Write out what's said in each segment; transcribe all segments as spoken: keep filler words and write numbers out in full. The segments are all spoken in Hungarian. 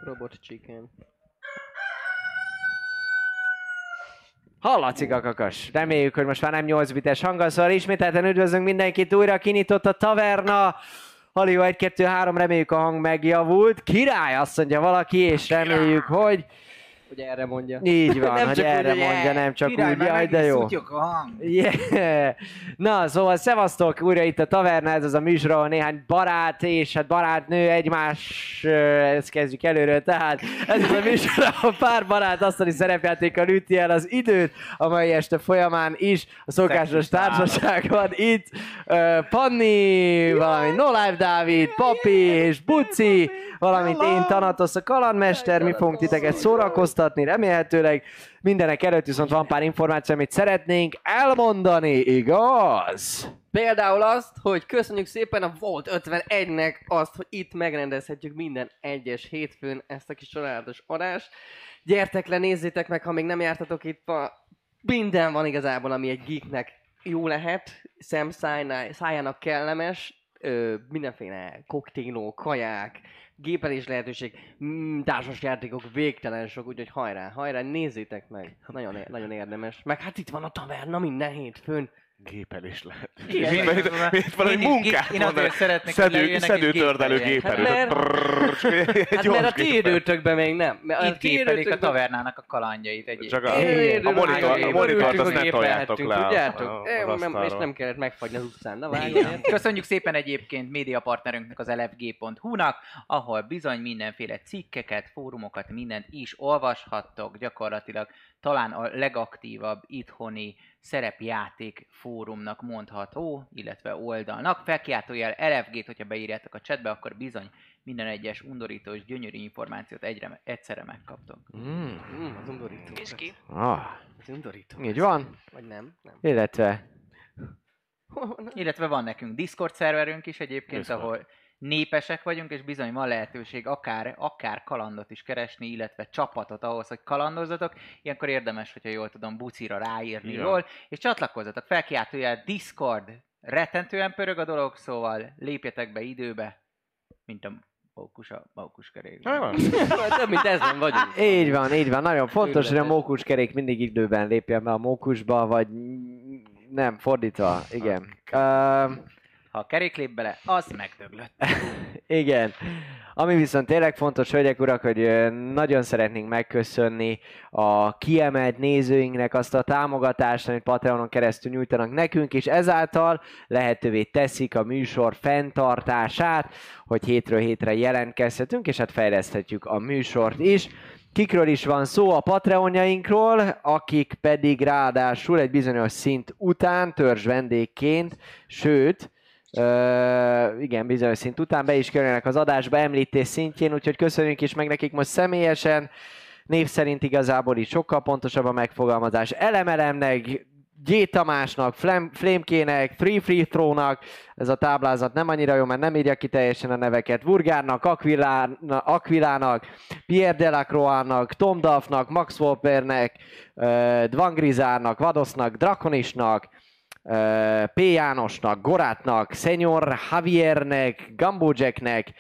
Robot chicken. Hallatszik a kakas. Reméljük, hogy most már nem nyolc bites hanggal, szóval ismételten üdvözlünk mindenkit, újra kinyitott a taverna. Halió egy kettő három, reméljük a hang megjavult. Király, azt mondja valaki, és reméljük, hogy... Hogy erre mondja. Így van, Nem hogy csak erre úgy, hogy mondja, el- nem csak Király, úgy, már jaj, meg de is jó. szutjuk a hang. Yeah. Na, szóval szevasztok, újra itt a taverna, ez az a műsor, ahol néhány barát és hát barátnő egymás, ezt kezdjük előről, tehát ez az a műsor, ahol pár barát asztali szerepjátékkal üti el az időt, a mai este folyamán is a szokásos társaság van itt. Uh, Panni, valamint No Life Dávid, Papi és Buci, valamint én Thanatos a kalandmester, mi fogunk titeket szórakoztatni, remélhetőleg. Mindenek előtt viszont van pár információ, amit szeretnénk elmondani, igaz? Például azt, hogy köszönjük szépen a Volt ötvenegynek azt, hogy itt megrendezhetjük minden egyes hétfőn ezt a kis csodálatos adást. Gyertek le, nézzétek meg, ha még nem jártatok itt, a... minden van igazából, ami egy geeknek jó lehet, szem szájná- szájának kellemes, ö, mindenféle koktélok, kaják, gépelés lehetőség, mm, társas játékok végtelen sok, úgyhogy hajrá, hajrá, nézzétek meg, nagyon, nagyon érdemes. Meg hát itt van a taverna minden hétfőn. Gépelés lehet. Igen. Mint, mint, mint valami Én is munkát gé- én azért mondanak. szeretnék, hogy Szedő, leüljenek és szedőtördelő gépeljenek. géperő. Hát mert- Hát mert a ti időtökben még nem. Mert Itt ti gépelik a időtökben- tavernának a kalandjait egyébként. Csak a, Én a, monitor, a örülök, monitort örülök, azt hogy ne toljátok gépelhettünk, le a- tudjátok? a- Én az nem- És asztalról. nem kellett megfagyni az utcán. Na Igen. vágj! Köszönjük szépen egyébként médiapartnerünknek, az el ef gé pont hu-nak, ahol bizony mindenféle cikkeket, fórumokat, mindent is olvashattok, gyakorlatilag talán a legaktívabb itthoni szerepjáték fórumnak mondható, illetve oldalnak. Felkiáltójel el ef gé-t, hogyha beírjátok a chatbe, akkor bizony minden egyes undorító és gyönyörű információt egyre, egyszerre megkaptok. Mm. Mm, az undorító. És ki? Ah, Az undorító. így van, Vagy nem? Nem. illetve... Illetve van nekünk Discord szerverünk is egyébként, Discord. ahol népesek vagyunk, és bizony van lehetőség akár, akár kalandot is keresni, illetve csapatot ahhoz, hogy kalandozzatok. Ilyenkor érdemes, hogyha jól tudom, Bucira ráírni Ja. jól, és csatlakozzatok. Felkiáltójel Discord. Rettentően pörög a dolog, szóval lépjetek be időbe, mint a mókus a mókuskerék. Több mint ezen vagyunk. Így van, így van. Nagyon fontos, hogy a Őrületes. mókuskerék mindig időben lépjen be a mókusba, vagy nem, fordítva, igen. Uh, Ha a kerék lép bele, az megdöglött. igen. Ami viszont tényleg fontos, hölgyek, urak, hogy ö, nagyon szeretnénk megköszönni a kiemelt nézőinknek azt a támogatást, amit Patreonon keresztül nyújtanak nekünk, és ezáltal lehetővé teszik a műsor fenntartását, hogy hétről hétre jelentkezhetünk, és hát fejleszthetjük a műsort is. Kikről is van szó? A Patreonjainkról, akik pedig ráadásul egy bizonyos szint után törzs vendégként, sőt, Ö, igen, bizonyos szint után be is kerülnek az adásba említés szintjén, úgyhogy köszönjük is meg nekik most személyesen. Név szerint igazából is sokkal pontosabb a megfogalmazás. Elemelemnek, G. Tamásnak, Flam- Flamekének, Three Free Throw-nak, ez a táblázat nem annyira jó, mert nem írja ki teljesen a neveket, Burgárnak, Aquilá- Aquilának, Pierre Delacroix-nak, Tom Duffnak, Max Wolpernek, uh, Dvangrizárnak, Vadosznak, Draconisnak, Uh, P. Jánosnak, Gorátnak, Senior Javiernek, Gumbo Jacknek,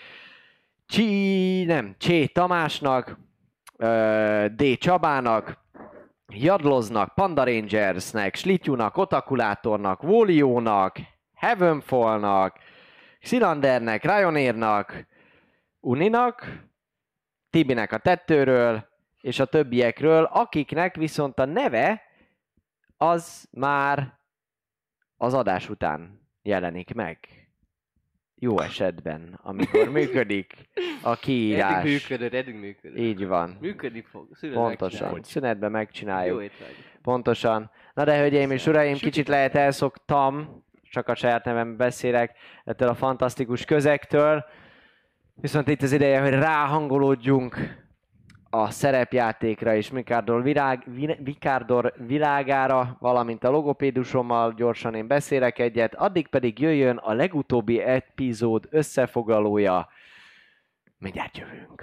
Csi, nem, Csé Tamásnak, uh, D. Csabának, Jadloznak, Panda Rangersnek, Slityunak, Otakulátornak, Voliónak, Heavenfallnak, Xylandernek, Ryanairnak, Uninak, Tibinek a tettőről, és a többiekről, akiknek viszont a neve az már az adás után jelenik meg. Jó esetben, amikor működik a kiírás. Eddig működött, eddig működött. Így van. Működni fog. Szünetben Pontosan. megcsináljuk. Szünetben Jó megcsináljuk. étvágy. Pontosan. Na de hölgyeim és uraim, kicsit lehet elszoktam, csak a saját nevem beszélek, ettől a fantasztikus közegtől. Viszont itt az ideje, hogy ráhangolódjunk a szerepjátékra és Mikardor, virág, Mikardor világára, valamint a logopédusommal gyorsan én beszélek egyet, addig pedig jöjjön a legutóbbi epizód összefoglalója. Mindjárt jövünk.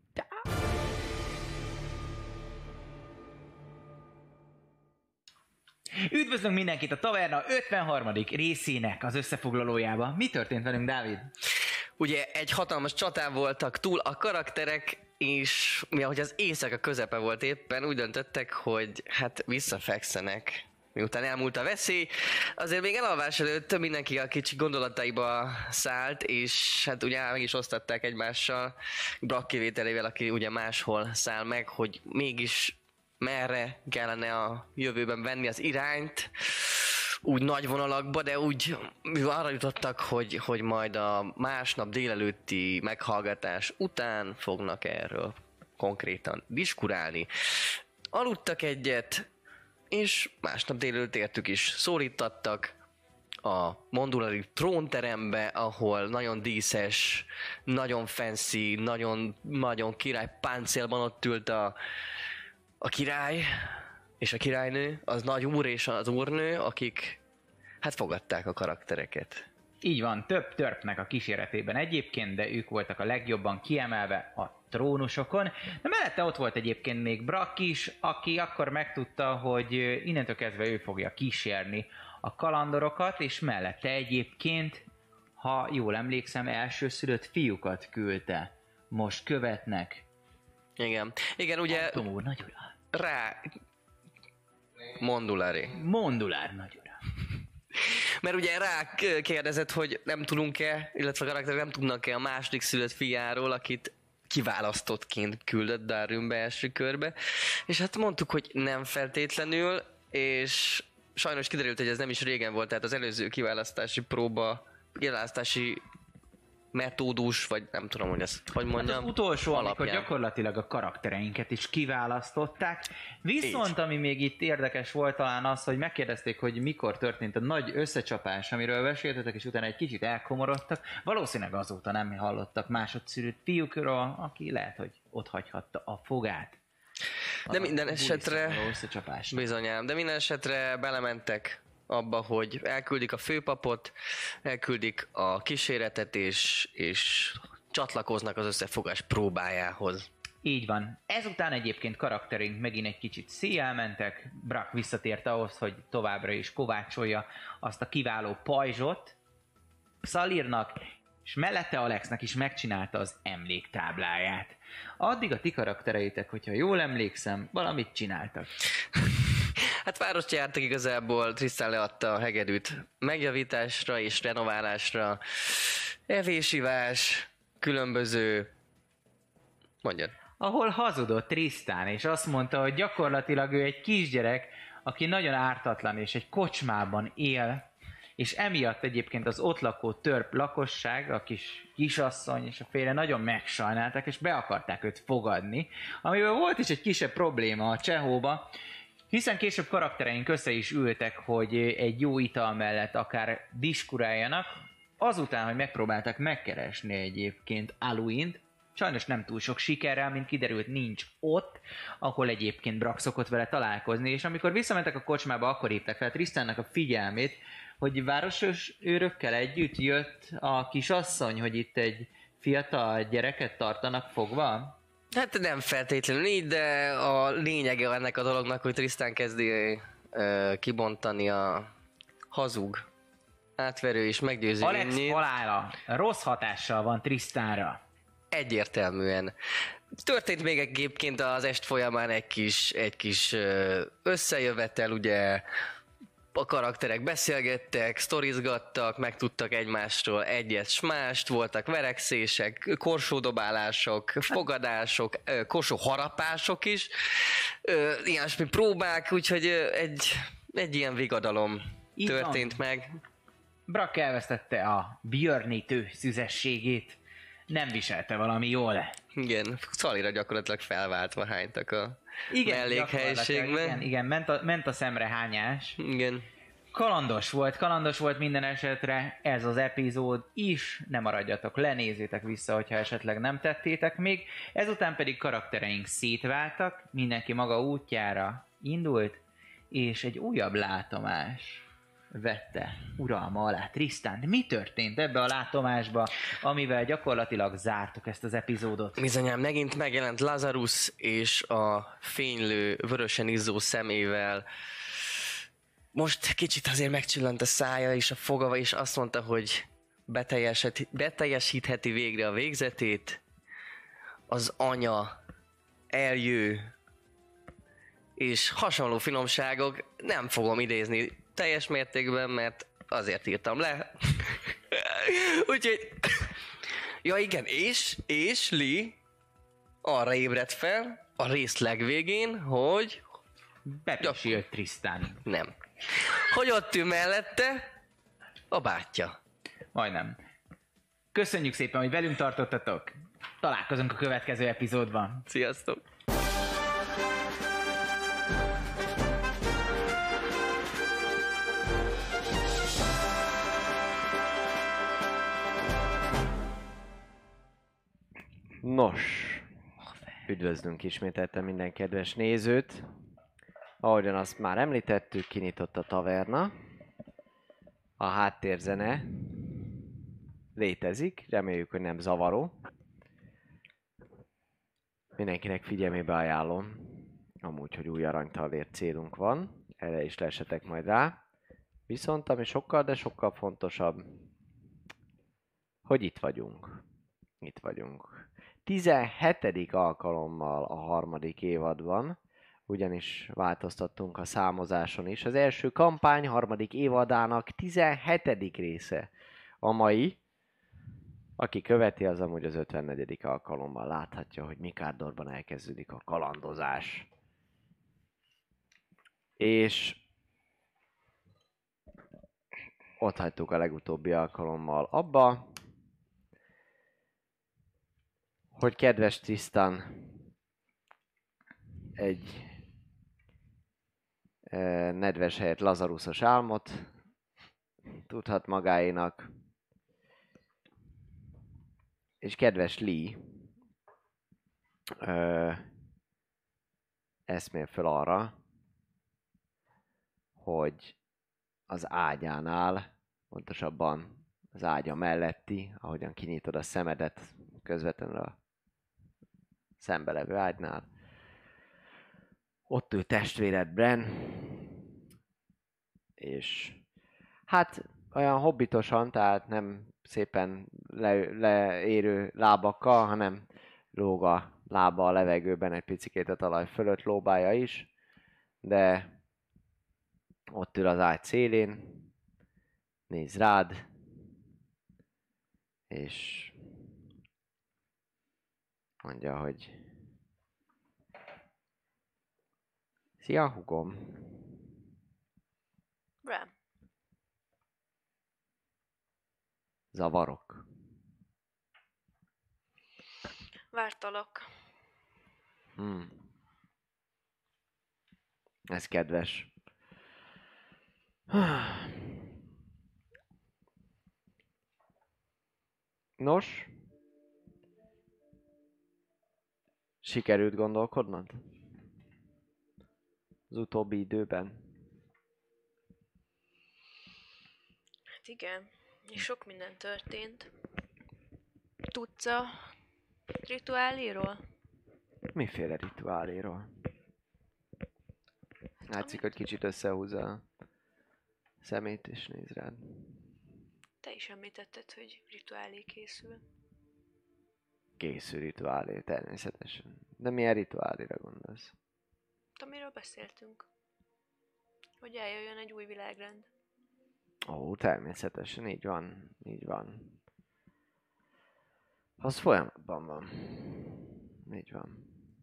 Üdvözlünk mindenkit a Taverna ötvenharmadik részének az összefoglalójába. Mi történt velünk, Dávid? Ugye egy hatalmas csatán voltak túl a karakterek, és mi ahogy az éjszaka közepe volt éppen, úgy döntöttek, hogy hát visszafekszenek. Miután elmúlt a veszély, azért még elalvás előtt mindenki a kicsi gondolataiba szállt, és hát ugye meg is osztatták egymással, Brack kivételével, aki ugye máshol száll meg, hogy mégis merre kellene a jövőben venni az irányt, úgy nagy vonalakba, de úgy arra jutottak, hogy, hogy majd a másnap délelőtti meghallgatás után fognak erről konkrétan diskurálni. Aludtak egyet, és másnap délelőtt értük is. Szólítattak a Mondulari trónterembe, ahol nagyon díszes, nagyon fancy, nagyon, nagyon király páncélban ott ült a, a király és a királynő, az nagy úr és az úrnő, akik hát fogadták a karaktereket. Így van, több törpnek a kíséretében egyébként, de ők voltak a legjobban kiemelve a trónusokon. De mellette ott volt egyébként még Brack is, aki akkor megtudta, hogy innentől kezdve ő fogja kísérni a kalandorokat, és mellette egyébként, ha jól emlékszem, elsőszülött fiúkat küldte. Most követnek. Igen. Igen, ugye Anton úr, nagy ura. rá... Mondulari. Mondulár, nagy ura. Mert ugye rá kérdezett, hogy nem tudunk-e, illetve a karakterek nem tudnak-e a második szülött fiáról, akit kiválasztottként küldött Darwinbe első körbe. És hát mondtuk, hogy nem feltétlenül, és sajnos kiderült, hogy ez nem is régen volt, tehát az előző kiválasztási próba, kiválasztási metódus, vagy nem tudom, hogy ezt hogy mondjam. Hát az utolsó, amikor alapján. gyakorlatilag a karaktereinket is kiválasztották. Viszont Így. ami még itt érdekes volt talán az, hogy megkérdezték, hogy mikor történt a nagy összecsapás, amiről beszéltetek, és utána egy kicsit elkomorodtak. Valószínűleg azóta nem hallottak másodszülött fiúkról, aki lehet, hogy ott hagyhatta a fogát. De a minden esetre, összecsapásra. bizonyám, de minden esetre belementek abba, hogy elküldik a főpapot, elküldik a kíséretet, és, és csatlakoznak az összefogás próbájához. Így van. Ezután egyébként karakterünk megint egy kicsit széjjel mentek. Brack visszatért ahhoz, hogy továbbra is kovácsolja azt a kiváló pajzsot Szalírnak, és mellette Alexnek is megcsinálta az emléktábláját. Addig a ti karaktereitek, hogyha jól emlékszem, valamit csináltak. Hát várost jártak igazából, Tristan leadta a hegedűt megjavításra és renoválásra, evésivás, különböző... Mondjad. Ahol hazudott Tristan, és azt mondta, hogy gyakorlatilag ő egy kisgyerek, aki nagyon ártatlan és egy kocsmában él, és emiatt egyébként az ott lakó törp lakosság, a kis kisasszony és a féle nagyon megsajnálták, és be akarták őt fogadni, amivel volt is egy kisebb probléma a Csehóba, hiszen később karaktereink össze is ültek, hogy egy jó ital mellett akár diskuráljanak, azután, hogy megpróbáltak megkeresni egyébként Aluint, sajnos nem túl sok sikerrel, mint kiderült, nincs ott, ahol egyébként Brack szokott vele találkozni, és amikor visszamentek a kocsmába, akkor hívták fel Tristannak a figyelmét, hogy városos őrökkel együtt jött a kisasszony, hogy itt egy fiatal gyereket tartanak fogva. Hát nem feltétlenül így, de a lényege ennek a dolognak, hogy Tristan kezdi ö, kibontani a hazug, átverő és meggyőző Alex lényét. halála rossz hatással van Tristanra. Egyértelműen. Történt még egyébként az est folyamán egy kis, egy kis ö, összejövetel, ugye a karakterek beszélgettek, sztorizgattak, megtudtak egymásról egyet s mást, voltak verekszések, korsódobálások, fogadások, korsóharapások is, ilyesmi próbák, úgyhogy egy, egy ilyen vigadalom Így történt van. meg. Brack elvesztette a björnítő szüzességét, nem viselte valami jól. Igen, Szalira gyakorlatilag felváltva hánytak a Igen, mellékhelyiségbe. Igen, igen ment, a, ment a szemre hányás. Igen. Kalandos volt, kalandos volt minden esetre ez az epizód is, ne maradjatok le, nézzétek vissza, hogyha esetleg nem tettétek még. Ezután pedig karaktereink szétváltak, mindenki maga útjára indult, és egy újabb látomás vette uralma alá Tristan. Mi történt ebbe a látomásba, amivel gyakorlatilag zártuk ezt az epizódot? Bizonyám, megint megjelent Lazarus, és a fénylő, vörösen izzó szemével most kicsit azért megcsillant a szája és a foga, és azt mondta, hogy beteljesítheti végre a végzetét. az anya, eljő, és hasonló finomságok, nem fogom idézni teljes mértékben, mert azért írtam le. Úgyhogy... Ja igen, és, és Lee arra ébredt fel a rész legvégén, hogy... Bepisilt Tristan. Nem. Hogy ott ül mellette a bátyja. Majdnem. Köszönjük szépen, hogy velünk tartottatok. Találkozunk a következő epizódban. Sziasztok! Nos, üdvözlünk ismételten minden kedves nézőt. Ahogyan azt már említettük, kinyitott a taverna. A háttérzene létezik, reméljük, hogy nem zavaró. Mindenkinek figyelmébe ajánlom, amúgy, hogy új aranytalért célunk van, erre is lesetek majd rá. Viszont ami sokkal, de sokkal fontosabb, hogy itt vagyunk. Itt vagyunk. tizenhetedik alkalommal a harmadik évadban, ugyanis változtattunk a számozáson is. Az első kampány harmadik évadának tizenhetedik része a mai. Aki követi, az amúgy az ötvennegyedik alkalommal láthatja, hogy Mikárdorban elkezdődik a kalandozás. És ott hagytuk a legutóbbi alkalommal abba, hogy kedves Tristan egy e, nedves helyett Lazaruszos álmot tudhat magáénak, és kedves Lee e, eszmél föl arra, hogy az ágyánál, pontosabban az ágya melletti, ahogyan kinyitod a szemedet közvetlenül a szembe levő ágynál, ott ül testvéred Bren, és hát olyan hobbitosan, tehát nem szépen le, leérő lábakkal, hanem lóg a lába a levegőben, egy picikét a talaj fölött lóbálja is, de ott ül az ágy szélén, néz rád, és mondja, hogy szia, hugom. Bram. Zavarok. Vártalak. Hmm. Ez kedves. Nos, sikerült gondolkodnod? Az utóbbi időben? Hát igen, és sok minden történt. Tudsz a rituáléról? Miféle rituáléról? Látszik, hogy kicsit összehúzza a szemét és néz rád. Te is említetted, hogy rituálé készül. Készül rituálé, természetesen. De milyen rituáléra gondolsz? Amiről beszéltünk. Hogy eljöjjön egy új világrend. Ó, természetesen, így van, így van. Az folyamatban van. Így van.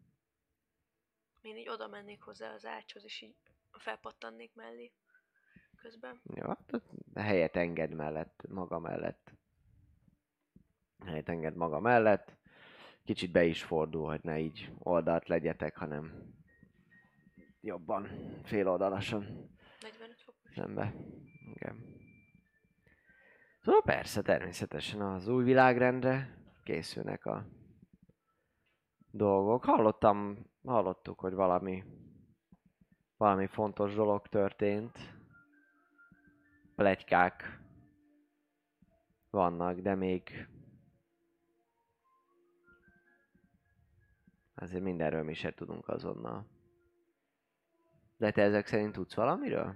Én így oda mennék hozzá az ágyhoz, és így felpattannék mellé közben. Jó, tehát helyet enged mellett, maga mellett. Helyet enged maga mellett. Kicsit be is fordul, hogy ne így oldalt legyetek, hanem jobban, féloldalasan negyvenöt fokos. szembe. Igen. Szóval persze, természetesen az új világrendre készülnek a dolgok. Hallottam, hallottuk, hogy valami, valami fontos dolog történt. Pletykák vannak, de még azért mindenről mi se tudunk azonnal. De te ezek szerint tudsz valamiről?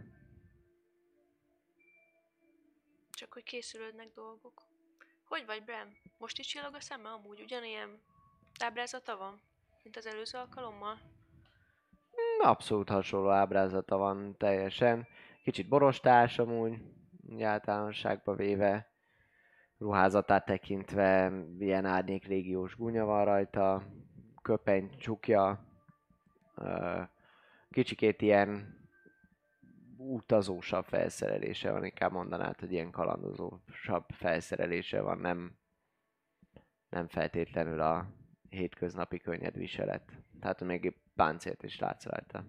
Csak hogy készülődnek dolgok. Hogy vagy, Bram? Most is csillog a szeme amúgy? Ugyanilyen Ábrázata van? Mint az előző alkalommal? Abszolút hasonló ábrázata van teljesen. Kicsit borostás amúgy, így általánosságba véve. Ruházatát tekintve ilyen árnyék légiós gúnya van rajta, köpeny, csukja, ö, kicsikét ilyen utazósabb felszerelése van, inkább mondanád, hogy ilyen kalandozósabb felszerelése van, nem, nem feltétlenül a hétköznapi könnyed viselet. Tehát még egy páncélt is látsz rajta.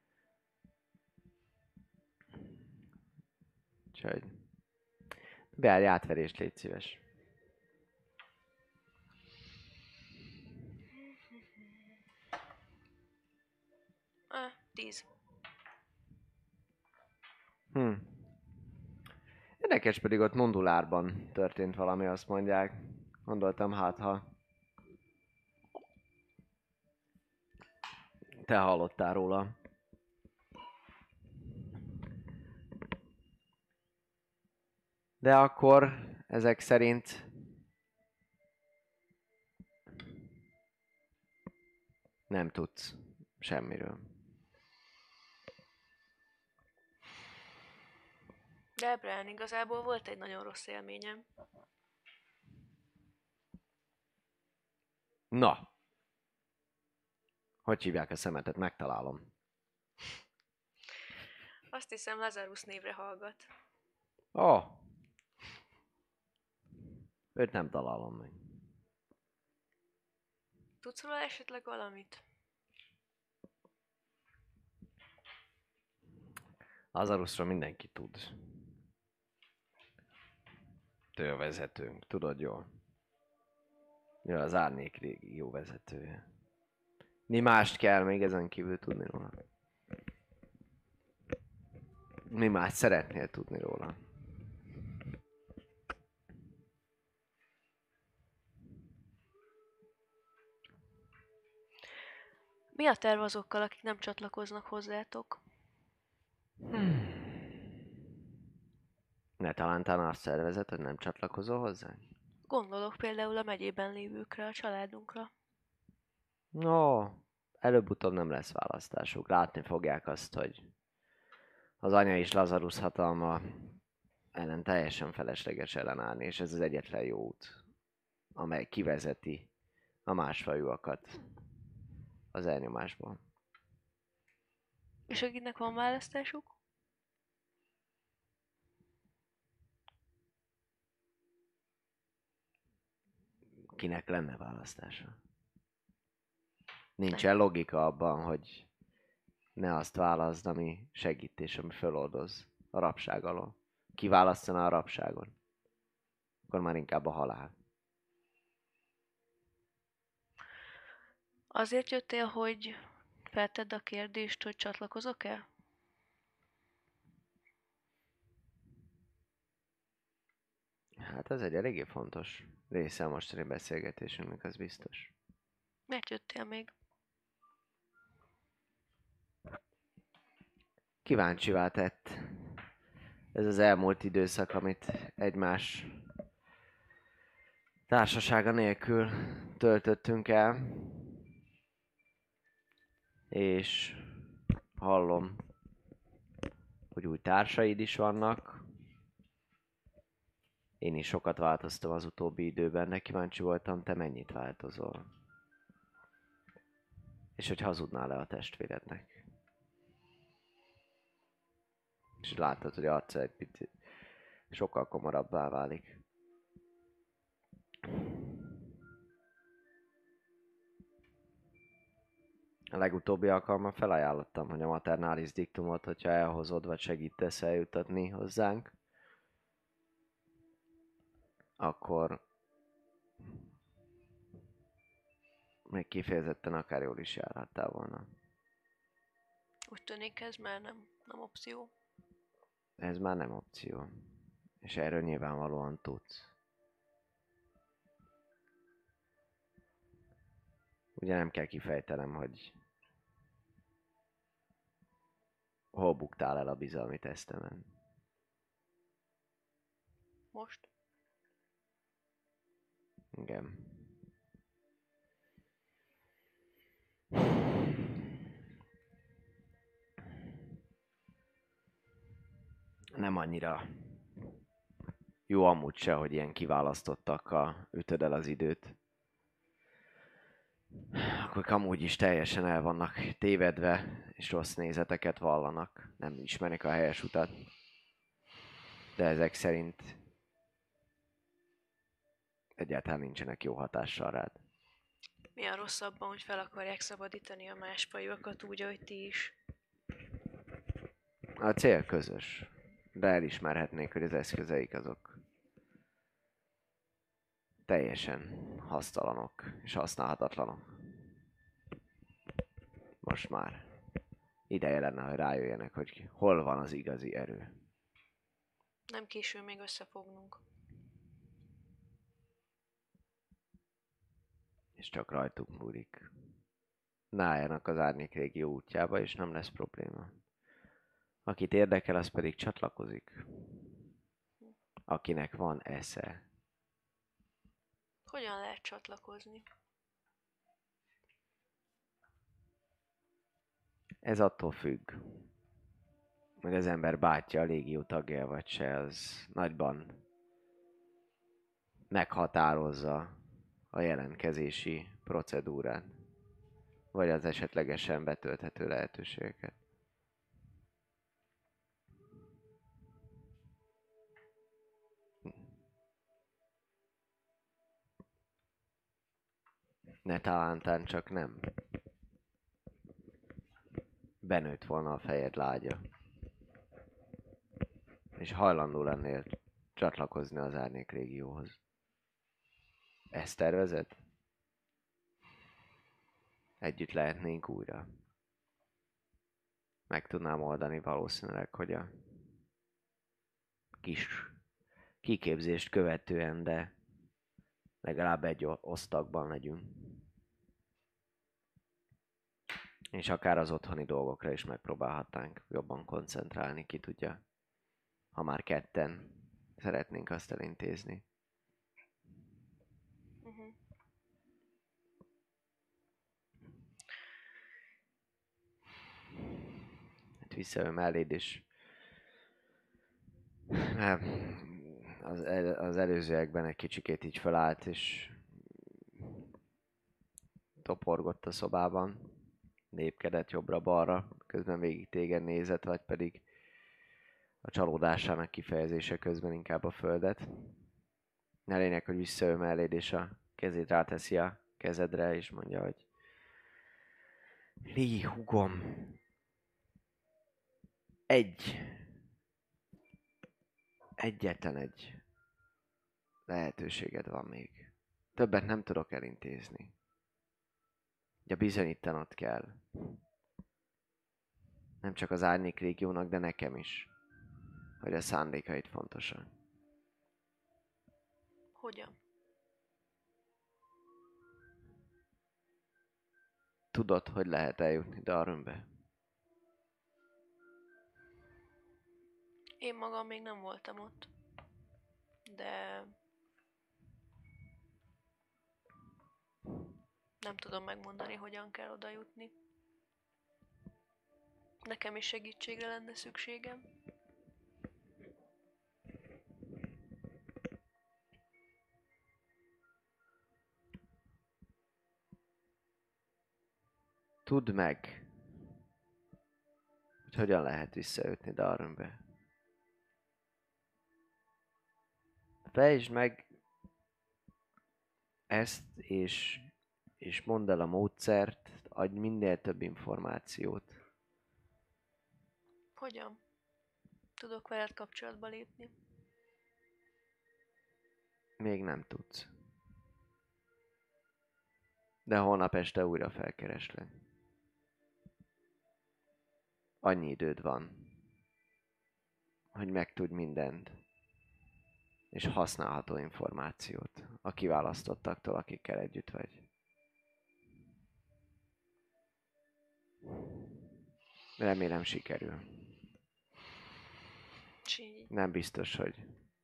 Úgyhogy beállj átverést, légy szíves. Ah, tíz. Hm. Érdekes, pedig ott Mondulárban történt valami, azt mondják. Gondoltam, hát ha te hallottál róla. De akkor ezek szerint nem tudsz semmiről. De Brian, igazából volt egy nagyon rossz élményem. Na! Hogy hívják a szemetet? Megtalálom. Azt hiszem Lazarus névre hallgat. Ó! Oh. Őt nem találom meg. Tudsz róla esetleg valamit? Lazarusról mindenki tud. Ő a vezetőnk, tudod jól. Ő az árnyék régió vezetője. Mi mást kell még ezen kívül tudni róla? Mi más szeretnél tudni róla? Mi a terv azokkal, akik nem csatlakoznak hozzátok? Hmm. Ne talántán azt szervezet, hogy nem csatlakozol hozzá? Gondolok például a megyében lévőkre, a családunkra. No, előbb-utóbb nem lesz választásuk. Látni fogják azt, hogy az anya és Lazarus hatalma ellen teljesen felesleges ellenállni, és ez az egyetlen jó út, amely kivezeti a másfajúakat az elnyomásból. És akiknek van választásuk? Kinek lenne választása? Nincsen logika abban, hogy ne azt válaszd, ami segít és ami föloldoz a rabság alól. Ki választaná a rabságon? Akkor már inkább a halál. Azért jöttél, hogy feltedd a kérdést, hogy csatlakozok-e? Hát ez egy eléggé fontos része a mostani beszélgetésünknek, az biztos. Miért jöttél még? Kíváncsivá tett ez az elmúlt időszak, amit egymás társasága nélkül töltöttünk el. És hallom, hogy új társaid is vannak. Én is sokat változtam az utóbbi időben, de kíváncsi voltam, te mennyit változol. És hogy hazudnál-e a testvérednek. És láttad, hogy arca egy picit sokkal komorabbá válik. A legutóbbi alkalommal felajánlottam, hogy a maternális diktumot, hogyha elhozod, vagy segítesz eljutatni hozzánk, akkor még kifejezetten akár jól is járhattál volna. Úgy tűnik, ez már nem, nem opció. Ez már nem opció. És erről nyilvánvalóan tudsz. Ugye nem kell kifejtenem, hogy hol buktál el a bizalmi tesztemen. Most? Igen. annyira jó amúgy se, hogy ilyen kiválasztottakkal ütöd el az időt. Akkor amúgy is teljesen el vannak tévedve, és rossz nézeteket vallanak. Nem ismerik a helyes utat. De ezek szerint egyáltalán nincsenek jó hatással rád. Mi a rosszabban, hogy fel akarják szabadítani a másfajúakat úgy, ahogy ti is? A cél közös, de elismerhetnék, hogy az eszközeik azok teljesen hasztalanok és használhatatlanok. Most már ideje lenne, hogy rájöjjenek, hogy hol van az igazi erő. Nem késő még összefognunk. És csak rajtuk múlik. Ne álljanak az árnyék régió útjába, és nem lesz probléma. Akit érdekel, az pedig csatlakozik. Akinek van esze. Hogyan lehet csatlakozni? Ez attól függ, hogy az ember bátyja a légió tagja vagy se, az nagyban meghatározza a jelentkezési procedúrát, vagy az esetlegesen betölthető lehetőségeket. Ne talántán csak nem. Benőtt volna a fejed lágya. És hajlandó lennél csatlakozni az árnyék régióhoz. Ezt tervezed? Együtt lehetnénk újra. Meg tudnám oldani valószínűleg, hogy a kis kiképzést követően, de legalább egy osztagban legyünk. És akár az otthoni dolgokra is megpróbálhatnánk jobban koncentrálni, ki tudja. Ha már ketten szeretnénk azt elintézni. Uh-huh. Hát visszajön melléd, és az, el, az előzőekben egy kicsikét így felállt, és toporgott a szobában, lépkedett jobbra-balra, közben végig téged nézett, vagy pedig a csalódásának kifejezése közben inkább a földet. Ne lényeg, hogy visszajön melléd, és a kezét ráteszi a kezedre, és mondja, hogy Li, hugom, egy, egyetlen egy lehetőséged van még. Többet nem tudok elintézni. Ugye bizonyítanod kell. Nem csak az árnyék régiónak, de nekem is. Hogy a szándékaid fontosak. Hogyan? Tudod, hogy lehet eljutni Darwinbe? Én magam még nem voltam ott. De... nem tudom megmondani, hogyan kell oda jutni. Nekem is segítségre lenne szükségem. Tudd meg, hogy hogyan lehet visszajutni Darwinbe. Fejtsd meg ezt, és, és mondd el a módszert, adj minél több információt. Hogyan? Tudok veled kapcsolatba lépni? Még nem tudsz. De holnap este újra felkereslek. Annyi időd van, hogy megtudj mindent, és használható információt a kiválasztottaktól, akikkel együtt vagy. Remélem sikerül. Csí. Nem biztos, hogy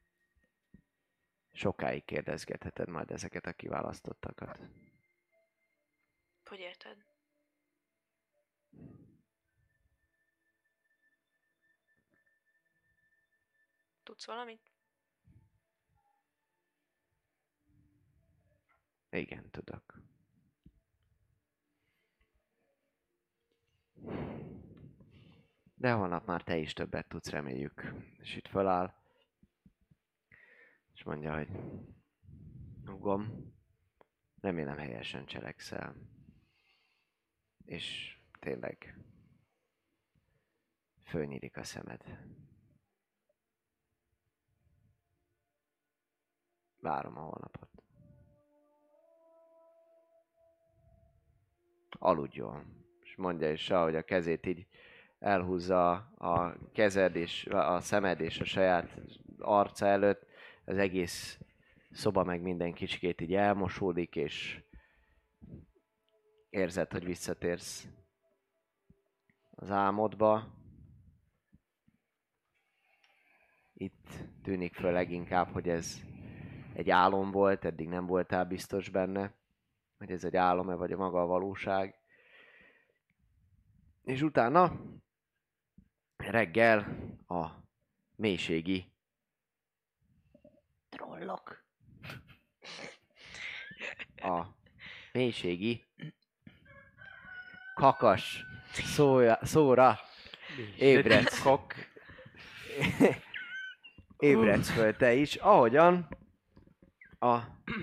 sokáig kérdezgetheted majd ezeket a kiválasztottakat. Hogy érted? tudsz valamit? Igen, tudok. De holnap már te is többet tudsz, reméljük. És itt föláll. És mondja, hogy húgom, remélem helyesen cselekszel. És tényleg fölnyílik a szemed. Várom a holnapot. Aludj jól. És mondja is, ahogy a kezét így elhúzza a kezed és a szemed és a saját arca előtt, az egész szoba meg minden kicsikét így elmosódik, és érzed, hogy visszatérsz az álmodba. Itt tűnik föl leginkább, hogy ez egy álom volt, eddig nem voltál biztos benne, hogy ez egy álom-e vagy a maga a valóság. És utána reggel a mélységi Trollok. a mélységi kakas szója, szóra ébredsz. Kok. Ébredsz föl te is, ahogyan a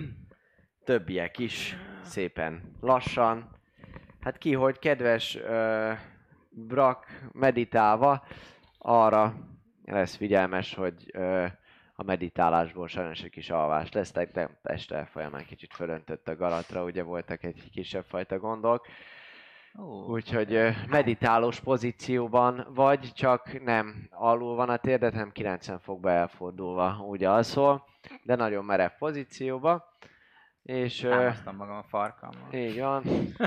többiek is szépen lassan. Hát ki, hogy kedves uh, Brak meditálva, arra lesz figyelmes, hogy uh, a meditálásból sajnos egy kis alvás lesz, de este folyamán kicsit fölöntött a galatra, ugye voltak egy kisebb fajta gondok. Oh. Úgyhogy uh, meditálós pozícióban vagy, csak nem alul van a térdet, hanem kilencven fokba elfordulva, úgy alszol, de nagyon merev pozícióba. És, uh, Támasztam magam a farkammal. így van.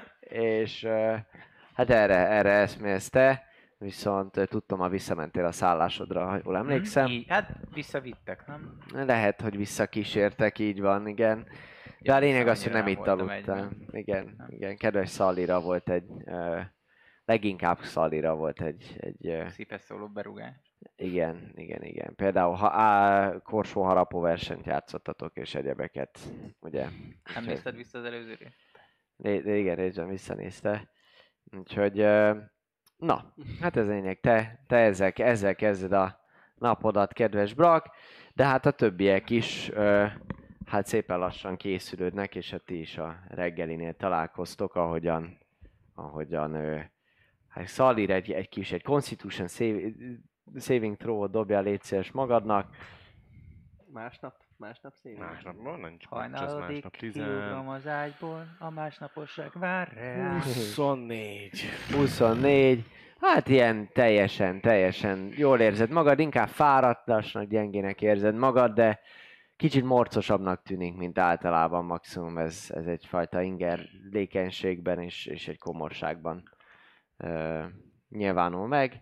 És uh, hát erre, erre eszmélsz te, viszont uh, tudtam, ha visszamentél a szállásodra, ha jól emlékszem. Így, hát visszavittek, nem? Lehet, hogy visszakísértek, így van, igen. De a lényeg az, hogy annyira nem nem itt voltam aludtál. egyben. Igen, Nem. igen, kedves Szallira volt egy, uh, leginkább Szallira volt egy, egy uh, Szívhez szóló berugás. igen, igen, igen. Például ha á, korsó harapó versenyt játszottatok és egyebeket, ugye? Nem Úgyhogy- nézted vissza az előzőre? Ré- ré- igen, részben visszanézte. Úgyhogy, ö, na, hát ez a lényeg. Te, te ezzel, ezzel kezded a napodat, kedves Brak, de hát a többiek is, ö, hát szépen lassan készülődnek, és hát ti is a reggelinél találkoztok, ahogyan, ahogyan, ö, hát Szalír egy, egy kis, egy Constitution save, saving throw dobja, légy szíves magadnak. Másnap? Másnap szép? Másnapban nincs, az Hajnalodik, másnap kiugrom az ágyból, a másnaposság vár rá. huszonnégy. huszonnégy. Hát ilyen teljesen, teljesen jól érzed magad, inkább fáradtasnak, gyengének érzed magad, de kicsit morcosabbnak tűnik, mint általában, maximum ez, ez egyfajta ingerlékenységben és, és egy komorságban ö, nyilvánul meg,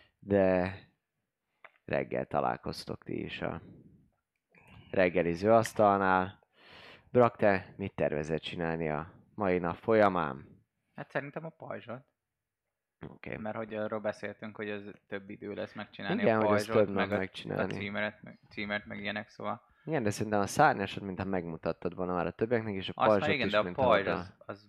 de reggel találkoztok ti is a reggeliző asztalnál. Brak, te mit tervezed csinálni a mai nap folyamán? Hát szerintem a pajzsot. Oké. Okay. Mert hogy arról beszéltünk, hogy az több idő lesz megcsinálni Igen, a hogy ezt pajzsot, több nap meg a, a megcsinálni. címeret, meg, címert, meg ilyenek, szóval. Igen, de szerintem a szárnyasod, mintha megmutattad volna már a többieknek, és a Azt pajzsot már igen, is, de a mintha pajzs oda- az, az,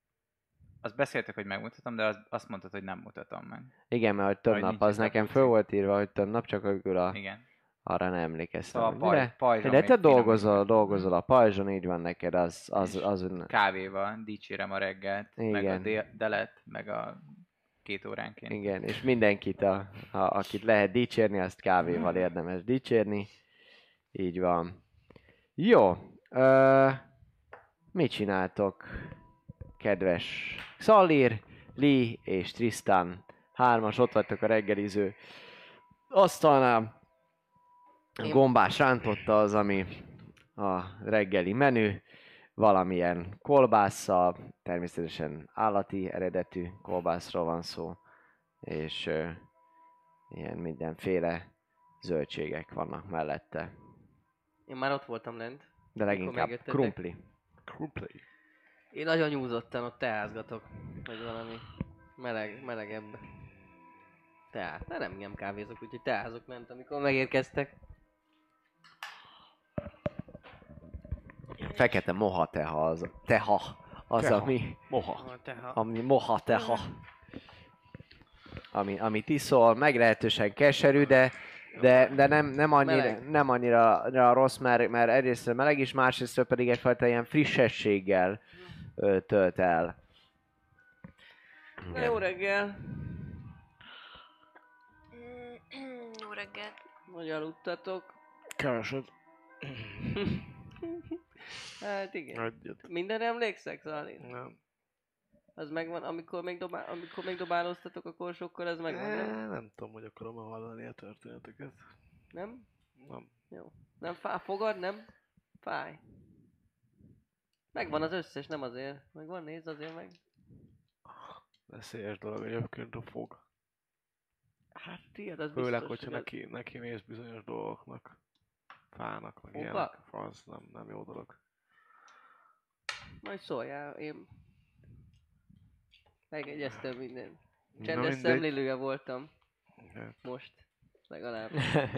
azt beszéltek, hogy megmutatom, de az, azt mondtad, hogy nem mutatom meg. Igen, mert hogy több Vagy nap, nincs az ez a nekem puci. föl volt írva, hogy több nap, csak akkor a, Igen. arra nem emlékeztem. Szóval a hogy paj, mire? pajzson De még te finom dolgozol, ízű. dolgozol a pajzson, így van neked, az, az, És az, Kávéval dicsérem a reggelt, meg a Igen. dél, delet, meg a két óránként. igen, és mindenkit, a, a, akit lehet dicsérni, azt kávéval érdemes dicsérni. Így van. Jó. Ö, mit csináltok, kedves Szalír, Lee és Tristan? Hármas, ott vagytok a reggeliző asztalnál. A Én- gombás rántotta az, ami a reggeli menü. Valamilyen kolbásszal, természetesen állati eredetű kolbászról van szó, és ö, ilyen mindenféle zöldségek vannak mellette. Én már ott voltam lent. De leginkább megjöttetek? krumpli. Krumpli. Én nagyon nyúzottan ott teázgatok. Vagy valami meleg, melegebb. Tehát, de nem, nem kávézok, úgyhogy teázok lent, amikor megérkeztek. Fekete moha teha az, teha, az Teha. ami, Moha. Ha, te, ha. ami moha teha. Ami, amit iszol, meglehetősen keserű, de, de, de nem, nem, annyira, Meleg. nem annyira, annyira rossz, mert, mert egyrészt meleg is, másrészt pedig egyfajta ilyen frissességgel ö, tölt el. Na, jó reggel. Jó reggelt. Hogy aludtatok? Keveset. Hát igen. Egyet. Mindenre emlékszek, Zali? Nem. Az megvan, amikor még, dobál, amikor még dobálóztatok a korsokkal, ez megvan, nem? Nem, nem tudom, hogy akarom hallani a történeteket. Nem? Nem. Jó. Nem fáj, fogad, nem? Fáj. Megvan az összes, nem azért. Megvan, nézd azért meg. Veszélyes dolog egyébként a fog. Hát tiéd, az Főleg, biztos, hogyha hogy az- neki, neki mész bizonyos dolgoknak. Fának, meg Fogva? ilyenek. Az nem, nem jó dolog. Majd szóljál, én... Megegyeztem mindent. Na Csendes mindegy. szemlélője voltam. Hát, Most. Legalább.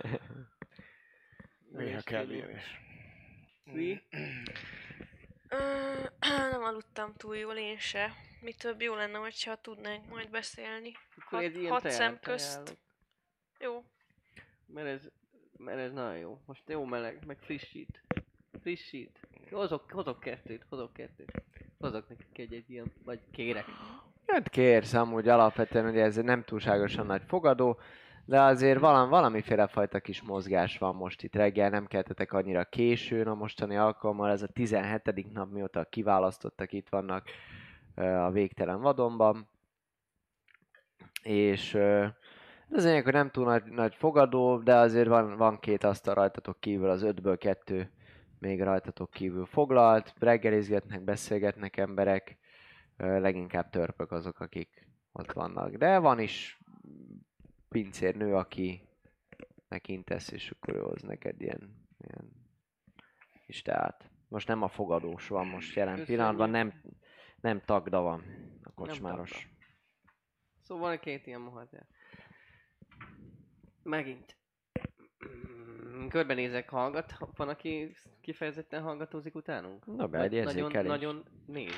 néha kell ilyen is. Mi? Ö, nem aludtam túl jól én se. Mi több jó lenne, hogyha tudnánk majd beszélni. Akkor Hat- egy ilyen hat teát szem közt. ajánlok. Jó. Mert ez, mert ez nagyon jó. Most jó meleg, meg frissít. Frissít. Hozok, hozok kettőt, hozok kettőt. Hozok nekik egy-egy ilyen, vagy kérek. Hát kérsz, amúgy alapvetően ugye ez nem túlságosan nagy fogadó, de azért valami, valamiféle fajta kis mozgás van most itt reggel, nem keltetek annyira későn a mostani alkalommal, ez a tizenhetedik nap mióta kiválasztottak, itt vannak ö, a végtelen vadonban. És ö, ez lényeg, hogy nem túl nagy, nagy fogadó, de azért van, van két asztal rajtatok kívül, az ötből kettő még rajtatok kívül foglalt, reggelizgetnek, beszélgetnek emberek, ö, leginkább törpök azok, akik ott vannak. De van is pincérnő, aki nekintesz, és akkor ő hoz neked ilyen, ilyen kis teát. Most nem a fogadós van, most jelen Köszönjük. pillanatban nem, nem tagda van a kocsmáros. tagda. Szóval van két ilyen mohatja. Megint. Mm, Körbenézek, hallgat. Van, aki kifejezetten hallgatózik utánunk? Na be, egy Vagy nagyon, érzékelés. nagyon néz.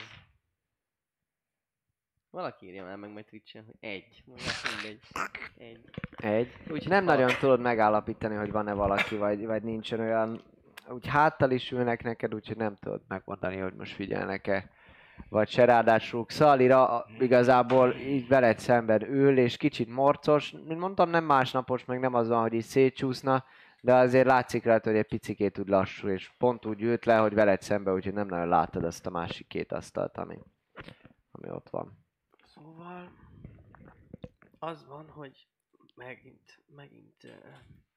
Valaki írja már meg majd Twitch-en, hogy egy. Mondják mindegy. Egy. Egy. Úgyhogy Nem hat. nagyon tudod megállapítani, hogy van-e valaki, vagy, vagy nincsen olyan... Úgy háttal is ülnek neked, úgyhogy nem tudod megmondani, hogy most figyelnek-e. Vagy se, ráadásul Xalira igazából így veled szemben ül, és kicsit morcos. Mint mondtam, nem másnapos, meg nem az van, hogy így szétcsúszna, de azért látszik rajta, hogy egy picikét úgy lassú, és pont úgy ült le, hogy veled szembe, úgyhogy nem nagyon láttad azt a másik két asztalt, ami, ami ott van. Szóval az van, hogy megint, megint, uh,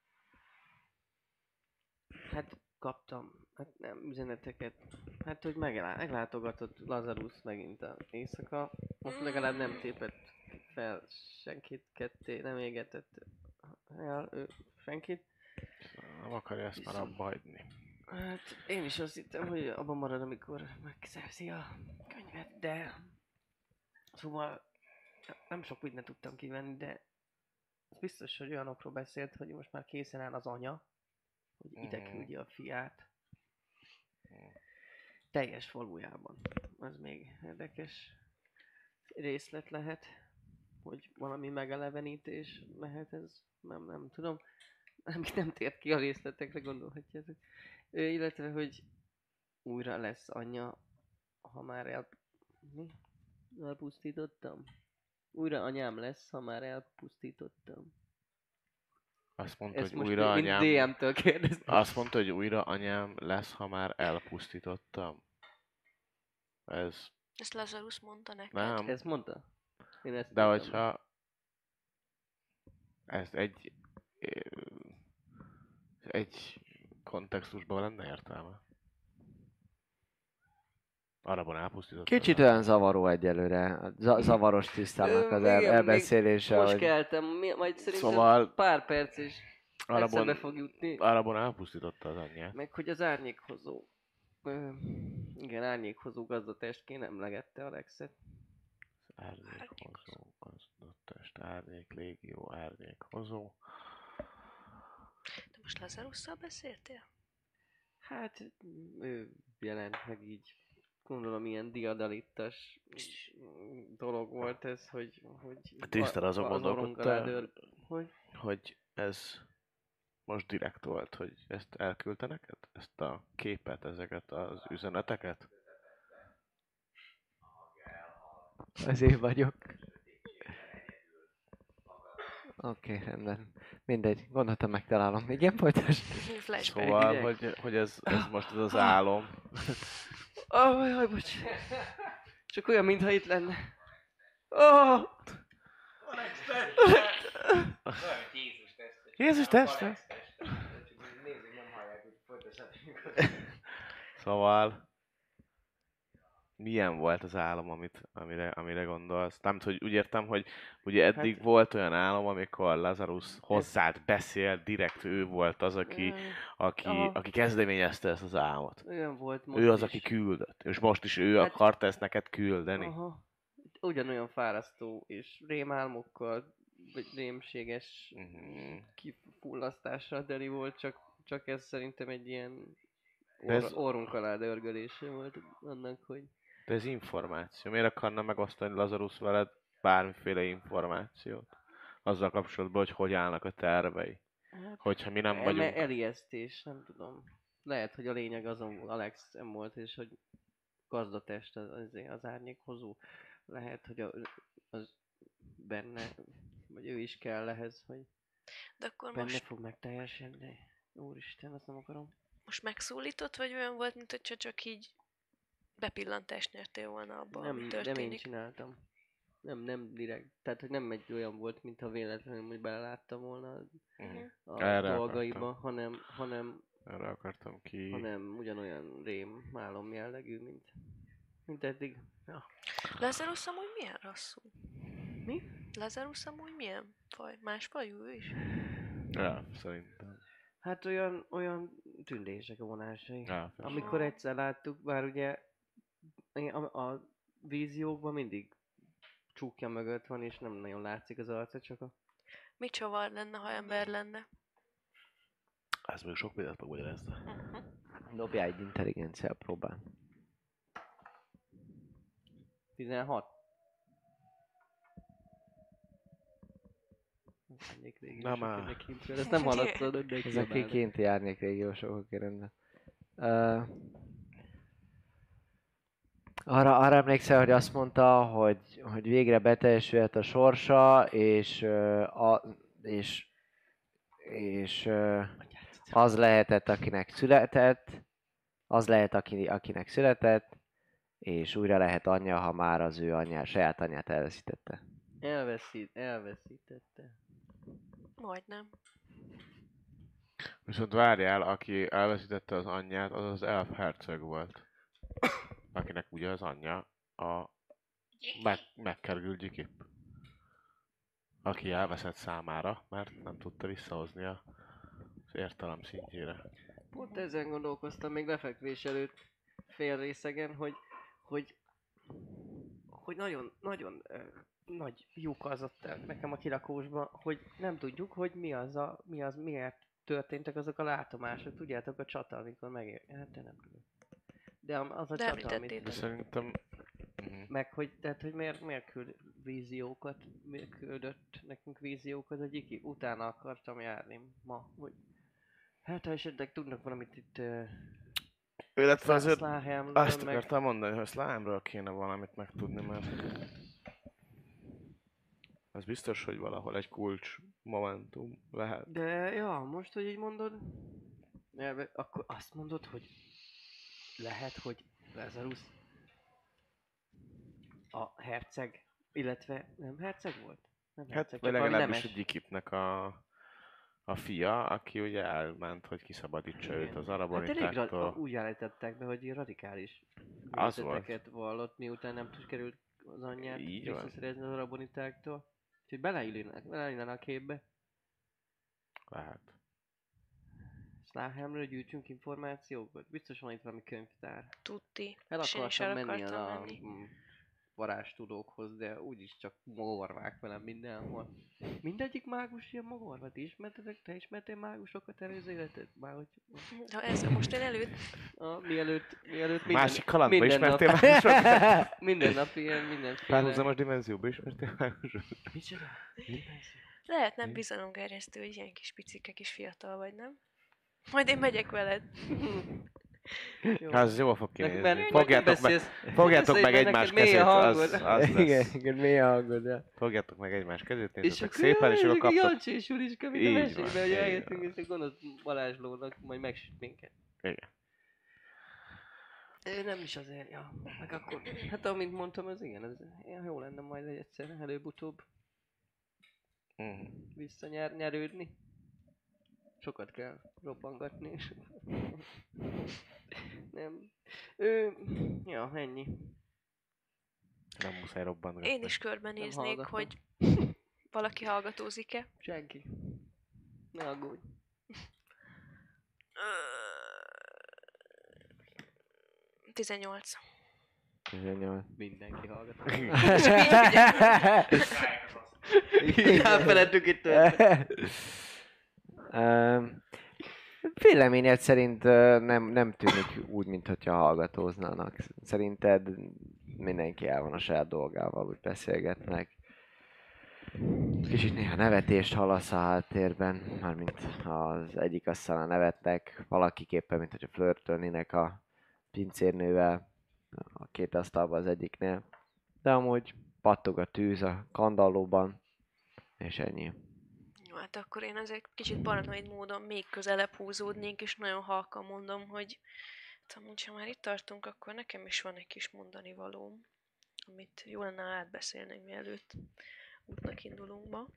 hát kaptam, hát nem üzeneteket, hát hogy meglá- meglátogatott Lazarus megint a éjszaka, most legalább nem tépett fel senkit, ketté, nem égetett el ő senkit. Nem akarja ezt már abba hagyni. Hát én is azt hittem, hogy abban marad, amikor megszerzi a könyvet, de... Szóval nem sok mindent tudtam kivenni, de az biztos, hogy olyanokról beszélt, hogy most már készen áll az anya, hogy ide Mhm. küldje a fiát. Teljes falujában. Az még érdekes részlet lehet, hogy valami megelevenítés lehet ez, nem, nem tudom. Nem, nem tért ki a részletekre, gondolhatjátok. Ő, illetve, hogy újra lesz anyja, ha már el... Mi? Elpusztítottam? Újra anyám lesz, ha már elpusztítottam. Azt mondta, Ezt hogy most újra mint anyám... dé em-től kérdeztem. Azt mondta, hogy újra anyám lesz, ha már elpusztítottam. Ez Ezt Lazarus mondta neked. nem. Ezt mondta? Én ezt De mondtam. hogyha ez egy egy kontextusban lenne értelme. Arabon elpusztítottam. Kicsit olyan zavaró egyelőre, Z- zavaros tisztának az Ö, el- igen, elbeszélése, Most hogy... keltem, mi- majd szerintem Szóval pár perc is eszembe Arabon, fog jutni. Arabon elpusztította az anyját. Meg hogy az árnyékhozó. Ö, igen, árnyékhozó gazdatestként emlegette Alexet. Árnyékhozó, gazdatest, árnyék, légió, árnyékhozó. De most Lazarusszal beszéltél? Hát ő jelent meg így. Gondolom ilyen diadalittas dolog volt ez, hogy... hogy Tisztel azon az orrunk alá gondolkodtál, dől- Hogy? hogy ez most direkt volt, hogy ezt elküldte neked? Ezt a képet, ezeket az üzeneteket? Azért vagyok. Oké, okay, rendben. Mindegy, gondoltam megtalálom. Igen, folytasd. Flashback. Szóval, direkt. hogy, hogy ez, ez most ez az álom. Oh, jaj, bocs. Csak olyan, mintha itt lenne. Oh! Jézus teste! Szóval, milyen volt az álom, amit, amire, amire gondolsz? Nem hogy úgy értem, hogy ugye eddig Hát- volt olyan álom, amikor Lazarus hozzád beszél, direkt ő volt az, aki, aki, Aha. aki kezdeményezte ezt az álmot. Olyan volt most Ő az, is. aki küldött. És most is ő Hát- akart ezt neked küldeni. Aha. Ugyanolyan fárasztó és rémálmokkal, vagy rémséges Mhm. kifullasztással teli volt, csak, csak ez szerintem egy ilyen De ez- orr, orrunk alá dörgölése volt annak, hogy... De ez információ. Miért akarna megosztani Lazarus veled bármiféle információt? Azzal kapcsolatban, hogy hogy állnak a tervei. Hát, Hogyha mi nem eme- vagyunk... Elijesztés, nem tudom. Lehet, hogy a lényeg azon Alex nem volt, és hogy gazdatest az, az, az árnyékhozó. Lehet, hogy a, az benne, vagy ő is kell ehhez, hogy De akkor benne most, fog megteljesedni. Úristen, azt nem akarom. most megszólított, vagy olyan volt, mint hogyha csak így bepillantást nyertél volna abba, Nem, ami nem én történik. csináltam. Nem, nem direkt. Tehát, hogy nem egy olyan volt, mintha véletlenül, hogy beleláttam volna Mhm. a Erre dolgaiba, akartam. hanem, hanem, Erre akartam ki. hanem ugyanolyan rém, álom jellegű, mint, mint eddig. Ja. Lazarus amúgy milyen rasszú? Mi? Lazarus amúgy milyen faj? Más fajú ő is? Ja, szerintem. Hát olyan, olyan tündések a vonásai. Ja, persze. Amikor egyszer láttuk, bár ugye a, a víziókban mindig csúkja mögött van, és nem nagyon látszik az arca, csak a... Mit csavar lenne, ha ember lenne? Ez még sok mindent megmagyarázni. Uh-huh. Dobjál egy intelligencia próbán. tizenhat. Árnyék régiósok Na már. jönnek kintről, ezt nem hallottad, de Ezek kiabálnak. kinti árnyékrégiósok, oké, rendben. Uh, arra, arra emlékszel, hogy azt mondta, hogy, hogy végre beteljesülhet a sorsa, és, uh, a, és, és uh, az lehetett, akinek született, az lehet, aki, akinek született, és újra lehet anyja, ha már az ő anyja, saját anyját elveszítette. Elveszít, elveszítette. Majdnem. Viszont várjál, aki elveszítette az anyját, az az elf herceg volt. Akinek ugye az anyja a meg, megkergült gyikip. Aki elveszett számára, mert nem tudta visszahozni a- az értelem szintjére. Pont ezen gondolkoztam még lefekvés előtt fél részegen, hogy, hogy, hogy nagyon, nagyon ö, nagy lyuk az ott ö, nekem a kirakósban, hogy nem tudjuk, hogy mi az a, mi az, miért történtek azok a látomások. Tudjátok, a csata, amikor megér... Hát te nem tudod. De az a De csata, említettétek. amit... De szerintem... Mhm. Meg hogy, tehát, hogy miért, miért küld víziókat, miért küldött nekünk víziókat, hogy iki, utána akartam járni ma, hogy hát ha esetleg tudnak valamit itt uh, Illetve azért Sláhelmről, azt meg... akartam mondani, hogy Slámról kéne valamit megtudni, mert az biztos, hogy valahol egy kulcs momentum lehet. De ja, most, hogy így mondod, elve, akkor azt mondod, hogy lehet, hogy Lazarus a herceg, illetve nem herceg volt? Nem Hát, herceg, vagy csak valami legalábbis nemes. egy Gyikipnek a, a fia, aki ugye elment, hogy kiszabadítsa őt Igen. az Hát elég arabonitáktól. ra- úgy állították be, hogy radikális Az bűnteteket vallott, miután nem tud került az anyját Így van. visszaszerezni az arabonitáktól. Úgyhogy beleillenek, beleillenek a képbe. Lehet. Sláhelmről gyűjtsünk információkat. Biztos van itt valami könyvtár. Tuti. El És én is el akartam menni akartam a, menni. mm, varázstudókhoz, de úgyis csak mogorvák velem mindenhol. Mindegyik mágus ilyen mogorva, ti ismertetek, te ismertél mágusokat előző életed? Már hogy... Ha ez most én előtt, A, mielőtt, mielőtt minden, Másik kalandba minden ismertél nap, mágusokat? minden nap ilyen, mindenféle... Párhuzamos dimenzióba ismertél mágusokat? Micsoda? lehet nem bizalomgerjesztő, hogy ilyen kis picike kis fiatal vagy, nem? Majd én megyek veled. Jó. Az jól fog Neked- kinézni. mert- Fogjátok meg, beszélsz- fogjátok meg beszélj, egymás neked mély a kezét, hangod. az, az Igen, lesz. igen, mély a hangod, ja. Fogjátok meg egymás kezét, És nézzetek akkor szépen, és akkor akkor kaptok. Jancsi és Juliska, mint a Így mesében, van, hogy így eljöttünk, van. és egy gonosz varázslónak majd megsüt minket. Igen. Ő nem is azért, ja. Meg akkor, hát amint mondtam, az igen, ez ilyen jó lenne majd egy egyszer előbb-utóbb Mhm. visszanyerődni. Sokat kell robbangatni. és- nem. Ő, ja, ennyi. Nem muszáj robbantgatni. Én is körbenéznék, hallgatom. hogy valaki hallgatózik-e. Senki. Ne aggódj. tizennyolc. tizennyolc. Mindenki hallgat. Igen. Elfeledtük itt tőle. Öm, Véleményed szerint ö, nem, nem tűnik úgy, mintha hallgatóznának. Szerinted mindenki el van a saját dolgával, úgy beszélgetnek. Kicsit néha nevetést hallasz a háttérben, mármint az egyik asztalán nevetnek, valakiképpen, mint hogyha flörtölnének a pincérnővel, a két asztalban az egyiknél. De amúgy pattog a tűz a kandallóban, és ennyi. Jó, hát akkor én azért kicsit paranoid módon még közelebb húzódnék, és nagyon halkan mondom, hogy hát amúgy, ha már itt tartunk, akkor nekem is van egy kis mondani valóm, amit jó lenne átbeszélnünk, mielőtt útnak indulunk ma.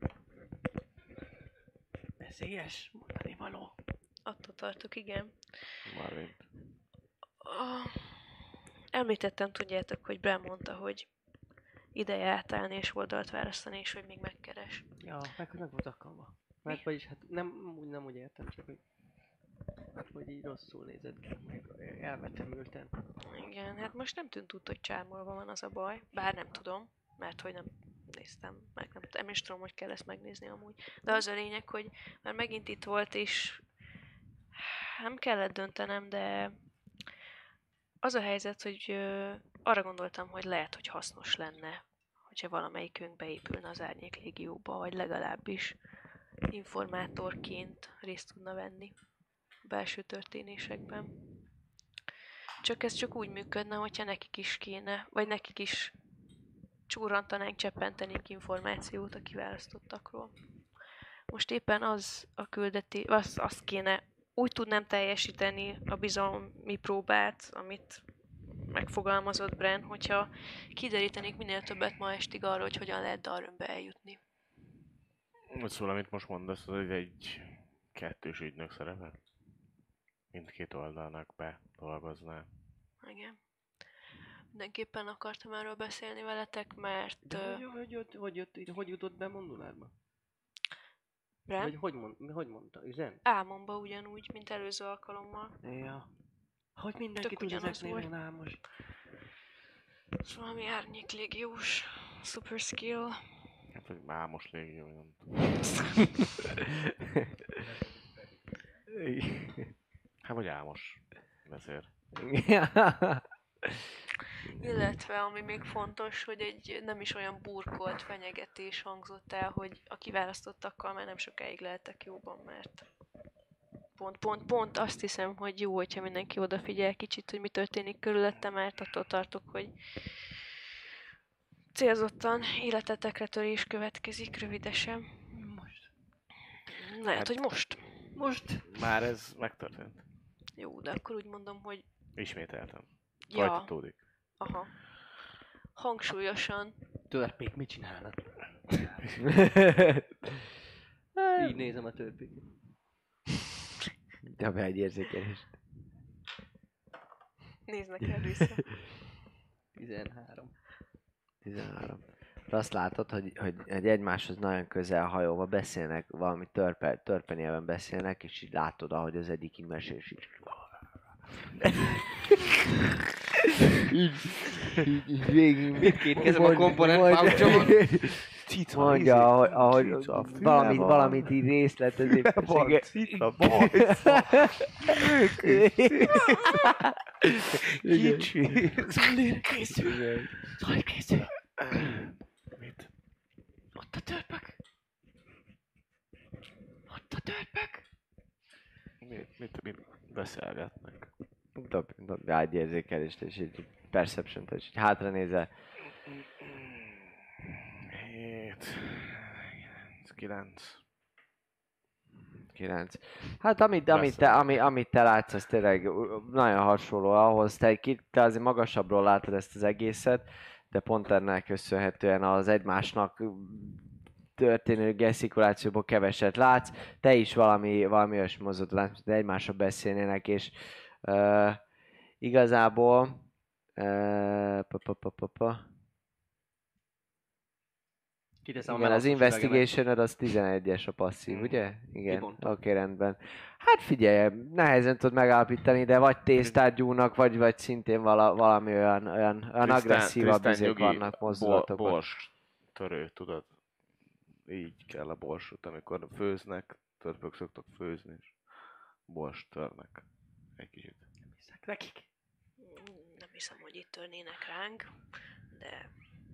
Veszélyes mondani való. Attól tartok, igen. Mármint. Ah, említettem, tudjátok, hogy Bren mondta, hogy ideje átállni és oldalt választani, és hogy még megkeres. Ja, meg, meg volt akkalva. Mert vagyis hát nem, úgy nem úgy értem, csak hogy, hogy így rosszul nézett ki, meg elvetemülten. Igen, hát most nem tűnt úgy, hogy csármolva van az a baj, bár nem tudom, mert hogy nem néztem meg, nem, nem is tudom, hogy kell ezt megnézni amúgy. De az a lényeg, hogy már megint itt volt, és nem kellett döntenem, de az a helyzet, hogy ö, arra gondoltam, hogy lehet, hogy hasznos lenne, hogyha valamelyikünk beépülne az Árnyék Légióba, vagy legalábbis informátorként részt tudna venni a belső történésekben. Csak ez csak úgy működne, hogyha nekik is kéne, vagy nekik is csúrantanánk, cseppentenénk információt a kiválasztottakról. Most éppen az a küldeti, az, azt kéne, úgy tudnám teljesíteni a bizalmi próbát, amit megfogalmazott Bren, hogyha kiderítenék minél többet ma estig arról, hogy hogyan lehet Darwinbe eljutni. Szóval, amit most mondasz, az egy kettős ügynök szerepe? Mindkét oldalnak be dolgozná. Igen. Mindenképpen akartam erről beszélni veletek, mert De ö, hogy, hogy, jött, hogy, jött, hogy jutott be Mondulárba? Bren Vagy hogy, mond, hogy mondta? Üzen? álmomba ugyanúgy, mint előző alkalommal. Ja. Hogy mindenki Tök tud ugyanaz ezeknél volt. olyan álmos. És valami árnyéklégiós super skill. Hát, hogy álmos légió, nem tudom. Hát, vagy álmos vezér. Illetve ami még fontos, hogy egy nem is olyan burkolt fenyegetés hangzott el, hogy a kiválasztottakkal már nem sokáig lehetek jóban, mert pont, pont, pont azt hiszem, hogy jó, hogyha mindenki odafigyel kicsit, hogy mi történik körülötte, mert attól tartok, hogy célzottan életetekre törés következik rövidesen. Most. Lehet, Hát- hogy most. Most? Már ez megtörtént. Jó, de akkor úgy mondom, hogy Ismételtem. ja, Folytatódik. aha. Hangsúlyosan. Törpék mit csinálnak? Így nézem a törpéket. De be egy érzékelést. Néznek el vissza. tizenhárom. tizenhárom. De azt látod, hogy, hogy, hogy egymáshoz nagyon közel hajolva beszélnek, valami törpe, törpe nyelven beszélnek, és így látod, ahogy az egyik így mesél, és így... így, így, így végig. Mindkét kezem a komponent mondja, pouchomon. Cica, mondja, ahogy, ahogy cica, füle valamit, van. valamit így részletezik. Van cica, bajsza. Kicsi. Zollér készül. Zollér készül. Mit? Ott a törpök. Ott a törpök. Mit, mit, mit beszélgetnek? Dob, dob, ágyérzékelést, és így perception-t, és így hátra nézel. hét, kilenc. kilenc. Hát amit, amit, te, ami, amit te látsz, az tényleg nagyon hasonló ahhoz. Te, egy kicsit- te azért magasabbról látod ezt az egészet, de pont ennek köszönhetően az egymásnak történő gesztikulációból keveset látsz. Te is valami, valami olyasmi mozdulatot látsz, de egymásra beszélnének, és uh, igazából uh, pa, pa, pa, pa, pa. Kiteszem a Igen, az melaszos üvegemet. investigation az tizenegyes a passzív, Mm. ugye? Igen, oké, Kibontom. okay, rendben. Hát figyelj, nehezen tudod megállapítani, de vagy tésztárgyúnak, vagy, vagy szintén vala, valami olyan, olyan, olyan agresszívabb izék vannak, mozdulatok. Bo- bors törő, tudod? Így kell a borsot, amikor főznek, törpök szoktak főzni, és bors törnek. Egy kicsit. Hiszek nekik. Nem hiszem, hogy itt törnének ránk, de...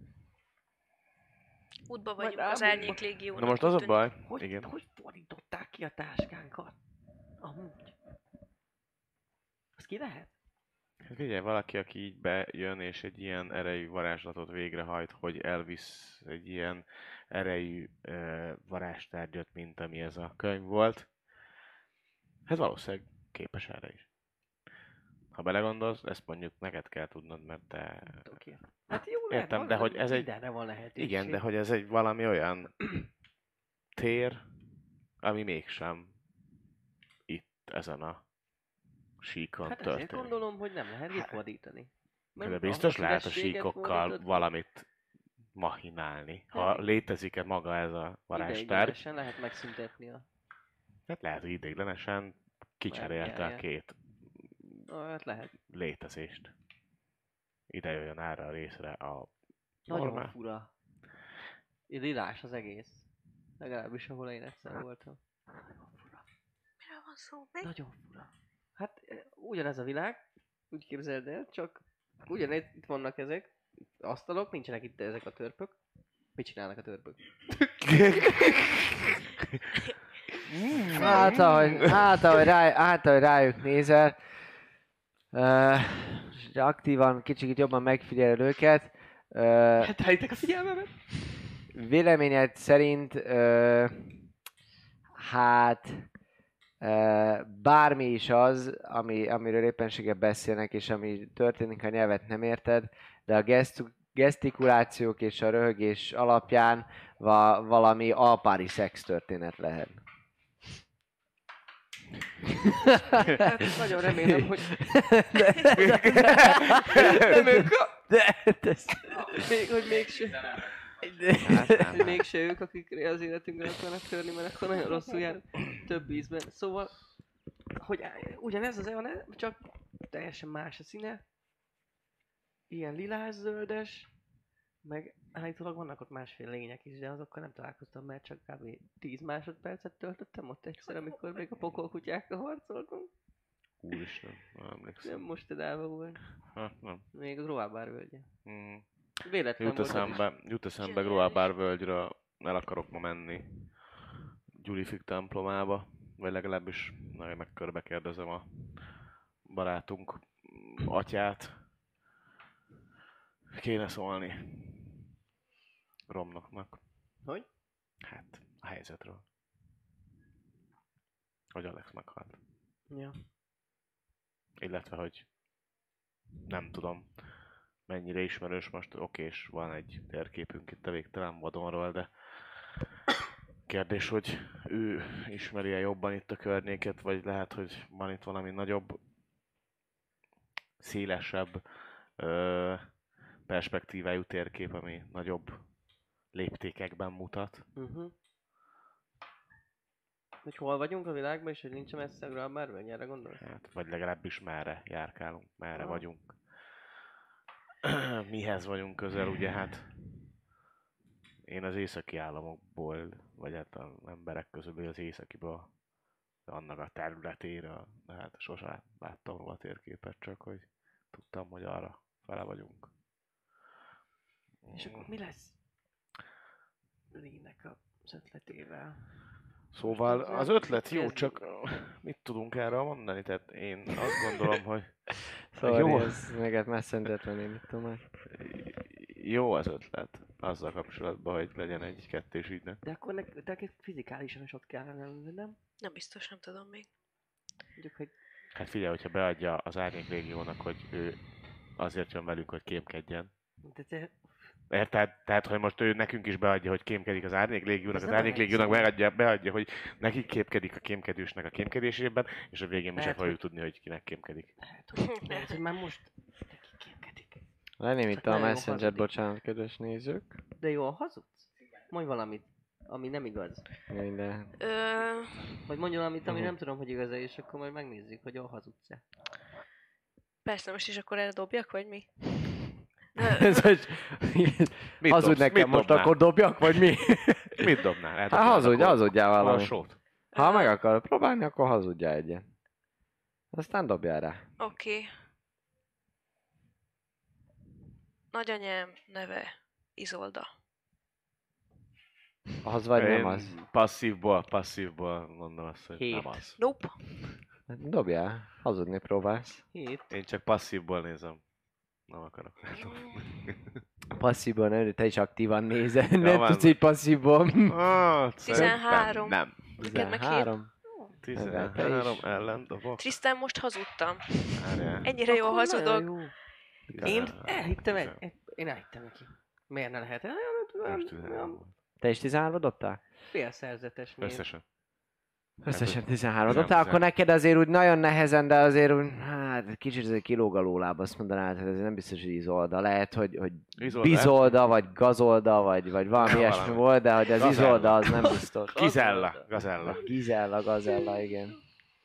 Útba vagyunk Majd az rámondva. Árnyék Légiónak. Na most az a úgy baj, Hogy, igen. hogy fordították ki a táskánkat? Amúgy. Az ki lehet? Hát figyelj, valaki, aki így bejön és egy ilyen erejű varázslatot végrehajt, hogy elvisz egy ilyen erejű uh, varázstárgyat, mint ami ez a könyv volt, hát valószínűleg képes erre is. Ha belegondolsz, ezt mondjuk neked kell tudnod, mert te... Oké. Hát jó, lehet, Értem, van, de hogy ez egy... mindenre van lehetőség. Igen, de hogy ez egy valami olyan tér, ami mégsem itt, ezen a síkon Hát ezért történik. gondolom, hogy nem lehet kifordítani. Mert De a biztos lehet a ürességet síkokkal fordítod, valamit machinálni. Ha Hát, létezik-e maga ez a varázstárgy, ideiglenesen lehet megszüntetni a... hát lehet, hogy ideiglenesen kicserélte a Mágiáját. két Ah, hát lehet. létezést. Ide jöjjön erre a részre a Nagyon normál. fura. Lilás az egész. Legalábbis ahol én egyszer voltam. Nagyon fura. Miről van szó? Mi? Nagyon fura. Hát eh, ugyanez a világ, úgy képzeld el, csak ugyanez, itt vannak ezek, asztalok, nincsenek itt ezek a törpök. Mit csinálnak a törpök? Hát, ahogy, hát, ahogy, rá, hát, ahogy rájuk nézel, uh, aktívan, kicsit jobban megfigyeled őket, uh, Hát rájöttek a figyelmemet? véleményed szerint, uh, hát, uh, bármi is az, ami, amiről éppenséggel beszélnek, és ami történik, a nyelvet nem érted, de a gesztu, gesztikulációk és a röhögés alapján va, valami alpári szex történet lehet. Hát nagyon remélem, hogy Nem ők a... De, de, még, hogy mégse, hogy mégse ők, akik az életünkön akarnak törni, mert akkor nagyon rosszul jár több ízben. Szóval, hogy á- ugyanez az Evan, csak teljesen más a színe. Ilyen lilás-zöldes, meg állítólag vannak ott másféle lények is, de azokkal nem találkoztam, mert csak kb. tíz másodpercet töltöttem ott egyszer, amikor még a pokolkutyákkal harcoltunk. Úristen, nem Nem emlékszem. mostanában volt. Hát, nem. Még a Groábár völgye. Mm. Véletlen Jut volt. az is. eszembe, jut eszembe Groábár völgyre, el akarok ma menni Gyulifik templomába, vagy legalábbis nagyon megkörbe kérdezem a barátunk atyát. Kéne szólni Romnoknak. Hogy? Hát, a helyzetről. Hogy Alex meghalt. Ja. Illetve, hogy nem tudom, mennyire ismerős most, oké, és van egy térképünk itt a végtelen vadonról, de kérdés, hogy ő ismeri-e jobban itt a környéket, vagy lehet, hogy van itt valami nagyobb, szélesebb ö, perspektívájú térkép, ami nagyobb léptékekben mutat. Uh-huh. Hogy hol vagyunk a világban, és hogy nincs messze a Groábár völgy, erre gondolsz? Hát, vagy legalábbis merre járkálunk, merre Ah. vagyunk. mihez vagyunk közel, ugye hát én az északi államokból, vagy hát az emberek közül az északiból, annak a területéről, de hát sosem láttam róla térképet, csak hogy tudtam, hogy arra fele vagyunk. És akkor mi lesz Lee-nek az ötletével? Szóval Most az nem ötlet jó, kezdjük. csak mit tudunk erről mondani? Tehát én azt gondolom, hogy Szóval jó, jó, ez meget messzentetlen, én mit tudom már. jó az ötlet azzal kapcsolatban, hogy legyen egy kettős ügynök. De akkor nek- neked fizikálisan is ott kellene lenni, nem? Nem biztos, nem tudom még. Mondjuk, hogy Hát figyelj, hogyha beadja az Árnyék Légiónak, hogy ő azért jön velünk, hogy kémkedjen. de te, Érted? Tehát, hogy most ő nekünk is beadja, hogy kémkedik az Árnyék Légiónak, Ez az nem Árnyék olyan Légiónak egyszerű. beadja, beadja, hogy nekik kémkedik a kémkedősnek a kémkedésében, és a végén mi sem Lehet, fogjuk tudni, hogy kinek kémkedik. lehet, hogy, lehet, hogy már most neki kémkedik. Lenném itt Csak a nagyon Messenger, hazudik. bocsánat, kedves nézők. De jól hazudsz? Mondj valamit, ami nem igaz. Minden. Ö, Vagy mondj valamit, ami Mhm. nem tudom, hogy igaz-e, és akkor majd megnézzük, hogy jól hazudsz-e. persze, most is akkor erre dobjak, vagy mi? Ez, hogy Mit hazudj dobsz? nekem, Mit most dobnál? akkor dobjak, vagy mi? Mit dobnál? Hát Eldobnád hazudj, akkor hazudjál a valami. sót? Ha meg akarod próbálni, akkor hazudjál egyet. Aztán dobjál rá. Oké. Okay. Nagyanyám neve Izolda. Az vagy nem Én az. Passzívból, passzívból mondom azt, hogy Hét. nem az. Nope. Hát dobjál, hazudni próbálsz. Hét. Én csak passzívból nézem. Nem akarok. Passzívból nem, te is aktívan nézel. Ja, nem van. tudsz így passzívból. Ah, Tizenhárom. Nem. Neked meg hét. Három. tizenhárom ellen dobok. Tristan, most hazudtam. Várjál. Ennyire jól Akkor hazudok. nagyon jó. Én elhittem, egy, én elhittem neki. Miért ne lehet? Most tizenhárom. Te is tizenhárom dobtál? Félszerzetes miért? Összesen. Összesen tizenhárom Tizen- dobtál, tizen- akkor neked azért úgy nagyon nehezen, de azért úgy, hát kicsit azért kilóg a lóláb, azt mondanád, hogy ez nem biztos, hogy izolda. Lehet, hogy, hogy Izolda. bizolda, vagy gazolda, vagy, vagy valami Ja, ilyesmi valami. volt, de hogy az Gazella. izolda, az nem biztos. Gizella. Gazella. Gizella, gazella, igen.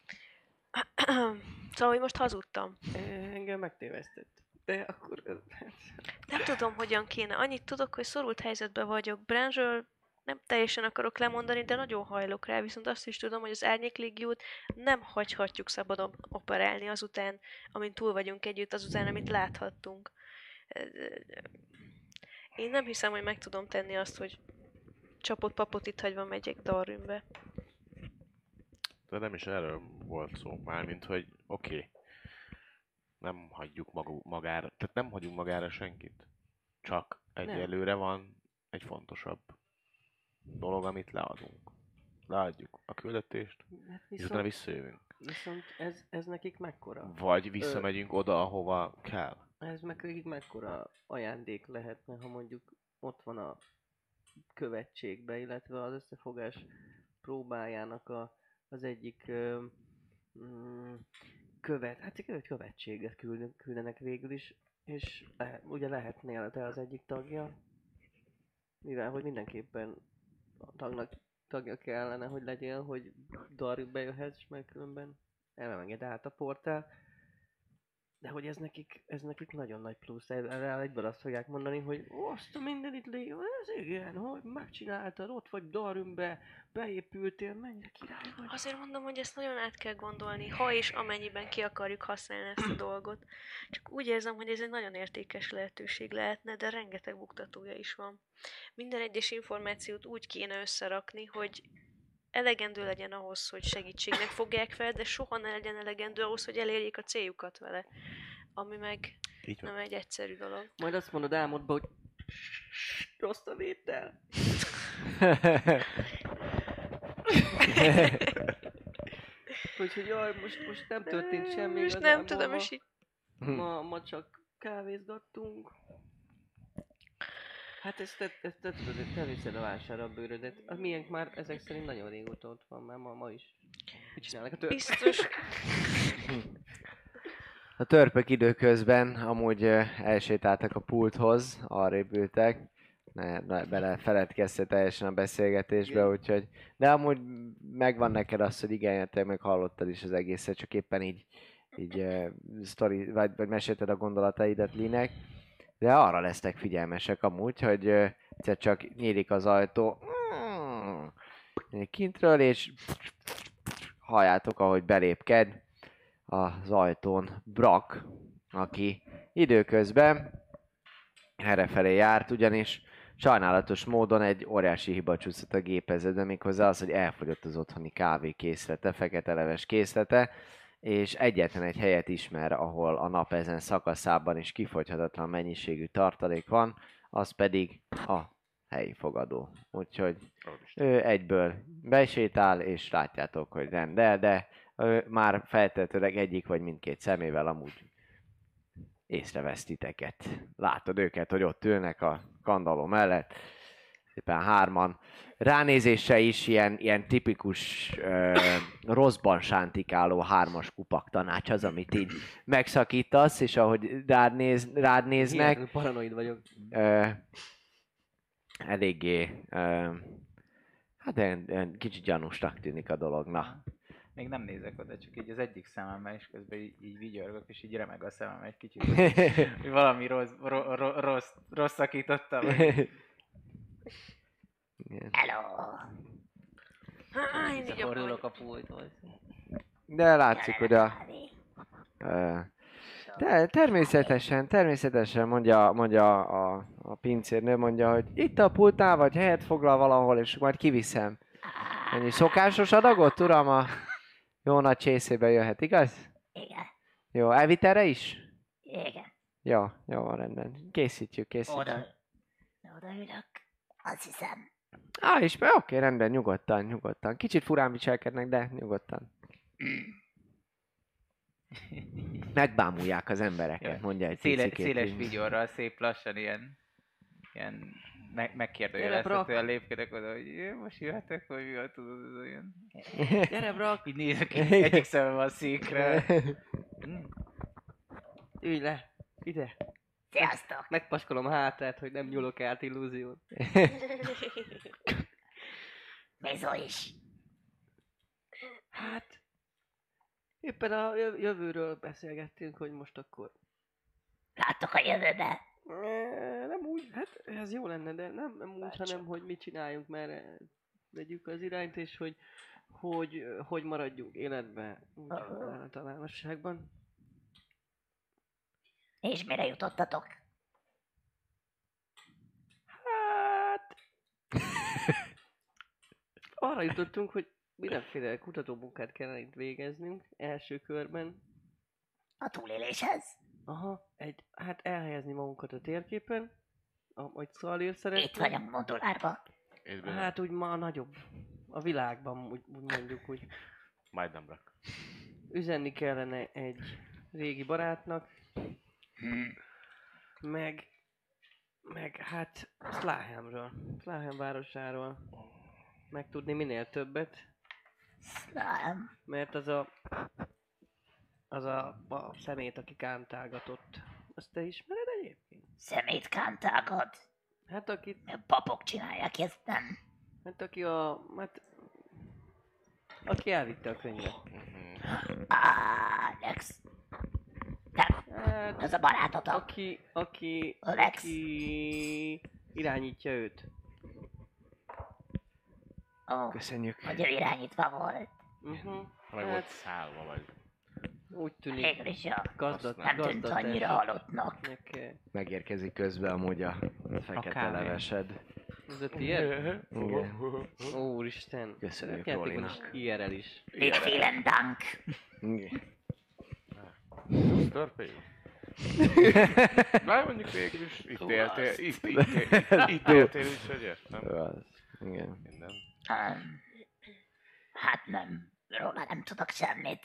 Szóval, hogy most hazudtam. Engem megtévesztett. De akkor... Nem tudom, hogyan kéne. Annyit tudok, hogy szorult helyzetben vagyok. Branchről nem teljesen akarok lemondani, de nagyon hajlok rá. Viszont azt is tudom, hogy az Árnyéklégiót nem hagyhatjuk szabadon operálni azután, amint túl vagyunk együtt, azután, amit láthattunk. Én nem hiszem, hogy meg tudom tenni azt, hogy csapott papot itt hagyva megyek Darwinbe. De nem is erről volt szó, mármint, hogy oké. Okay, nem hagyjuk maguk, magára, tehát nem hagyunk magára senkit. Csak egyelőre van egy fontosabb dolog, amit leadunk. Leadjuk a küldetést, Hát és utána viszont, visszajövünk. viszont ez, ez nekik mekkora? Vagy visszamegyünk oda, ahova kell. Ez nekik mekkora ajándék lehetne, ha mondjuk ott van a követségbe, illetve az összefogás próbájának a, az egyik ö, mm, követ, hát egy követséget küld, küldenek végül is, és le, ugye lehetnél te az egyik tagja, mivel hogy mindenképpen a tagnak tagja kellene, hogy legyél, hogy Darwin bejöhetsz, mert különben elmenged át a portál. De hogy ez nekik, ez nekik nagyon nagy plusz. Erre egyből azt fogják mondani, hogy azt a mindenit Léo, ez igen, hogy megcsináltad, ott vagy Darwinbe, beépültél, mennyire király vagy. Azért mondom, hogy ezt nagyon át kell gondolni, ha és amennyiben ki akarjuk használni ezt a dolgot. Csak úgy érzem, hogy ez egy nagyon értékes lehetőség lehetne, de rengeteg buktatója is van. Minden egyes információt úgy kéne összerakni, hogy elegendő legyen ahhoz, hogy segítségnek fogják fel, de soha ne legyen elegendő ahhoz, hogy elérjék a céljukat vele. Ami meg Így van. nem egy egyszerű dolog. Majd azt mondod álmodba, hogy rossz a vétel. Úgyhogy jaj, most, most nem történt semmi Most igazából nem tudom, ma. és így Ma, ma csak kávézgattunk. Hát ezt te, te, te tudod, hogy te viszed a vásárra a bőrödet. A miénk már ezek szerint nagyon régóta ott van, már ma, ma is. Mit csinálnak a tört? biztos. A törpök időközben amúgy ö, elsétáltak a pulthoz, arrébb ültek. Ne, ne, bele feledkeztél teljesen a beszélgetésbe, Igen. úgyhogy... De amúgy megvan neked az, hogy igen, te meg hallottad is az egészet, csak éppen így, így uh, sztori, vagy, vagy mesélted a gondolataidat Linek. De arra lesztek figyelmesek amúgy, hogy ö, egyszer csak nyílik az ajtó kintről, és halljátok, ahogy belépked az ajtón Brak, aki időközben errefelé járt, ugyanis sajnálatos módon egy óriási hiba csúszott a gépezetbe, méghozzá az, hogy elfogyott az otthoni kávé készlete, fekete leves készlete, és egyetlen egy helyet ismer, ahol a nap ezen szakaszában is kifogyhatatlan mennyiségű tartalék van, az pedig a helyi fogadó. Úgyhogy ő egyből besétál, és látjátok, hogy rendel, de ő már feltehetőleg egyik vagy mindkét szemével amúgy észrevesz titeket. Látod őket, hogy ott ülnek a kandalló mellett, szépen hárman. Ránézésre is ilyen, ilyen tipikus ö, rosszban sántikáló hármas kupak tanács az, amit így megszakítasz, és ahogy rád, néz, rád néznek, Hihetetlen paranoid vagyok. ö, eléggé, ö, hát ilyen, ilyen kicsit gyanúsnak tűnik a dolog, na. Még nem nézek oda, csak így az egyik szememmel, és közben így, így vigyorgok, és így remeg a szemem egy kicsit. Hogy valami rossz, ro, ro, rossz, rossz szakítottam. Vagy... Igen. Hello! Há, én így Fordulok a a pulthoz. De látszik, hogy a... ö, De természetesen, természetesen mondja, mondja a, a pincérnő, mondja, hogy itt a pultnál vagy helyet foglal valahol, és majd kiviszem. Ennyi szokásos adagot, uram, a jó nagy csészébe jöhet, igaz? Igen, Jó, elvitelre is? igen. Jó, jó, van rendben. Készítjük, készítjük. Oda, oda ülök. Azt hiszem. Á, és oké, okay, rendben, nyugodtan, nyugodtan. Kicsit furán viselkednek, de nyugodtan. Megbámulják az embereket, Jó. mondja egy Széle, picikét. széles így. vigyorral, szép lassan ilyen, ilyen me- Gyere, megkérdőjeleztetően lépkedek oda, hogy "Jé, most jöhetek, vagy mi van, tudod, ez olyan. Gyere, Brak, Így nézek, így egyik szemem van a székre. Hm. ülj le, ide. Sziasztok! Megpaskolom a hátát, hogy nem nyúlok át illúzión. Mizó is. Hát, éppen a jö- jövőről beszélgettünk, hogy most akkor... Láttok a jövőbe? Eh, Nem úgy, hát ez jó lenne, de nem, nem úgy, hanem hogy mit csináljunk, mert vegyük az irányt, és hogy hogy, hogy maradjunk életbe úgy általánosságban. És mire jutottatok? Hát... Arra jutottunk, hogy mindenféle kutatómunkát kellene itt végeznünk első körben. A túléléshez? Aha, egy, hát elhelyezni magunkat a térképen, ahogy Szalir szeretne. Itt vagyunk modulárba. Itt bizony. Hát úgy ma nagyobb. A világban úgy, úgy mondjuk, hogy Majdnem rak. üzenni kellene egy régi barátnak, meg, meg hát Sláhamről, Sláham városáról megtudni minél többet, Nem. mert az a, az a, a szemét, aki kántálgatott, azt te ismered egyébként? Szemét kántágad. Hát aki, Papok csinálják ezt, nem? hát aki a, hát, aki elvitte a könyvet. Alex. Nem, Hát, ez a barátotok. aki, aki, Alex. aki irányítja őt. Ó, Köszönjük. hogy ő irányítva volt. Uh-huh. Meg volt Hát, szállva vagy. úgy tűnik, Végül is jó. gazdat, Nem tűnt gazdat annyira halottnak. Neki. Megérkezik közben amúgy a fekete kávé. levesed. Ez a tiéd? Igen. Úristen. Köszönjük Játékban Rolinak. is i er el is. Még vielen dank. Igen. Törpély. Na mondjuk végül is itt éltél, itt, itt, itt, itt éltél, úgyhogy értem. Az. Igen. Minden. Um, hát nem, róla nem tudok semmit.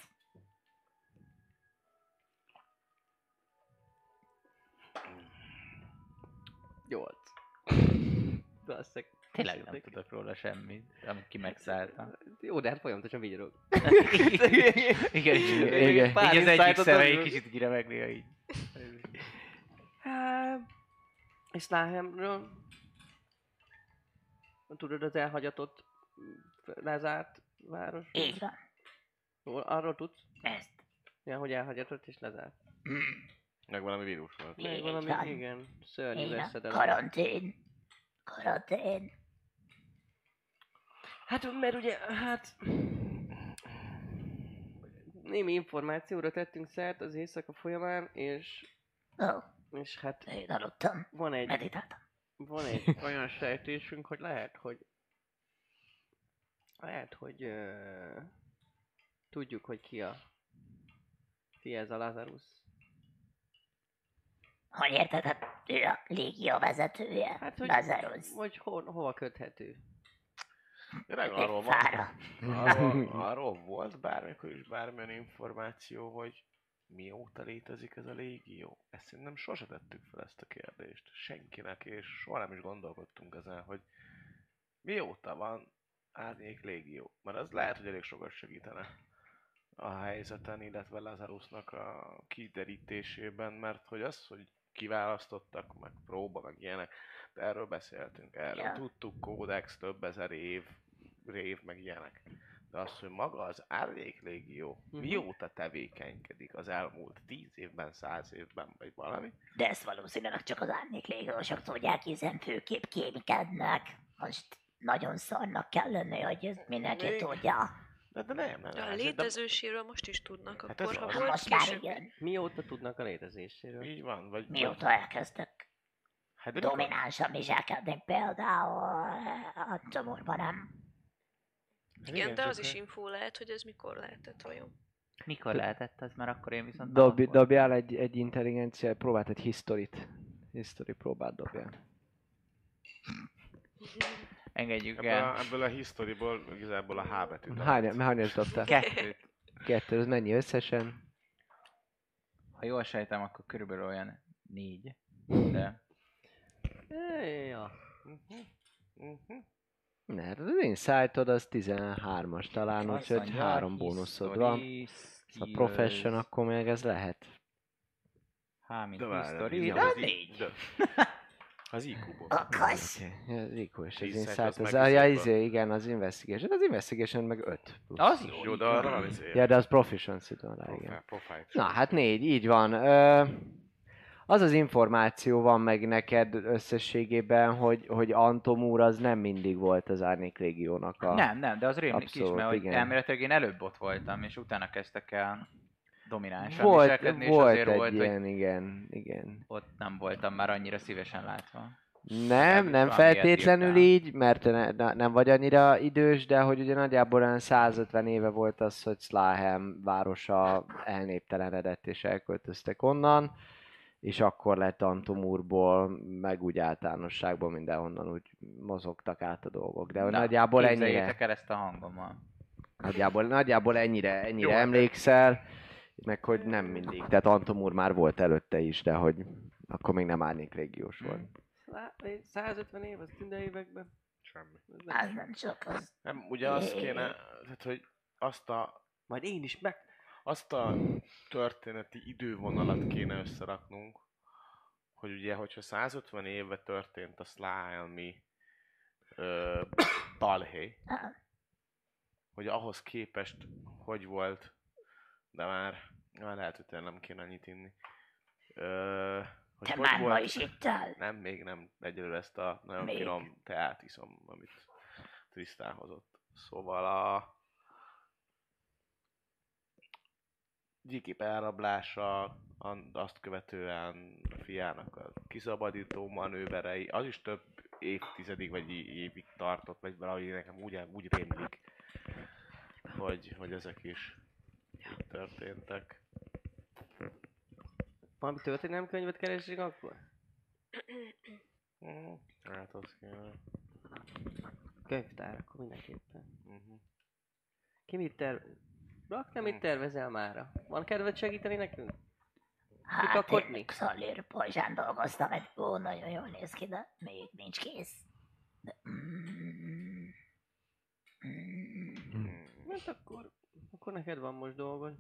Nyolc. Basszak. Tényleg nem tudok róla semmit, amit ki megszálltam. Jó, de hát folyamatosan vigyorog. Igen, igen. Igen. Pár Így az egyik insightot szeme ad- egy kicsit így remegnél így. Hát, és Sláhamről? Tudod az elhagyatott, lezárt város? Így van. Arról tudsz? Ezt. Ja, hogy elhagyatott és lezárt. Hmm. Meg valami vírus volt. Meg Így valami, van. igen, szörnyű Igen. veszedelem. Karantén. Karantén. Hát, mert ugye, hát... Némi információra tettünk szert az éjszaka folyamán, és... Ó, És hát én aludtam. van egy, Meditáltam. van egy olyan sejtésünk, hogy lehet, hogy... Lehet, hogy... Uh, tudjuk, hogy ki a... Ki ez a Lazarus. Hogy érted? Hát ő a légia vezetője. Hát, hogy... Lazarus. Hogy ho, hova köthető. Tényleg Egy arról van, fára. arról, arról volt bármikor is bármilyen információ, hogy mióta létezik ez a légió? Ezt szerintem sose tettük fel ezt a kérdést senkinek, és soha nem is gondolkodtunk ezen, hogy mióta van árnyék légió. Mert az lehet, hogy elég sokat segítene a helyzeten, illetve Lazarusnak a kiderítésében, mert hogy az, hogy kiválasztottak, meg próba, meg ilyenek, de erről beszéltünk, erről Ja. tudtuk, kódex, több ezer év, rév, meg ilyenek. De az, hogy maga az Árnyék Légió Mhm. mióta tevékenykedik az elmúlt tíz évben, száz évben, vagy valami, De ezt valószínűleg csak az árnyék légiósok tudják, hiszen főképp kémkednek. Most nagyon szarnak kell lenni, hogy ezt mindenki Még? tudja. de, de nem, nem. De a ez- létezőséről most is tudnak, Hát akkor ez ha az. Hát volt most már később. igen. Mióta tudnak a létezéséről? Így van, vagy... Mióta elkezdtek Hát de mikor- dominánsan viselkedni, például a csomóban nem. Hát Igen, de csak az is hogy- infó lehet, hogy ez mikor lehetett vajon. Mikor lehetett ez? Mert akkor én viszont... Dobj, alapból- dobjál egy, egy intelligencia, próbált egy historyt. History próbát dobjál. Engedjük Ebből el. a, ebből a historyból igazából a H betűt. Hány, hányas dobtál? Kettőt. Kettő, ez mennyi összesen? Ha jól sejtem, akkor körülbelül olyan négy. De... Ja. Mhm. Mhm. Mert az insight-od az tizenhármas talán, Azt úgyhogy mondja, három bónuszod history, van. A profession, akkor még ez lehet. Há, mint De várj, history, igen, de az négy. í- de- Az í kú-ból. Akasz. Oké, okay. I Q és az Insight, insight, az az, meg a, ja, izéből. izé, igen, az investigation, az investigation meg öt. plusz. Az jó. Jó, de arra van izé. Ja, de az proficiency van rá, igen. Profile, profile. Na, hát négy, így van. Ö, az az információ van meg neked összességében, hogy, hogy Antom úr az nem mindig volt az Árnyék Légiónak a... Nem, nem, de az rémlik is, Abszolút, mert hogy igen. elméletileg én előbb ott voltam, és utána kezdtek el dominánsan Volt, viselkedni, és volt azért egy volt, ilyen, hogy igen, igen. ott nem voltam már annyira szívesen látva. Nem, Legalábbis nem valamiért feltétlenül írtál. így, mert ne, ne, nem vagy annyira idős, de hogy ugye nagyjából olyan százötven éve volt az, hogy Slahem városa elnéptelenedett és elköltöztek onnan, és akkor lett Antomúrból, meg úgy általánosságban mindenhonnan úgy mozogtak át a dolgok. De hogy Na, nagyjából ennyire, képzeljétek el ezt a hangommal. nagyjából, nagyjából ennyire, ennyire Jó, hát- emlékszel, meg hogy nem mindig. Tehát Antomúr már volt előtte is, de hogy akkor még nem Árnyék Légiós volt. Szá- százötven év, az tünde években. Semmi. Ez nem- Az nem sok, az Nem, ugye azt kéne, tehát hogy azt a, Majd én is meg... azt a történeti idővonalat kéne összeraknunk, hogy ugye, hogyha százötven éve történt a szláhelmi ö, balhé, hogy ahhoz képest hogy volt, de már, már lehet, hogy tényleg nem kéne annyit inni. Ö, hogy te hogy már ma volt- is ittál? Nem, még nem. Egyelőre ezt a nagyon Még? finom teát iszom, amit Trisztán hozott. Szóval a Gyikip elrablása, an- azt követően a fiának a kiszabadító manőverei, az is több évtizedig vagy é- évig tartott, vagy valahogy nekem úgy, úgy rémlik, hogy, hogy ezek is így történtek. Valami történelemkönyvet keresünk akkor? Hm, hát az kéne. Könyvtár, akkor mindenképpen. Uh-huh. Ki mit terv... Rak, nem mit tervezel mára? Van kedved segíteni nekünk? Hát Kipakodni? én Xalir pajzsán dolgoztam, egy ó, nagyon jól néz ki, de még nincs kész. De, mm, mm, Hát akkor... Akkor neked van most dolgod.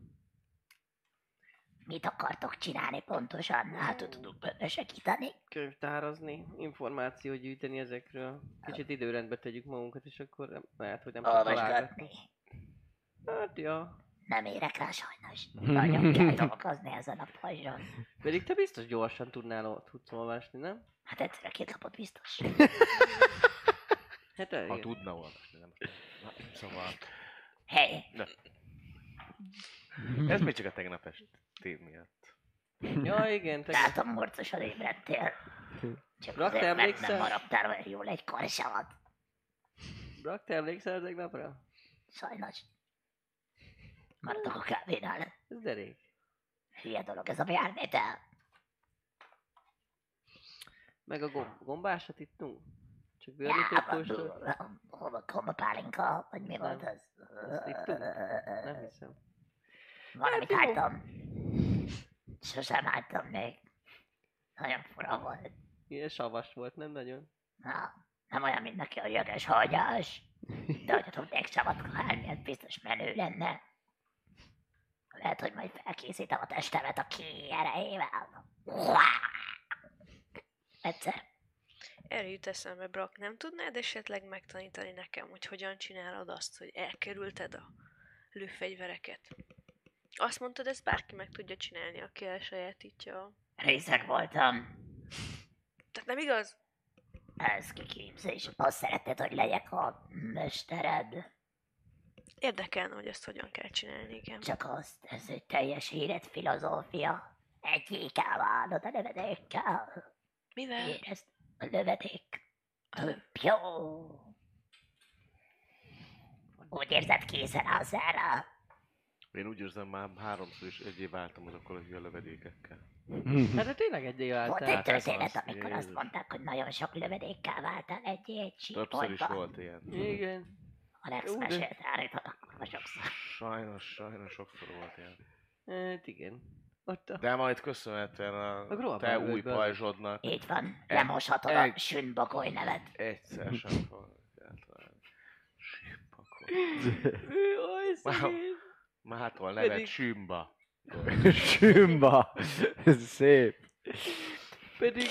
mit akartok csinálni pontosan? Hát tudok benne segíteni. Könyvtárazni, információt gyűjteni ezekről. Kicsit időrendbe tegyük magunkat, és akkor nem, lehet, hogy nem tudunk találgatni. Olvasgatni. Hát ja, Nem érek rá sajnos. Nagyon kell dolgozni ezen a pajzson. Pedig te biztos gyorsan tudnál tudsz olvasni, nem? Hát egyszerre két lapot biztos. Hát Ha elég. tudna olvasni, nem? Na, szóval... Hé, Ez még csak a tegnap esti miatt. Ja, igen, te... látom, morcosan ébredtél. Csak Brak, te azért, mert emlékszel? nem maradtál olyan jól egy karsalat. Brak, te emlékszel tegnapra? Sajnos. Maradok a kávénál. Ez derék. Hülye dolog ez a járnétel. Meg a gomb- gombásat ittunk? Csak bőrítőt kóstolt? Hova komba pálinka, vagy mi volt Nem. az? Azt ittunk? Nem hiszem. Valamit Hát jó. hánytam. Sosem hánytam még. Nagyon fura volt. Ilyen savas volt, nem nagyon. Na, nem olyan, mint neki a jöges hagyás. De hogyha tudnék savat hányni, ez biztos menő lenne. Lehet, hogy majd felkészítem a testemet a ki erejével. Egyszer. Erre jut eszembe, Brak, nem tudnád esetleg megtanítani nekem, hogy hogyan csinálod azt, hogy elkerülted a lőfegyvereket? Azt mondtad, ezt bárki meg tudja csinálni, aki elsajátítja. a- Részeg voltam. Tehát nem igaz? Ez kiképzés. Azt szeretted, hogy legyek a mestered. Érdekelne, hogy ezt hogyan kell csinálni, igen. Csak azt, ez egy teljes érett filozófia. Egyikkel válod a lövedékkel. Mivel? Érezd, a lövedék A lö- több jó. Úgy érzed, készen állsz erre? Én úgy érzem, már háromszor is egyé váltam azokkal a hülye lövedékekkel. Hát de tényleg egy év Volt álltál. egy Hát ez történet, az, amikor azt Jézus. mondták, hogy nagyon sok lövedékkel váltál egy egy Többször is sípoltban. volt ilyen. Igen. A Lex Jó, de- mesélt állítanak kurva sokszor. Sajnos, sajnos sokszor volt ilyen. Hát igen. Ott a... De majd köszönhetően a Meg rohadt te bele új be az- pajzsodnak Így van, Egy- lemoshatod a egy- sünbagoly nevet. egyszer sem fog egyáltalán. Simpakol. Jaj, szegény. Mától nevet Pedig- Sümba. Sümba! Ez szép. Pedig...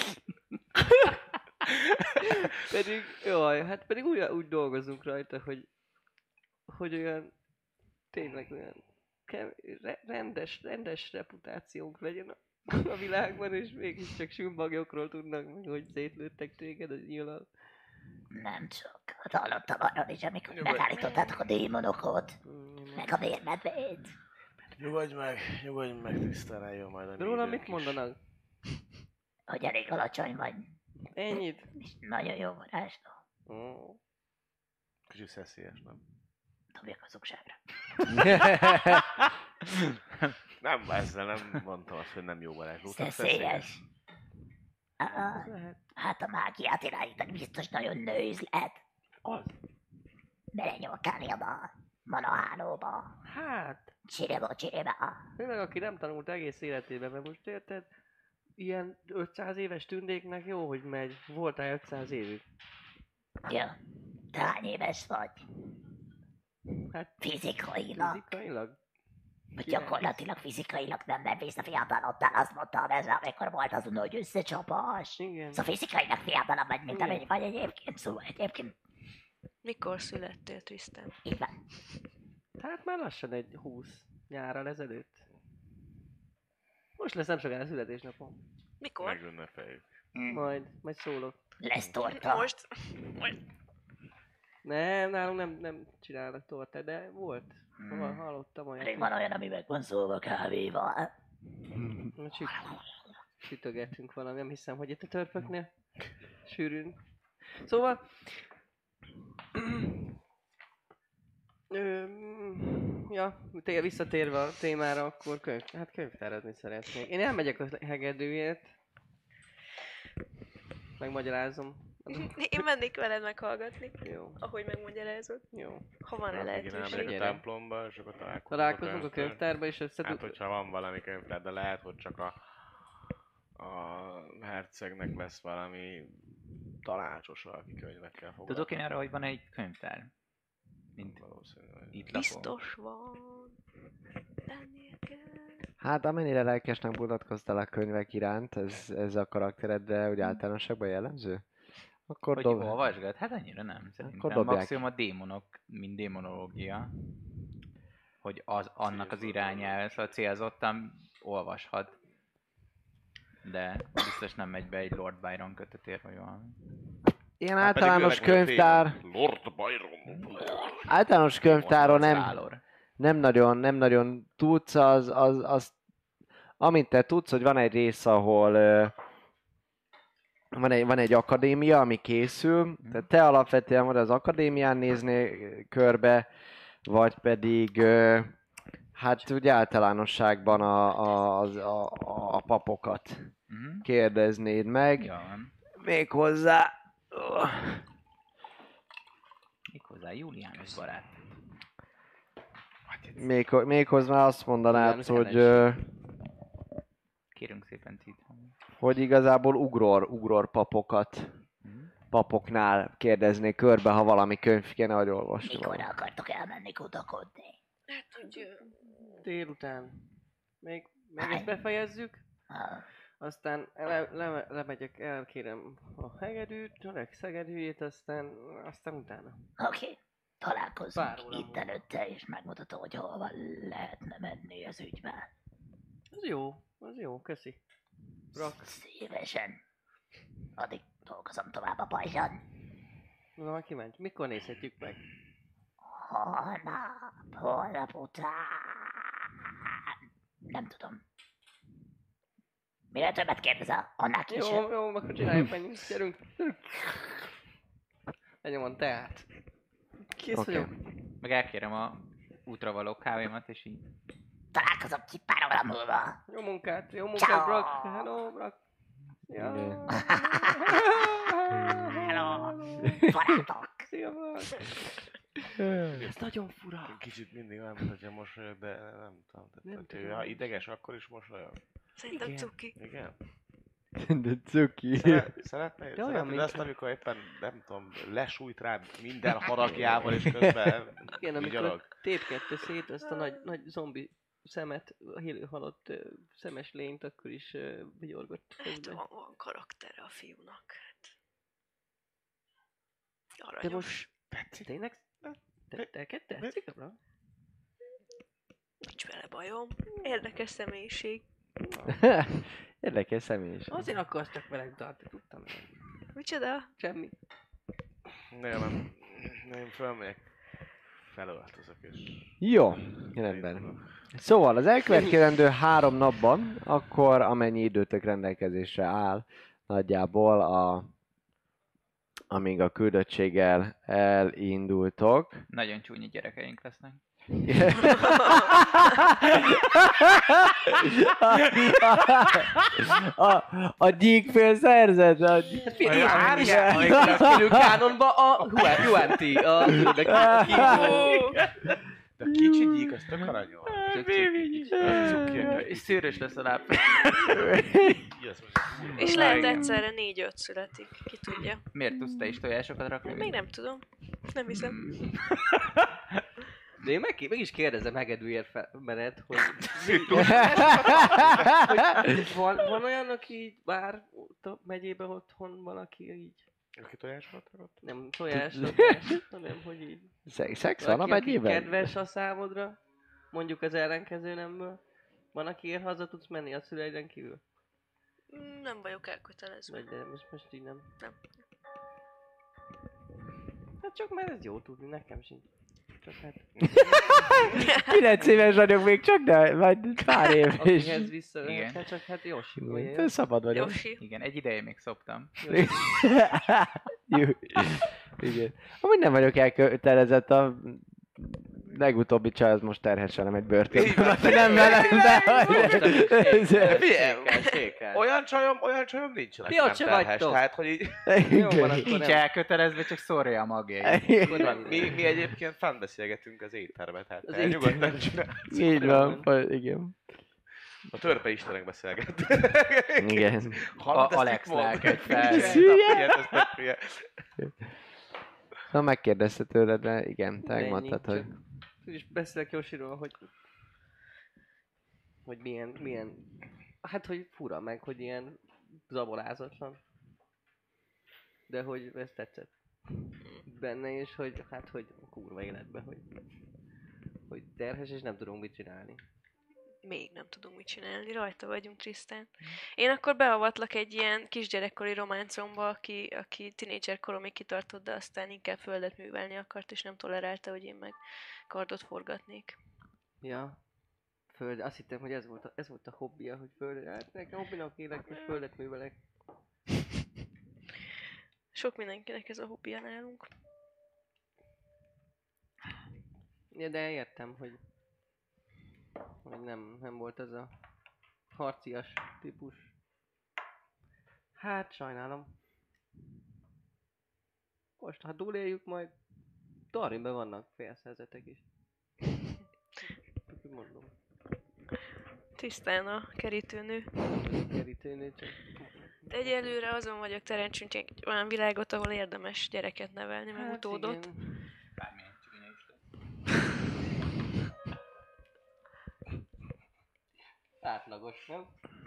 pedig, jaj, hát pedig úgy, úgy dolgozunk rajta, hogy, hogy olyan, tényleg olyan kev, re, rendes, rendes reputációnk legyen a, a világban, és mégiscsak sümbagjokról tudnak meg, hogy szétlőttek téged a nyilal. Nem csak. Hát hallottam arról is, amikor Nyugodj. megállítottátok a démonokat, Mm, meg a vérmedvét. Nyugodj meg, nyugodj meg, tisztán eljön majd a De róla időnk mit is. mondanak? Hogy elég alacsony vagy, Ennyit? és nagyon jó varázsló. Ó. Kicsit szeszélyes, nem? Dobjak hazugságra. Nem, ezzel nem mondtam azt, hogy nem jó varázsló. csak Szeszélyes. Ah, Lehet. hát a mágiát irányítani biztos nagyon nőz lehet. Az. Belenyolkálni a manahálóba. Hát, Csireba, csireba. főleg aki nem tanult egész életében, mert most érted, ilyen ötszáz éves tündéknek jó, hogy megy. Voltál ötszáz évig. Jó. Te hány éves vagy? Hát Fizikailag. fizikailag? Vagy gyakorlatilag fizikailag nem, mert visszafiatalodtál, azt mondtam ezzel, amikor volt az nagy összecsapás. Igen. Szóval fizikailag fiatalabb vagy, mint Igen. amennyi vagy egyébként, szóval egyébként Mikor születtél, Tristan? így van. Hát már lassan egy húsz nyárral ezelőtt. Most lesz nem sokára születésnapom. Mikor? Megünnepeljük. Mm. Majd, majd szólok. Lesz torta. Most? Most? Nem, nálunk nem, nem csinálnak tortát, de volt. Hmm. Hol hallottam Pedig olyat. van olyan, ami meg van szólva kávéval. hogy Süt, sütögettünk valami, nem hiszem, hogy itt a törpöknél sűrűn. Szóval... Ö, ja, té- visszatérve a témára, akkor könyv, hát könyvtárazni szeretnék. Én elmegyek a hegedűért. Megmagyarázom. Én mennék veled meghallgatni, Jó, ahogy megmagyarázod. jó. Ha van-e Igen, lehetőség. elmegyek a Gyere. templomba, és akkor találkozunk, Találkozunk a könyvtár. könyvtárba, és össze Hát, tud... hogyha van valami könyvtár, de lehet, hogy csak a, a hercegnek lesz valami tanácsosa, aki könyvekkel foglalkozik. Tudok én arra, hogy van egy könyvtár? Mint Valószínűleg. itt lakom. Biztos van. Lennie kell. Hát amennyire lelkesnek mutatkoztál a könyvek iránt, ez, ez a karakteredre úgy általánosságban jellemző? Akkor Hogy dob... olvasgat? Hát annyira nem. Szerintem dobják. maximum a démonok, mint démonológia. hogy az, annak az irányára, szóval célzottan olvashat. De biztos nem megy be egy Lord Byron kötetér, vagy valami. Ilyen Hát pedig általános ő meg mondja, könyvtár, tényleg, Lord Byron. általános könyvtáron nem, Valor. nem nagyon, nem nagyon tudsz, az, az, az, amint te tudsz, hogy van egy rész, ahol ö, van egy, van egy akadémia, ami készül, tehát te alapvetően vagy az akadémián néznél körbe, vagy pedig ö, hát úgy általánosságban a, a, az- a, a, a papokat Mhm. kérdeznéd meg, Jó van. méghozzá... Méghozzá Juliánus barát. Még, méghozzá azt mondanád, Juliánus hogy, ellen ö, Kérünk szépen titkon. hogy igazából ugror, ugror papokat, Mhm. papoknál kérdeznék körbe, ha valami könyv kéne, hogy olvasni Mikor valami. akartok elmenni kutakodni? Hát, hogy ö, Délután. Még, még ezt befejezzük, Ah, aztán le, le, lemegyek, elkérem a hegedűt, a legszegedűjét, aztán, aztán utána. Oké, okay. Találkozunk Pár óra itt múlva. előtte, és megmutatom, hogy hova lehetne menni az ügyben. Az jó, az jó, köszi. Brak. Szívesen. Addig dolgozom tovább a pajzson. Na, már kiment. Mikor nézhetjük meg? Holnap, holnap után. Nem tudom. Mire többet kérdezel, annál később. Jó, jó, akkor csináljuk, menjünk, gyerünk. Lenyomom teát. Kész Oké. vagyok. Meg elkérem a útra való kávémat, és így. Találkozom ki pár óra múlva. Jó munkát, jó Ciao. munkát, Brak. Hello, Brak. Ja. Igen. Hello, barátok. Szia, Brak. Ez nagyon fura. Kicsit mindig olyan, mint hogyha mosolyog, de nem tudom. Nem Tehát, tudom. ő, ha ideges, akkor is mosolyog. szerintem Igen. cuki. Igen. De cuki. Szeret, szeretné, De olyan, szeretnéd mint- azt, amikor éppen, nem tudom, lesújt rád minden haragjával, és közben Igen, amikor vigyorog? tépkedte szét azt a nagy, nagy zombi szemet, a élő halott ö, szemes lényt, akkor is ö, vigyorgott Hát közben. van, van karaktere a fiúnak. Hát. De Aranyos. most tényleg te, neked tetszik a Brak? Nincs vele bajom. Érdekes személyiség. Érdekes személyis. Azért akartak veled tartani, tudtam én. Micsoda? Semmi. Nem, nem. Én fölmegyek, felöltözök, és... Jó, rendben. Szóval az elkövetkezendő három napban, akkor amennyi időtök rendelkezésre áll, nagyjából a, amíg a küldöttséggel elindultok. Nagyon csúnyi gyerekeink lesznek. a, a gyíkfél szerzett, a Várjál, amikor kerül kánonba a Huanti, a tudod, a kívó. De a kicsi gyík, az tök aranyos. És szőrös lesz a láb. És lehet egyszerre négy-öt születik. Ki tudja. Miért tudsz te is tojásokat rakni? Még nem tudom. Nem hiszem. De én meg, meg is kérdezem Hegedűért fel, menet, hogy, hogy van, van olyan, aki így bár ott a megyében otthon van, aki így Aki tojásot rakott? nem tojás, tojás, hanem hogy így Szex, szex van a valaki, aki megyében? kedves a számodra, mondjuk az ellenkező nemből. Van, akiért haza tudsz menni a szüleiden kívül? Nem vagyok elkötelezve. Vagy de most, most így nem. Nem. Hát csak mert ez jó tudni, nekem sincs. Csak hát, kilenc éves vagyok még csak, de majd pár év és... akihez vissza Igen. lehetne, csak hát Yoshi. Te szabad vagyok. Yoshi. Igen, egy ideje még szoptam. Jó. Igen. Amúgy nem vagyok elkötelezett, a legutóbbi csaj az most terhes velem egy börtönben, aki nem velem, de... Figyelj, Olyan csajom, olyan csajom nincs. Ti ott se vagytok. Tehát, hogy így... Jó van, akkor Nincs nem. elkötelezve, csak szórja a magjai. Akkor nem. Mi, mi egyébként fenn beszélgetünk az étterbe, tehát Az te nyugodtan étterben. csinálsz. Így van, vagy- igen. A törpe istenek beszélget. Igen. Hallod, A- ezt Alex mit mond? lelket fel. Ez hülye, ez tök hülye. Na megkérdezte tőled, de igen, te Ennyi, megmondtad, hogy... csak- És beszélek Yoshiról, hogy... Hogy milyen, milyen... Hát, hogy fura meg, hogy ilyen zabolázatlan. De hogy ez tetszett benne, és hogy hát, hogy a kurva életben, hogy... hogy terhes és nem tudunk mit csinálni. Még nem tudunk mit csinálni, rajta vagyunk, Trisztán. Én akkor beavatlak egy ilyen kisgyerekkori románcomba, aki, aki tinédzser koromig kitartott, de aztán inkább földet művelni akart, és nem tolerálta, hogy én meg kardot forgatnék. Ja. Föld, azt hittem, hogy ez volt a, ez volt a hobbija, hogy föld, hát nekem hobbinak élek, most földet művelek. Sok mindenkinek ez a hobbija nálunk. Ja, de értem, hogy, hogy nem, nem volt ez a harcias típus. Hát sajnálom. Most ha túléljük, majd Darwinben vannak félszerzetek is. Mondom. Tisztán a kerítőnő. Kerítőnő csak. De egyelőre azon vagyok, teremtsünk egy olyan világot, ahol érdemes gyereket nevelni, meg Hát utódot. igen. Bármilyen csúnya is lehet. Átlagos, nem?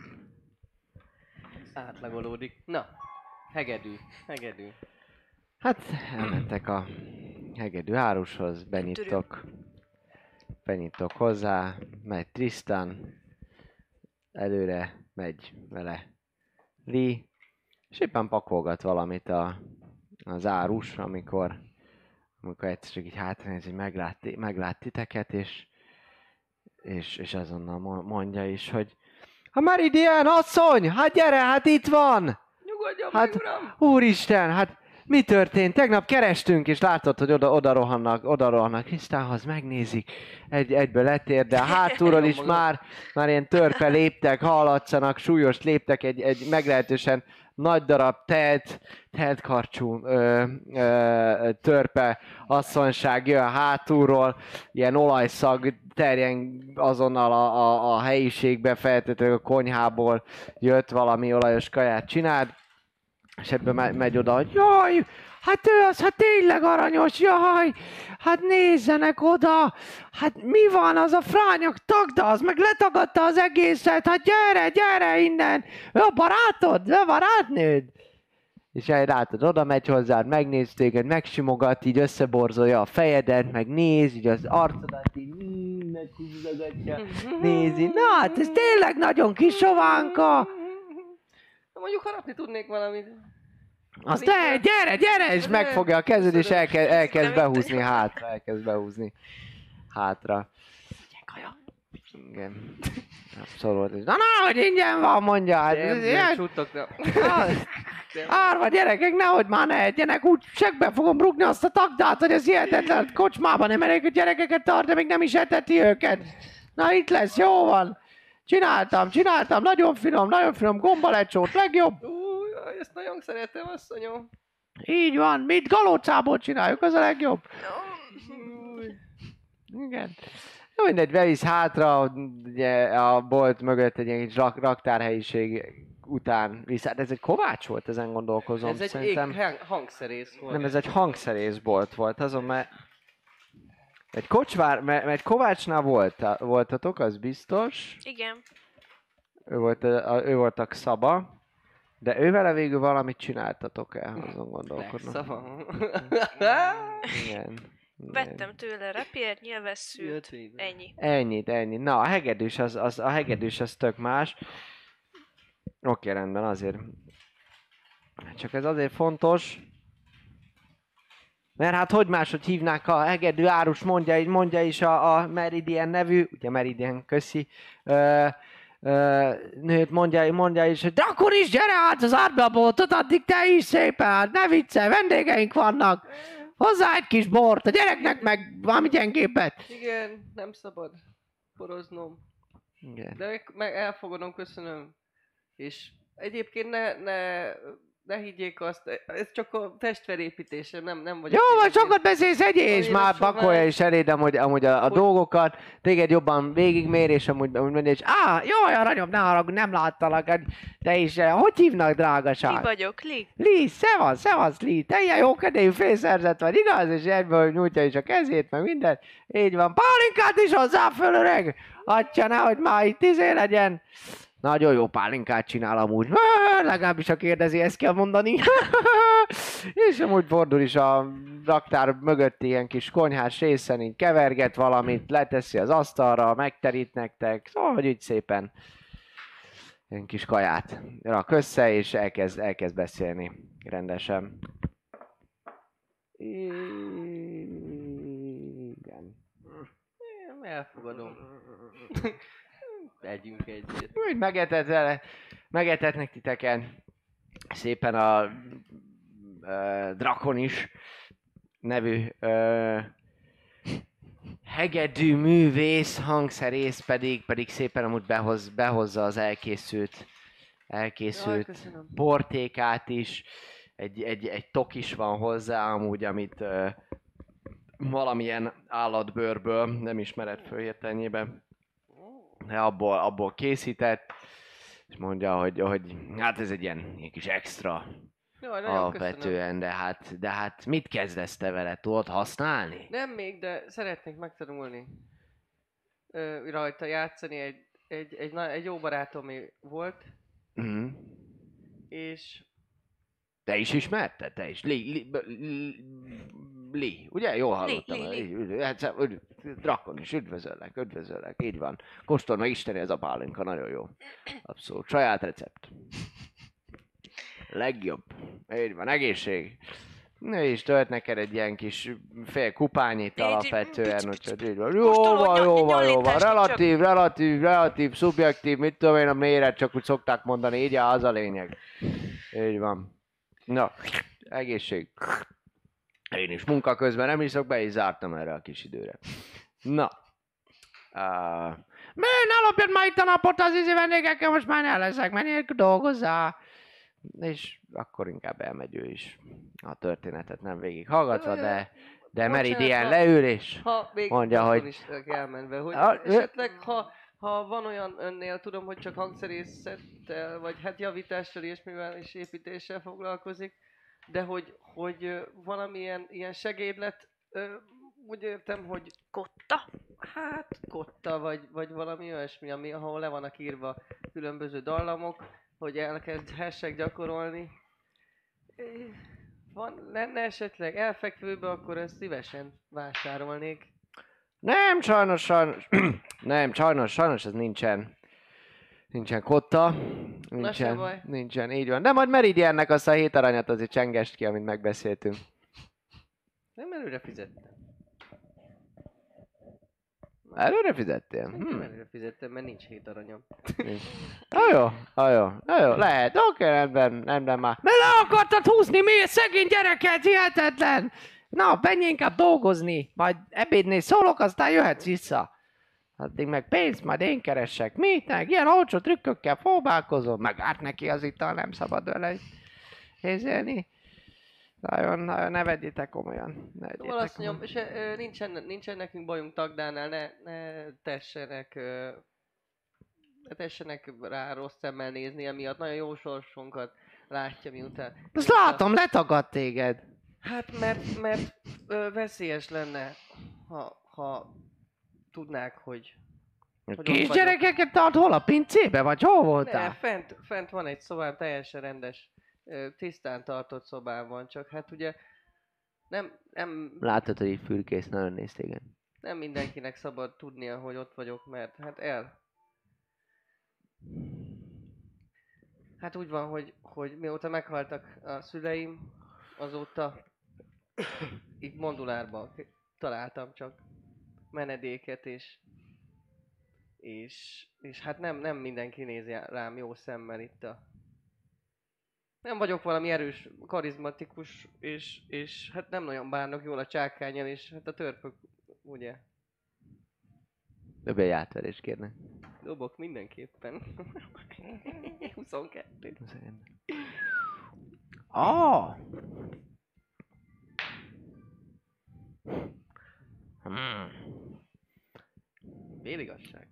Átlagolódik. Na, hegedű, hegedű. Hát elmentek a hegedű árushoz, benyitok. Benyitok hozzá, megy Tristan, előre megy vele Lee, és éppen pakolgat valamit a, az árus, amikor, amikor egyszer csak így hátranéz, hogy meglát, meglát titeket, és, és, és azonnal mondja is, hogy a Meridian asszony, hát gyere, hát itt van! Nyugodjon Hát, meg, uram! úristen, hát mi történt? Tegnap kerestünk, és látod, hogy oda, oda rohannak, oda rohannak. Krisztánhoz megnézik, egy, egyből letér, de hátulról is már, már ilyen törpe léptek, hallatszanak, súlyos léptek, egy, egy meglehetősen nagy darab telt, telt karcsú ö, ö, törpe asszonyság jön hátulról, ilyen olajszag terjen azonnal a, a, a helyiségbe, feltétlenül a konyhából jött, valami olajos kaját csinált, és ebből megy, megy oda, hogy jaj, hát ő az, hát tényleg aranyos, jaj, hát nézzenek oda, hát mi van, az a frányok tagda, az meg letagadta az egészet, hát gyere, gyere innen, ő a barátod, ő a barátnőd. És el látod, oda megy hozzád, megnéz téged, megsimogat, így összeborzolja a fejedet, meg néz, így az arcodat, így mm, meghúzogatja, nézi, na hát ez tényleg nagyon kis sovánka. Mondjuk harapni tudnék valamit. Azt de, gyere, gyere, és megfogja a kezed, és elkezd, elkezd behúzni hátra, elkezd behúzni hátra. Igen. Abszolút. Na, na, hogy ingyen van, mondja. Hát, Nem csúttokra. Árva gyerekek, nehogy már ne egyenek, úgy segbe fogom rúgni azt a tagdát, hogy ez hihetetlen. Kocsmában nem elég, hogy gyerekeket tart, de még nem is eteti őket. Na, itt lesz, jó van. Csináltam, csináltam, nagyon finom, nagyon finom gombalecsót, legjobb. Új, ezt nagyon szeretem, asszonyom. Így van, mit galócából csináljuk, az a legjobb. Igen. Jó, mindegy, bevisz hátra, ugye a bolt mögött egy ilyen kis rak- raktárhelyiség után visz. Ez egy kovács volt, ezen gondolkozom. Ez egy szerintem. ég hangszerész volt. Nem, ez egy hangszerészbolt volt, azon mert... Egy kocsvár, mert egy kovácsnál volt, voltatok, az biztos. Igen. Ő volt, a, ő volt a Xaba, de ő vele végül valamit csináltatok el, azon gondolkodnom. Szava. Igen. Vettem tőle repért, nyilvesszűt, ennyi. Ennyit, ennyi. Na, a hegedűs az, az, a hegedűs az tök más. Oké, rendben, azért. Csak ez azért fontos, mert hát hogy máshogy hívnák a hegedű árus, mondja, mondja is a, a Meridian nevű, ugye Meridian, köszi, ö, ö, nőt mondja, mondja is, hogy de akkor is gyere át az árbe a boltot, addig te is szépen, hát ne viccelj, vendégeink vannak. Hozzá egy kis bort, a gyereknek meg valami gyengébbet. Igen, nem szabad poroznom. Igen. De meg, meg elfogadom, köszönöm. És egyébként ne, ne, ne higgyék azt, ez csak a testvérépítésem, nem, nem vagyok... Jó, vagy tényleg- sokat beszélsz, egyél, és Én már is sokat- pakolja is eléd amúgy, amúgy a, a Hogy- dolgokat, téged jobban végigmér, és amúgy, amúgy mondja, és á, jaj, aranyom, ne haragudj, nem láttalak, hát te is, eh, hogy hívnak, Ki drágaság? vagyok, Li? Li, szevasz, szevasz, Li, te ilyen jókedélyű félszerzet vagy, igaz? És egyből nyújtja is a kezét, meg mindent. Így van, pálinkát is hozzá föl, öreg! Atya, nehogy már itt izé legyen. Nagyon jó pálinkát csinál amúgy. Legalábbis, ha kérdezi, ezt kell mondani. És amúgy fordul is a raktár mögötti ilyen kis konyhás részen, így keverget valamit, leteszi az asztalra, megterít nektek, szóval, hogy úgy szépen egy kis kaját rak össze, és elkezd, elkezd beszélni rendesen. Igen. Én elfogadom. Együnk egyet. Úgy megetett vele, megetetnek titeken. Szépen a uh, Drakon is nevű uh, hegedű művész, hangszerész pedig, pedig szépen amúgy behoz, behozza az elkészült, elkészült Jaj, portékát is. Egy, egy, egy tok is van hozzá amúgy, amit uh, valamilyen állatbőrből, nem ismered föl hirtelenjében, de abból, abból készített, és mondja, hogy, hogy hát ez egy ilyen, ilyen kis extra Jaj, nagyon alapvetően, de hát, de hát mit kezdesz te vele? Tudod használni? Nem még, de szeretnék megtanulni ö, rajta játszani. Egy, egy, egy, na- egy jó barátom volt, Mm. és Te is ismerted? Te is? Li, li, li, li. Ugye? Jól hallottam. Li, li, Li, li. Hát, üdv, Drakon is, üdvözöllek, üdvözöllek. Így van. Kóstold meg isteni, ez a pálinka, nagyon jó. Abszolút. Saját recept. Legjobb. Így van, egészség. Na és tölt neked egy ilyen kis fél kupányit Egy- alapvetően, pic- úgyhogy pic- így van. Jó Kóstolod, van, jó nyol- van, jó van. nyolításni csak. Relatív, relatív, relatív, szubjektív, mit tudom én a méret, csak úgy szokták mondani, így az a lényeg. Így van. Na, egészség. Én is munka közben nem iszok, be is zártam erre a kis időre. Na. Uh, Miért ne lopjad már itt a napot az izi vendégekkel, most már ne leszek, menjél dolgozzá. És akkor inkább elmegy ő is. A történetet nem végig hallgatva, de, de Meridian ha- leül és ha még mondja, Drakon hogy- is tök elmenve, hogy Ah, ö- esetleg ha, ha van olyan önnél, tudom, hogy csak hangszerészettel, vagy hát javítással, ilyesmivel és építéssel foglalkozik, de hogy, hogy ö, valamilyen ilyen segédlet, ö, úgy értem, hogy Kotta? hát kotta, vagy, vagy valami olyasmi, ami, ahol le vannak írva különböző dallamok, hogy elkezdhessek gyakorolni. Ö, Van, lenne esetleg elfekvőbe, akkor ezt szívesen vásárolnék. nem, sajnos, sajnos, nem, sajnos, sajnos ez nincsen. Nincsen kotta. se Nincsen, baj. nincsen, így van. De majd Meridiannek azt a hét aranyat azért csengest ki, amit megbeszéltünk. Nem előre fizettem. Előre fizettél? Szerintem Hm. előre fizettem, mert nincs hét aranyom. Na jó, na jó, na jó, lehet, oké, rendben, rendben már. Mert le akartad húzni, miért szegény gyereket, hihetetlen! Na, menj inkább dolgozni, majd ebédnél szólok, aztán jöhetsz vissza. Addig meg pénzt majd én keressek. Mi? Meg ilyen olcsó trükkökkel próbálkozom, meg árt neki az ital, nem szabad vele hézelni. Nagyon, nagyon, ne vegyétek komolyan. Ne vegyétek Szóval azt komolyan. mondjam, és ö, nincsen, nincsen nekünk bajunk Tagdánál, ne, ne tessenek, ö, ne tessenek rá rossz szemmel nézni, emiatt nagyon jó sorsunkat látja miután. Azt látom, letagadt téged. Hát mert, mert ö, veszélyes lenne, ha, ha tudnák, hogy... hogy ott vagyok. Kisgyerekeket tart hol? A pincébe? Vagy hol Ne, voltál? fent, fent van egy szobám, teljesen rendes, ö, tisztán tartott szobám van, csak hát ugye nem, nem, Látod, hogy így fürkész nagyon néz téged. nem mindenkinek szabad tudnia, hogy ott vagyok, mert hát el. Hát úgy van, hogy, hogy mióta meghaltak a szüleim, azóta itt Mondulárban találtam csak menedéket, és és, és hát nem, nem mindenki nézi rám jó szemmel itt a... Nem vagyok valami erős, karizmatikus, és, és hát nem nagyon bánok jól a csákánnyal, és hát a törpök, ugye, Dobj egy átverést kérnek. dobok mindenképpen. huszonkettő. Ah! Hmm. Féligasság.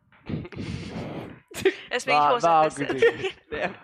Ezt még így Vá- hozzáteszed. vágj. Nem.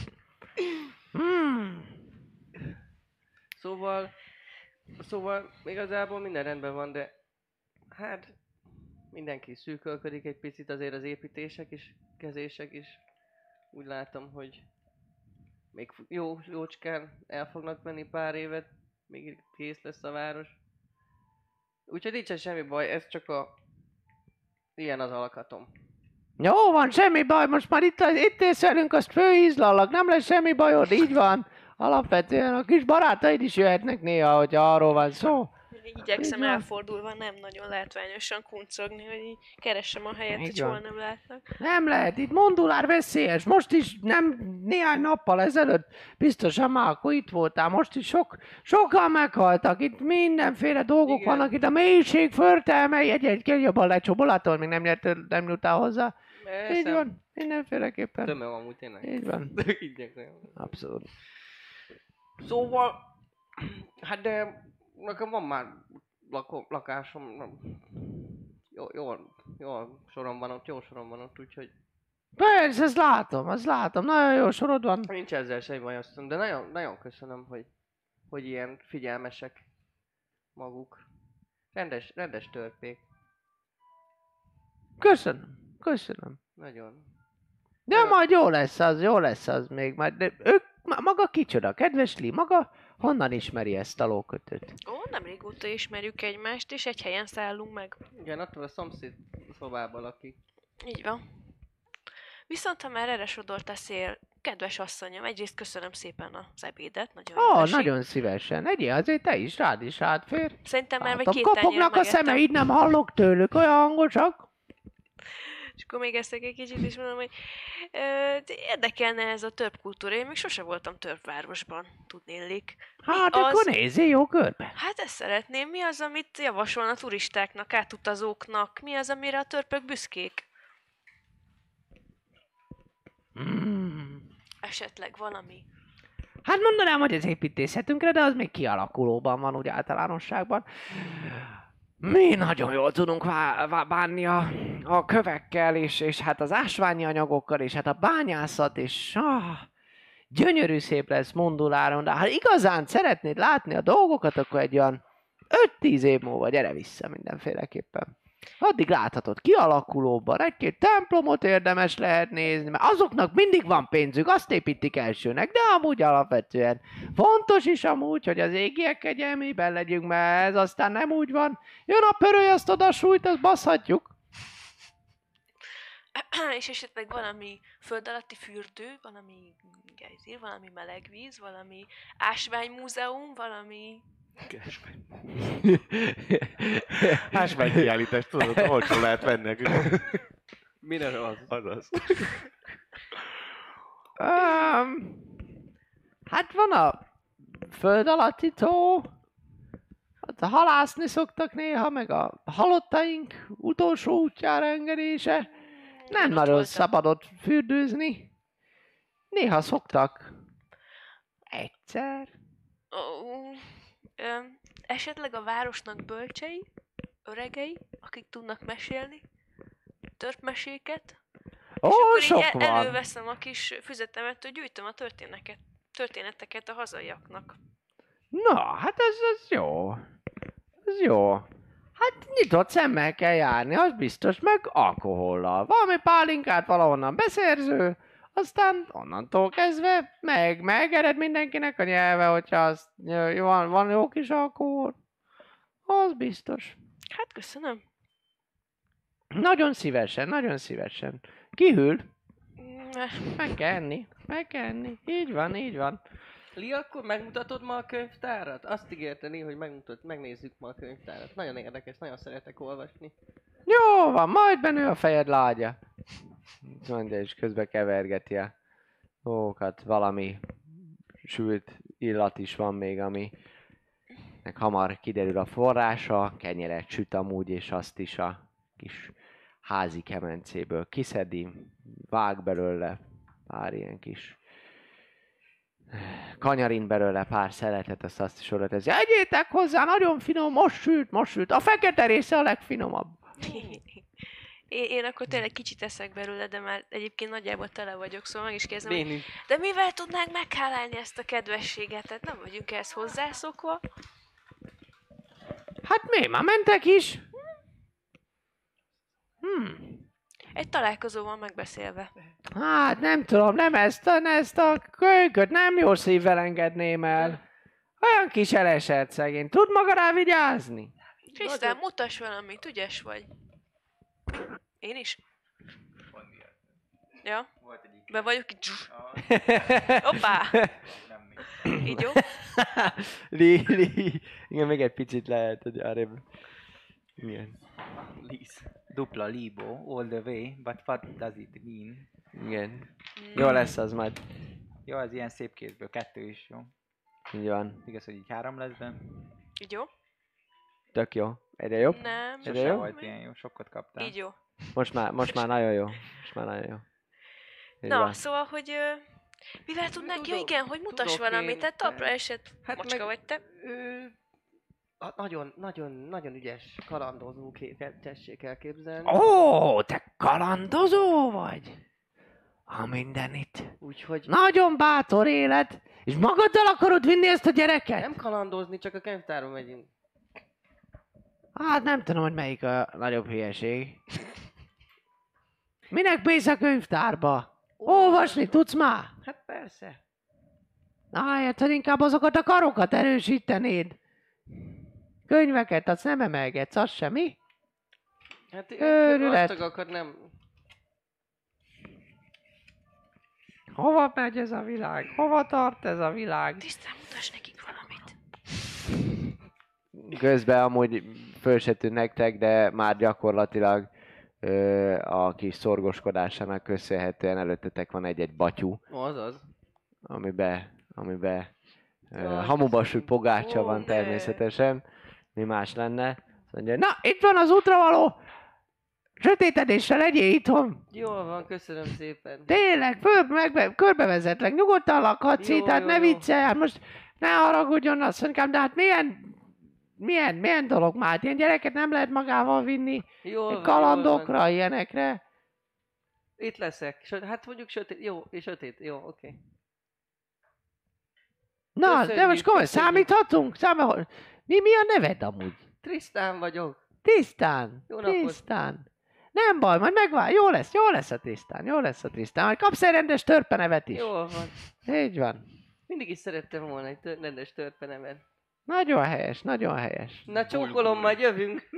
Hmm. Szóval, szóval igazából minden rendben van, de hát mindenki szűkölködik egy picit azért az építések is, kezések is. Úgy látom, hogy még jó, jócskán el fognak menni pár évet, még kész lesz a város. Úgyhogy nincsen semmi baj, ez csak a... Ilyen az alakatom. Jó van, semmi baj, most már itt, itt élsz velünk, azt főízlallak, nem lesz semmi bajod, így van. Alapvetően a kis barátaid is jöhetnek néha, hogyha arról van szó. Igyekszem Így van. elfordulva nem nagyon látványosan kuncogni, hogy így keressem a helyet, Így hogy van. hol nem látnak. Nem lehet, itt Mondulár veszélyes, most is nem néhány nappal ezelőtt biztosan már akkor itt voltál, most is sok, sokan meghaltak, itt mindenféle dolgok Igen. vannak, itt a mélység förtelmei, egy-egy jobban lecsobolatol, még nem nyertél, nem nyújtál hozzá. Így Eszem. van, mindenféleképpen. Tömöm amúgy tényleg. Így van, Igyekszem. abszolút. Szóval... Hát de... Nekem van már lako, lakásom. Nem. Jó, jól, jól soron van ott, jó soron van ott, úgyhogy... Persze, ezt látom, azt látom, nagyon jó sorod van. Nincs ezzel semmi baj, azt mondom, de nagyon, nagyon köszönöm, hogy, hogy ilyen figyelmesek maguk. Rendes, rendes törpék. Köszönöm, köszönöm. Nagyon. De Nagyon- majd jó lesz az, jó lesz az még, majd de ők, ma- maga kicsoda, kedves Li, maga honnan ismeri ezt a lókötőt? Ó, nem régóta ismerjük egymást, és egy helyen szállunk meg. Igen, ott van a szomszéd szobában lakik. Így van. Viszont ha már erre sodort a szél, kedves asszonyom, egyrészt köszönöm szépen az ebédet, nagyon Ó, jó oh, esik. nagyon szívesen. Egyél azért te is, rád is átfér. Szerintem már vagy Látom, két tányér kopognak a megettem. szemeid, nem hallok tőlük, olyan hangosak. És akkor még eszek egy kicsit is mondom, hogy ö, de érdekelne ez a törpkultúra. Én még sose voltam törpvárosban, tudnélik. Mi Hát az- akkor nézzél jó körbe. Hát ezt szeretném. Mi az, amit javasolna turistáknak, átutazóknak? Mi az, amire a törpök büszkék? Mm. Esetleg valami. Hát mondanám, hogy az építészetünkre, de az még kialakulóban van úgy általánosságban. Mi nagyon jól tudunk vá- vá- bánni a, a kövekkel, és, és hát az ásványi anyagokkal, és hát a bányászat, és ah, gyönyörű szép lesz Monduláron, de ha igazán szeretnéd látni a dolgokat, akkor egy olyan öt-tíz év múlva gyere vissza mindenféleképpen. Addig láthatod kialakulóban, egy-két templomot érdemes lehet nézni, mert azoknak mindig van pénzük, azt építik elsőnek, de amúgy alapvetően fontos is amúgy, hogy az égiek kegyelmében legyünk, mert ez aztán nem úgy van. Jön a pöröly, azt oda sújt, azt baszhatjuk. És esetleg valami föld alatti fürdő, valami gejzír, valami meleg víz, valami ásványmúzeum, valami... Ásványkiállítás, tudod, olcsó lehet venni nekünk. Mire az? Azaz. Um, hát van a föld alatti tó, ott halászni szoktak néha, meg a halottaink utolsó útjára engedése. Nem Én ott nagyon voltam. szabad ott fürdőzni. Néha szoktak. Egyszer. Ó, ö, esetleg a városnak bölcsei, öregei, akik tudnak mesélni, törpmeséket. Ó, és akkor sok így el- van. előveszem a kis füzetemet, hogy gyűjtöm a történeteket, történeteket a hazaiaknak. Na, hát ez, ez jó. Ez jó. Hát nyitott szemmel kell járni, az biztos, meg alkohollal. Valami pálinkát valahonnan beszerző, aztán onnantól kezdve meg, megered mindenkinek a nyelve, hogyha az, jó, van, van jó kis alkohol. Az biztos. Hát köszönöm. Nagyon szívesen, nagyon szívesen. Kihűl, Mm, meg kell enni, meg kell enni. Így van, így van. Li, akkor megmutatod ma a könyvtárat? Azt ígérte Li, hogy megmutat, megnézzük ma a könyvtárat. Nagyon érdekes, nagyon szeretek olvasni. Jó van, majd benő a fejed lágya. Mondja, és közben kevergeti a dolgokat. Valami sült illat is van még, ami meg hamar kiderül a forrása. Kenyeret süt amúgy, és azt is a kis házi kemencéből kiszedi, vág belőle pár ilyen kis kanyarin belőle pár szeletet, azt azt is oda teszi. Egyétek hozzá, nagyon finom, most sült, most sült. A fekete része a legfinomabb. Én, én akkor tényleg kicsit eszek belőle, de már egyébként nagyjából tele vagyok, szóval meg is kezdem. hogy- Béni. De mivel tudnánk meghálálni ezt a kedvességet? Tehát nem vagyunk ehhez hozzászokva. Hát mi, már mentek is? Hmm. Egy találkozóval megbeszélve. Hát nem tudom, nem ezt a, ezt a kölyköt nem jó szívvel engedném el. Olyan kis elesett szegény. Tud maga rá vigyázni? Krisztán, mutass valamit, ügyes vagy. Én is? Ja? Be vagyok itt. Hoppá! Így jó? Li, li. Igen, még egy picit lehet, hogy arrébb. Igen. Liz. Dupla Libo, all the way, but what does it mean? Igen. Jó lesz az majd. Jó, az ilyen szép kézből, kettő is jó. Így van. Igaz, hogy így három lesz, de Így jó? Tök jó. Egyre jobb. Nem. Egyre sose jó? volt ilyen jó, sokkot kaptál. Így jó. Most már, most már nagyon jó. Most már nagyon jó. Így Na, van. szóval, hogy... Ö, mivel tudnák? Ja Tudok, igen, hogy mutass tudok valamit, én. tehát talpra esett Hát macska meg- vagy te. Ő, a, nagyon, nagyon, nagyon ügyes kalandozó képet tessék elképzelni. Ó, te kalandozó vagy? A mindenit. Úgyhogy Nagyon bátor élet. És magaddal akarod vinni ezt a gyereket? nem kalandozni, csak a könyvtárba megyünk. Hát nem tudom, hogy melyik a nagyobb hülyeség. Minek mész a könyvtárba? Olvasni tudsz már? Hát persze. Ahelyett, hogy inkább azokat a karokat erősítenéd. Könyveket, azt nem emelgetsz, az semmi? Hát Őrület. gazdagakat nem... Hova megy ez a világ? Hova tart ez a világ? Tisztán, mutass nekik valamit. Közben amúgy föl se tűn nektek, de már gyakorlatilag ö, a kis szorgoskodásának köszönhetően előttetek van egy-egy batyú, Azaz. amibe, amibe ö, Jaj, hamuba köszönöm. sült pogácsa Ó, van ne. természetesen. Mi más lenne? Azt mondja, na, itt van az útravaló! Sötétedésre legyél itthon! Jól van, köszönöm szépen. Tényleg, föl, meg, körbevezetlek, nyugodtan lakhatsz Jó, itt, hát jó, ne jó. viccelj, hát most ne haragudjon, asszonykám, de hát milyen, milyen, milyen dolog már, hát ilyen gyereket nem lehet magával vinni, Jól van, jól kalandokra, van. ilyenekre. Itt leszek. Sö- hát mondjuk sötét. Jó, és sötét. Jó, oké. Okay. Na, de Köszönjük, most komolyan, köszönjük. számíthatunk? Számol... Mi, mi a neved amúgy? Trisztán vagyok. Tisztán, Jó napot. Tisztán. Nem baj, majd megvár, jó lesz, jó lesz a Tisztán, jó lesz a Tisztán, majd kapsz egy rendes törpenevet is. Jól van. Így van. Mindig is szerettem volna egy tör- rendes törpenevet. Nagyon helyes, nagyon helyes. Na csókolom, majd jövünk.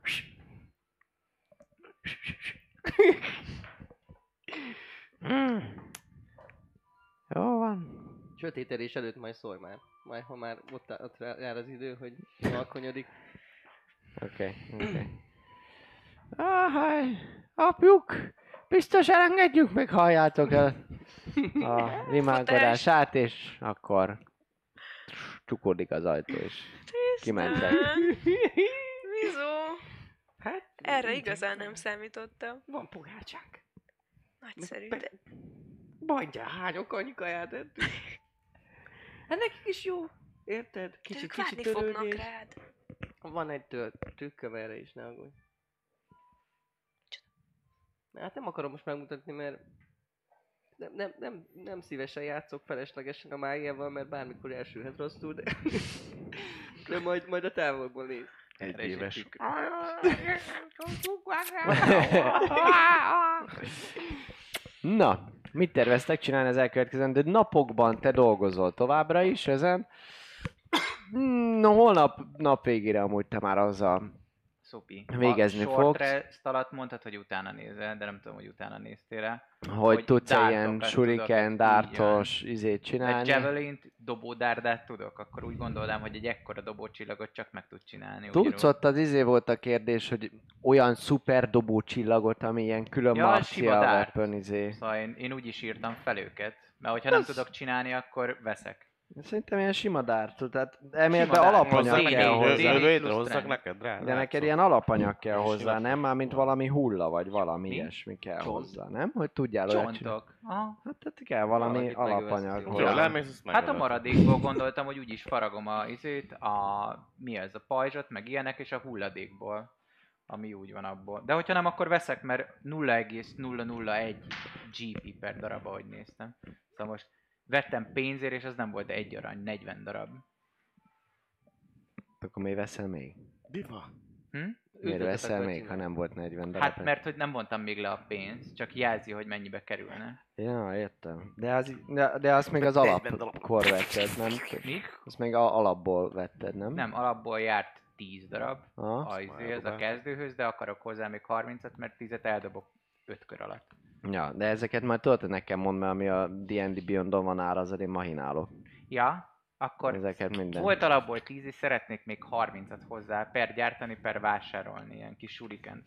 Mm. Jó van. Sötétedés előtt majd szólj már. Majd ha már ott, ott jár az idő, hogy alkonyodik. Oké, okay, oké. Okay. Áhaj, apjuk, biztos elengedjük, meg halljátok el a rimánkodását, és akkor csukódik az ajtó, és kimentek. Bizó. Hát, Erre nincs. igazán nem számítottam. Van pogácsánk. Nagyszerű, Be- de... Mondjál, hányok annyi kaját ettünk. Hát nekik is jó. Érted? de Kicsit, ők kicsit várni fognak törődés. rád. Van egy tör, trükköm erre is, ne aggódj. Hát nem akarom most megmutatni, mert nem, nem, nem, nem szívesen játszok feleslegesen a mágiával, mert bármikor elsülhet rosszul, de, de majd, majd a távolból néz. Egy éves. Na, mit terveztek csinálni az elkövetkezendő napokban? Te dolgozol továbbra is ezen? No, holnap nap végére amúgy te már azzal Szupi. Végezni a fogsz. short rest alatt mondtad, hogy utána nézel, de nem tudom, hogy utána néztél-e. hogy, Hogy tudsz-e dártokat ilyen tudok, shuriken, így dártos izét Egy csinálni. javelint, dobódárdát tudok, akkor úgy gondolnám, hogy egy ekkora dobócsillagot csak meg tud csinálni. Tudsz, ugyanúgy. ott az izé volt a kérdés, hogy olyan szuper dobó csillagot, ami ilyen külön Ja, martial sima dárt. weapon izé. Szóval én, én úgy is írtam fel őket, mert hogyha nem Az- tudok csinálni, akkor veszek. Szerintem ilyen sima dártó, tehát elméletben dártó. alapanyag Hozzá kell meg hozzá. egy- Lövődre plusz hozzak trend. neked, drága? De neked ilyen alapanyag kell hozzá, nem? Mármint Van. valami hulla, vagy valami Mi? ilyesmi kell Csont. hozzá, nem? Hogy tudjál olyat csinálni. Csontok. Aha. Hát tehát kell valami Valamit alapanyag megőrztünk. Jó, hozzá. lemész, azt Hát a megölöd. maradékból gondoltam, hogy úgyis faragom a izét, a mi ez, a pajzsot, meg ilyenek, és a hulladékból, ami úgy van abból. De hogyha nem, akkor veszek, mert nulla egész nulla nulla egy gé pé per darab, ahogy néztem. Szóval most vettem pénzért, és az nem volt egy arany, negyven darab. Akkor még veszel még? Diva. Hm? Miért Üzletet veszel akar még, ha csinálni. nem volt negyven darab? Hát mert hogy nem vontam még le a pénzt, csak jelzi, hogy mennyibe kerülne. Ja, értem. De, az, de, de azt még az alapkor vetted, nem? Mi? Azt még a, alapból vetted, nem? Nem, alapból járt tíz darab, Aha. a, izé, ez a kezdőhöz, de akarok hozzá még harmincat, mert tízet eldobok öt kör alatt. Ja, de ezeket majd tudod nekem mondd, mert ami a dé end dé Beyondon van ára, azért én mahinálok. Ja, akkor Ezeket minden. volt alapból tíz, és szeretnék még harmincat hozzá, per gyártani, per vásárolni, ilyen kis shuriken.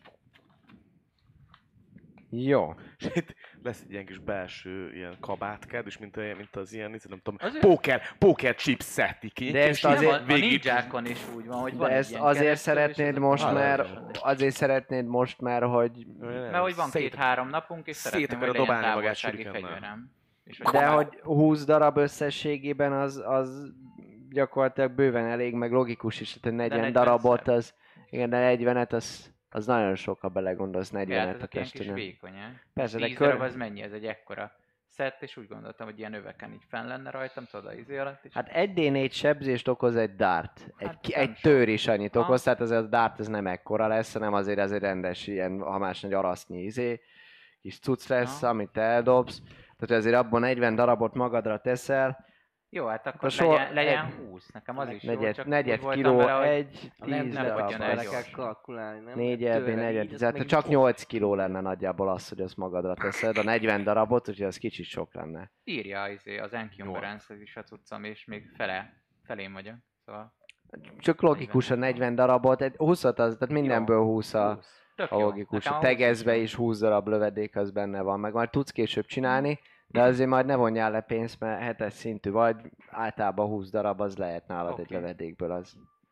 Jó. És itt lesz egy ilyen kis belső ilyen kabátkád, és mint, a, mint az ilyen, nem tudom, Azért- póker, póker chips szettik ki. De ezt azért- Nem, a, a ninjákon is úgy van, hogy van De egy ezt ilyen azért keresztül, és szeretnéd ez a- most, Ah, mert nagyon. azért szeretnéd most, mert hogy Mert hogy van Szét- két-három napunk, és szét szeretném, hogy akarod legyen dobálni magát távolsági shurikennel. fegyverem. És de ha- hogy húsz darab összességében az, az gyakorlatilag bőven elég, meg logikus is, tehát negyven negyven darabot, szer. az, igen, de negyvenet az, az nagyon sok, ha belegondolsz, Ja, hát negyvenet a ezek ilyen kis testűnő. vékony, eh? Persze, de tíz darab kör... az mennyi? Ez egy ekkora szett, és úgy gondoltam, hogy ilyen öveken így fenn lenne rajtam, tudod, az izé alatt is. Hát egy dé négy sebzést okoz egy dart. Egy, Hát ki- nem egy sok. tör is annyit Ha. okoz, tehát azért a dart ez nem ekkora lesz, hanem azért ez egy rendes ilyen, ha más nagy arasznyi izé, kis cucc lesz, Ha. amit te eldobsz. Tehát azért abban negyven darabot magadra teszel, Jó, hát akkor a sor- legyen, legyen egy- húsz, nekem az is jó, negyed, csak negyed úgy voltam kiló, vele, hogy egy, nem- tíz nem darab. fogjon Bele el az. kell gyorsan. kalkulálni, nem? Négy Egy elbé, tőre negyed, így, az tehát még csak jó. nyolc kiló lenne nagyjából az, hogy azt magadra teszed, a negyven darabot, úgyhogy az kicsit sok lenne. írja izé, az Encumbrance is a cuccam, és még fele, felén vagyok. Szóval Csak logikus a negyven darabot, egy húszat az, tehát mindenből húsz a, húsz. Tök a jó. logikus. Nekem A húsz tegezbe jó. is húsz darab lövedék az benne van, meg majd tudsz később csinálni, de azért majd ne vonjál le pénzt, mert hetes szintű vagy, általában húsz darab az lehet nálad Oké. egy lövedékből, az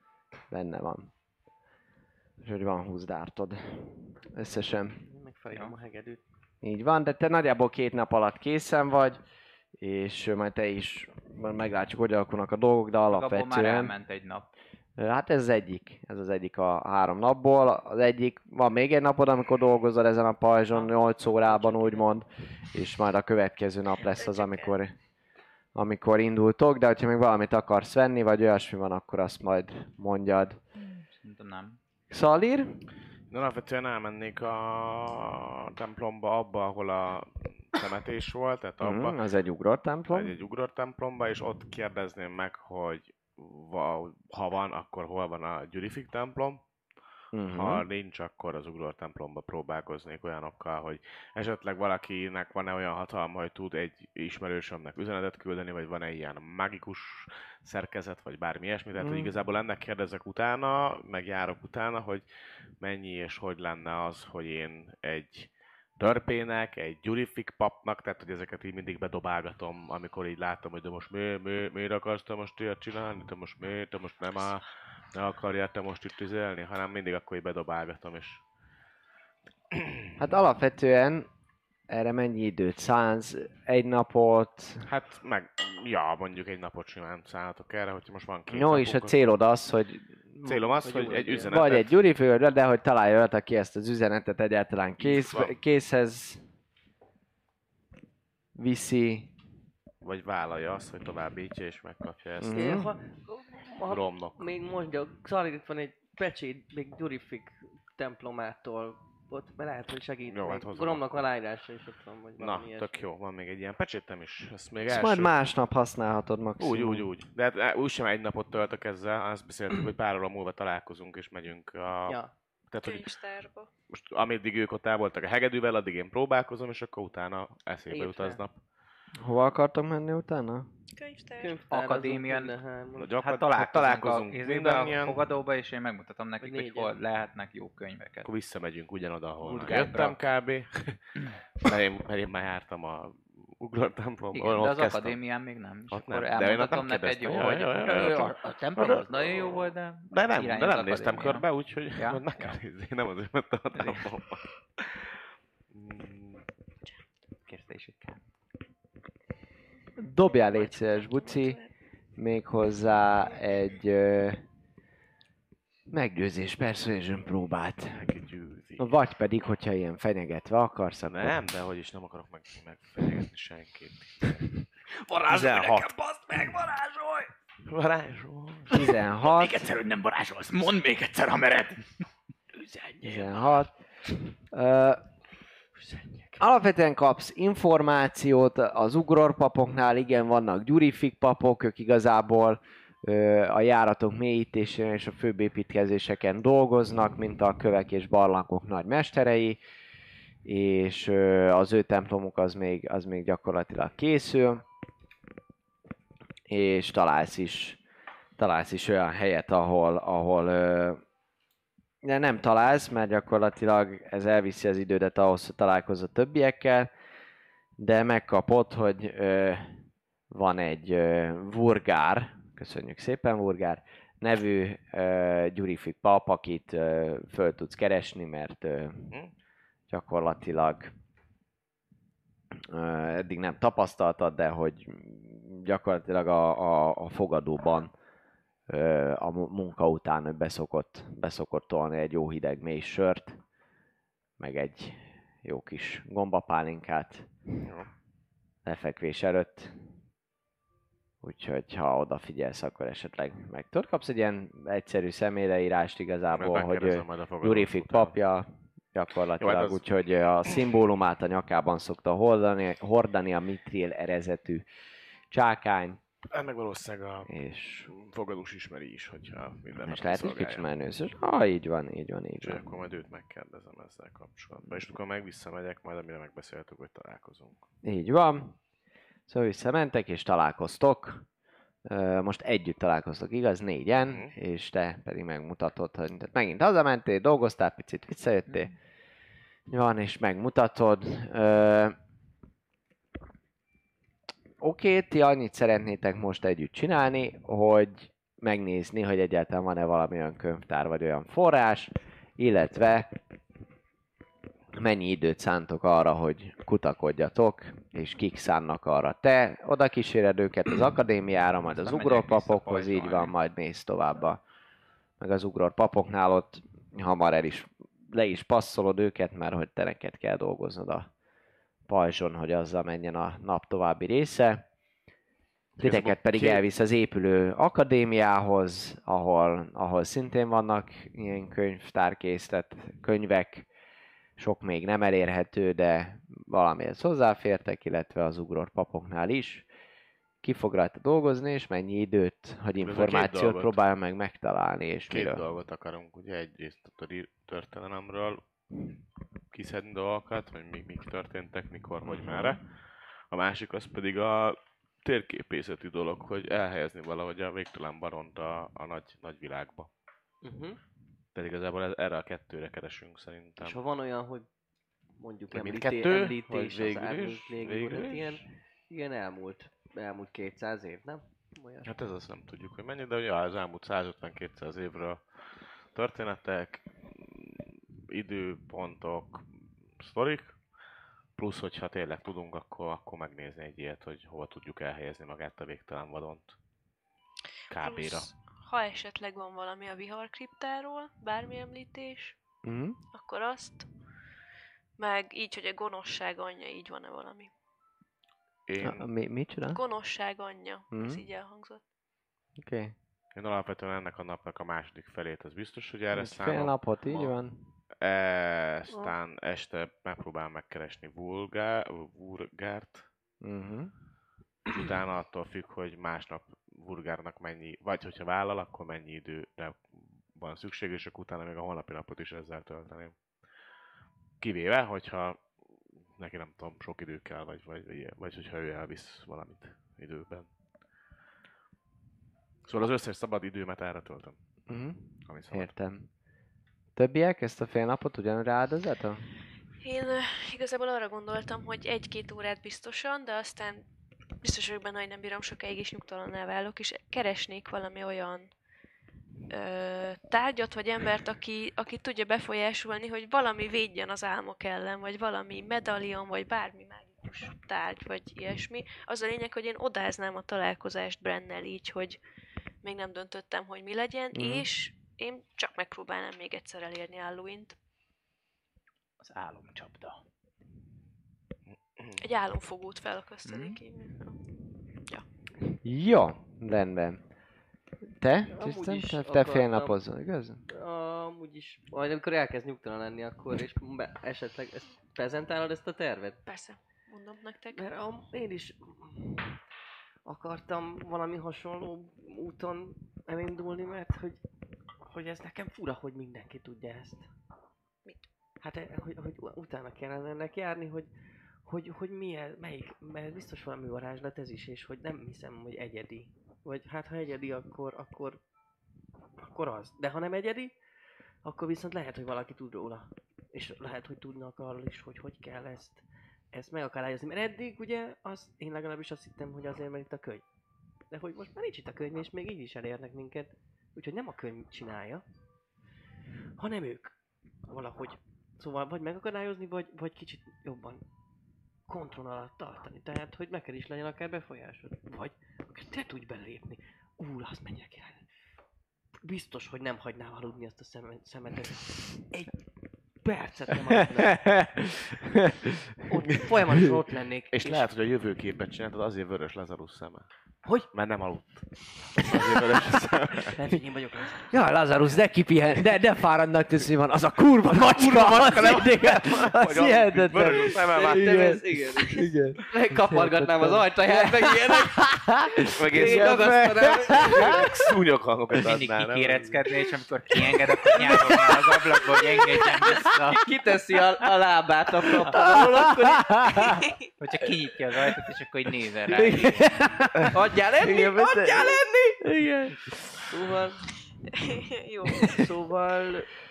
benne van. Úgyhogy van húsz dártod. Összesen. Megfeleljem a hegedűt. Így van, de te nagyjából két nap alatt készen vagy, és majd te is majd meglátjuk, hogy alakulnak a dolgok, de Abból már alapvetően... elment egy nap. Hát ez az egyik, ez az egyik a három napból. Az egyik, van még egy napod, amikor dolgozol ezen a pajzson nyolc órában úgymond, és majd a következő nap lesz az, amikor, amikor indultok, de hogyha még valamit akarsz venni, vagy olyasmi van, akkor azt majd mondjad. Szerintem nem. Szalír? De alapvetően elmennék a templomba, abba, ahol a temetés volt, tehát abba, Mm, az egy ugrott templom. egy, egy ugrott templomba, és ott kérdezném meg, hogy va, ha van, akkor hol van a Gyurifik templom. Mhm. Ha nincs, akkor az ugrott templomba próbálkoznék olyanokkal, hogy esetleg valakinek van-e olyan hatalma, hogy tud egy ismerősömnek üzenetet küldeni, vagy van-e ilyen magikus szerkezet, vagy bármi ilyesmi. Tehát, hogy Mm. igazából ennek kérdezek utána, meg járok utána, hogy mennyi és hogy lenne az, hogy én egy törpének, egy gyurifik papnak, tehát hogy ezeket így mindig bedobálgatom, amikor így látom, hogy de most mi, mi, miért akarsz te most ilyet csinálni, te most mi, te most nem áll, ne akarjál te most itt üzelni, hanem mindig akkor így bedobálgatom, és Hát alapvetően erre mennyi időt szánsz? Egy napot? hát meg, ja, mondjuk egy napot simán szállhatok erre, hogyha most van két Jó, és a napunk, célod az, hogy célom az, hogy hogy jó egy legyen. üzenetet, vagy egy Gyuri főre, de hogy találja olyat, aki ezt az üzenetet egyáltalán kész, van. készhez viszi. vagy vállalja azt, hogy továbbítja és megkapja ezt Mhm. É, Ha, a ha, romnak. még mondja, Xalir, itt van egy pecsét, még Gyurifik templomától, ott mert lehet, hogy segít. Jó, még hát hozom Gromnak akkor. aláírása is ott van, vagy Na, valami ilyesmi. tök jó, van még egy ilyen pecsétem is, ezt még Ezt első... majd másnap használhatod maximum. Úgy, úgy, úgy. De hát eh, úgysem egy napot töltök ezzel, azt beszéltük, hogy pár óra múlva találkozunk és megyünk a... Ja. Tehát, hogy Könyvtárba. most ameddig ők ott el voltak a hegedűvel, addig én próbálkozom, és akkor utána eszébe Én jut sem. aznap. Hova akartok menni utána? Könyvtár. Könyvtárazunk Akadémián- mind a hárman. Na, Hát gyakor- találkozunk, találkozunk a, izébe, mindannyian. a fogadóba, és én megmutatom nekik, Vagy hogy négyen. hol lehetnek jó könyveket. Akkor visszamegyünk ugyanoda, ahol már Udgárra. jöttem kb. mert, én, mert én már jártam a ugrott templomba. Igen, de ott az kezdtem. akadémián még nem. És Ott akkor nem. De én ott elmondhatom nem neked jó, kérdeztem. hogy Ja, ja, ja, ja, a, csak- a templom az nagyon jó volt, de De nem, irány de az nem néztem akadémia. körbe, úgyhogy Ja? ja? meg kell Ja. nézni. Nem azért mentem a templomba. Mm, kérsz te is egy kávét. Dobjál légy szíves, Buci, méghozzá egy ö, meggyőzés persuasion próbát. Meggyőzi. Vagy pedig, hogyha ilyen fenyegetve akarsz, akkor... Nem, de hogy is nem akarok meg, megfenyegetni senkit. Varázsolj tizenhat. nekem, baszd meg, varázsolj! Varázsol. tizenhat. Még egyszer, hogy nem varázsolsz, mondd még egyszer, ha mered! tizenhat. Ö, alapvetően kapsz információt az ugrorpapoknál, igen, vannak gyurifik papok, ők igazából ö, a járatok mélyítésén és a főbb építkezéseken dolgoznak, mint a kövek és barlangok nagy mesterei, és ö, az ő templomuk az még, az még gyakorlatilag készül, és találsz is, találsz is olyan helyet, ahol, ahol ö, de nem találsz, mert gyakorlatilag ez elviszi az idődet ahhoz, hogy találkozz a többiekkel, de megkapod, hogy ö, van egy ö, Vurgár, köszönjük szépen Vurgár, nevű ö, gyurifik pap, akit ö, föl tudsz keresni, mert ö, gyakorlatilag ö, eddig nem tapasztaltad, de hogy gyakorlatilag a, a, a fogadóban ö, a mu- munka után ő beszokott, beszokott tolni egy jó hideg mély sört, meg egy jó kis gombapálinkát lefekvés előtt. Úgyhogy ha odafigyelsz, akkor esetleg meg tudod, kapsz egy ilyen egyszerű személyleírást igazából, Meg hogy megkérdezem majd a fogadót Gyurifik után. papja, gyakorlatilag, Jó, hát az- úgyhogy a szimbólumát a nyakában szokta hordani, hordani a mitril erezetű csákány, Ennek valószínűleg a és, fogadós ismeri is, hogyha minden és nap lehet, hogy szolgálja. kicsit menőszös. Ah, így van, így van, így Úgyhogy van. akkor majd őt megkérdezem ezzel kapcsolatban. És akkor meg visszamegyek, majd amire megbeszéltük, hogy találkozunk. Így van. Szóval visszamentek és találkoztok. Ö, Most együtt találkoztok, igaz? Négyen, Mhm. és te pedig megmutatod, hogy tehát megint hazamentél, dolgoztál, picit visszajöttél. Van, és megmutatod. Ö, Oké, ti annyit szeretnétek most együtt csinálni, hogy megnézni, hogy egyáltalán van-e valami olyan könyvtár vagy olyan forrás, illetve mennyi időt szántok arra, hogy kutakodjatok, és kik szánnak arra. Te oda kíséred őket az akadémiára, majd az Aztán megyek ugrorpapokhoz, így visszapajzsolni. van, majd mész tovább a, meg az ugrorpapoknál, ott hamar el is, le is passzolod őket, mert hogy te neked kell dolgoznod a pajzson, hogy azzal menjen a nap további része. Titeket pedig két- elvisz az épülő akadémiához, ahol, ahol szintén vannak ilyen könyvtárkészlet, könyvek, sok még nem elérhető, de valamihez hozzáfértek, illetve az ugror papoknál is. Ki fog rajta dolgozni, és mennyi időt, hogy két információt dolgot. próbálja meg megtalálni, és Két miről. dolgot akarunk, ugye egyrészt a tör- történelemről kiszedni dolgokat, hogy mik, mik történtek, mikor, hogy merre. A másik az pedig a térképészeti dolog, hogy elhelyezni valahogy a végtelen baront a, a nagy, nagy világba. Uh-huh. Tehát igazából ez, erre a kettőre keresünk szerintem. És ha van olyan, hogy mondjuk Hogy említé, mindkettő, említés vagy az végül árnyék is, légióra, végül hát is? ilyen, ilyen elmúlt, elmúlt kétszáz év, nem? Olyas. Hát ez azt nem tudjuk, hogy mennyi, de ugye az elmúlt százötven-kétszáz évről történetek, időpontok, sztorik, plusz, hogyha tényleg tudunk, akkor, akkor megnézni egy ilyet, hogy hova tudjuk elhelyezni magát a végtelen vadont. ká bé-ra. Plusz, ha esetleg van valami a viharkriptáról, bármi említés, Mhm. akkor azt, meg így, hogy a gonoszság anyja, így van-e valami. Én, A- Mi, mit csinál? Gonoszság anyja, ez Mhm. így elhangzott. Oké. Okay. én alapvetően ennek a napnak a második felét, az biztos, hogy erre Fél számom. napot, így Ma. van. Aztán este megpróbálom megkeresni Vulgá, Vurgárt, Uh-huh. és utána attól függ, hogy másnap Vurgárnak mennyi, vagy hogyha vállal, akkor mennyi időre van szükség, és akkor utána még a holnapi napot is ezzel tölteném. Kivéve, hogyha neki nem tudom, sok idő kell, vagy, vagy, vagy, vagy hogyha ő elvisz valamit időben. Szóval az összes szabad időmet erre töltöm, Uh-huh. ami szabad. Értem. Többiek ezt a fél napot ugyanúgy áldozatok? Én ö, igazából arra gondoltam, hogy egy-két órát biztosan, de aztán biztos vagyok benne, hogy nem bírom sokáig is nyugtalanná válok, és keresnék valami olyan ö, tárgyat vagy embert, aki, aki tudja befolyásolni, hogy valami védjen az álmok ellen, vagy valami medalion, vagy bármi mágikus tárgy, vagy ilyesmi. Az a lényeg, hogy én odáznám a találkozást Brennel így, hogy még nem döntöttem, hogy mi legyen, Mhm. és én csak megpróbálnám még egyszer elérni Alluint. Az álomcsapda. Egy álomfogót felakasztani Mhm. kívül. Jó, rendben. Te? Amúgy Tisztán? is Te, te akartam. félnapozol, igaz? Amúgy is, majd amikor elkezd nyugtalan lenni, akkor és be, esetleg ezt prezentálod ezt a tervet? Persze, mondom nektek. Mert a, én is akartam valami hasonló úton elindulni, mert hogy, hogy ez nekem fura, hogy mindenki tudja ezt. Mit? Hát, eh, hogy, hogy utána kellene ennek járni, hogy, hogy, hogy milyen, melyik, mert biztos valami varázslat ez is, és hogy nem hiszem, hogy egyedi. Vagy hát ha egyedi, akkor, akkor, akkor az. De ha nem egyedi, akkor viszont lehet, hogy valaki tud róla. És lehet, hogy tudnak arról is, hogy hogy kell ezt, ezt megakadályozni. Mert eddig ugye, az, én legalábbis azt hittem, hogy azért, mert itt a könyv. De hogy most már nincs itt a könyv, és még így is elérnek minket. Úgyhogy nem a könyv csinálja, hanem ők. Valahogy. Szóval vagy megakadályozni, vagy, vagy kicsit jobban kontroll alatt tartani. Tehát, hogy neked is legyen akár befolyásod. Vagy te tudj belépni. Ú, azt menjek el. Biztos, hogy nem hagynál aludni azt a szem- szemetet. Egy percet nem aludnál. Ott, folyamatosan ott lennék. És lehet, hogy a jövőképet csináltad, azért vörös Lazarus szeme. Hogy? Mert nem aludt. Azért vörös a szeme. Lehet, hogy én vagyok az. Ja, Lazarus, de kipihen, de, de fáradnak tűzni van, az a kurva macska, az mindig, az hihetetlen. Vörös a szeme már. Szerintem ez, igen. Igen. Megkapargatnám az ajtaját, meg ilyenek. Egész Én ragasztanám. szúnyog hangokat Mindig adnál, nem? kikéreckedni, és amikor kienged, akkor nyárognál az ablakból, hogy engedjen vissza. Kiteszi a, a lábát a kaparról, akkor így, Hogyha kinyitja az ajtót, és akkor így nézel rá. adjál enni, Igen, beszél- adjál enni! Igen. Szóval, Jó. szóval,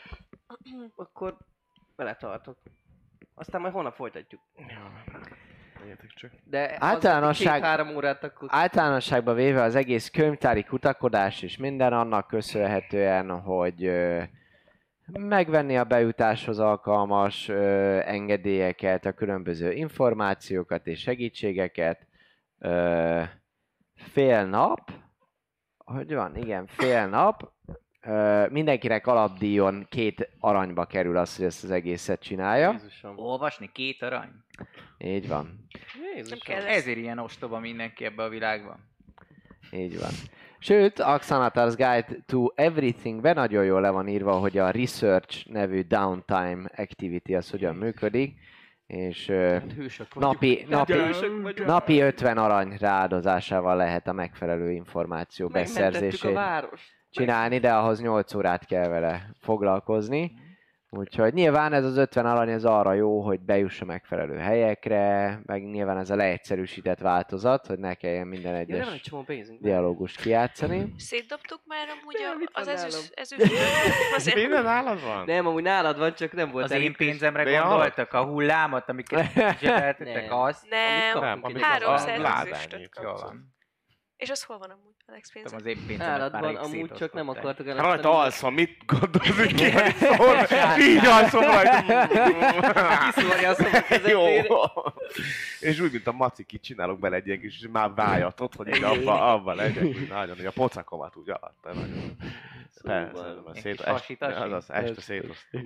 akkor vele tartok. Aztán majd holnap folytatjuk. Menjetek csak. De Általánosság- két-három órát akkor... Általánosságban véve az egész könyvtári kutakodás és minden annak köszönhetően, hogy ö, megvenni a bejutáshoz alkalmas ö, engedélyeket, a különböző információkat és segítségeket. Ö, fél nap, hogy van? Igen, fél nap. Ö, mindenkinek alapdíjon két aranyba kerül az, hogy ezt az egészet csinálja. Jézusom. Olvasni két arany? Így van. Jézusom. Nem kell. Ezért ilyen ostoba mindenki ebbe a világban. Így van. Sőt, Axanatar's Guide to Everything-ben nagyon jól le van írva, hogy a Research nevű downtime activity az hogyan működik, és ö, Hát hősök vagyunk. napi, napi, Hősök vagyunk. napi ötven arany ráadozásával lehet a megfelelő információ Megmentettük a beszerzését várost. csinálni, de ahhoz nyolc órát kell vele foglalkozni. Úgyhogy nyilván ez az ötven arany ez arra jó, hogy bejuss a megfelelő helyekre, meg nyilván ez a leegyszerűsített változat, hogy ne kelljen minden Ja, nem egy egyes csomó pénzünk. dialógust kijátszani. Szétdobtuk már amúgy Ja, a, mit az van ezüst, ezüstöt? Azért Minden nálad van? Nem, amúgy nálad van, csak nem volt Az én elég. pénzemre De ja, gondoltak, a hullámot, amiket zsebeltetek, Nem. azt. nem, Nem, amit háromszáz a ládányi. ezüstöt Jól kaptunk. van. És az hol van amúgy, Alex Tudom, pénze? az én pénzemet Nálad már van, rég amúgy csak nem szétosztották. akartok Hát rajta alszom, mit gondolod, ki szól? Hát, Így alszom rajta. Kiszúrja a szobak Jó. közepére. És úgy, mint a macik, így csinálok bele egy ilyen kis már vájatot, hogy így abba, abba legyen, úgy nagyon, hogy a pocakomat úgy alatta. Nagyon. Persze, Szóval, mert egy szét, kis est, hasítasi. az az, este szétosztom.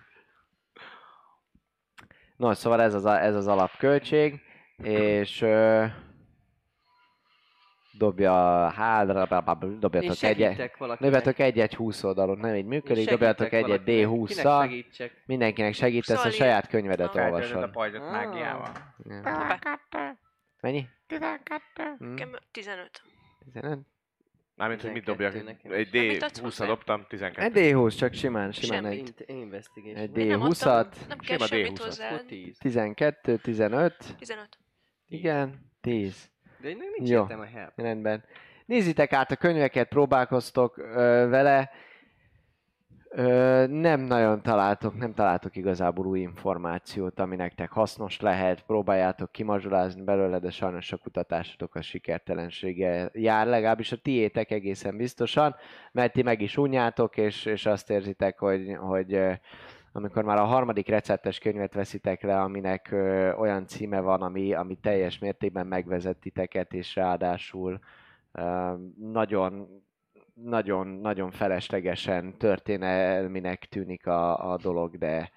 No, szóval ez az, a, ez az alapköltség, és ö, dobja hádra, Én dobjatok egyet. segítek valakinek. Dobjatok egy-egy húsz oldalon, nem így működik, Segítek dobjatok egy-egy valakinek. dé Kinek hússzal, segítsek? mindenkinek segítesz, a Szali. saját könyvedet Ah. Feltöltöd a olvasod. pajzsot Ah. mágiával. Ja. Mennyi? Hm? Nekem tizenöt. tizenöt? Mármint, hogy mit tizenkettő dobjak? nekem. Egy Amit D adsz húszra hozzá? dobtam, Egy tizenkettő. dé húsz, csak simán, simán Semmi. egy, Int- Investigation. egy Én nem dé húszat, adtam, nem kell Sima semmit D húszat. hozzá. Akkor tíz. tizenkettő, tizenöt, tizenöt. igen, tíz. De ennek nincs Jó. értelme a help. Rendben. Nézzétek át a könyveket, próbálkoztok ö, vele. Ö, nem nagyon találtok, nem találtok igazából új információt, ami nektek hasznos lehet. Próbáljátok kimazsolázni belőle, de sajnos a kutatásotok a sikertelensége jár, legalábbis a tiétek egészen biztosan, mert ti meg is unjátok, és, és azt érzitek, hogy, hogy ö, amikor már a harmadik receptes könyvet veszitek le, aminek ö, olyan címe van, ami, ami teljes mértékben megvezet titeket, és ráadásul ö, nagyon, nagyon, nagyon feleslegesen történelminek tűnik a, a dolog, de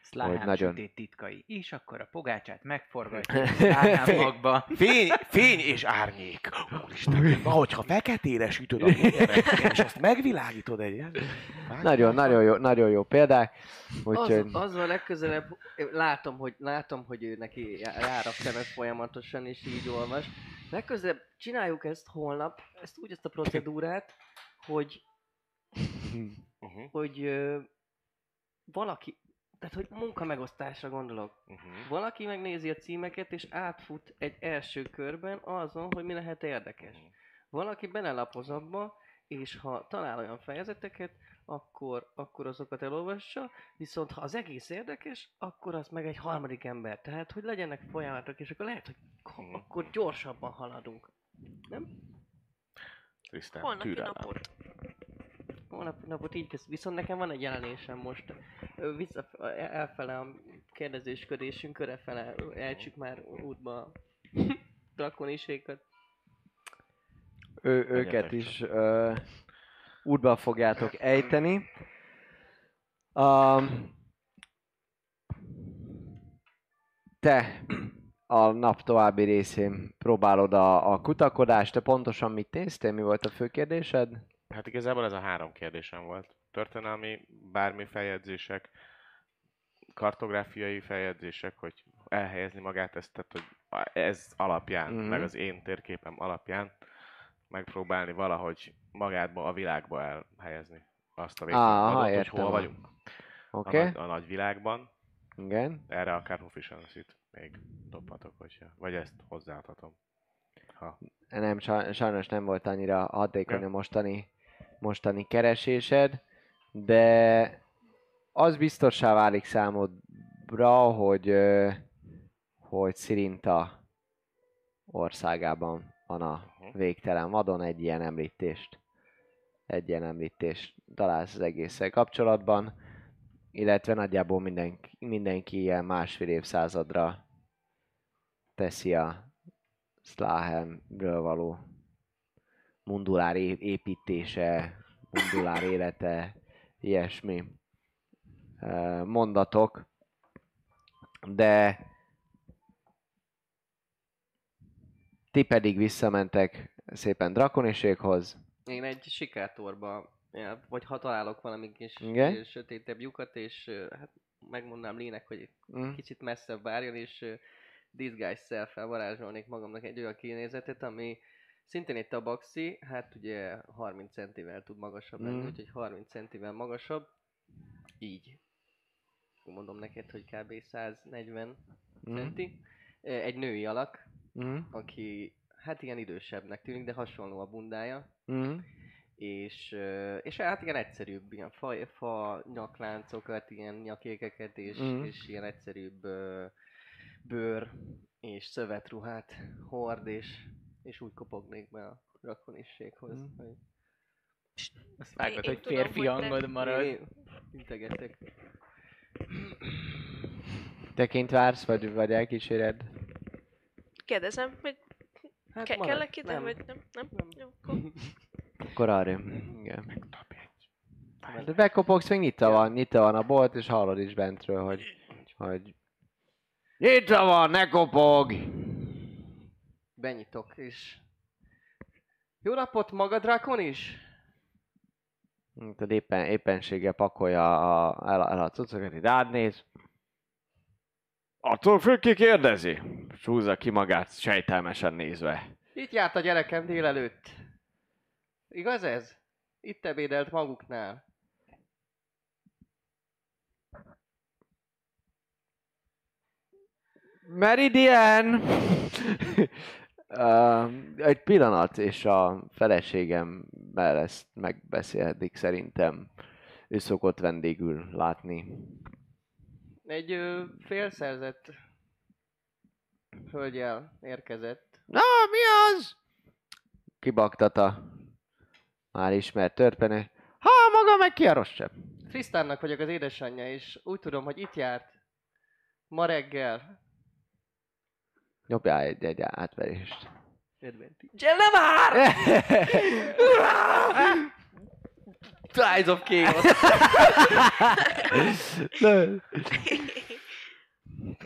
Szláhám nagyon- sötét titkai. És akkor a pogácsát megforgatja Szláhám magba. Fény, fény és árnyék. Úristen, ahogyha feketére sütöd a gyereket, és azt megvilágítod egy... Nagyon, nagyon jó, nagyon jó példák. Úgyhogy... Az, az van legközelebb, látom, hogy, látom, hogy ő neki jár a szemed folyamatosan, és így olvas. Legközelebb csináljuk ezt holnap, ezt úgy, ezt a procedúrát, hogy, Uh-huh, hogy ö, valaki, tehát hogy munkamegosztásra gondolok. uh-huh. Valaki megnézi a címeket, és átfut egy első körben azon, hogy mi lehet érdekes. Valaki belelapoz abba, és ha talál olyan fejezeteket, akkor, akkor azokat elolvassa, viszont ha az egész érdekes, akkor az meg egy harmadik ember. Tehát, hogy legyenek folyamatok, és akkor lehet, hogy Hmm. akkor gyorsabban haladunk. Nem? Tisztán, Holnapi türelem. napot. Holnap napot így kezd. Viszont nekem van egy jelenésem most. Ö, Vissza, elfele a kérdezősködésünk, körefele eltsük már útba a drakonisékat. ő, őket is ö, útba fogjátok ejteni. Um, te a nap további részén próbálod a, a kutakodást, te pontosan mit néztél, mi volt a fő kérdésed? Hát igazából ez a három kérdésem volt. Történelmi, bármi feljegyzések, kartográfiai feljegyzések, hogy elhelyezni magát ezt, tehát hogy ez alapján, Mhm. meg az én térképem alapján megpróbálni valahogy magátba, a világba elhelyezni azt a Aha, végpontot, hogy értem. hol vagyunk. Oké, A, okay. nagy, a nagy világban. igen. Erre akár proficiency-t még dobhatok, hogyha, vagy ezt hozzáadhatom. Ha. Nem, saj- sajnos nem volt annyira hatékony Ja. a mostani, mostani keresésed, de az biztossá válik számodra, hogy, ö, hogy Szirinta országában van a végtelen vadon egy ilyen említést. Egy ilyen említést találsz az egésszel kapcsolatban, illetve nagyjából mindenki, mindenki ilyen másfél évszázadra teszi a Slahenről való mundulár é- építése, mundulár élete, ilyesmi ö, mondatok, de ti pedig visszamentek szépen Drakoniséghoz. Én egy sikátorba, ja, vagy ha találok valami kis Igen? ö, sötétebb lyukat, és ö, hát megmondnám Lének, hogy Mm. kicsit messzebb várjon, és ö, disguise self-fel varázsolnék magamnak egy olyan kinézetet, ami szintén itt a baxi, hát ugye harminc centivel tud magasabb lenni, Mm. úgyhogy harminc centivel magasabb. Így. Mondom neked, hogy kb. száznegyven Mm. centi. Ö, Egy női alak, Mm. aki hát ilyen idősebbnek tűnik, de hasonló a bundája. Mm. És, ö, és hát ilyen egyszerűbb, ilyen fa, fa nyakláncokat, ilyen nyakékeket, és, Mhm. és ilyen egyszerűbb ö, bőr és szövetruhát hord, és, és úgy kopognék be a drakonisséghoz. Mhm. Hogy Azt vágod, Én- hogy én tudom, férfi hogy te- hangod marad. én integetek. Te kint vársz, vagy, vagy elkíséred? Kérdezem, hogy Hát ke- marad. kellek ide, Nem. vagy nem? Nem? Nem. Jó, akkor Akkor arra. Igen. De bekopogsz, még nyitva van, nyitva van a bolt, és hallod is bentről, hogy... hogy nyitva van, ne kopog! Benyitok, és... Jó napot, maga drakon is? Tehát éppen, éppenséggel pakolja a, el, el a cuccokat, itt átnéz. Attól függ, ki kérdezi. És húzza ki magát sejtelmesen nézve. Itt járt a gyerekem délelőtt. Igaz ez? Itt ebédelt maguknál. Meridian! uh, egy pillanat, és a feleségemmel ezt megbeszélhetik szerintem. Ő szokott vendégül látni. Egy ö, félszerzett hölgyel érkezett. Na, mi az? Kibaktata. Már ismert törpenő. Ha, maga meg ki a rossz sem. Trisztánnak vagyok az édesanyja, és úgy tudom, hogy itt járt. Ma reggel. Nyomjál egy, egy átverést. Advantage. Gyere már! Tides of Chaos.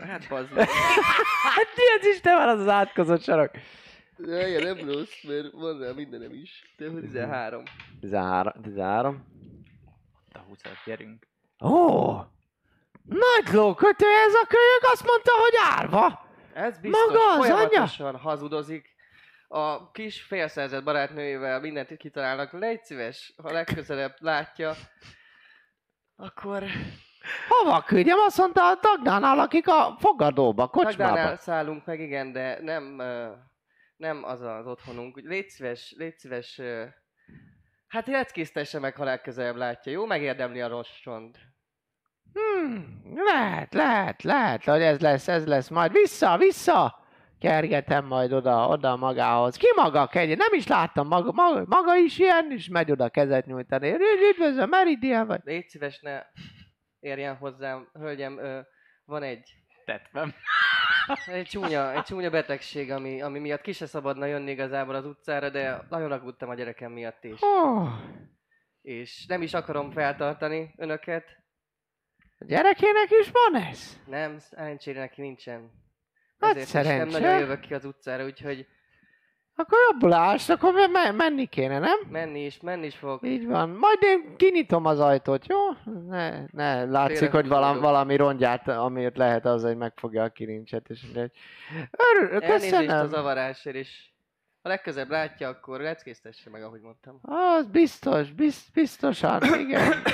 Hát bazd meg. Hát mi az Isten van az az átkozott sarok? Ja, igen, nem rossz, mert van rá mindenem is. De tizenhárom. tizenhárom. tizenhárom. A húszat, gyerünk. Ó! Nagy lókötő ez a kölyök, azt mondta, hogy árva! Ez biztos, Maga az folyamatosan hazudozik. A kis félszerzett barátnőjével mindent kitalálnak. Légy szíves, ha legközelebb látja, akkor Hova küldjem? Azt mondta a Dagnánál, akik a fogadóba, kocsmába. Magdánál szállunk meg, igen, de nem, ö, nem az az otthonunk. Légy szíves, légy szíves, ö, hát leckésztesse meg, ha legközelebb látja, jó? Megérdemli a rostond. Hmm, lehet, lehet, lehet, hogy ez lesz, ez lesz majd. Vissza, vissza! Kergetem majd oda, oda magához. Ki maga, kegye? Nem is láttam, maga, maga, maga is ilyen, és megy oda kezet nyújtani. Üdvözlöm, Meridian vagy? Légy szíves, ne érjen hozzám, hölgyem, ö, van egy, Tetvem. egy csúnya, egy csúnya betegség, ami, ami miatt ki se szabadna jönni igazából az utcára, de nagyon aggódtam a gyerekem miatt is. Oh, És nem is akarom feltartani önöket. a gyerekének is van ez? Nem, szerencsére neki nincsen. Hát Ezért is nem szerencse. nagyon jövök ki az utcára, úgyhogy Akkor jobbulás, akkor me- menni kéne, nem? menni is, menni is fogok. Így van. Majd én kinyitom az ajtót, jó? Ne, ne látszik, Tényleg hogy valami, vagyok. valami rongyát, amiért lehet az, hogy megfogja a kilincset, és mondja, hogy örül, Elnézést a köszönöm. zavarásért, és ha legközelebb látja, akkor leckésztesse meg, ahogy mondtam. Az biztos, biz, biztosan, igen.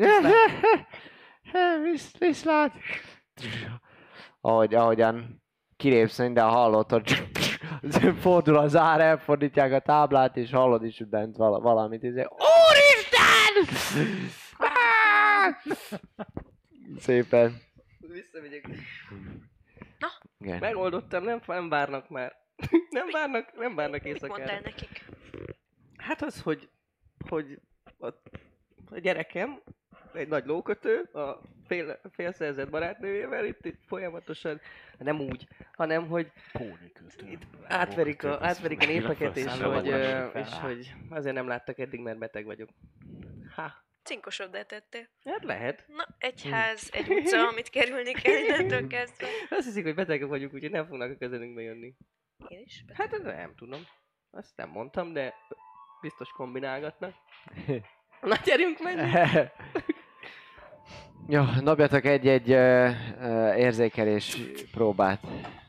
Visz, viszlát. Ahogy, ahogyan kilépsz, minden hallod, hogy fordul az ár, elfordítják a táblát, és hallod is bent vala, valamit. És Úristen! Szépen. Visszamegyek. Igen. Megoldottam, nem, nem várnak már. Nem várnak, nem várnak Mit mondtál éjszakára. nekik? Hát az, hogy, hogy a, a gyerekem, egy nagy lókötő, a fél, félszerzett barátnőjével itt, itt folyamatosan, nem úgy, hanem hogy itt átverik a, átverik a népeket, és hogy, ö, és hogy azért nem láttak eddig, mert beteg vagyok. Ha, Cinkosoddá tettél. hát lehet. Na, egy ház, egy utca, amit kerülni kell innentől kezdve. Azt hiszik, hogy betegek vagyunk, úgyhogy nem fognak a közelünkbe jönni. Én is. Hát nem tudom. Azt nem mondtam, de biztos kombinálgatnak. Na gyerünk, menjünk! Jó, dobjatok egy-egy ö, ö, érzékelés próbát.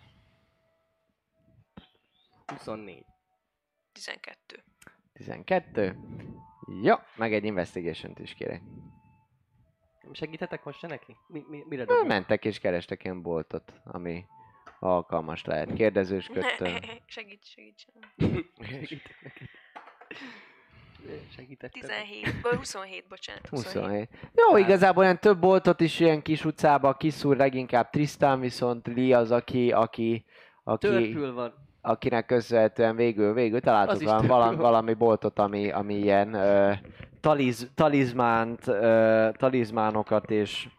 huszonnégy. tizenkettő. tizenkettő. Jó, meg egy investigation-t is kérek. Nem segíthetek most se neki? Mi, mi, mire Na, dobjam? mentek és kerestek ilyen boltot, ami alkalmas lehet. Kérdezősködtön. Ne, segíts, segíts. Segítek neki. Segítettem. tizenhét, vagy huszonhét, bocsánat. huszonhét. huszonhét. Jó, igazából ilyen több boltot is ilyen kis utcába kiszúr, leginkább Tristan, viszont Lee az, aki, aki, aki Törpül van. akinek köszönhetően végül, végül Az találtuk is valami, törpül valami, van. valami boltot, ami, ami ilyen ö, taliz, talizmánt, ö, talizmánokat és,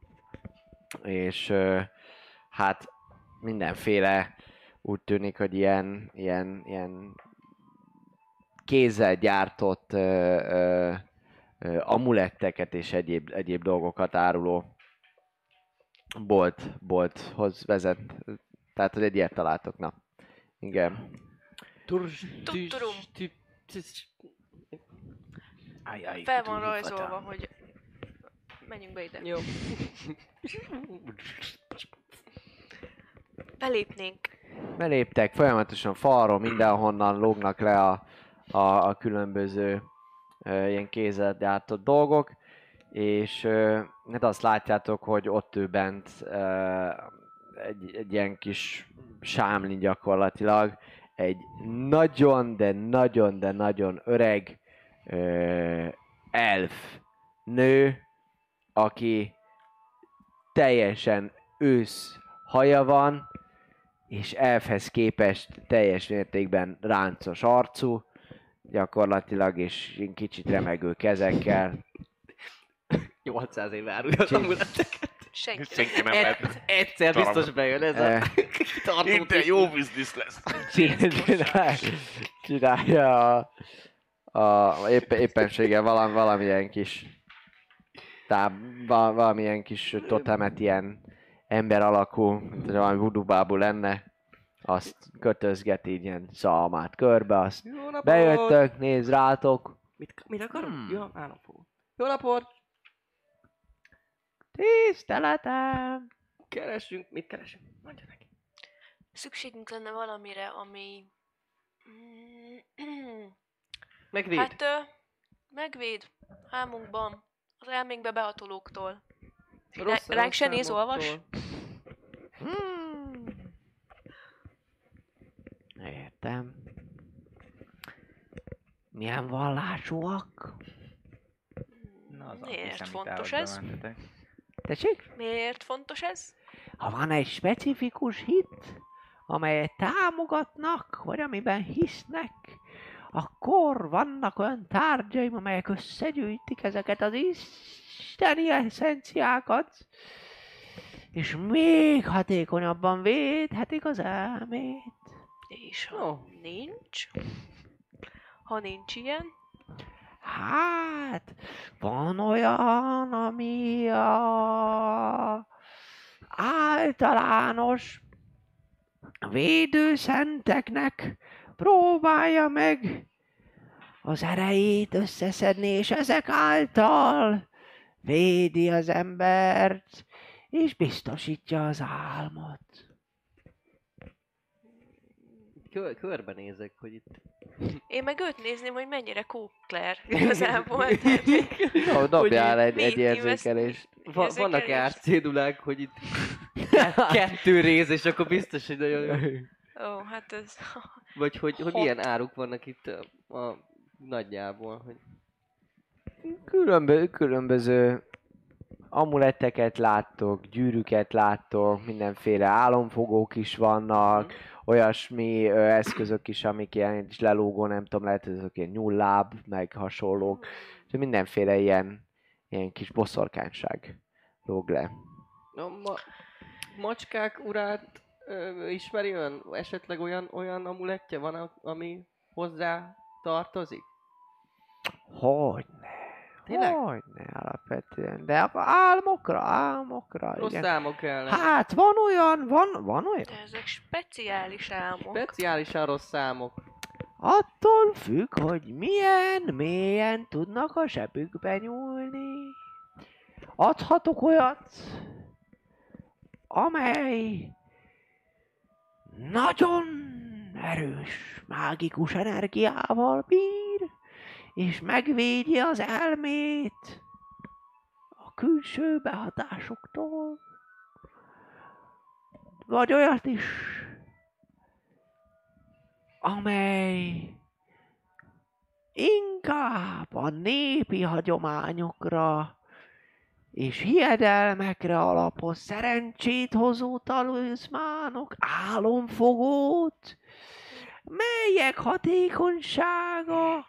és ö, hát mindenféle úgy tűnik, hogy ilyen, ilyen, ilyen kézzel gyártott ö, ö, ö, amuletteket és egyéb, egyéb dolgokat áruló bolt, bolthoz vezet. Tehát, hogy egy ilyet találtok, na. Igen. Tudtudom. Ajaj, Fel van rajzolva, hogy menjünk be ide. Jó. Belépnénk. Beléptek, folyamatosan falról mindenhonnan lógnak le a, a, a különböző ö, ilyen kézzel gyártott dolgok, és ö, hát azt látjátok, hogy ott ő bent ö, egy, egy ilyen kis sámli gyakorlatilag, egy nagyon, de nagyon, de nagyon öreg ö, elf nő, aki teljesen ősz haja van, és elfhez képest teljes mértékben ráncos arcú, gyakorlatilag, és kicsit remegő kezekkel. nyolcszáz év árulja az amuletteket. Senki. Senki nem Egy, vett. egyszer Darab. biztos bejön ez a Eh, tartó Itt tiszt. jó biznisz lesz. csinálja, csinálja a, a épp, éppenséggel valami, valamilyen kis táb, val- valamilyen kis totemet ilyen ember alakú, mint hogy valami voodoo bábú lenne. Azt kötözget így ilyen szalmát körbe, azt Jó napot! bejöttök, nézd rátok. Mit, mit akarok? Hmm. Ja, államfogó. Jó napot! Tiszteletem! Keresünk, mit keresünk? Mondja neki. Szükségünk lenne valamire, ami... Megvéd. Hát, ö, megvéd álmunkban, az elménkbe behatolóktól. Rossz- ránk rossz se néz, számoktól. olvas? Hmm. Értem. Milyen vallásúak? Na, az Miért antiszemitálatba fontos ez? mentetek. Tessék? Miért fontos ez? Ha van egy specifikus hit, amelyet támogatnak, vagy amiben hisznek, akkor vannak olyan tárgyaim, amelyek összegyűjtik ezeket az isteni eszenciákat, és még hatékonyabban védhetik az elmét. És ha Ó. nincs? Ha nincs ilyen? Hát, van olyan, ami a általános védőszenteknek próbálja meg az erejét összeszedni, és ezek által védi az embert, és biztosítja az álmot. Kör, körbenézek, hogy itt... Én meg őt nézném, hogy mennyire kókler igazából. Jó, dobjál egy, Mi- egy mi érzékelést. Va, vannak-e Érzékelés? árcédulák, hogy itt kettő rész, és akkor biztos, hogy nagyon jó. Ó, hát ez... Vagy hogy, hogy Hat. milyen áruk vannak itt a, a nagyjából, hogy... Különböző, különböző amuletteket láttok, gyűrűket láttok, mindenféle álomfogók is vannak, olyasmi ö, eszközök is, amik ilyen is lelógó, nem tudom, lehet, hogy azok ilyen nyúlláb, meg hasonlók. És mindenféle ilyen, ilyen kis boszorkányság lóg le. A ma, macskák urát ö, ismeri ön? Esetleg olyan, olyan amulettje van, a- ami hozzá tartozik? Hogyne, Tényleg? hogyne alapvetően, de a álmokra, álmokra, Rossz igen. számok ellen. Hát van olyan, van, van olyan. De ezek speciális álmok. Speciálisan rossz számok. Attól függ, hogy milyen mélyen tudnak a zsebükbe nyúlni. Adhatok olyat, amely nagyon erős mágikus energiával bír, és megvédje az elmét a külső behatásoktól. Vagy olyat is, amely inkább a népi hagyományokra és hiedelmekre alapoz, szerencsét hozó talizmánok, álomfogót, melyek hatékonysága.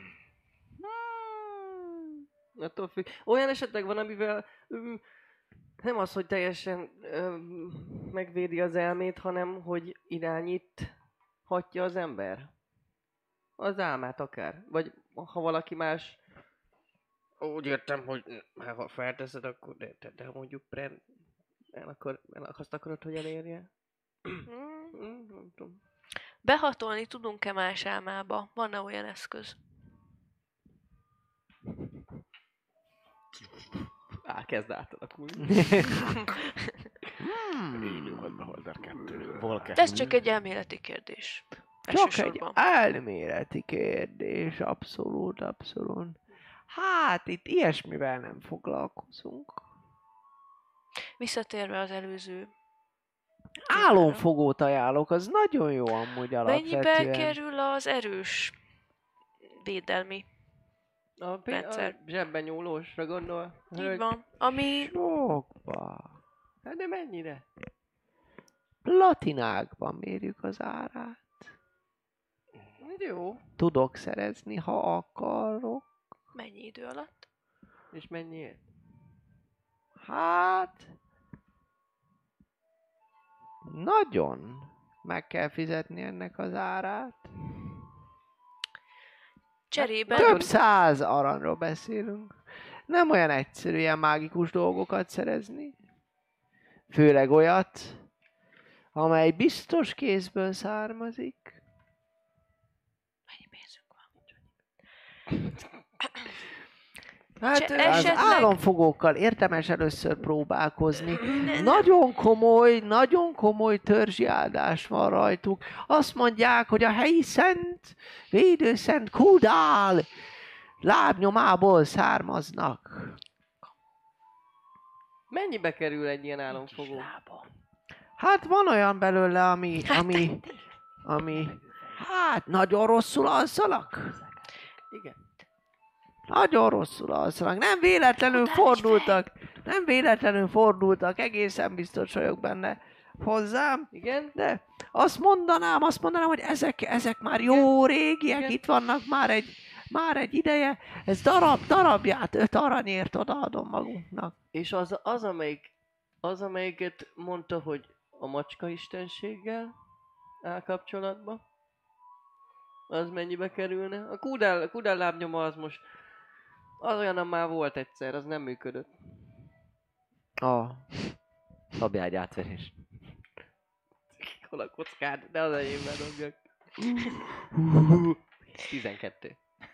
Hmm. Attól függ. Olyan esetleg van, amivel öm, nem az, hogy teljesen öm, megvédi az elmét, hanem hogy irányít hatja az ember. Az álmát akár. Vagy ha valaki más úgy értem, hogy hát, ha felteszed, akkor de, de, de mondjuk pre, el akar, el azt akarod, hogy elérje? Hmm. Hmm, nem tudom. Behatolni tudunk-e más álmába? Van-e olyan eszköz? Á, kezd átalakulni. Élő volt Beholder kettő. Volker. De ez csak egy elméleti kérdés. Csak egy Elsősorban. elméleti kérdés, abszolút, abszolút. Hát itt ilyesmivel nem foglalkozunk. Visszatérve az előző. Álomfogót ajánlok, az nagyon jó amúgy alapvetően. Mennyibe kerül az erős védelmi? A, pé- Rendszer. a zsebben nyúlósra gondol? Így van. Ami Sokba. Hát de mennyire? Platinákban mérjük az árát. Jó. Tudok szerezni, ha akarok. mennyi idő alatt? És mennyiért? Hát... Nagyon meg kell fizetni ennek az árát. Cserében Több száz aranyról beszélünk. Nem olyan egyszerű ilyen mágikus dolgokat szerezni. Főleg olyat, amely biztos kézből származik. Mennyi pénzünk van? Hát Cse- az esetleg- államfogókkal érdemes először próbálkozni. Nagyon komoly, nagyon komoly törzsi áldás van rajtuk. Azt mondják, hogy a helyi szent, védőszent Kudál lábnyomából származnak. Mennyibe kerül egy ilyen álomfogó? Hát van olyan belőle, ami, ami, ami, hát nagyon rosszul alszanak. Igen. Nagyon rosszul alszanak. Nem véletlenül fordultak, nem véletlenül fordultak, egészen biztos vagyok benne hozzám. Igen? De azt mondanám, azt mondanám, hogy ezek, ezek már jó régiek, Igen. itt vannak már egy, már egy ideje. Ez darab, darabját, öt aranyért odaadom magunknak. És az, az, amelyik, az, amelyiket mondta, hogy a macska istenséggel áll kapcsolatba, az mennyibe kerülne? A Kudál, a Kudál lábnyoma az most, az olyan már volt egyszer, az nem működött. A Dobjál egy átverés. Hol a kockád? De az enyémben dobjak. tizenkettő.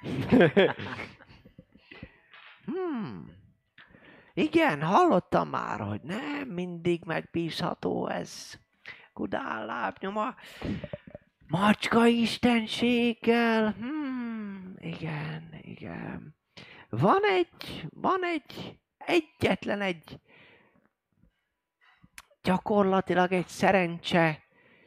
Hmm. Igen, hallottam már, hogy nem mindig megbízható ez. Kudál lábnyoma. Macska istenséggel. Hmm. Igen, igen. Van egy, van egy, egyetlen egy, gyakorlatilag egy szerencse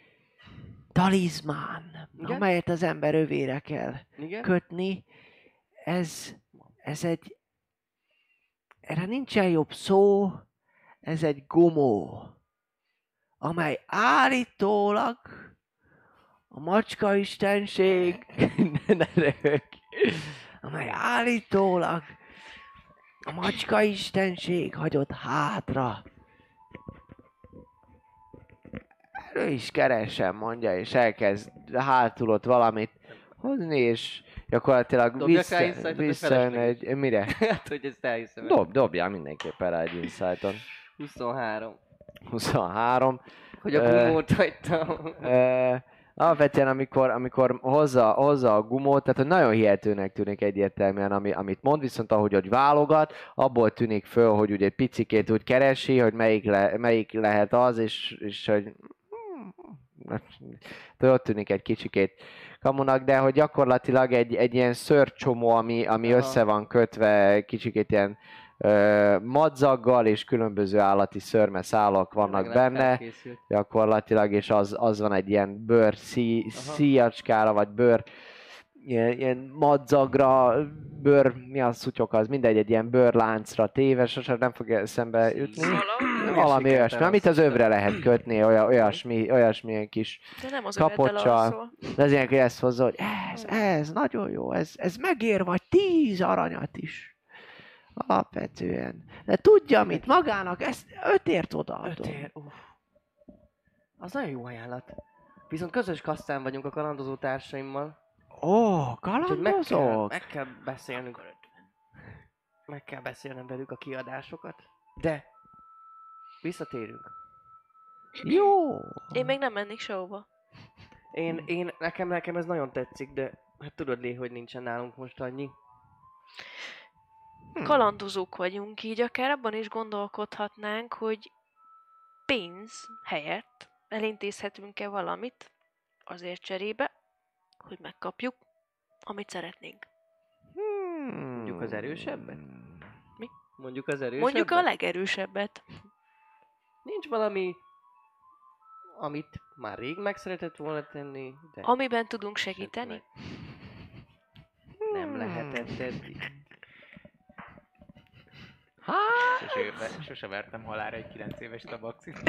talizmán, Igen? amelyet az ember övére kell Igen? kötni. Ez, ez egy, erre nincsen jobb szó, ez egy gumó, amely állítólag a macska istenség, ne, ne röhögj, amely állítólag a macska istenség hagyott hátra. Ő is keresem, mondja, és elkezd hátul ott valamit hozni, és gyakorlatilag Dobjak rá vissza, insight-ot, hogy visszajön felesleges? egy... Mire? Hát, hogy ezt elhiszem. Dob, dobjál mindenképpen rá egy insight-on. huszonhárom. huszonhárom. Hogy a Ö, gumót hagytam. Ö, alapvetően amikor, amikor hozza, hozza a gumót, tehát hogy nagyon hihetőnek tűnik egyértelműen, ami, amit mond, viszont ahogy hogy válogat, abból tűnik föl, hogy ugye egy picikét úgy keresi, hogy melyik, le, melyik lehet az, és, és hogy de ott tűnik egy kicsikét kamunak, de hogy gyakorlatilag egy, egy ilyen szőrcsomó, ami, ami Aha. össze van kötve, kicsikét ilyen ö, madzaggal, és különböző állati szőrmeszálak vannak Legalább benne, felkészült. gyakorlatilag, és az, az van egy ilyen bőr szí, Aha. szíjacskára, vagy bőr, ilyen, ilyen madzagra, bőr, mi az szutyok az, mindegy, egy ilyen bőrláncra téve, sosem nem fog eszembe jutni. Valami olyasmi, amit az övre lehet kötni, olyan, olyasmi, olyasmi ilyen kis De nem az kapocsal. öveddel alszol. de az ilyenkor ezt hozza, hogy ez, ez, nagyon jó, ez, ez megér vagy tíz aranyat is. Alapvetően. De tudja mit, magának ezt ötért odaadom. Ötér, uff. Az nagyon jó ajánlat. Viszont közös kasszán vagyunk a kalandozó társaimmal. Ó, Úgyhogy meg kell, kalandozok? meg kell beszélnünk. Meg kell beszélnem velük a kiadásokat. De visszatérünk. Jó. Én még nem mennék sehova. Én, én, nekem, nekem ez nagyon tetszik, de hát tudod Lé, hogy nincsen nálunk most annyi. Kalandozók vagyunk, így akár abban is gondolkodhatnánk, hogy pénz helyett elintézhetünk-e valamit azért cserébe, hogy megkapjuk, amit szeretnénk. Hmm. Mondjuk az erősebbet? Mi? Mondjuk az erősebbet? Mondjuk a legerősebbet. Nincs valami, amit már rég meg szeretett volna tenni, de Amiben tudunk segíteni. nem lehetett eddig. Sose, sose vertem halára egy kilenc éves tabaxit.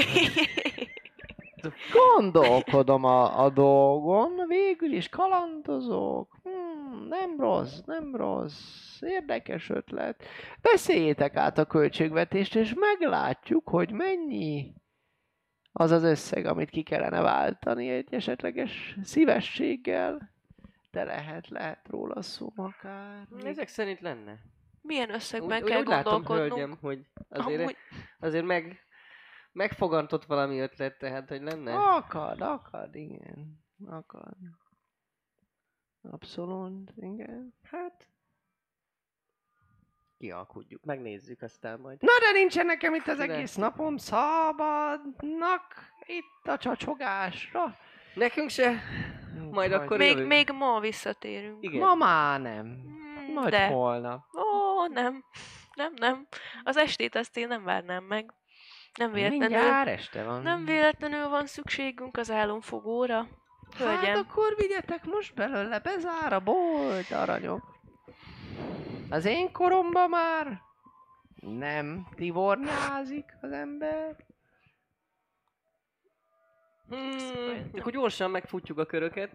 Gondolkodom a, a dolgon, végül is kalandozok. Hmm, nem rossz, nem rossz. Érdekes ötlet. Beszéljétek át a költségvetést, és meglátjuk, hogy mennyi az az összeg, amit ki kellene váltani egy esetleges szívességgel. De lehet, lehet róla szó akár. Ezek szerint lenne. Milyen összegben Úgy, kell úgy látom, gondolkodnunk? hölgyem, hogy azért, Amúgy- azért meg, megfogantott valami ötlet, tehát hogy lenne? Akad, akad, igen. Akad. Abszolút, igen. Hát... Kialkudjuk, megnézzük aztán majd. Na de nincsen nekem itt az Kinek? egész napom szabadnak itt a csacsogásra. Nekünk se? Majd Vagy- akkor Még, jövünk. még ma visszatérünk. Igen. Ma már nem. Mm, Majd de. holnap. Ó, nem. Nem, nem. Az estét azt én nem várnám meg. Nem véletlenül, Mindjárt este van. nem véletlenül van szükségünk az álomfogóra. Hát Hölgyem. akkor vigyetek most belőle, bezár a bolt, aranyok. Az én koromban már nem tivornyázik az ember. Hmm, akkor gyorsan megfutjuk a köröket.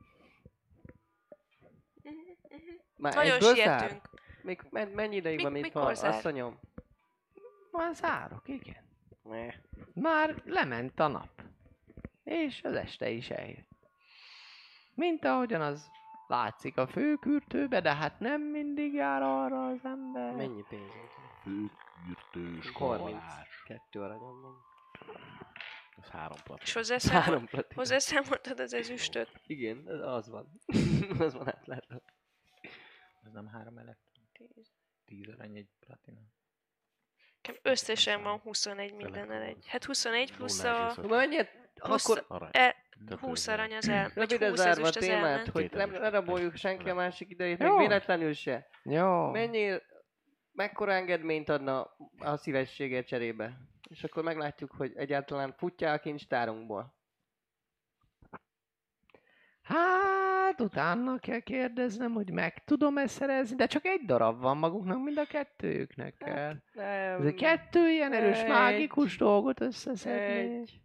Már Nagyon egyből zár? sietünk. Még men- mennyi ideig Mi- van itt mikor van, zár? asszonyom? Már zárok, igen. Ne. Már lement a nap. És az este is eljött. Mint ahogyan az látszik a főkürtőbe, de hát nem mindig jár arra az ember. Mennyi pénzünk? Főkürtős harminckettő aranyom van. Ez három plat. És hozzászámol, Három platina. hozzászámoltad az ezüstöt? Igen, az- az van. az van átlátva. Ez nem három elektron. tíz arany egy platina. Nekem összesen van huszonegy mindennel egy. Hát huszonegy plusz nulla a... egész öt. Mennyit? Plusz Akkor Arany. E, Tök húsz örülök. arany az el, vagy röviden húsz zárva a ezüst az témát, elment. hogy nem Két leraboljuk senki a másik idejét, Jó. még véletlenül se. Jó. Mennyire, mekkora engedményt adna a szívességet cserébe? És akkor meglátjuk, hogy egyáltalán futja a kincstárunkból. Hát, utána kell kérdeznem, hogy meg tudom-e szerezni, de csak egy darab van maguknak, mind a kettőjüknek kell. Nem, Ez egy kettő ilyen erős egy- mágikus dolgot összeszedni. egy...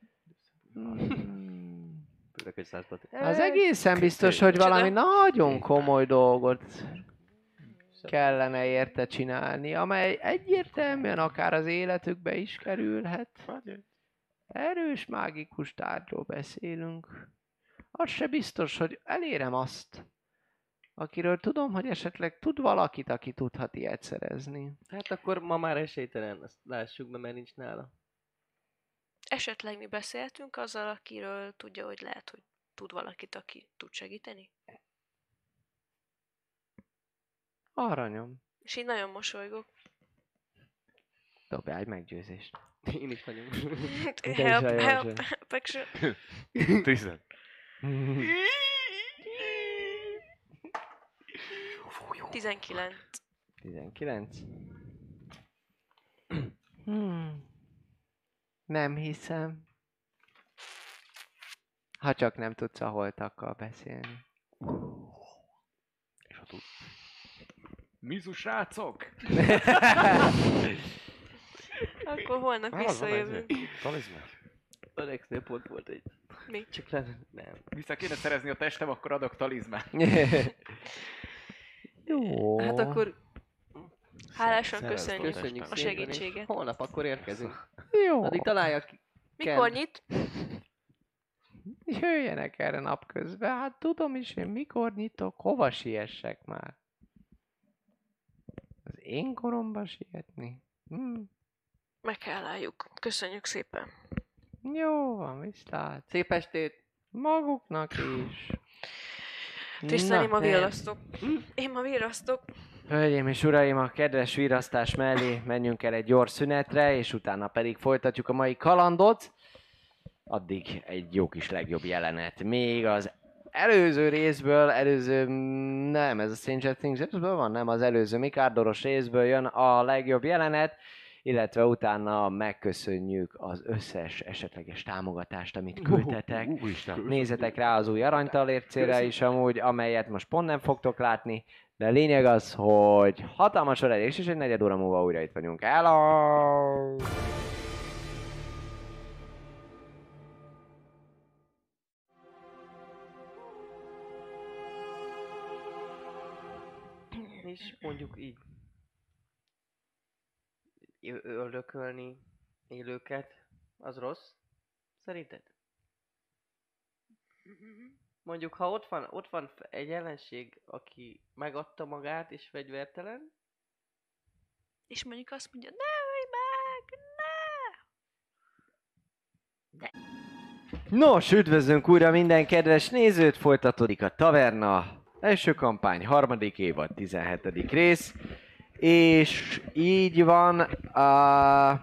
Hmm. Az Egy- egészen biztos, hogy valami nagyon komoly dolgot kellene érte csinálni, amely egyértelműen akár az életükbe is kerülhet. Erős mágikus tárgyról beszélünk. Az se biztos, hogy elérem azt, akiről tudom, hogy esetleg tud valakit, aki tudhat ilyet szerezni. Hát akkor ma már esélytelen, azt lássuk be, mert nincs nála. Esetleg mi beszéltünk azzal, akiről tudja, hogy lehet, hogy tud valakit, aki tud segíteni? Aranyom, És így nagyon mosolygok. dobjál egy meggyőzést. Én is vagyok. is help, olyan help, sem. help, action. Tizen. tizenkilenc. tizenkilenc. Hmm. Nem hiszem. Ha csak nem tudsz a holtakkal beszélni. És ha tud. Mizu srácok! Akkor holnap visszajövünk. Talizman. Alexnél pont volt egy. Mi? Csak nem. nem. Vissza kéne szerezni a testem, akkor adok talizmát. Jó. Hát akkor Hálásan Szerezd köszönjük a köszönjük a testem. szépen, és segítséget. holnap akkor érkezünk. Jó. Addig találja ki. Mikor Ken. nyit? Jöjjenek erre napközben. Hát tudom is, én mikor nyitok, hova siessek már. Az én koromban sietni? Hm. Meg kell álljuk. Köszönjük szépen. Jó van, viszlát. Szép estét! Maguknak is. Tisztán, én ma Na, virrasztok. Én ma virrasztok. Hölgyeim és uraim, a kedves virrasztás mellé menjünk el egy gyors szünetre, és utána pedig folytatjuk a mai kalandot. Addig egy jó kis legjobb jelenet. Még az előző részből, előző, nem, ez a Stranger Things részből van, nem, az előző Mikárdoros részből jön a legjobb jelenet, illetve utána megköszönjük az összes esetleges támogatást, amit küldtetek. Úristen. Nézzetek rá az új aranytalércére is amúgy, amelyet most pont nem fogtok látni, de a lényeg az, hogy hatalmas öregés, és egy negyed óra múlva újra itt vagyunk. Hello! És mondjuk így ö- öldökölni élőket, az rossz? Szerinted? Mondjuk, ha ott van, ott van egy ellenség, aki megadta magát és fegyvertelen, És mondjuk azt mondja, ne ölj meg, ne! Nos, üdvözlünk újra minden kedves nézőt, folytatódik a Taverna első kampány, harmadik évad, tizenhetedik rész, és így van, uh,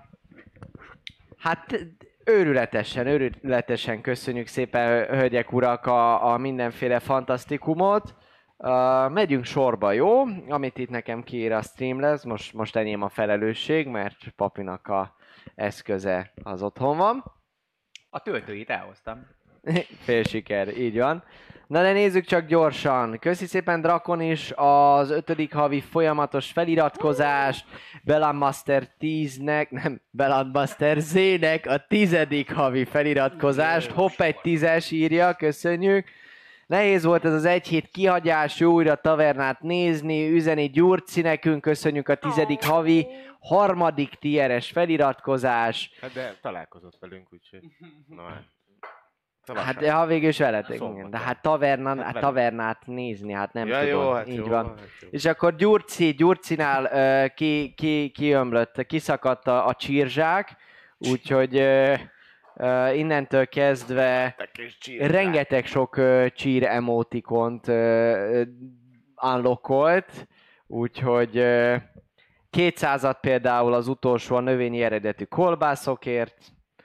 hát őrületesen, őrületesen köszönjük szépen, hölgyek, urak, a, a mindenféle fantasztikumot. Uh, megyünk sorba, jó? Amit itt nekem kiír a stream lesz, most, most enyém a felelősség, mert papinak a eszköze az otthon van. A töltőit elhoztam. Fél siker, így van. Na de nézzük csak gyorsan. Köszi szépen Drakon is az ötödik havi folyamatos feliratkozást. Belandmaster tíznek, nem, Belandmaster Z-nek a tizedik havi feliratkozást. Hopp, egy tízes írja, köszönjük. Nehéz volt ez az egy hét kihagyás, jó újra tavernát nézni, üzeni Gyurci nekünk, köszönjük a tizedik havi, harmadik tieres feliratkozás. Hát de találkozott velünk, úgyhogy... Na hát. Hát de ha végül is veletek, Szombaton. igen. De hát, tavernan, Hát hát velünk. tavernát nézni, hát nem Ja, tudom. jó, hát így jó, van. hát jó. És akkor Gyurci, Gyurcinál uh, ki, ki, kiömlött, kiszakadt a, a csírzsák, úgyhogy uh, uh, innentől kezdve rengeteg sok uh, csír emotikont uh, unlockolt, úgyhogy uh, kétszázat például az utolsó a növényi eredetű kolbászokért.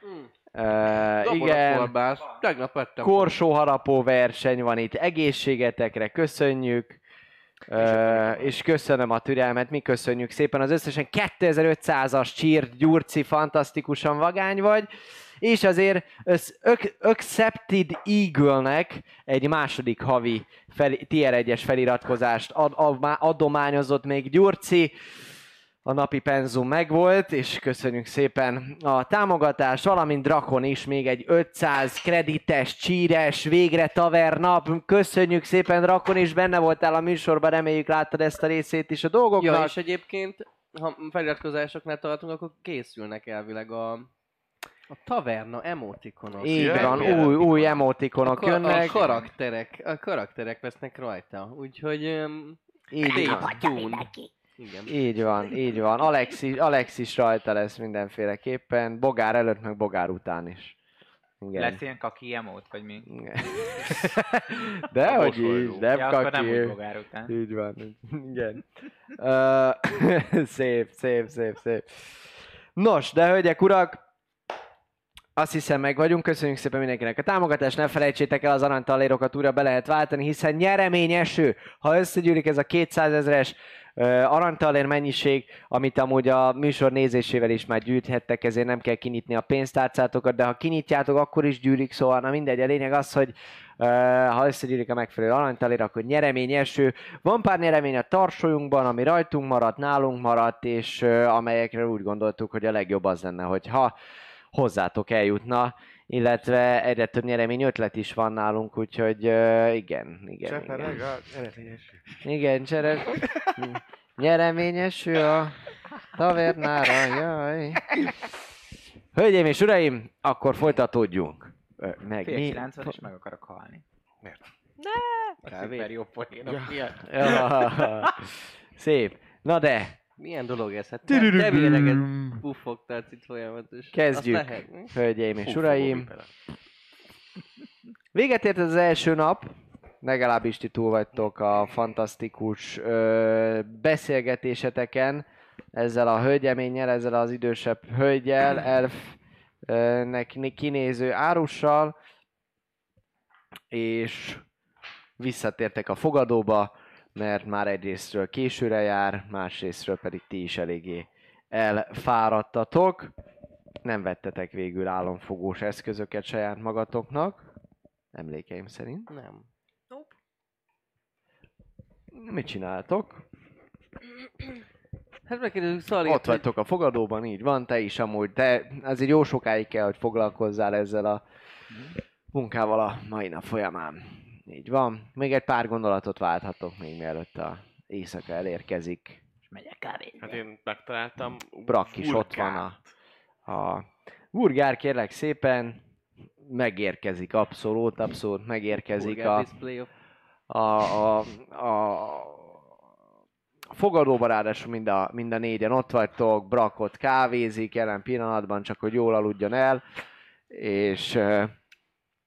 Uh, igen, Kolbász. Tegnap ettem. korsóharapó verseny van itt, egészségetekre köszönjük, uh, és köszönöm a türelmet, mi köszönjük szépen, az összesen kétezer-ötszázas csírt, Gyurci, fantasztikusan vagány vagy, és azért az Accepted Eagle-nek egy második havi fel, tier egyes feliratkozást ad, ad, adományozott még Gyurci. A napi penzum megvolt, és köszönjük szépen a támogatást, valamint Drakon is még egy ötszáz kredites, csíres, végre taverna. Köszönjük szépen, Drakon is, benne voltál a műsorban, reméljük láttad ezt a részét is a dolgoknak. Ja, és egyébként, ha feliratkozásoknál tartunk, akkor készülnek elvileg a, a taverna emotikonok. Így Ja, van, milyen új, új A, emotikonok ka- a jönnek. karakterek, a karakterek vesznek rajta, úgyhogy... Um, Így Stay van. Hagyja tuned. mindenki. Igen. Így van, így van. Alex is, Alex is rajta lesz mindenféleképpen, Bogár előtt, meg Bogár után is. Igen. Lesz ilyen kaki emót, vagy mi? Igen. De hogy így, nem Ja, akkor nem úgy kaki. bogár után. Így van, igen. Uh, szép, szép, szép, szép. Nos, de hölgyek, urak, azt hiszem meg vagyunk, köszönjük szépen mindenkinek a támogatást, ne felejtsétek el, az aranytalérokat újra be lehet váltani, hiszen nyereményeső, ha összegyűlik ez a kétszázezres uh, aranytalér mennyiség, amit amúgy a műsor nézésével is már gyűjthettek, ezért nem kell kinyitni a pénztárcátokat, de ha kinyitjátok, akkor is gyűlik, szóval na mindegy, a lényeg az, hogy uh, ha összegyűlik a megfelelő aranytalér, akkor nyereményeső. Van pár nyeremény a tarsolyunkban, ami rajtunk maradt, nálunk maradt, és uh, amelyekre úgy gondoltuk, hogy a legjobb az lenne, hogyha hozzátok eljutna, illetve egyre több nyeremény ötlet is van nálunk, úgyhogy uh, igen, igen, igen. Igen, csere... nyereményesű a tavernára, jaj. Hölgyeim és uraim, akkor folytatódjunk. Ö, Meg Fél mi? kilencven és meg akarok halni. Miért? A szuper jó poénok miatt. Ja, szép. Na de, Milyen dolog ez? Hát te, te véleget puffogtál itt folyamatos. Kezdjük. Azt lehet, mi? hölgyeim és uraim. Véget ért ez az első nap, legalábbis ti túl vagytok a fantasztikus ö, beszélgetéseteken ezzel a hölgyeménnyel, ezzel az idősebb hölgyel, elfnek kinéző árussal, és visszatértek a fogadóba, mert már egyrésztről későre jár, másrésztről pedig ti is eléggé elfáradtatok. Nem vettetek végül álomfogós eszközöket saját magatoknak, emlékeim szerint. Nem. Nope. Mit csináltok? Hát megkérdezünk Szali, Ott vagytok a fogadóban, így van, te is amúgy, de azért jó sokáig kell, hogy foglalkozzál ezzel a munkával a mai nap folyamán. Így van. Még egy pár gondolatot válthatok még mielőtt a éjszaka elérkezik. És megyek kávézni. Hát én megtaláltam Brak is ott van a, a burgár, kérlek szépen. Megérkezik, abszolút, abszolút megérkezik Burger a, display of... a, a, a, a fogadóban, ráadásul mind a, mind a négyen ott vagytok, Brak ott kávézik jelen pillanatban, csak hogy jól aludjon el, és uh,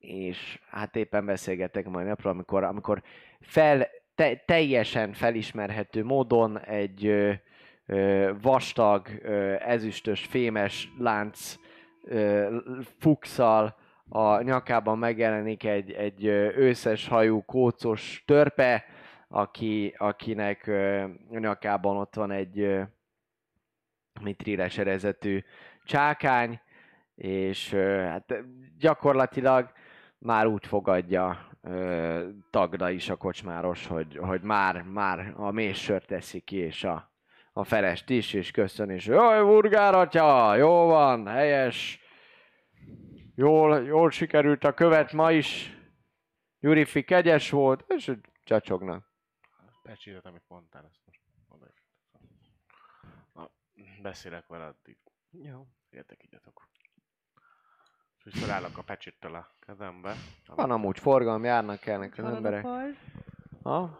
és hát éppen beszélgettek majd napról, amikor, amikor fel, te, teljesen felismerhető módon egy ö, ö, vastag, ö, ezüstös, fémes lánc ö, fukszal a nyakában megjelenik egy, egy ö, őszes hajú, kócos törpe, aki, akinek ö, a nyakában ott van egy ö, mitriles erezetű csákány, és ö, hát gyakorlatilag már úgy fogadja ö, Tagda is a kocsmáros, hogy, hogy már, már a mézsört teszi ki, és a, a felest is, és köszön, és jaj, Vurgár atya, jó van, helyes, jól, jól sikerült a követ ma is, Gyurifi kegyes volt, és csacsognak. Pecsétet, amit mondtál, ezt most oda. Na, beszélek vele addig. Jó. Értek igyatok. És úgy felállok a pecséttel a kezembe. Van amúgy forgalom, járnak elnek az emberek. Ha?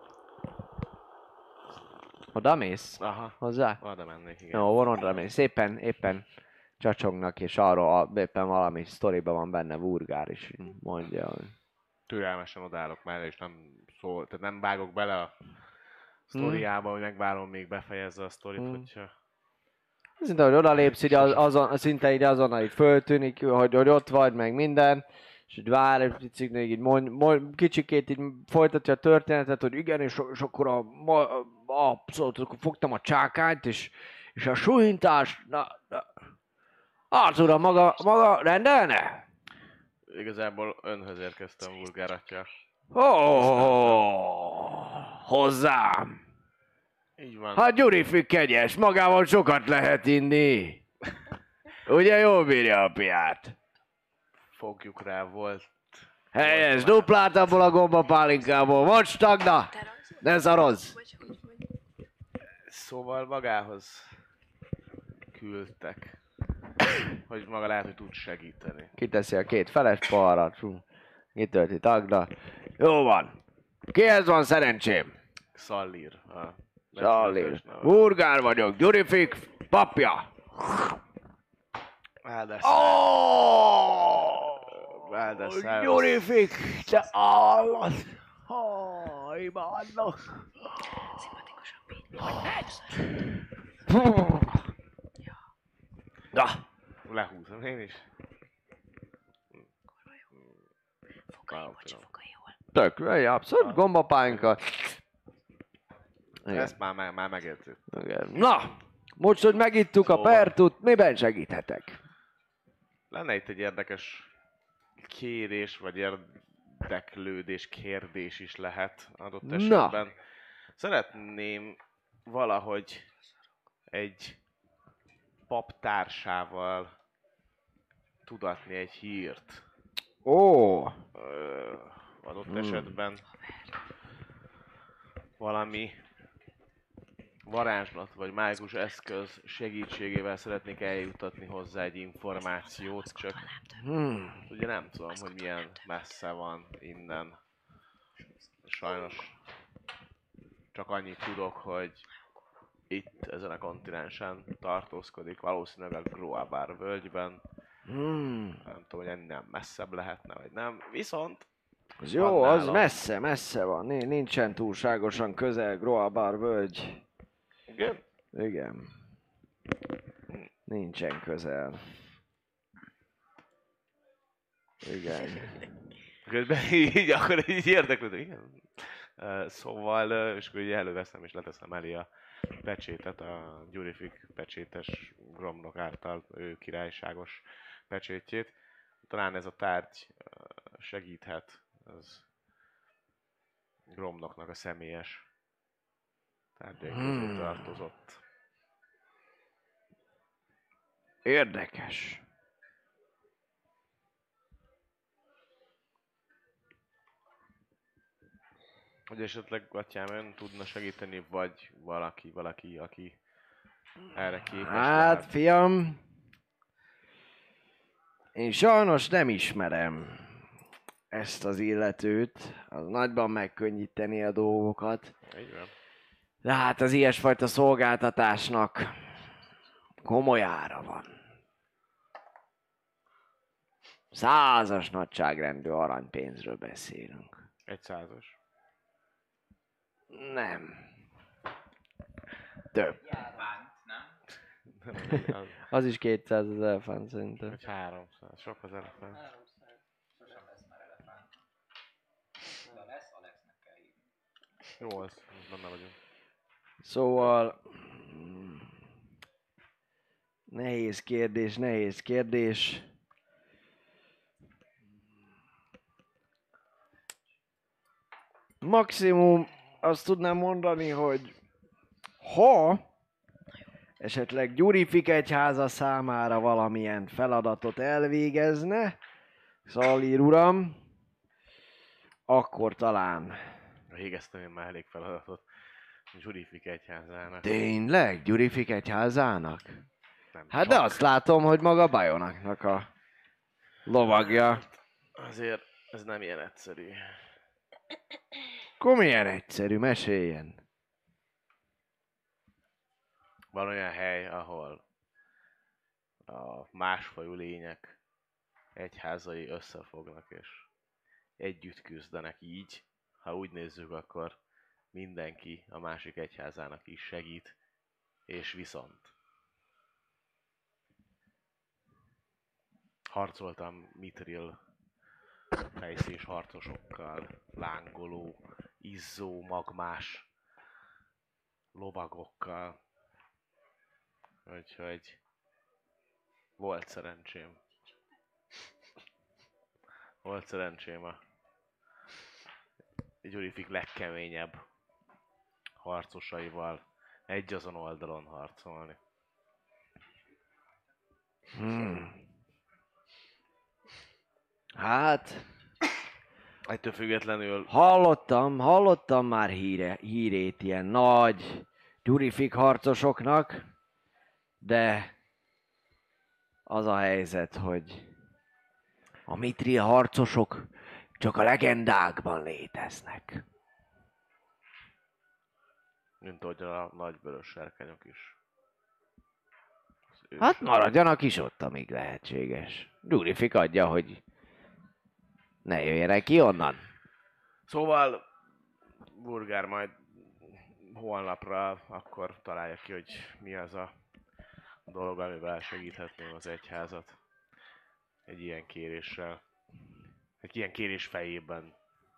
Oda mész? Aha, Hozzá? oda mennék, igen. Jó, van oda mész. Éppen, éppen csacsognak, és arról a, éppen valami sztoriban van benne Vurgár is, mondja, hogy... Türelmesen odállok mellé, és nem szól, tehát nem vágok bele a sztoriába, hogy megvárom még befejezze a sztorit, Hmm. hogyha... Szinte, hogy odalépsz, így az, azon, szinte így azonnal így föltűnik, hogy, hogy ott vagy, meg minden, és így vár, egy picit még így mond, mond, kicsikét így folytatja a történetet, hogy igen, és, és akkor a, a, a, szóval, akkor fogtam a csákányt, és, és a suhintás, na, na, az uram, maga, maga rendelne? Igazából önhöz érkeztem, Vurgár atya. Oh, hozzám! Így van. Hát Gyurifi kegyes, magával sokat lehet inni. Ugye jól bírja a piát? Fogjuk rá, volt... Helyes, duplát abból a gombapálinkából. Mondd, Tagda! Ne szarozz! Vagy hogy, vagy... Szóval magához küldtek, hogy maga lehet, hogy tud segíteni. Kiteszi a két feles parat. Kitölti Tagda. Jó van. Kihez van szerencsém? Szallír. A Szallír. becsületes neve. Vurgár vagyok, Gyurifik papja. Áldás. Oh, Áldás, szervusz. Gyurifik, te állat. Oh, imádnak. Szimpatikusabb így. Na, Lehúzom én is. Fogai, bocsi, fogai jól. tök, egy abszolút gombapálinka. Igen. Ezt már, már, már megértük. Igen. Na, most, hogy megittuk a pertut, miben segíthetek? Lenne itt egy érdekes kérés, vagy érdeklődés, kérdés is lehet adott Na. esetben. Szeretném valahogy egy paptársával tudatni egy hírt. Ó, Ö, adott Hmm. esetben valami varázslat vagy mágikus eszköz segítségével szeretnék eljutatni hozzá egy információt, csak hmm. ugye nem tudom, hogy milyen messze van innen. Sajnos csak annyit tudok, hogy itt ezen a kontinensen tartózkodik, valószínűleg a Groabar völgyben. Hmm. Nem tudom, hogy ennél messzebb lehetne, vagy nem. Viszont Az jó, van az nálam. messze, messze van. Ni- Nincsen túlságosan közel Groabar völgy. igen, Igen. Nincsen közel. Igen. közben így, akkor így érdeklődök. Igen. Uh, szóval, uh, és akkor így előveszem és leteszem elé a pecsétet, a Gyurifik pecsétes Gromnok által ő királyságos pecsétjét. Talán ez a tárgy uh, segíthet, az Gromnoknak a személyes tárgyai közé Hmm. tartozott. Érdekes. Hogy esetleg atyám ön tudna segíteni, vagy valaki, valaki, aki erre képes Hát, lehet. fiam, én sajnos nem ismerem ezt az illetőt. Az nagyban megkönnyíteni a dolgokat. Így van. De hát az ilyesfajta szolgáltatásnak komoly ára van. Százas nagyságrendű aranypénzről beszélünk. Egy százas. Nem. Több. Elvánt, nem? Az, Az is kétszáz az elefánt szerintem. egy háromszáz. Sok az elefánt. Sosem lesz már elefánt. De lesz, Alexnek kell hívni. Jó, az, benne vagyunk. Szóval... mm, Nehéz kérdés, nehéz kérdés. Maximum azt tudnám mondani, hogy ha esetleg Gyurifik egyháza számára valamilyen feladatot elvégezne, Szalír uram, akkor talán... Végeztem én már elég feladatot. Zsurifik egyházának. Tényleg? Gyurifik egyházának? Nem Hát de csak. azt látom, hogy maga Bajonaknak a lovagja. Azért ez nem ilyen egyszerű. Akkor milyen egyszerű, meséljen. Van olyan hely, ahol a másfajú lények egyházai összefognak és együtt küzdenek így. Ha úgy nézzük, akkor mindenki a másik egyházának is segít, és viszont harcoltam Mithril fejszés harcosokkal, lángoló, izzó, magmás lovagokkal. Úgyhogy volt szerencsém. Volt szerencsém a Gyurifik legkeményebb harcosaival egy azon oldalon harcolni. Hmm. Hát, Ettől függetlenül hallottam, hallottam már híre, hírét ilyen nagy Gyurifik harcosoknak, de az a helyzet, hogy a Mithril harcosok csak a legendákban léteznek. mint ahogy a nagy vörös serkenyok is. Az Hát ősök. maradjanak is ott, amíg lehetséges. Gyurifik adja, hogy ne jöjjenek ki onnan. Szóval Burgár majd holnapra akkor találja ki, hogy mi az a dolog, amivel segíthetném az egyházat. Egy ilyen kéréssel. Egy ilyen kérés fejében.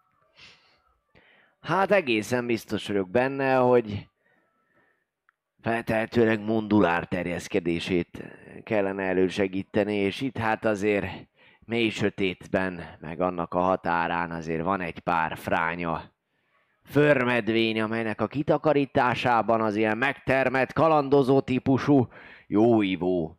Hát egészen biztos vagyok benne, hogy feltehetőleg Mundulár terjeszkedését kellene elősegíteni, és itt hát azért mély sötétben, meg annak a határán azért van egy pár fránya förmedvény, amelynek a kitakarításában az ilyen megtermett, kalandozó típusú jóivó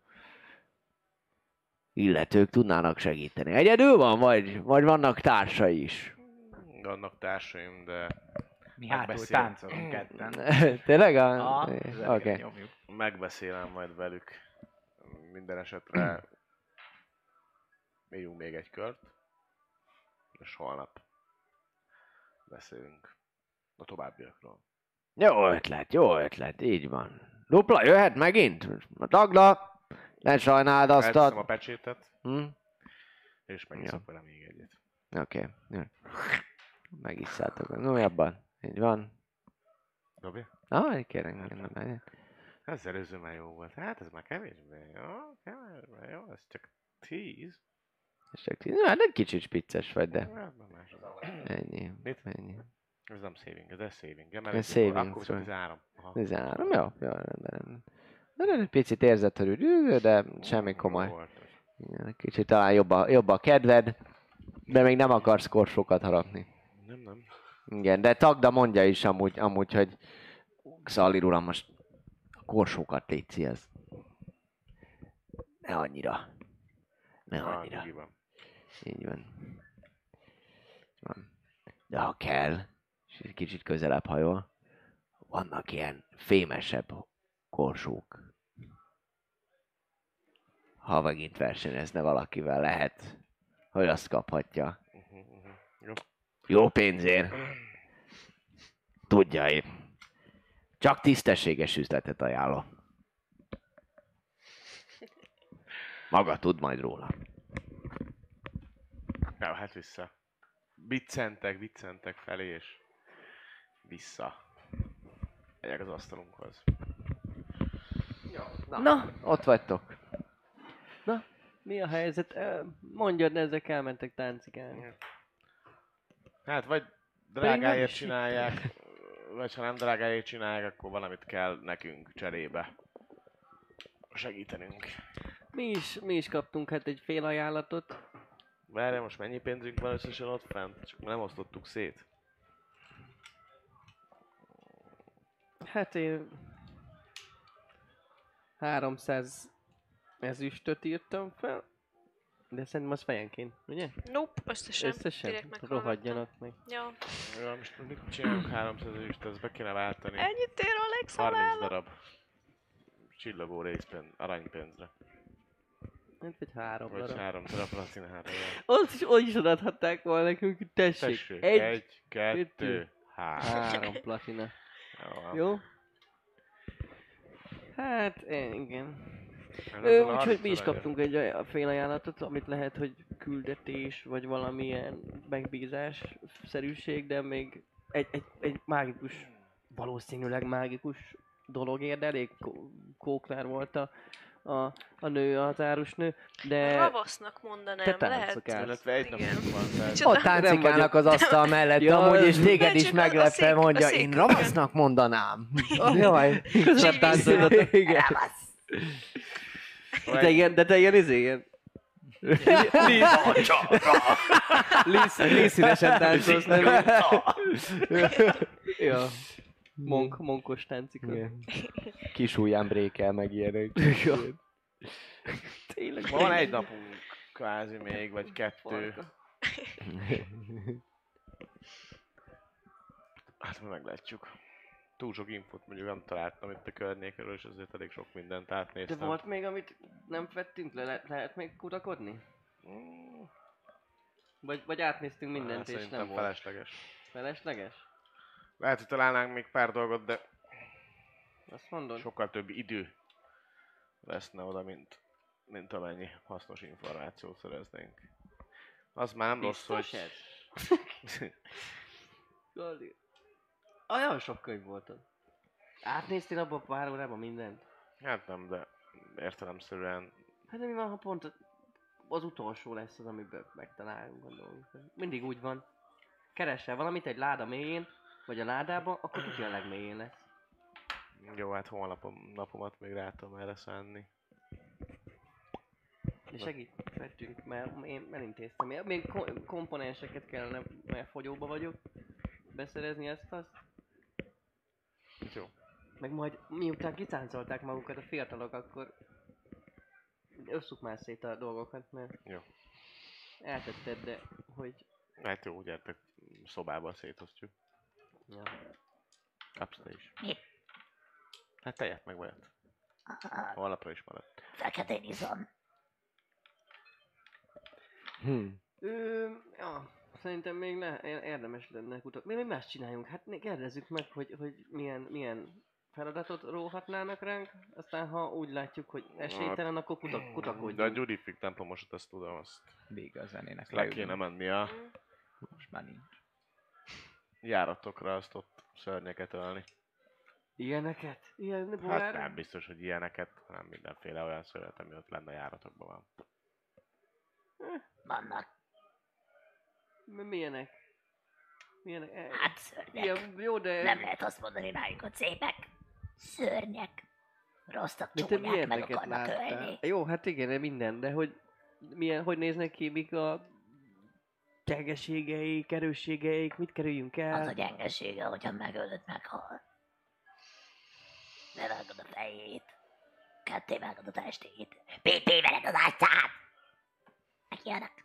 illetők tudnának segíteni. Egyedül van, vagy, vagy vannak társai is? Vannak társaim, de Mi hátul Megbeszél- táncolunk ketten. Tényleg? A... Ah, Oké. okay. Okay. megbeszélem majd velük. Minden esetre írjunk még egy kört, és holnap beszélünk a továbbiakról. Jó ötlet, jó ötlet, így van. Dupla jöhet megint? A tagla, ne sajnáld azt Elteszem a a... pecsétet, Hm? és megiszok vele még egyet. Oké, okay. Megisszátok meg újabban. Így van. Dobja? Ah, kérlek, nem, nem. Ez előző már jó volt. Hát ez már kevésbé jó. Kevésbé jó, ez csak tíz. És csak tíz. Hát egy kicsit spicces vagy, de Hát, nem más. ennyi. Mit? Ennyi. Ez nem saving, ez saving. Ja, Ez mert saving, akkor szóval. tizenhárom. Aha. tizenhárom, jó, jó, rendben, rendben. De egy picit érzed, hogy úgy, de semmi Jó komoly. volt. Igen, kicsit talán jobb a, jobb a kedved, de még nem akarsz korsókat harapni. Nem, nem. Igen, de Tagda mondja is amúgy, amúgy hogy Szalír uram, most a korsókat létszi, ez. Ne annyira. Ne Ah, annyira. nyugiban. Így van. van. De ha kell, és egy kicsit közelebb hajol, vannak ilyen fémesebb korsók. Ha megint versenyezne valakivel, lehet, hogy azt kaphatja. Uh-huh, uh-huh. Jó. Jó pénzért. Tudja én. Csak tisztességes üzletet ajánlom. Maga tud majd róla. Ja, hát vissza. Viccentek, viccentek felé, és vissza. Megyek az asztalunkhoz. Na, Na, ott vagytok. mi a helyzet? Ö, Mondjad, ne ezek elmentek táncikálni. Hát vagy nem drágáért is csinálják, vagy ha nem drágáért csinálják, akkor valamit kell nekünk cserébe. Segítenünk. Mi is, mi is kaptunk hát egy fél ajánlatot. Várjál, most mennyi pénzünk van összesen ott fent? Csak nem osztottuk szét. Hát én... háromszáz ezüstöt írtam fel. De szerintem az fejenként, ugye? Nope, összesen. Összesen? Direkt meghallgattam. Rohadjanak meg. Ja. Jó, most mit csinálunk háromszáz ezüst, ezt be kéne váltani. Ennyit ér a harminc legszalállam. darab csillagó részpénz, aranypénzre. Hát vagy három Vagy darab. három darab platinára. Ott is, ott is odaadhatták volna nekünk, hogy tessék. Tessék, egy, egy, kettő, kettő, három. három platina. Jó, van. Jó? Hát, eh, igen. Ez Ö, azon a úgyhogy mi is harminc kaptunk egy aj- fél ajánlatot, amit lehet, hogy küldetés, vagy valamilyen megbízás szerűség, de még egy, egy, egy mágikus, valószínűleg mágikus dolog érde, elég kó- kóklár volt a, a, a nő, az árusnő, de... Ravasznak mondanám, Te lehet. táncokálsz. Illetve egy Igen. napunk van, tehát Micsoda? Ott táncikálnak az asztal mellett Ja, amúgy, és de téged is csak a- meglepve a szék- a mondja, szék- én ravasznak mondanám. Jaj. Közben Így táncoltatok. Igen. Ravasz. De ilyen, de te ilyen izé, ilyen... Lísz, líszínesen táncolsz, nem? Ja. Monk, monkos táncika. Igen. Kis ujján brékel meg ilyenek. Tényleg. van egy napunk kvázi még, vagy kettő. Farka. Hát mi meglátjuk. Túl sok infot mondjuk nem találtam itt a környékről, és azért elég sok mindent De átnéztem. volt még, amit nem fettünk le? Le- lehet még kutakodni? Mm, Vagy, vagy átnéztünk mindent, hát és szerintem nem volt felesleges. felesleges? Lehet, hogy találnánk még pár dolgot, de Azt mondod? sokkal több idő leszne oda, mint, mint amennyi hasznos információt szereznénk. Az már nem rossz, Biztos hogy... ez? Gali. Olyan sok könyv volt ott. Átnéztél abban pár órában mindent? Hát nem, de értelemszerűen... Hát de mi van, ha pont az utolsó lesz az, amiben megtalálunk a dolgokat. Mindig úgy van. Keresel valamit egy láda mélyén, vagy a ládában, akkor tudja a legmélyén lesz. Jó, hát holnapom, napomat még rá tudom erre szánni. De segítettünk, mert én elintéztem. Én- Még ko- komponenseket kellene, mert fogyóba vagyok. Beszerezni ezt azt. Jó. Meg majd miután kicáncolták magukat a fiatalok, akkor osszuk már szét a dolgokat, mert Jó. eltetted, de hogy... Hát jó, gyertek, szobában szétosztjuk. Ja. Kapsz te is. Mit? Hát tejet meg vajat. Ah, Holnapra is maradt. Feketén iszom. Hm. Ö, ja, szerintem még le, é- érdemes lenne kutatni. Mi, mi más csináljunk? Hát né- kérdezzük meg, hogy, hogy milyen, milyen feladatot róhatnának ránk, aztán ha úgy látjuk, hogy esélytelen, akkor kutak, De a kutakodjunk. Gyurifik templomosat, azt tudom, azt Vége a zenének. le kéne menni a Most már nincs. járatokra, azt ott szörnyeket ölni. Ilyeneket? Ilyen Hát bolár? nem biztos, hogy ilyeneket, hanem mindenféle olyan szörnyet, ami ott lenne a járatokban van. Vannak. Mi- Milyenek? Milyenek? E- Hát szörnyek. Ilyen, jó, de... Nem lehet azt mondani rájuk, hogy szépek. Szörnyek. Rosszak, De te csúnyák, meg milyeneket akarnak láttál? ölni. Jó, hát igen, de minden, de hogy milyen, hogy néznek ki, mik a gyengeségeik, erősségeik, mit kerüljünk el? Az a gyengesége, hogyha megölöd, meghal. Levágod a fejét. Ketté vágod a testét. Pépé veled az ágyát! Meg ilyenek.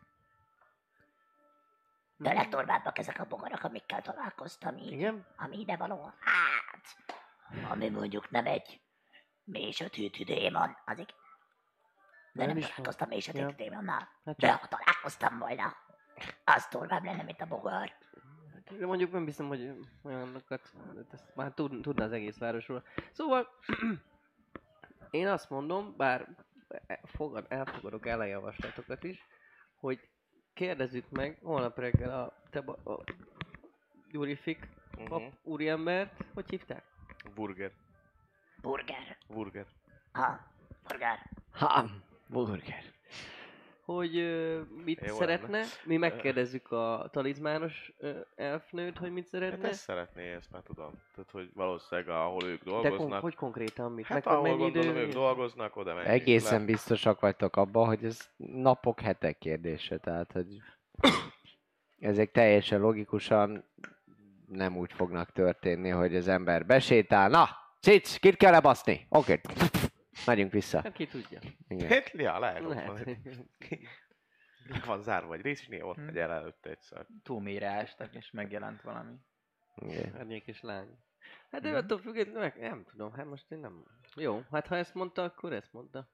De a legtorvábbak ezek a bogarak, amikkel találkoztam így. Igen? Ami ide való. Hát, ami mondjuk nem egy mélysötűtű démon, az igen. De Nem nem is van. találkoztam mélysötűtű Ja. démonnal. Hát De ha találkoztam volna, az torvább lenne, mint a bogar. De mondjuk nem hiszem, hogy olyanokat, ezt már tud, tudna az egész városról. Szóval, én azt mondom, bár e- fogad, elfogadok ellenjavaslatokat is, hogy kérdezzük meg holnap reggel a, te ba- a Gyurifik Mhm. pap úriembert, hogy hívták? Burger. Burger. Burger. Ha, burger. Ha, burger. Hogy ö, mit Jó szeretne. Mi megkérdezzük a talizmános ö, elfnőt, hogy mit Hát szeretne. ezt szeretné, ezt már tudom. Tehát, hogy valószínűleg ahol ők De kon- dolgoznak. hogy konkrétan mit? Hát Meg ahol mennyi gondolom idő? ők dolgoznak, oda menjünk Egészen le. biztosak vagytok abban, hogy ez napok, hetek kérdése. Tehát, hogy ezek teljesen logikusan nem úgy fognak történni, hogy az ember besétál. Na, cic, kit kell lebaszni? Oké. Megyünk vissza. Hát ki tudja. Igen. Hát, ja, lehet. Lehet. Le van zárva egy rész, és néha ott Hm. megy el előtte egyszer. Túl mélyre ástak, és megjelent valami. Igen. Árnyék és lány. Hát de Mhm. attól függetlenül, meg- nem tudom, hát most én nem... Jó, hát ha ezt mondta, akkor ezt mondta.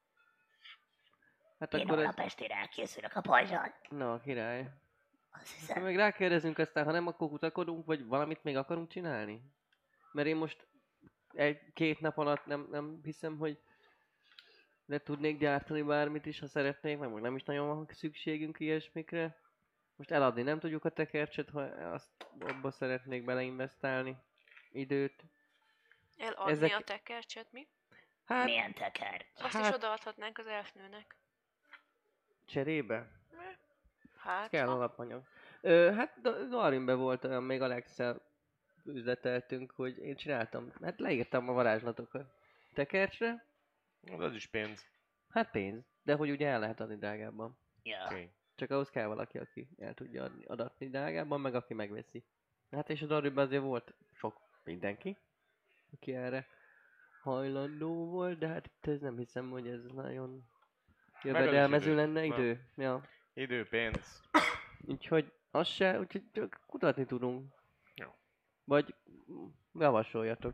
Hát Én akkor ez... holnap estére elkészülök a pajzsal. Na, király. Azt Ha hiszem. meg rákérdezünk, aztán ha nem, akkor kutakodunk, vagy valamit még akarunk csinálni? Mert én most egy-két nap alatt nem, nem hiszem, hogy le tudnék gyártani bármit is, ha szeretnék, meg meg nem is nagyon van szükségünk ilyesmikre. Most eladni nem tudjuk a tekercset, ha azt abba szeretnék beleinvestálni időt. Eladni Ezek- a tekercset, mi? Hát Milyen teker? Azt Hát- is odaadhatnánk az elfnőnek. cserébe? Hát, Kell ha. alapanyag. Ö, hát Da- Darwinben volt olyan, még Alex-szel üzleteltünk, hogy én csináltam, hát leírtam a varázslatokat tekercsre, Az is pénz. hát pénz, de hogy ugye el lehet adni drágábban. Ja. Okay. Csak ahhoz kell valaki, aki el tudja adni, adatni drágábban, meg aki megveszi. Hát és a Darwinben azért volt sok mindenki, aki erre hajlandó volt, de hát itt ez nem hiszem, hogy ez nagyon jövedelmező idő. lenne Nem. idő. Ja. Idő, pénz. Úgyhogy az se, úgyhogy csak kutatni tudunk. Jó. Vagy mm, javasoljatok.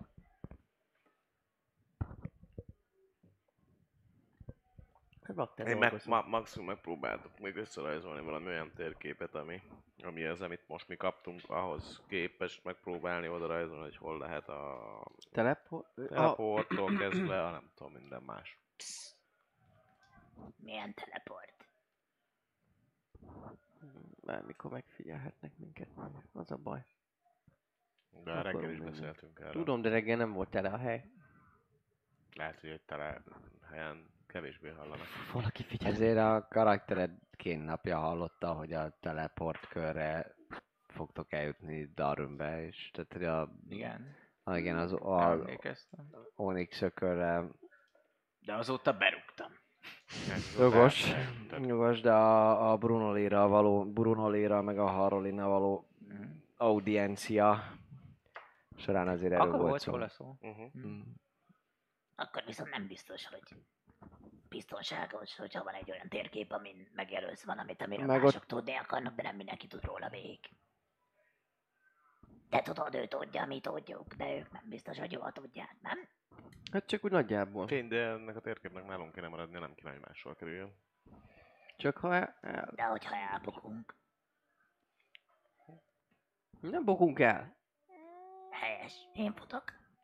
Hát bakter Én meg, dolgozunk. ma, maximum megpróbáltuk még összerajzolni valami olyan térképet, ami, ami az, amit most mi kaptunk, ahhoz képest megpróbálni oda rajzolni, hogy hol lehet a Teleport? Ah, teleporttól kezdve, a nem tudom, minden más. Milyen teleport? bármikor megfigyelhetnek minket. Az a baj. De Akkor reggel is mindegy. beszéltünk erről. Tudom, de reggel nem volt tele a hely. Lehet, hogy egy tele helyen kevésbé hallanak. Valaki figyel. Ezért a karaktered két napja hallotta, hogy a teleport körre fogtok eljutni Darwinbe, és tehát hogy a, Igen, a, igen, az a emlékeztem. Onyx ökörre De azóta berúgtam. jogos, jogos, de a, a Brunoléra való, Brunoléra meg a Harolina való Mhm. audiencia során azért erről Akkor volt volt szó. róla szó. Uh-huh. Mm. Akkor viszont nem biztos, hogy biztonságos, hogyha van egy olyan térkép, amin megjelölsz valamit, amiről Meg mások ott... tudni akarnak, de nem mindenki tud róla végig. Te tudod, ő tudja, mi tudjuk, de ők nem biztos, hogy jól tudják, nem? Hát csak úgy nagyjából. Tény, de ennek a térképnek nálunk kéne maradni, nem kéne, hogy máshol kerüljön. Csak ha el, el, De hogyha elbukunk, nem bokunk el. helyes, én futok,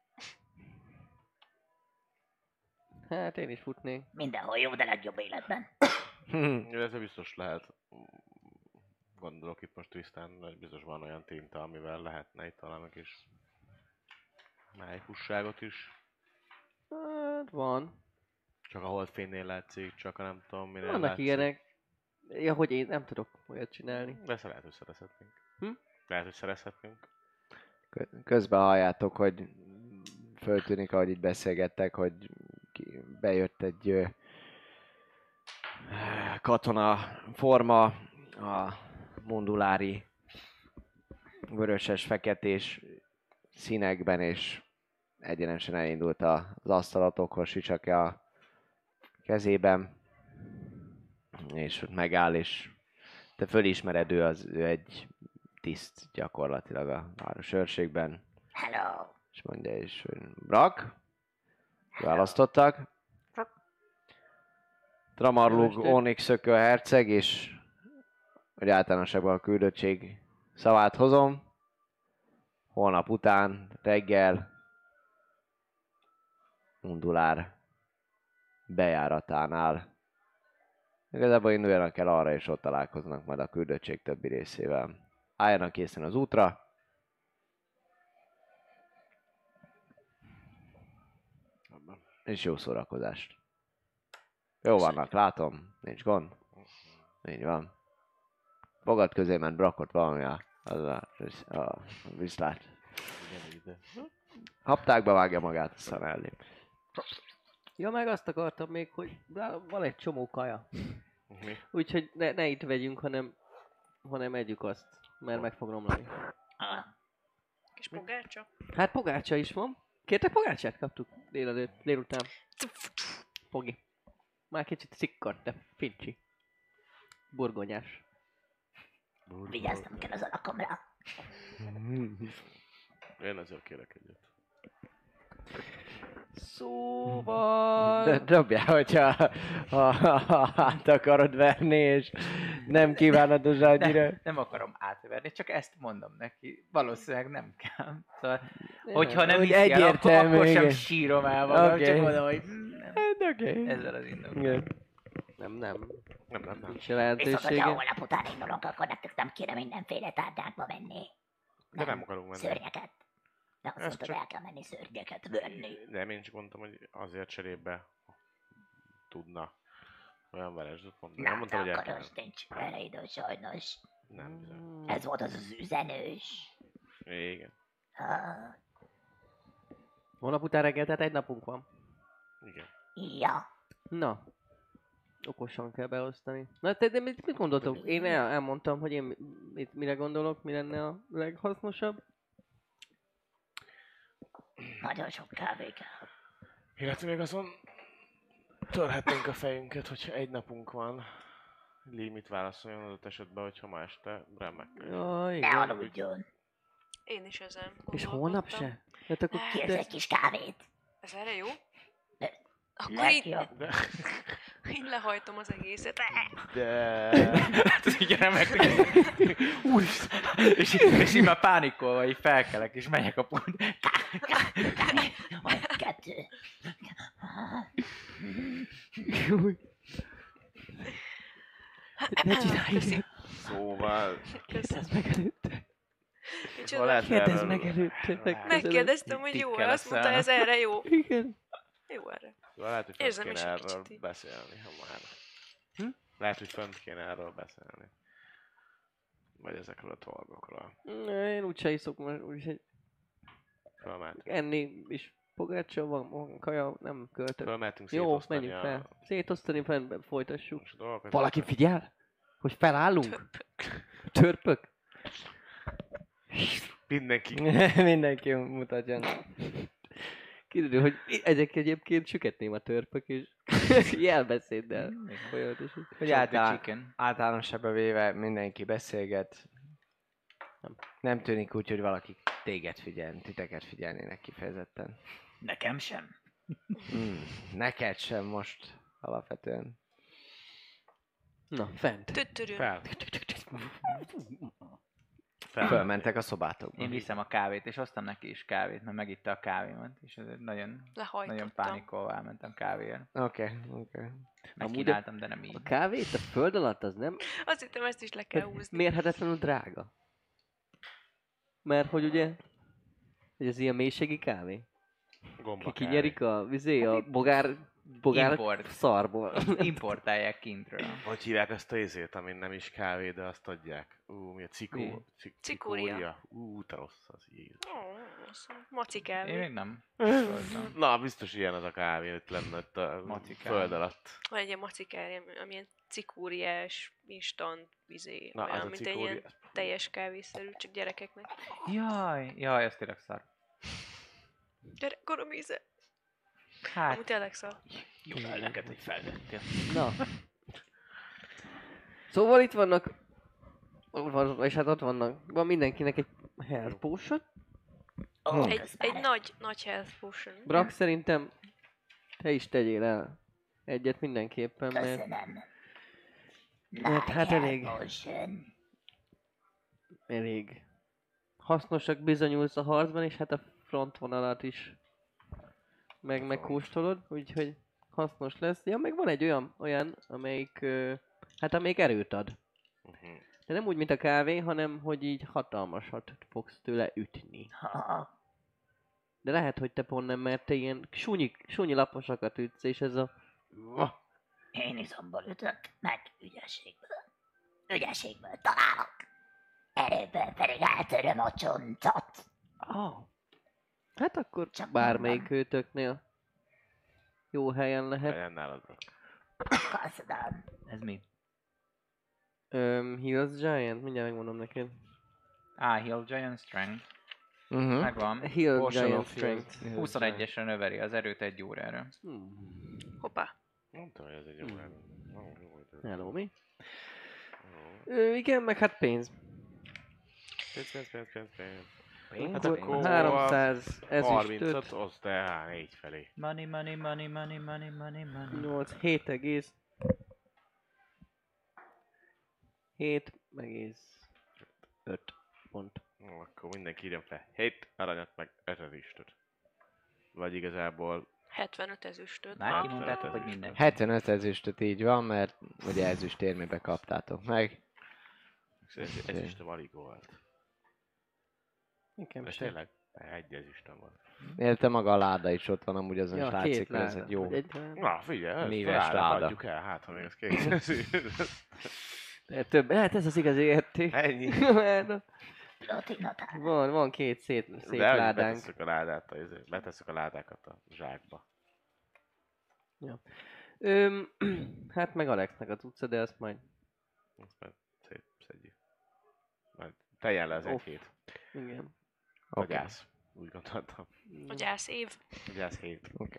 Hát én is futnék. mindenhol jó, de legjobb életben. Jó, ez biztos lehet. Gondolok itt most Trisztán, hogy biztos van olyan tinta, amivel lehetne itt valami kis májfusságot is. Hát van. Csak a holdfénynél látszik, csak a nem tudom minél Vannak látszik. ilyenek. Ja, hogy én nem tudok olyat csinálni. De ezt lehet, hogy szerezhetnénk. Hm? Lehet, hogy szerezhetnénk. Kö- Közben halljátok, hogy föltűnik, ahogy itt beszélgettek, hogy ki- bejött egy ö, katona forma, a mondulári vöröses-feketés színekben, és egyenesen elindult az asztalatokhoz, sicsakja a kezében, és ott megáll, és te fölismered, ő, az, ő egy tiszt gyakorlatilag a város őrségben, Hello! és mondja is, hogy Brak, választottak. Tramarlug Jó estét. Onyx Ökö herceg, és hogy általánosságban a küldöttség szavát hozom. Holnap után, reggel, Undulár bejáratánál Igazából induljanak el arra, és ott találkoznak majd a küldöttség többi részével. Álljanak készen az útra. És jó szórakozást. Jó vannak, látom. Nincs gond. Így van. Fogad közé ment Brakot valami a, az a, a viszlát. Haptákba vágja magát, aztán ellép. Ja, meg azt akartam még, hogy van egy csomó kaja. Mi? Úgyhogy ne, ne itt vegyünk, hanem, hanem együk azt, mert meg fog romlani. Ah, Kis pogácsa. Hát pogácsa is van. Kértek pogácsát? Kaptuk délelőtt, délután. Pogi. Már kicsit szikkart, de fincsi. Burgonyás. vigyáznom kell az alakomra. Én ezzel kérek egyet. Szóval... De dobjál, hogyha ha, ha, ha, át akarod verni, és nem kívánatos annyira. Nem, nem akarom átverni, csak ezt mondom neki. Valószínűleg nem kell. Szóval, Nem, hogyha nem hogy hiszi el, akkor, egyértelmű, akkor sem igen. sírom el magam, Oké. csak mondom, hogy mm, nem. Hát oké. Ezzel az indok. Igen. Nem, nem. Nem, nem, nem. Nincs Viszont, hogyha lehetősége. holnap után indulunk, akkor nektek nem kéne mindenféle tárgyákba menni. De nem akarunk menni. Szörnyeket. De azt Ez mondtad, csak- el kell menni szörnyeket venni. Nem, én csak mondtam, hogy azért cserébe tudna olyan veresdőt mondani. Nem Nem, mondtam, hogy de el akkor kell. most nincs erre idő sajnos. Nem, bizony. Ez volt az az üzenős. Igen. Ah, Holnap után reggel, tehát egy napunk van. Igen. ja. Na. Okosan kell beosztani. Na te de mit, mit gondoltok? Én el, elmondtam, hogy én mit, mire gondolok, mi lenne a leghasznosabb. Nagyon sok kávé kell. Illetve még azon törhetnénk a fejünket, hogyha egy napunk van. Lee mit válaszoljon adott esetben, hogyha ma este remek. Ja, Ne igen. aludjon. Én is ezen És holnap gondolkodtam. se? Hát akkor Kérsz de, egy kis kávét. Ez erre jó? De- Akkor így, Legjobb. De... így lehajtom az egészet. De... Hát ez így remek. Úristen! És, és így már pánikolva így felkelek, és megyek a pult. Kávé. Olyan kettő. ne csinálj Köszi. ilyet. Szóval... Kérdezd meg előtte. Micsoda? lehet Kérdezd erről- meg előtte. legközelebb. Megkérdeztem, hogy jó, Tikkel azt a mondta, szám. ez erre jó. Igen. Jó erre. Szóval lehet, hogy fönt Érzem kéne is egy erről kicsit így. beszélni, ha már. Hm? Lehet, hogy fönt kéne erről beszélni. Vagy ezekről a dolgokról. Ne, én úgyse iszok most, úgyhogy Fölmehetünk. enni is pogácsa van, van kaja, nem költök. Fölmehetünk Jó, szétosztani menjünk a... fel. Szétosztani, fenn folytassuk. a dolgokat. Valaki figyel? Hogy felállunk? Törpök? Mindenki. Mindenki mutatja. Kiderül, hogy ezek egyébként süketném a törpök, és jelbeszéddel folyamatosan. Hogy Chop the általán, chicken. általánosabban véve mindenki beszélget. Nem, nem tűnik úgy, hogy valaki téged figyel, titeket figyelnének kifejezetten. Nekem sem. Hmm, neked sem most alapvetően. Na, fent. Tüttörül. Fel. Fel. Fölmentek a szobátokba. Én viszem a kávét, és hoztam neki is kávét, mert megitta a kávémat, és ez egy nagyon, Lehajtottam. nagyon pánikolva elmentem kávéért. Oké, oké. Megkínáltam, de nem így. A kávét a föld alatt az nem Azt hittem, ezt is le kell húzni. mérhetetlenül drága. Mert hogy ugye, hogy ez ilyen mélységi kávé. Gomba Ki kinyerik a vizé, a bogár, bogár Import. szarból. Importálják kintről. Hogy hívják ezt a izét, amin nem is kávé, de azt adják? Ú, mi a cikó? Mi? Cik- Cikória. cikória. Ú, te rossz az íz. Ó, azt mondom, Maci Én kávé. még nem. Voltam. Na, biztos ilyen az a kávé, itt lenne itt a Maci kávé. föld alatt. Van egy ilyen maci kávé, amilyen cikúriás, instant, vizé, Na, az olyan, a mint egy cikória. ilyen teljes kávészerű, csak gyerekeknek. Jaj, jaj, ez tényleg szar. Gyerekkorom íze. Hát, Amúgy tényleg szar. jó neked, hogy felvettél. Na. Szóval itt vannak, ott van, és hát ott vannak, van mindenkinek egy health potion. Ó, Egy, közben. egy nagy, nagy health potion. Brak, szerintem te is tegyél el egyet mindenképpen, mert Köszönöm. Hát- hát Nagy elég. emotion. elég hasznosak bizonyulsz a harcban, és hát a frontvonalat is meg megkóstolod, úgyhogy hasznos lesz. Ja, meg van egy olyan, olyan amelyik, ö, hát amelyik erőt ad. Uh-huh. De nem úgy, mint a kávé, hanem hogy így hatalmasat fogsz tőle ütni. Ha, De lehet, hogy te pont nem, mert te ilyen súnyi, súnyi laposakat ütsz, és ez a... én izomból ütök, meg ügyességből. Ügyességből találok. Erőből pedig eltöröm a csontot. Oh. Hát akkor Csak bármelyik mondom. őtöknél jó helyen lehet. Legyen nálad. Köszönöm. Ez mi? Um, Heals Giant, mindjárt megmondom neked. Ah, Heal Giant Strength. Uh-huh. Megvan. Heal Potion Giant of Strength. Heals. huszonegyesre növeli az erőt egy órára. Hmm. Hoppá. Nem tudom, hogy ez egy jó Hmm. elő. Ó, jó, hogy ez- Hello, mi? Ó. Ö, igen, meg hát pénz. Pénz, pénz, pénz, pénz, pénz. Hát Akkor akkor háromszáz harmincot ezüstöt, oszd el négy felé. Money, money, money, money, money, money, money. nyolc, hét egész. hét egész öt pont. Ó, akkor mindenki írjon fel hét aranyat, meg öt ezüstöt. Vagy igazából hetvenöt ezüstöd. Már Hát, kimondtátok, hogy ez- minden. hetvenöt ezüstöt így van, mert ugye ezüst érmébe kaptátok meg. ez- ezüstöm alig volt. Nekem De sem. tényleg, egy ezüstöm volt. Érte maga a láda is ott van, amúgy azon is Ja, látszik, két hogy ez láda. egy jó. Vagy egy láda. Na figyelj, ezt Míves láda, láda. adjuk el, hát ha még ez két ezüst. De több, hát ez az igazi érték. Ennyi. Platinatár. van, van két szép, szép De hogy ládánk. betesszük a ládát, a, izé- betesszük a ládákat a zsákba. Öm, hát meg Alexnek a cucca, de azt majd... Azt majd szép szedjük. Majd teljen le az egy Off. hét. Igen. A Oké. gyász. Úgy gondoltam. A gyász év. A gyász hét. Oké.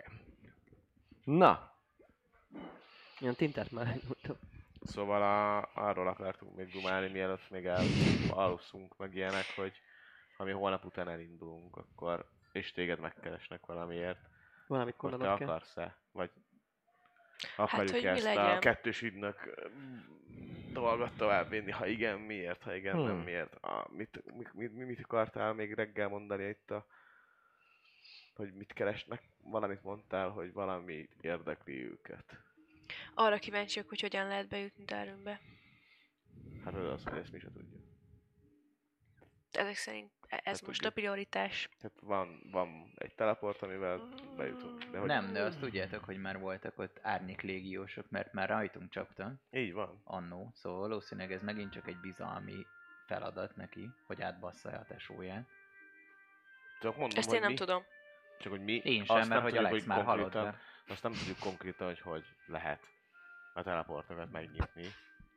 Na, Ilyen tintát már elmondtam. Szóval a, arról akartunk még dumálni, mielőtt még el, alusszunk meg ilyenek, hogy ha mi holnap után elindulunk, akkor és téged megkeresnek valamiért, Valamit akkor te mondanak kell. akarsz-e? Vagy akarjuk hogy mi ezt a legyen? kettős ügynök dolgot továbbvinni? Ha igen, miért? Ha igen, nem Hmm. miért? A, mit, mit, mit, mit akartál még reggel mondani itt a hogy mit keresnek? Valamit mondtál, hogy valami érdekli őket. Arra kíváncsiak, hogy hogyan lehet bejutni Darwinbe. Hát az az, hogy ezt mi se tudjuk. Ezek szerint e- ez Hát most tudjuk. a prioritás. Tehát van, van egy teleport, amivel bejutunk. De hogy Nem, de azt tudjátok, hogy már voltak ott árnyék légiósok, mert már rajtunk csaptak Így van. annó, szóval valószínűleg ez megint csak egy bizalmi feladat neki, hogy átbassza a tesóját. Csak mondom, Ezt hogy én nem mi, tudom. csak hogy mi Én sem, azt mert nem hogy tudjuk, Alex már halott konkrétan, be. azt nem tudjuk konkrétan, hogy hogy lehet a teleportokat megnyitni.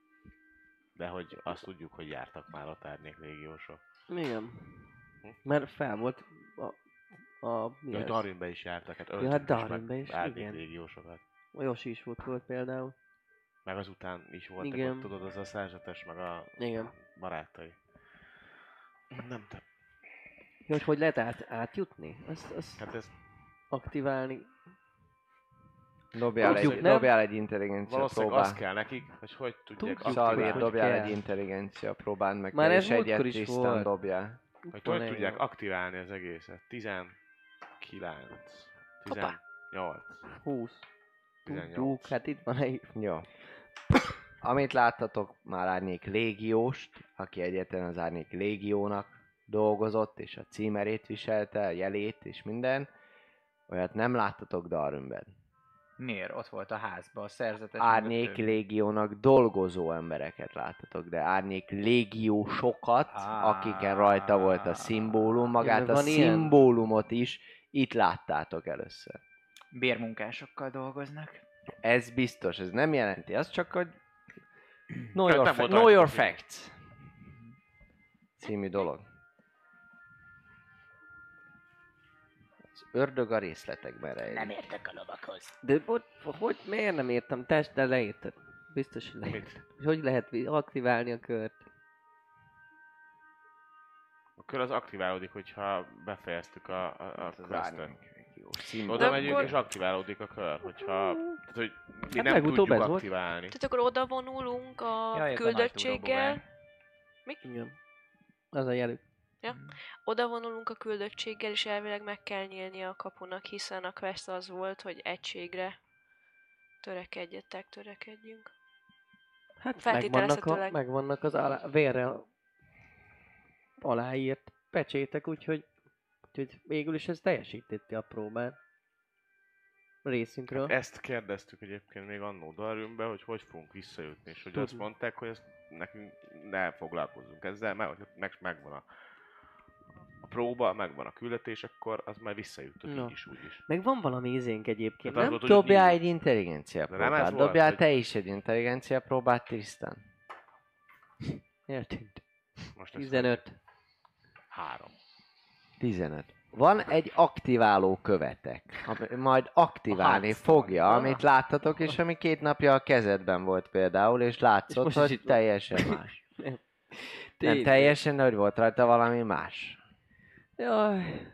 De hogy azt tudjuk, hogy jártak már ott árnyék légiósok. Igen. Hm? Mert fel volt a... a mi Ja, ez? Darwinbe is jártak, hát hát öltünk is Darwinbe meg is, árnyék igen. légiósokat. A Yoshi is volt, volt például. Meg azután is voltak Igen. ott, tudod, az a szerzetes, meg a Igen. barátai. Nem tudom. Ja, hogy hogy lehet át, átjutni? Azt, azt Hát ez aktiválni. dobjál Tudjuk, egy, nem? dobjál egy intelligencia valószínűleg próbál. az kell nekik, hogy hogy tudják Tudjuk, aktiválni. Szalvér, hogy dobjál kell. egy intelligencia próbáld meg, Már te ez is múltkor egyet is tisztán volt. dobjál. Hogy Van hogy egy tudják jó. aktiválni az egészet. tizenkilenc, tizennyolc, húsz. tizennyolc. Tudjuk, hát itt van egy... Jó. Amit láttatok már árnyék légióst, aki egyetlen az árnyék légiónak dolgozott, és a címerét viselte, a jelét és minden, olyat nem láttatok Darwinben. Miért? Ott volt a házban, a szerzetes. Árnyék meg a többi. légiónak dolgozó embereket láttatok, de árnyék légiósokat, Á. akiken rajta volt a szimbólum, magát mert a van ilyen? szimbólumot is itt láttátok először. Bérmunkásokkal dolgoznak. Ez biztos, ez nem jelenti, az csak, hogy know Hát your, nem fa- volt know rajta your a film. facts című dolog. Az ördög a részletekben Nem rejlik. értek a lovakhoz. De hogy, hogy miért nem értem? Test, de leírtad. Biztos, hogy leírtad. Mit? Hogy lehet vi- aktiválni a kört? A kör az aktiválódik, hogyha befejeztük a, a, a Az questet. árnyék légiós szimbólum. Oda De megyünk akkor- és aktiválódik a kör, hogyha... Tehát, hogy mi Hát nem legutóbb tudjuk ez volt. aktiválni. Tehát akkor oda vonulunk a Jaj, ők a küldöttséggel. nagy Igen. Az a jelük. Oda vonulunk a küldöttséggel, és elvileg meg kell nyílni a kapunak, hiszen a quest az volt, hogy egységre törekedjetek, törekedjünk. Hát megvannak, a, Feltételezhetőleg. megvannak az alá, vérrel aláírt pecsétek, úgyhogy, úgyhogy végül is ez teljesítette a próbát. Részünkről. Hát ezt kérdeztük egyébként még annó Darwinbe, hogy hogy fogunk visszajutni, és hogy Tudni. azt mondták, hogy ezt nekünk ne foglalkozzunk ezzel, mert hogy meg, megvan a, a próba, megvan a küldetés, akkor az már visszajutott No. így is, úgy is. Meg van valami izénk egyébként, Hát az nem? volt, hogy Dobjál mindig- egy intelligencia De nem ez próbát. volt, Dobjál hogy- te is egy intelligencia próbát, Tristan. Eltűnt. Most ez tizenöt. Három. tizenöt. Van egy aktiváló követek, ami majd aktiválni fogja, amit láttatok, és ami két napja a kezedben volt például, és látszott, most is hogy itt van. teljesen más. Nem Tényleg. teljesen, de hogy volt rajta valami más. Jaj.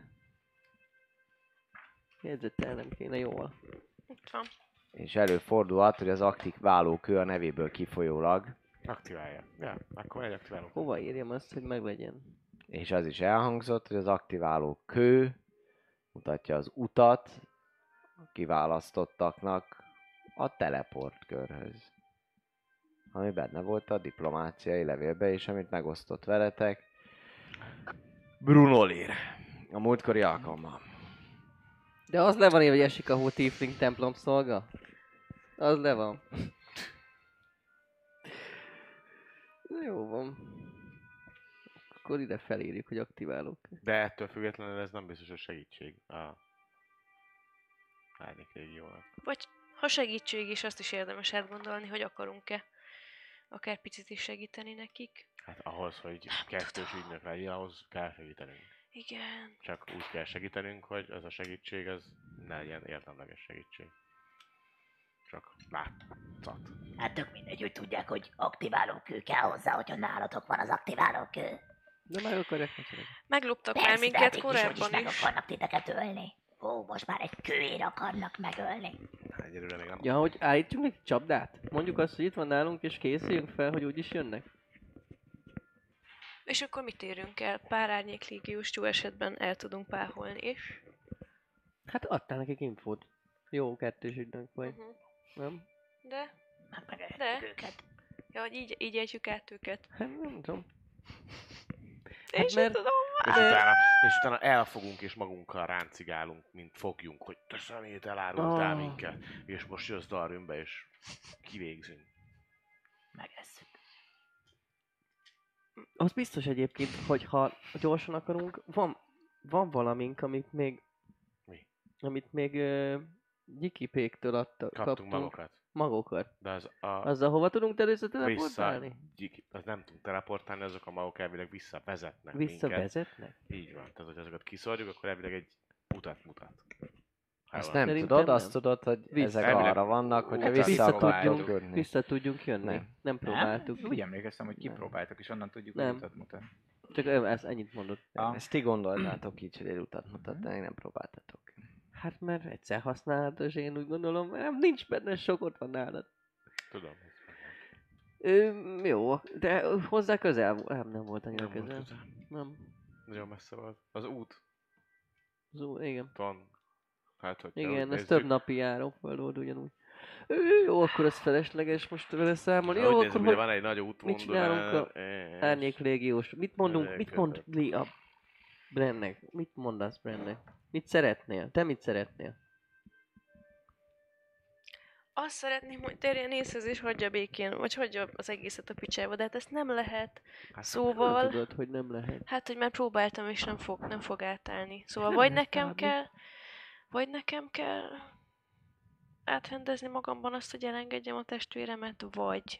Jegyzetelnem kéne jól. Itt van. És előfordulhat, hogy az aktiváló kő a nevéből kifolyólag, Aktiválja. Ja, akkor egy aktiváló. Hova írjam azt, hogy meglegyen? és az is elhangzott, hogy az aktiváló kő mutatja az utat a kiválasztottaknak a teleportkörhöz. Ami benne volt a diplomáciai levélbe, és amit megosztott veletek Bruno Lir a múltkori alkalommal. De az le van írva, hogy esik a hó Tiefling templom szolga? Az le van. Jó van. Akkor ide felírjuk, hogy aktiválok. De ettől függetlenül ez nem biztos, hogy segítség a Árnyék régiónak. Vagy ha segítség is, azt is érdemes átgondolni, hogy akarunk-e akár picit is segíteni nekik. Hát ahhoz, hogy kettős ügynök legyen, ahhoz kell segítenünk. Igen. Csak úgy kell segítenünk, hogy ez a segítség, ez ne legyen érdemleges segítség. Csak látszat. Hát tök mindegy, hogy tudják, hogy aktiváló kő kell hozzá, hogyha nálatok van az aktiváló kő. De meg akarják megcsinálni. Megloptak már Persze, de minket hát így is, hogy is korábban meg is. akarnak titeket ölni. Ó, most már egy kőért akarnak megölni. Egyelőre még nem. Ja, hogy állítsunk egy csapdát? Mondjuk azt, hogy itt van nálunk, és készüljünk fel, hogy úgyis jönnek. És akkor mit érünk el? Pár árnyék légiós jó esetben el tudunk páholni, és... Hát adtál nekik infót. Jó, kettős ügynök vagy. Uh-huh. Nem? De? Meg megölhetjük De? őket. Ja, hogy így, így ejtjük át őket. Hát nem tudom. Én Hát sem mert- tudom. És utána, és utána elfogunk és magunkkal ráncigálunk, mint fogjunk, hogy te szemét elárultál Ah. minket. És most jössz Darwinbe és kivégzünk. Megesszük. Az biztos egyébként, hogy ha gyorsan akarunk, van, van valamink, amit még... Mi? Amit még uh, Gyikipéktől adta, Kaptunk, kaptunk. magokat. Magokat. De az a... Azzal hova tudunk először vissza, teleportálni? gyiki, az nem tudunk teleportálni, azok a magok elvileg visszavezetnek minket. Visszavezetnek? Így van. Tehát, hogy azokat kiszorjuk, akkor elvileg egy utat mutat. Ha Azt jól nem Szerintem tudod, nem. azt tudod, hogy Vissza. ezek Elvileg arra vannak, hogyha utat vissza akartok tudjunk- jönni. Vissza tudjunk jönni? Nem, Nem. nem próbáltuk. Nem? Úgy emlékeztem, hogy Nem. kipróbáltak, és onnan tudjuk Nem. hogy utat mutatni. Csak ö, ez ennyit mondott. Ah. Ezt ti gondoltátok így, hogy egy utat mutatni, még nem próbáltatok. Hát mert egyszer használatos, én úgy gondolom, mert nem, nincs benne sok, ott van nálad. Tudom. Ö, jó, de hozzá közel volt. Nem, nem volt annyira Nem volt közel. közel. Nem. Nagyon messze volt. Az út Zó, igen. van. Hát, hogy Igen, ez több napi járó földod ugyanúgy. Ö, jó, akkor ez felesleges most vele számolni. Jó, Jó, akkor nézem, hogy van egy nagy útvonal. mit csinálunk a árnyék légiós? Mit mondunk, Elég mit mond Li a Brennek? Mit mondasz Brennek? Mit szeretnél? Te mit szeretnél? Azt szeretném, hogy térjen észhez és hagyja békén, vagy hagyja az egészet a picsába, de hát ezt nem lehet. Hát, Szóval, Tudod, hogy nem lehet. hát, hogy már próbáltam, és nem fog, nem fog átállni. Szóval Nem vagy lehet nekem állni. kell, vagy nekem kell átrendezni magamban azt, hogy elengedjem a testvéremet, vagy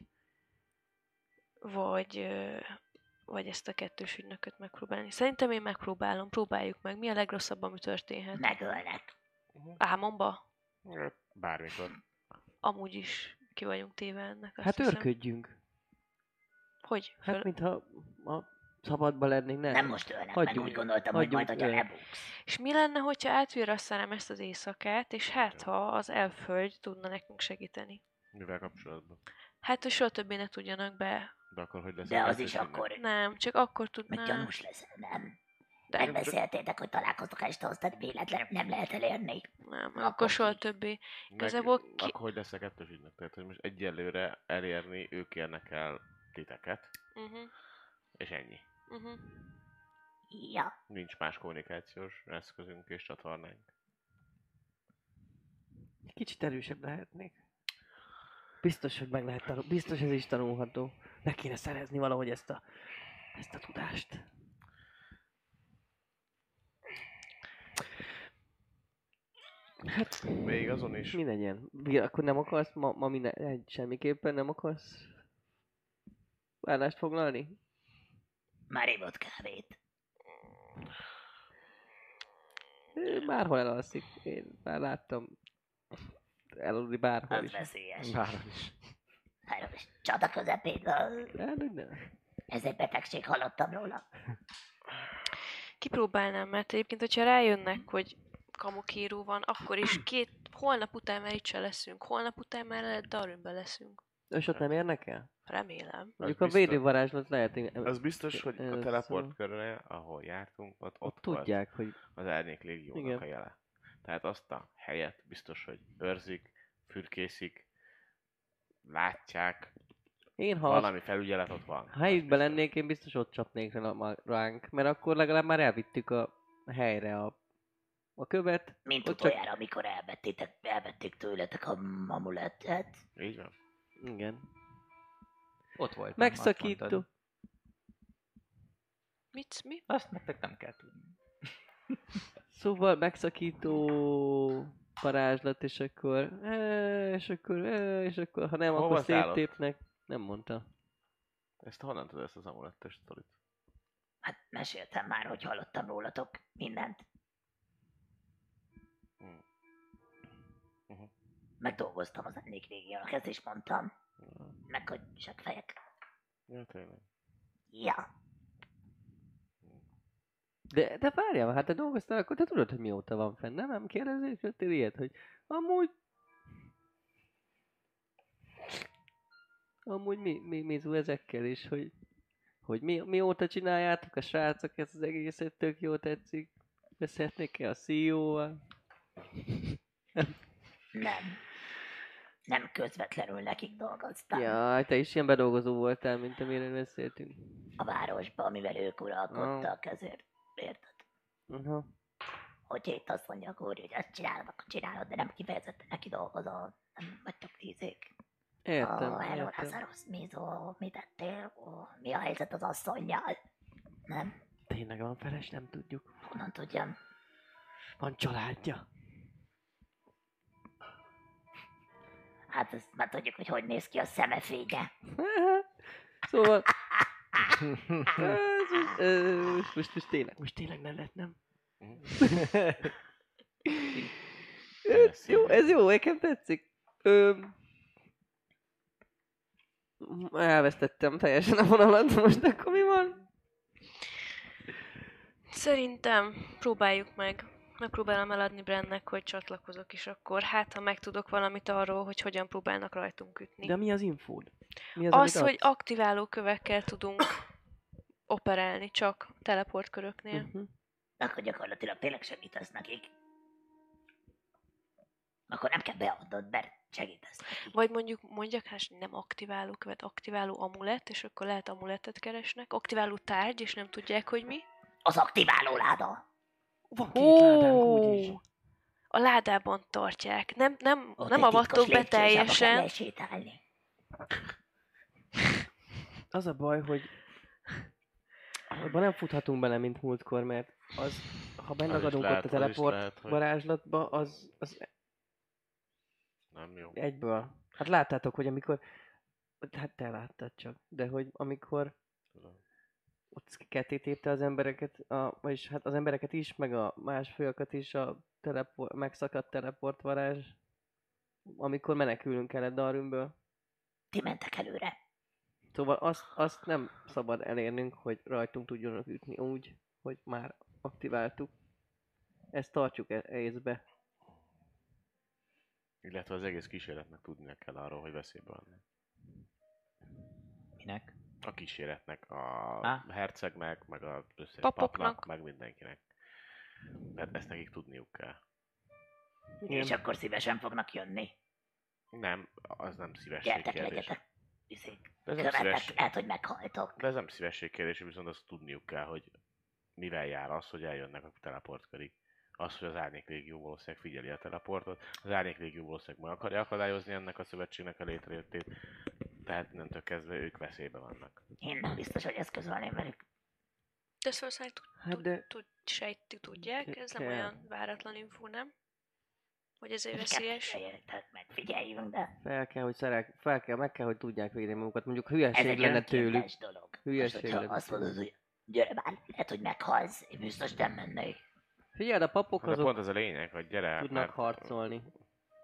vagy ö, vagy ezt a kettős ügynököt megpróbálni. Szerintem én megpróbálom, próbáljuk meg. Mi a legrosszabb, ami történhet? Megölnek. Álmomba? Bármikor. Amúgy is ki vagyunk téve ennek, azt Hát hiszem. őrködjünk. Hogy? Hát Föl... mintha a szabadba lennénk, nem? Nem most ölnek meg, Hagyjuk. úgy gondoltam, hogy majd, Hagyjuk, hogyha ö, lebuksz. És mi lenne, hogyha átvirrasszanám ezt az éjszakát, és hát ha az elföld tudna nekünk segíteni? Mivel kapcsolatban? Hát, hogy soha többé ne tudjanak be. De akkor hogy lesz? De a az is kettős akkor, Nem, csak akkor hogy tudná. gyanús leszel, nem? De Megbeszéltétek, hogy találkoztok este, aztán véletlenül nem lehet elérni. Nem, Akkor akkor soha ki? többé. Meg, Igazából ki- akkor hogy lesz a kettős ügynök? Tehát, hogy most egyelőre elérni ők érnek el titeket, Uh-huh, és ennyi. uh-huh. Ja. Nincs más kommunikációs eszközünk és csatornánk. Kicsit erősebb lehetnék. Biztos, hogy meg lehet tanulni. Biztos ez is tanulható. Meg kéne szerezni valahogy ezt a, ezt a tudást. Hát, Még azon is. mi legyen? Mi- Akkor nem akarsz ma, ma minden, egy, semmiképpen nem akarsz állást foglalni? Már ivott kávét. Ő bárhol elalszik. Én már láttam elaludni bárhol Az is. veszélyes. Bárhol is. Három is csata közepén. ö, Hát, hogy ne. Ez egy betegség, hallottam róla. Kipróbálnám, mert egyébként, hogyha rájönnek, hogy kamukíró van, akkor is két, holnap után már itt se leszünk. Holnap után már lehet Darwinben leszünk. És ott nem érnek el? Remélem. Mondjuk a biztos. védővarázslat lehet... Az biztos, hogy a Ez- teleport körre, ahol jártunk, ott, ott, Ott volt tudják, hogy az Árnyék Légiónak Igen. a jele. Tehát azt a helyet biztos, hogy őrzik, fürkészik, látják, én ha valami felügyelet ott van. ha helyükben Az biztos. lennék, én biztos ott csapnék rá ma- ránk, mert akkor legalább már elvittük a helyre a, a követ. Mint Ott utoljára, amikor elvettétek, elvették tőletek a amulettet. Így van. Igen. Ott volt. Megszakító. Mit? Mi? Azt nektek nem kell tudni. Szóval megszakító varázslat, és akkor... eh, És akkor... eh, És akkor, ha nem, Hova akkor szállott? széttépnek. Nem mondta. Ezt honnan tudod, ezt az amulettes sztorit? Hát meséltem már, hogy hallottam rólatok mindent. Hmm. Uh-huh. Megdolgoztam az ennék régiónak, ezt is mondtam. Meg hogy seggfejek. Ja, tényleg. Ja. De, de várjál, hát te dolgoztál, akkor te tudod, hogy mióta van fenn, nem? Nem kérdezésültél ilyet, hogy amúgy... Amúgy mi, mi, mi zú ezekkel is, hogy... Hogy mi, mióta csináljátok a srácok ezt az egészet, tök jó tetszik. Beszélhetnék el a C E O-val? Nem. Nem közvetlenül nekik dolgoztam. Jaj, te is ilyen bedolgozó voltál, mint amire beszéltünk. A városba, amivel ők uralkodtak, ezért érted? Aha. Hogyha itt azt mondja a úr, hogy ezt csinálod, akkor csinálod, de nem kifejezetten neki dolgozol. Nem vagytok tízék. Értem, Ó, hello, értem. Lazarus, Mizo, mit tettél? Ó, mi a helyzet az asszonnyal? Nem? Tényleg van feles, nem tudjuk. Honnan tudjam? Van családja. Hát ezt már tudjuk, hogy hogy néz ki a szemefénye. Szóval... Ez- ez- most, most, most tényleg, most tényleg nem lett, nem? ez jó, ez jó, nekem tetszik. Ö, elvesztettem teljesen a vonalat, most akkor mi van? Szerintem próbáljuk meg. Megpróbálom eladni Brennek, hogy csatlakozok is akkor. Hát, ha megtudok valamit arról, hogy hogyan próbálnak rajtunk ütni. De mi az infód? Mi az, Az, amit hogy aktiváló kövekkel tudunk operálni, csak teleportköröknél. Uh-huh. Akkor gyakorlatilag tényleg segítesz nekik. Akkor nem kell beadnod, mert segítesz nekik. Vagy mondjuk mondjak, hát nem aktiváló követ, aktiváló amulett, és akkor lehet amulettet keresnek. Aktiváló tárgy, és nem tudják, hogy mi. Az aktiváló láda. Van két ládánk úgyis. Ó, a ládában tartják. Nem, nem, Ott nem egy avattok titkos be lépcsősába kell teljesen. lesétálni. Az a baj, hogy abban nem futhatunk bele, mint múltkor, mert az, ha bennagadunk lehet, ott a az is teleport lehet, hogy- varázslatba, az, az Nem jó. egyből. Hát láttátok, hogy amikor... Hát te láttad csak, de hogy amikor Tudom. ott ketté tépte az embereket, a, vagyis hát az embereket is, meg a más főakat is a teleport, megszakadt teleportvarázs, amikor menekülünk kellett Darwinből. Ti mentek előre. Szóval azt, azt nem szabad elérnünk, hogy rajtunk tudjanak ütni úgy, hogy már aktiváltuk. Ezt tartjuk e- észbe. Illetve az egész kísérletnek tudnia kell arról, hogy veszélyben van. Minek? A kíséretnek, a Á. hercegnek, meg a összes Papoknak. papnak, meg mindenkinek. Mert ezt nekik tudniuk kell. És akkor szívesen fognak jönni. Nem, az nem szívesség Gyertek, kérdés. legyetek. Izék. De ez nem Követek, szívesség. lehet, hogy meghaltok. De ez nem szívesség kérdés, viszont azt tudniuk kell, hogy mivel jár az, hogy eljönnek a teleport köré. Az, hogy az Árnyék Légió valószínűleg figyeli a teleportot, az Árnyék Légió valószínűleg meg akarja akadályozni ennek a szövetségnek a létrejöttét, tehát innentől kezdve ők veszélybe vannak. Én nem biztos, hogy ezt közölném velük. De ezt valószínűleg tud, Hát tud, de- tud, sejti, tudják, ez nem Kell. olyan váratlan info, nem? Hogy ezért Inkább veszélyes. figyeljetek meg, figyeljünk, de Fel kell, hogy szerek, fel kell, meg kell, hogy tudják védeni magukat. Mondjuk ez hülyeség egy lenne tőlük. önkéntes dolog. Hülyeség Most, hogyha lenne azt mondod, tőlük. hogy gyere már, lehet, hogy meghalsz, én biztos nem mennék. Figyeld, a papok De azok pont az a lényeg, hogy gyere, tudnak mert- harcolni. Hát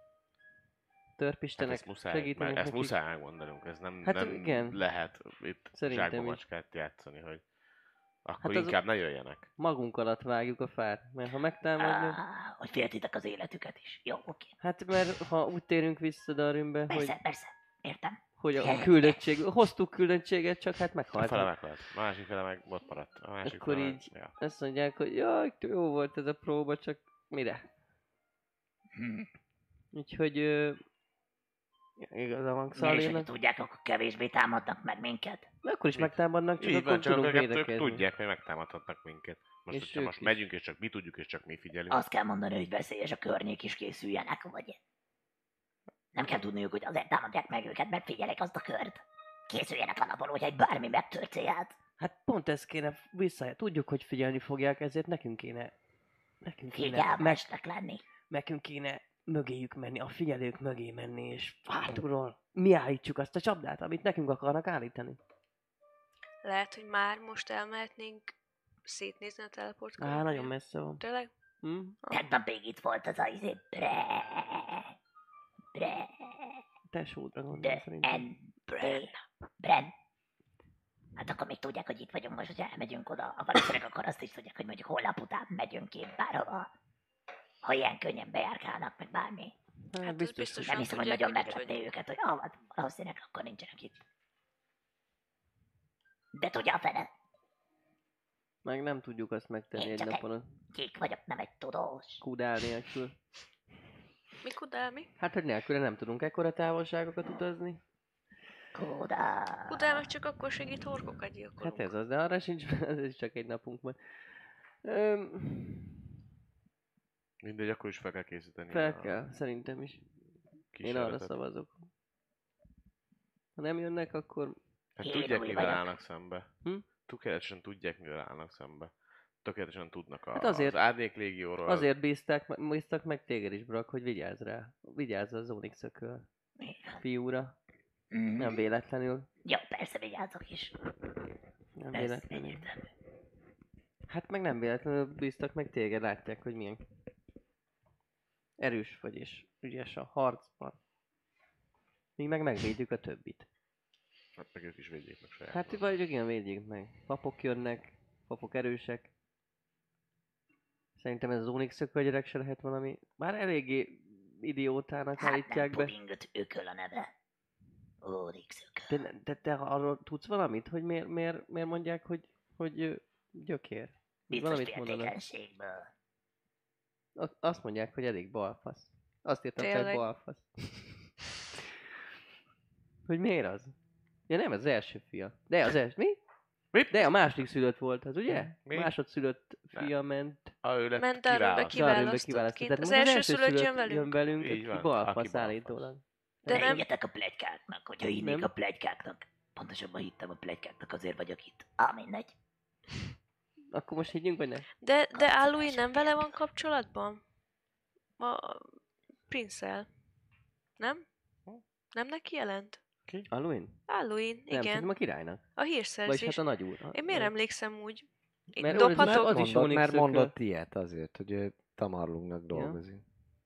Törpistenek ezt muszáj, segíteni mert ezt nekik. muszáj megmondanunk, ez nem, Hát nem igen. lehet itt Szerintem zsákba is. macskát játszani, hogy akkor Hát hát az- inkább ne jöjjenek. Magunk alatt vágjuk a fát, mert ha megtámadnak, Ah, hogy féltitek az életüket is. Jó, oké. hát mert ha úgy térünk vissza Darwinbe, Persze, hogy, persze. Értem. hogy a küldöttség, hoztuk küldöttséget, csak hát A fele meghaltak. meghalt, a másik fele meg ott maradt. A másik Akkor fele így- Meg, ja. Azt mondják, hogy jaj, jó volt ez a próba, csak mire? Hm. Úgyhogy ö, igaza van Miért is, hogy Xalénak. tudják, akkor kevésbé támadnak meg minket. De akkor is Mit? megtámadnak, csak Így akkor van, csak tudunk ők, ők védekezni. tudják, hogy megtámadhatnak minket. Most, És hogyha ők most is. megyünk, és csak mi tudjuk, és csak mi figyelünk. Azt kell mondani, hogy veszélyes a környék is készüljenek, vagy... Nem kell tudniuk, hogy azért támadják meg őket, mert figyelik azt a kört. Készüljenek alapból, hogy egy bármi megtört célját. Hát pont ezt kéne vissza. Tudjuk, hogy figyelni fogják, ezért nekünk kéne... Nekünk kéne, meg, Figyelmesnek lenni. nekünk kéne mögéjük menni, a figyelők mögé menni, és hátulról mi állítsuk azt a csapdát, amit nekünk akarnak állítani. Lehet, hogy már most elmehetnénk szétnézni a teleport Á, körül. nagyon messze van. Tényleg? Hm? Tegnap még itt volt az a izé... Bre... Bre... Tesódra gondolom De... szerintem. En... Bren. Bren. Hát akkor még tudják, hogy itt vagyunk most, hogyha elmegyünk oda. A valószínűleg akkor azt is tudják, hogy mondjuk holnap után megyünk ki bárhova. Ha ilyen könnyen bejárkálnak, meg bármi. Hát, Hát biztos, biztos, hogy Nem Nem hiszem, hogy tudják, nagyon hogy itt meglepné őket, hogy ah, hát valószínűleg akkor nincsenek itt. De tudja a fene, meg nem tudjuk azt megtenni Én egy csak egy- napon a kék vagyok, nem egy tudós. kudál nélkül. Mi kudálmi? Hát, hogy nélküle nem tudunk ekkora távolságokat utazni. Kuda. Kudál meg csak akkor segít orkokat gyilkolunk. Hát ez az, de arra sincs, ez is csak egy napunk van. Öm, Mindegy, akkor is fel kell készíteni. fel a kell, szerintem is. Én kísérletet. arra szavazok. Ha nem jönnek, akkor Hát Én tudják, új mivel vagyok. állnak szembe. Hm? Tökéletesen tudják, mivel állnak szembe. Tökéletesen tudnak a, Hát azért- az Árnyék Légióról. azért bízták, me- bíztak meg téged is, Brak, hogy vigyázz rá. Vigyázz az Onyx ököl fiúra. Mm. Nem véletlenül. Jó, persze vigyázok is. Nem Ez véletlenül. egyértelmű. Hát meg nem véletlenül bíztak meg téged, látják, hogy milyen erős vagy és ügyes a harcban. Mi meg megvédjük a többit. Hát meg ők is védjék meg saját. Hát vagy igen, védjük meg. Papok jönnek, papok erősek. Szerintem ez az Onyx ökölgyerek se lehet valami, már eléggé idiótának Hát nem állítják be. pudingot ököl a neve. Onyx ököl. De, de te arról tudsz valamit, hogy miért, miért, miért mondják, hogy, hogy ö, gyökér? Biztos Valamit mondanak. féltékenységből. A- Azt mondják, hogy elég balfasz. Azt írtam fel, Tényleg? balfasz. Hogy miért az? Ja nem, ez az első fia. De az első, mi? Mit? De a második szülött volt az, ugye? Mi? Másodszülött fia ment. Ah, ő lett Ment Darwinbe kiválasztva. Darwinbe kiválasztott kiválasztott. kint. Tehát Az most első szülött jön jön velünk. velünk, Így aki van, aki balfasz balfasz. állítólag. De De nem- nem higyetek a pletykáknak, hogyha hinnék Nem. a pletykáknak. Pontosabban hittem a pletykáknak, azért vagyok itt. Á, mindegy. Akkor most higgyünk, vagy nem? De, de Alui nem vele van kapcsolatban? A Prince-el. Nem? Nem neki jelent? Aluin? Alluin, Nem, igen. szerintem a királynak. A Vagyis hírszerzés. hát a nagyúr. Én miért emlékszem úgy? Én Mert dobhatok? az is mondott, Onyx mert ököl. mondott ilyet azért, hogy ő Tamarlungnak dolgozik.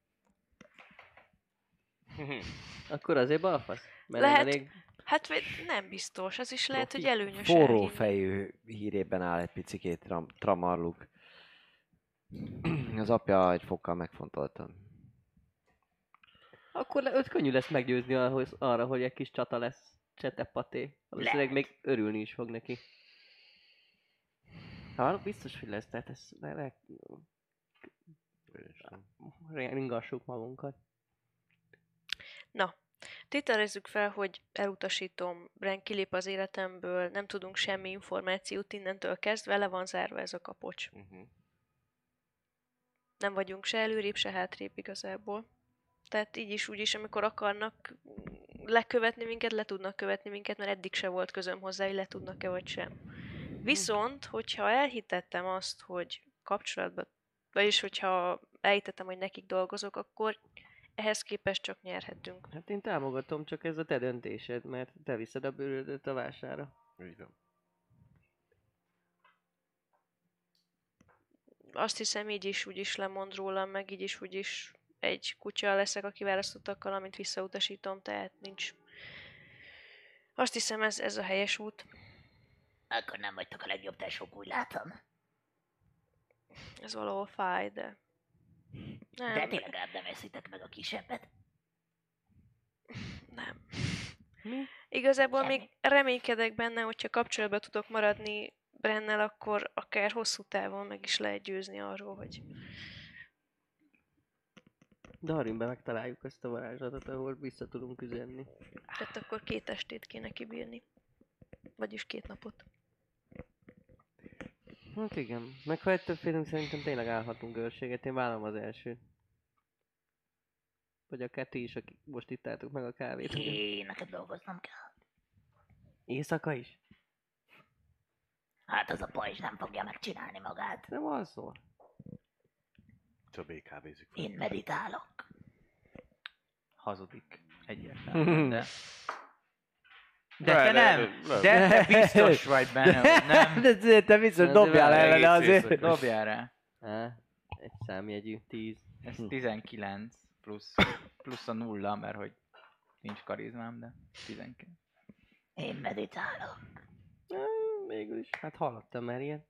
Akkor azért balfasz? Mert Lehet. nem elég... Hát vagy nem biztos, az is lehet, hogy előnyös Forró elhinni. fejű hírében áll egy picikét tram, Tramarluk. Az apja egy fokkal megfontoltam. Akkor le, öt könnyű lesz meggyőzni ahhoz, arra, hogy egy kis csata lesz. Csetepaté. Valószínűleg Lehet. még örülni is fog neki. Hát biztos, hogy lesz, tehát ez... Le, le, ringassuk magunkat. Na, tételezzük fel, hogy elutasítom, Bren kilép az életemből, nem tudunk semmi információt innentől kezdve, le van zárva ez a kapocs. Uh-huh. Nem vagyunk se előrébb, se hátrébb igazából. Tehát így is, úgy is, amikor akarnak lekövetni minket, le tudnak követni minket, mert eddig se volt közöm hozzá, hogy le tudnak-e vagy sem. Viszont, hogyha elhitettem azt, hogy kapcsolatban, vagyis hogyha elhitettem, hogy nekik dolgozok, akkor ehhez képest csak nyerhetünk. Hát én támogatom, csak ez a te döntésed, mert te viszed a bőrödöt a vására. Így van. Azt hiszem, így is, úgy is lemond rólam, meg így is, úgy is egy kutya leszek a kiválasztottakkal, amit visszautasítom, tehát nincs... Azt hiszem, ez, ez a helyes út. Akkor nem vagytok a legjobb tesók, úgy látom. Ez valahol fáj, de... Nem, De ti legalább nem eszitek meg a kisebbet. nem. Mi? Igazából Semmi. még reménykedek benne, hogyha kapcsolatban tudok maradni Brennel, akkor akár hosszú távon meg is lehet győzni arról, hogy... Darwinben megtaláljuk ezt a varázslatot, ahol vissza tudunk üzenni. Tehát akkor két estét kéne kibírni. Vagyis két napot. Hát igen. Meg ha ettől félünk, szerintem tényleg állhatunk őrséget. Én vállalom az elsőt. Vagy akár ti is, akik most itt álltok meg a kávét. Én nekem dolgoznom kell. Éjszaka is? Hát az a pajzs nem fogja megcsinálni magát. Nem az szól. Csak bé ká-vézik fel. Én meditálok. Hazudik. Egyértelműen, de... De Le- te le- nem! le- De te biztos vagy benne, hogy nem. De te biztos Ez dobjál egy ellene egész azért. éjszaka. Dobjál rá. Á, egy számjegyű, tíz. Ez tizenkilenc plusz, plusz a nulla, mert hogy nincs karizmám, de tizenkilenc. Én meditálok. Á, végül is. Hát hallottam már ilyen.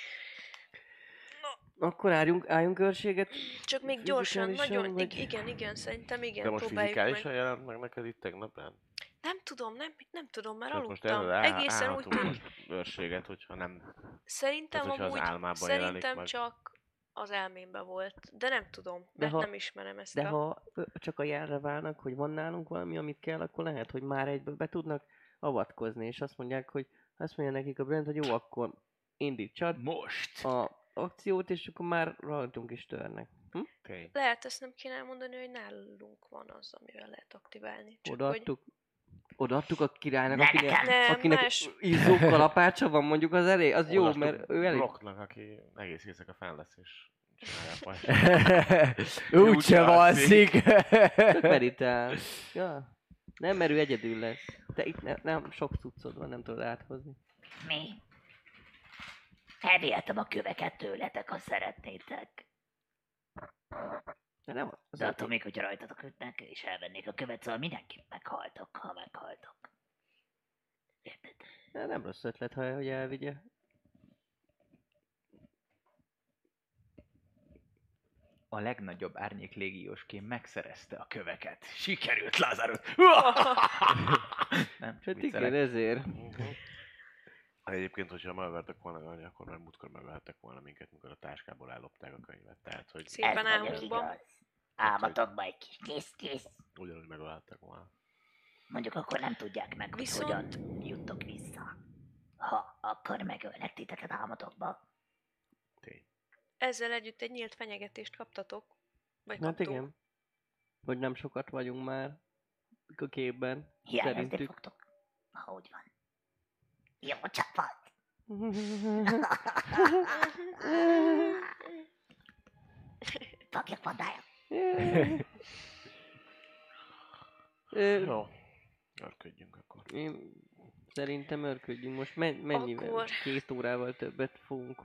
Akkor álljunk, álljunk őrséget. Csak még gyorsan, Fizikálisan, nagyon... vagy- I- igen, igen, szerintem igen, De most próbáljuk fizikálisan meg. jelent meg neked itt tegnap, nem? Nem tudom, nem, nem tudom, mert Tehát most aludtam. erről áll, Egészen úgy állhatunk tűnik. most őrséget, hogyha nem... Szerintem Tehát, hogyha az amúgy, álmában jelenik szerintem meg. csak az elmémben volt. De nem tudom, De mert ha- nem ismerem ezt De a... ha ö, csak a jelre válnak, hogy van nálunk valami, amit kell, akkor lehet, hogy már egyből be tudnak avatkozni, és azt mondják, hogy azt mondja nekik a brand, hogy jó, akkor indítsad Most! a akciót, és akkor már rajtunk is törnek. Hm? Tény. Lehet, ezt nem kéne elmondani, hogy nálunk van az, amivel lehet aktiválni. Csak hogy... Odaadtuk, odaadtuk a királynak, Ne akinek, nekem. Nem, akinek más. izzó kalapácsa van, mondjuk az elég, az jó, Odaadtuk mert ő elég... Brocknak, aki egész éjszaka fenn lesz, és csinálja a pajzsot. Úgyse valszik. Csak meditál. Ja. Nem, mert ő egyedül lesz. Te itt ne, nem, sok cuccod van, nem tudod áthozni. Mi? Elvihetem a köveket tőletek, ha szeretnétek. De nem az. De attól még, hogyha rajtatok ütnek, és elvennék a követ, szóval mindenképp meghaltok, ha meghaltok. Érted? De nem rossz ötlet, ha hogy elvigye. A legnagyobb árnyék légiósként megszerezte a köveket. Sikerült, Lázárus! Nem, csak Hát igen, viccelek. ezért. Mhm. Egyébként, hogyha megvertek volna annyi, akkor már múltkor megvertek volna minket, mikor a táskából ellopták a könyvet. Tehát, hogy Szépen Ez nagyon elhúzva. igaz. Álmatokba egy kis kész-kész. ugyanúgy megölhettek volna. Mondjuk akkor nem tudják meg, hogy Viszont- hogyan juttok vissza. Ha akkor megölnek titeket álmatokba. Tény. Ezzel együtt egy nyílt fenyegetést kaptatok. Vagy Hát kaptunk. igen. Hogy nem sokat vagyunk már a képben. Hiányozni Szerintük. fogtok. Ha úgy van. Jó csapat! Fogjuk vadályok. Ö, Jó. Örködjünk akkor. Én szerintem örködjünk. Most men- mennyivel? Akkor- Két órával többet fogunk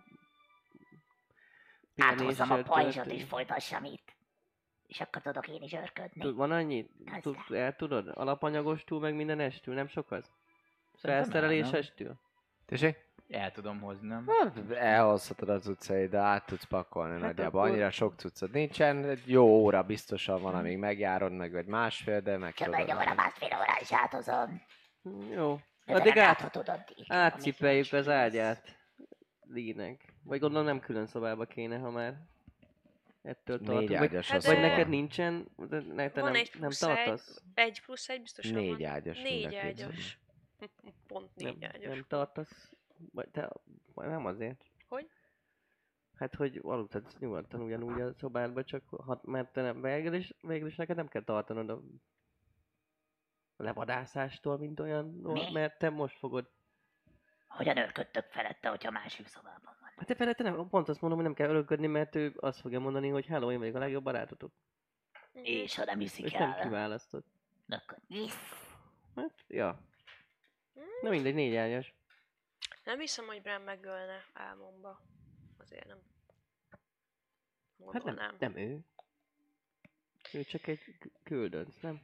Áthozom a pihenéssel pajzsot tölteni. és folytassam itt. És akkor tudok én is örködni. Tud- Van annyi? Tud, Persze. el tudod? Alapanyagostól meg minden estül, nem sok az? Szerintem Felszerelés el, nem? estül? Tessék? El tudom hozni, nem? Hát, elhozhatod az utcai, de át tudsz pakolni Hát nagyjából. akkor- Annyira sok cuccod nincsen, egy jó óra biztosan van, amíg megjárod meg, vagy másfél, de meg Csak tudod. egy óra, másfél óra is áthozom. Hm, Jó. De Addig nem át, láthatod addig. átcipeljük amíg az ágyát. Línek. Vagy gondolom nem külön szobába kéne, ha már. ettől Négy tartunk. Vagy, ágyas Hát az vagy de- van. neked nincsen, de ne, te Van nem, egy nem plusz tartasz? Egy plusz egy biztosan Négy van. ágyas mind a Négy két ágyas. Pont négy Nem, ágyas. nem van. tartasz? Vagy te, vagy nem azért. Hogy? Hát, hogy aludhatsz nyugodtan ugyanúgy a szobádba, csak hat, mert te nem, végül is, végül is neked nem kell tartanod a levadászástól, mint olyan, Mi? mert te most fogod. Hogyan örködtök felette, hogyha másik szobában van? Hát te felette nem, pont azt mondom, hogy nem kell öröködni, mert ő azt fogja mondani, hogy hello, én vagyok a legjobb barátotok. Mhm. És ha nem hiszik És nem el, kiválasztott. akkor visz. Hát, ja. Na mindegy, négy ágyas. Nem hiszem, hogy Bram megölne álmomba. Azért nem. Hát nem, Gondolnám. nem ő. Ő csak egy k- küldönc, nem?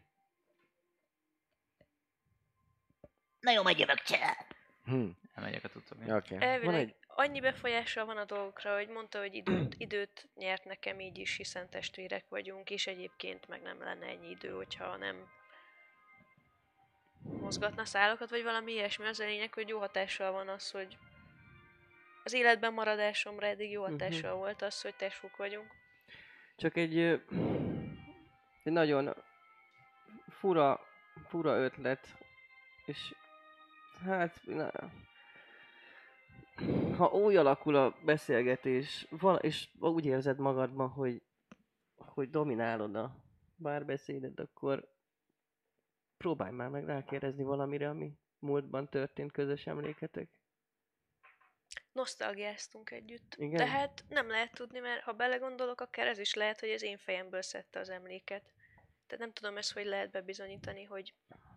Na jó, majd jövök, csel. Hm. Elmegyek a cuccokra. Oké. Okay. Elvileg Van egy- annyi befolyással van a dolgokra, hogy mondta, hogy időt, időt nyert nekem így is, hiszen testvérek vagyunk, és egyébként meg nem lenne ennyi idő, hogyha nem mozgatna szálakat, vagy valami ilyesmi. Az a lényeg, hogy jó hatással van az, hogy az életben maradásomra eddig jó hatással Mhm. volt az, hogy testvérek vagyunk. Csak egy, ö, egy nagyon fura, fura ötlet, és hát, na, ha úgy alakul a beszélgetés, vala, és úgy érzed magadban, hogy, hogy dominálod a párbeszédet, akkor próbálj már meg rákérdezni valamire, ami múltban történt, közös emléketek. Nosztalgiáztunk együtt. Igen? De hát nem lehet tudni, mert ha belegondolok, akár ez is lehet, hogy az én fejemből szedte az emléket. Tehát nem tudom ezt, hogy lehet bebizonyítani, hogy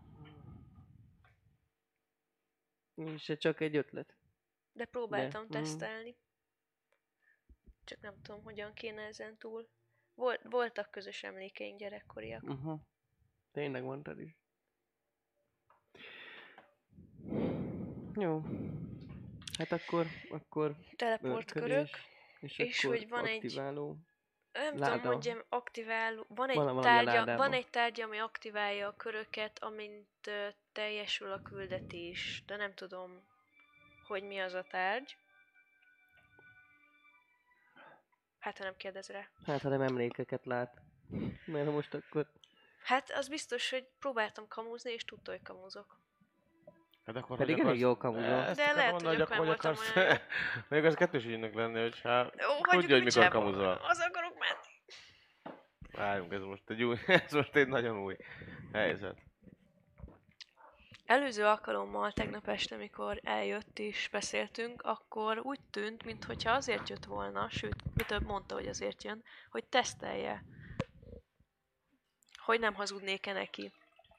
És ez csak egy ötlet. de próbáltam De, mm. tesztelni. Csak nem tudom, hogyan kéne ezen túl. Volt, voltak közös emlékeink gyerekkoriak. Uh-huh. Tényleg mondtad is. Jó. Hát akkor, akkor Teleportkörök. örködés, és, és akkor hogy van egy- aktiváló. Nem Láda. tudom, mondjam, aktivál... Van egy, Van valami a tárgya, ládában. van egy tárgya, ami aktiválja a köröket, amint ö, teljesül a küldetés. De nem tudom, hogy mi az a tárgy. Hát, ha nem kérdez rá. Hát, ha nem emlékeket lát. Mert ha most akkor... Hát, az biztos, hogy próbáltam kamúzni, és tudta, hogy kamúzok. Hát akkor Pedig hogy elég akarsz- jól kamuzol. Ezt De akarom lehet, mondani, hogy akkor nem hogy voltam akarsz- olyan jó. Mondjuk az kettős ügynek lenni, hogyha Jó, hagyjuk tudja, hogy a mikor picsába. kamuzol. Az akarok menni. Várjunk, ez most egy új, ez most egy nagyon új helyzet. Előző alkalommal, tegnap este, amikor eljött és beszéltünk, akkor úgy tűnt, mintha azért jött volna, sőt, mi több mondta, hogy azért jön, hogy tesztelje. Hogy nem hazudnék-e neki.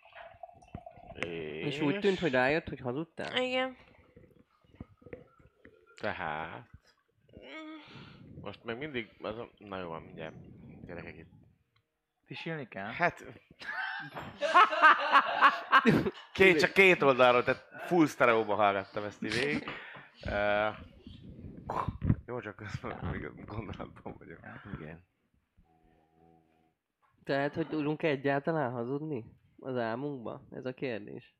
És úgy tűnt, hogy rájött, hogy hazudtál? Igen. Tehát... Mm, Most meg mindig... Az a... Na jó van, mindjárt. Gyerekek itt. Pisilni kell? Hát... Két, csak két oldalról, tehát full sztereóba hallgattam ezt így végig. Uh, jó, csak azt még gondolatban vagyok. Igen. Tehát, hogy tudunk egyáltalán hazudni az álmunkba? Ez a kérdés.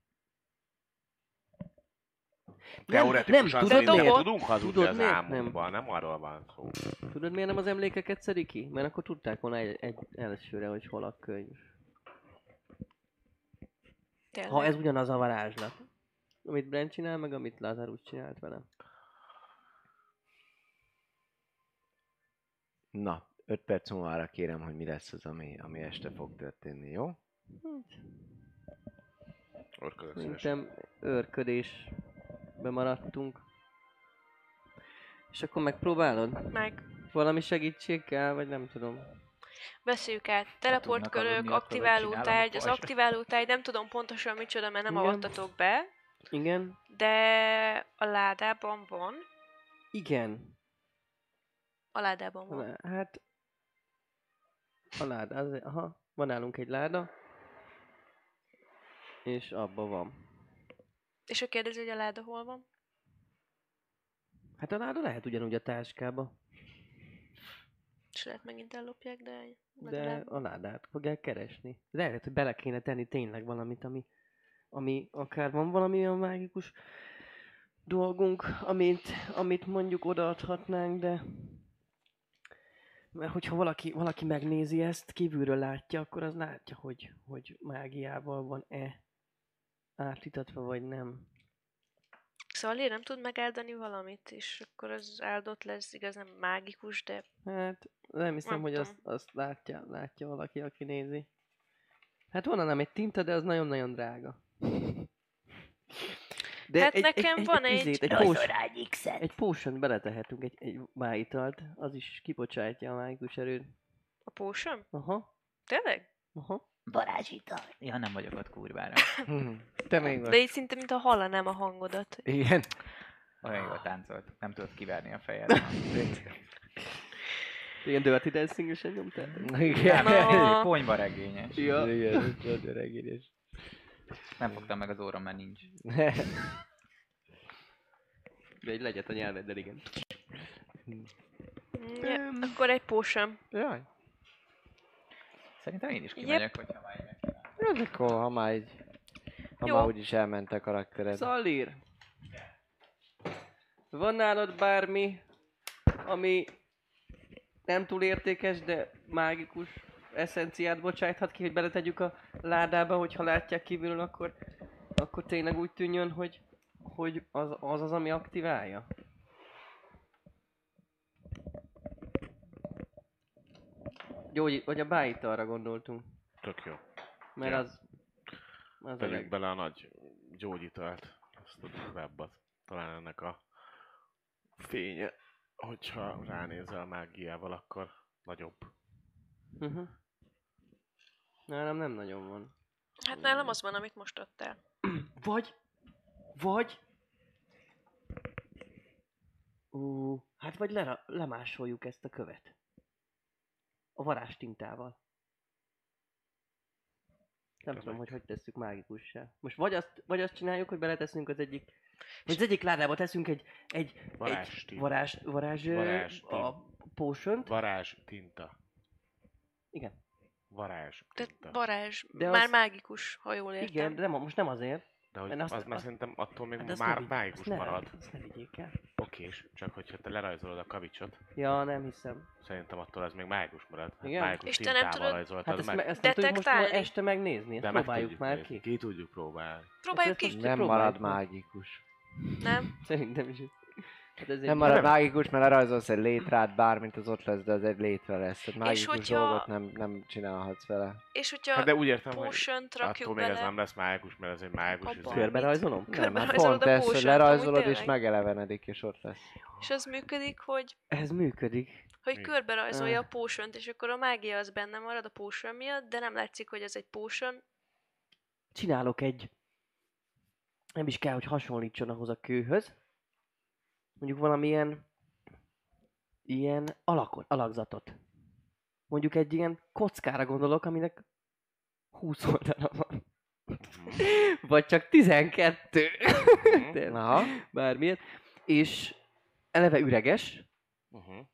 Teoretikusan nem, szerintem tudod miért? tudunk hazudni Tudod az miért? álmunkban, nem arról van szó. Tudod, miért nem az emlékeket szedik ki? Mert akkor tudták volna egy, egy elsőre, hogy hol a könyv. tényleg. Ha ez ugyanaz a varázslat. Amit Brent csinál, meg amit Lazarus csinált velem. Na, öt perc múlva arra kérem, hogy mi lesz az, ami, ami este fog történni, jó? Orkodok szívesen. Szerintem őrködésbe maradtunk. És akkor megpróbálod? Meg. Valami segítség kell, vagy nem tudom. Beszéljük át. tudnak Teleportkörök, aludni, attól, hogy aktiváló csinálom tárgy. a Az pajzs. aktiváló tárgy, nem tudom pontosan micsoda, mert nem Igen. avattatok be. Igen? De a ládában van. Igen. A ládában van. Na, hát... A láda, az, aha, van nálunk egy láda. És abban van. És ő kérdezi, hogy a láda hol van. Hát a láda lehet ugyanúgy a táskába. És lehet megint ellopják, de... De legalább- a ládát fogják keresni. Lehet, hogy bele kéne tenni tényleg valamit, ami, ami akár van valami olyan mágikus dolgunk, amit, amit mondjuk odaadhatnánk, de Mert hogyha valaki, valaki megnézi ezt, kívülről látja, akkor az látja, hogy, hogy mágiával van-e átítatva, vagy nem. Szóval én nem tud megáldani valamit, és akkor az áldott lesz igazán mágikus, de Hát nem hiszem, Nem hogy tudom. azt, azt látja, látja valaki, aki nézi. Hát volna nem egy tinta, de az nagyon-nagyon drága. De Hát nekem van egy- izét, egy, Rajzol potion, rá egy X-et. egy potion beletehetünk, egy, egy máitalt, az is kibocsátja a mágikus erőt. a potion? Aha, Tényleg? aha. Varázsital. Ja, nem vagyok ott kurvára. Hm. Te még De vagy. így szinte, mint a hallanám a hangodat. Igen. Olyan jól táncolt. Nem tudod kiverni a fejed. Ilyen Dirty Dancing-esen nyomtál? Igen. Na. Ponyva regényes. Ja. Igen, nagyon regényes. Nem fogtam meg az órom, mert nincs. De egy legyet a nyelveddel, igen. Mm, Ja, akkor egy potion. Jaj. Szerintem én is Yep. kimegyek, hogyha már így megcsinálom. Ez akkor, ha már így... Ha Jó. már úgyis elment a karaktered. Szalír! Van nálad bármi, ami nem túl értékes, de mágikus eszenciát bocsájthat ki, hogy beletegyük a ládába, hogyha látják kívülről, akkor, akkor tényleg úgy tűnjön, hogy, hogy az, az az, ami aktiválja? Gyógyi, vagy a bájitalra gondoltunk, Tök jó. mert Ja. az... az a Tegyük leg... bele a nagy gyógyitalt, azt a webbat. Talán ennek a fénye, hogyha ránézel a mágiával, akkor nagyobb. Uh-huh. Nálam nem nagyon van. Hát nálam az van, amit most adtál. Vagy, vagy... Ú, hát vagy lera, lemásoljuk ezt a követ. A varázstintával. Nem Ez tudom, meg- hogy hogy tesszük mágikussá. Most vagy azt, vagy azt csináljuk, hogy beleteszünk az egyik... Vagy az egyik ládába teszünk egy... egy, egy Varázstinta. varázs... Varázs... ö, Varázstinta. a potion-t. Varázs tinta. Igen. Varázs Tehát tinta. varázs, De már az- mágikus, ha jól értem. Igen, de nem, most nem azért. De hogy Én azt, azt- az már azt- szerintem attól még Hát azt már ne vigy- mágikus azt ne- marad. Azt ne vigyék el. Okés, csak hogyha te lerajzolod a kavicsot, Ja, nem hiszem. szerintem attól ez még mágikus marad. Hát Igen? mágikus És te nem tintával tudod- rajzoltad Hát ezt, meg. me, ezt nem tudjuk most ma Detektálni? este megnézni, ezt De meg próbáljuk tudjuk már nézni. ki. Ki tudjuk próbálni. Próbáljuk Hát ki. ezt Nem próbáljuk marad meg. mágikus. Nem? Szerintem is. Hát ez Nem egy... marad mágikus, mert lerajzolsz egy létrát, bármint az ott lesz, de az egy létre lesz. Tehát mágikus hogyha- dolgot nem, nem csinálhatsz vele. És hogyha Hát de úgy értem, hogy potion-t rakjuk attól még ez bele, nem lesz mágikus, mert ez egy mágikus Abba. üzem. Körbe rajzolom? Nem, Körbe hát rajzolod pont a ez, hogy potion-t, lerajzolod amúgy és tényleg. megelevenedik, és ott lesz. és az működik, hogy, Ez működik. hogy Mi? körbe rajzolja Ah. a potion-t, és akkor a mágia az benne marad a potion miatt, de nem látszik, hogy ez egy potion. Csinálok egy... Nem is kell, hogy hasonlítson ahhoz a kőhöz. Mondjuk valamilyen... Ilyen alakot, alakzatot. Mondjuk egy ilyen kockára gondolok, aminek húsz oldala van. Vagy csak tizenkettő. De Aha. bármilyet. És eleve üreges, Uh-huh.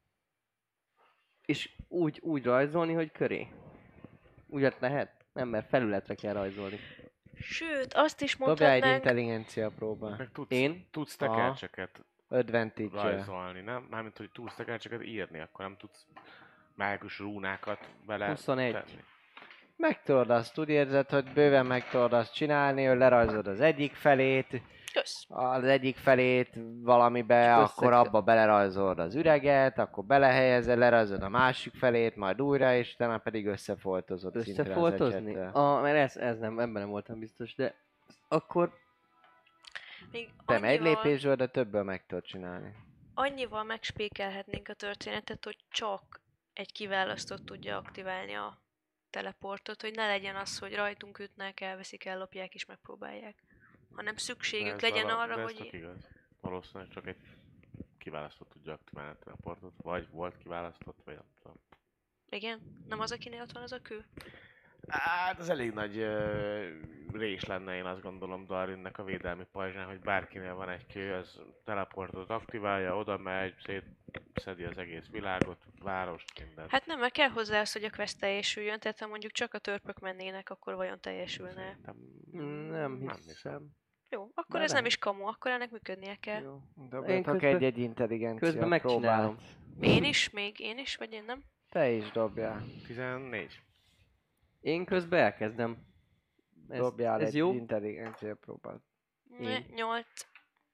és úgy, úgy rajzolni, hogy köré. Úgy lett lehet? Nem, mert felületre kell rajzolni. Sőt, azt is Dobjál egy mondhatnánk, intelligencia próbál. Meg tudsz, Én? tudsz Aha. tekercseket Advantage. rajzolni, nem? Mármint, hogy tudsz tekercseket írni, akkor nem tudsz mágikus rúnákat bele huszonegy. tenni. Meg tudod azt, úgy érzed, hogy bőven meg tudod azt csinálni, hogy lerajzolod az egyik felét, kösz. az egyik felét valamibe, És akkor össze- abba belerajzolod az üreget, akkor belehelyezed, lerajzolod a másik felét, majd újra, és utána pedig összefoltozod szinte az Összefoltozni? ecsettel. Ah, mert ez, ez nem, ebben nem voltam biztos, de akkor Még Nem egy annyival, lépésből, de többből meg tudod csinálni. annyival megspékelhetnénk a történetet, hogy csak egy kiválasztott tudja aktiválni a teleportot, hogy ne legyen az, hogy rajtunk ütnek, elveszik, ellopják és megpróbálják. Hanem szükségünk Ez legyen vala- arra, de ez hogy... tök igaz. Valószínűleg csak egy kiválasztott tudja aktiválni a teleportot, vagy volt kiválasztott, vagy nem tudom. Igen? Nem az, akinél ott van az a kő? Hát ez elég nagy uh, rés lenne, én azt gondolom Darwinnek a védelmi pajzsán, hogy bárkinél van egy kő, az teleportot aktiválja, oda megy, szétszedi az egész világot, várost, mindent. Hát nem, mert kell hozzá az, hogy a quest teljesüljön, tehát ha mondjuk csak a törpök mennének, akkor vajon teljesülne? Szerintem nem hiszem. hiszem. Jó, akkor De ez nem nem. is kamu, akkor ennek működnie kell. Jó. Dobjatok közben- egy-egy intelligencia Közben megcsinálom. próbát. Én is? Még én is? Vagy én nem? Te is dobjál. tizennégy. Én közben elkezdem. Ez, Dobjál ez egy jó? intelligencia próbát. Én. Ne, Nyolc.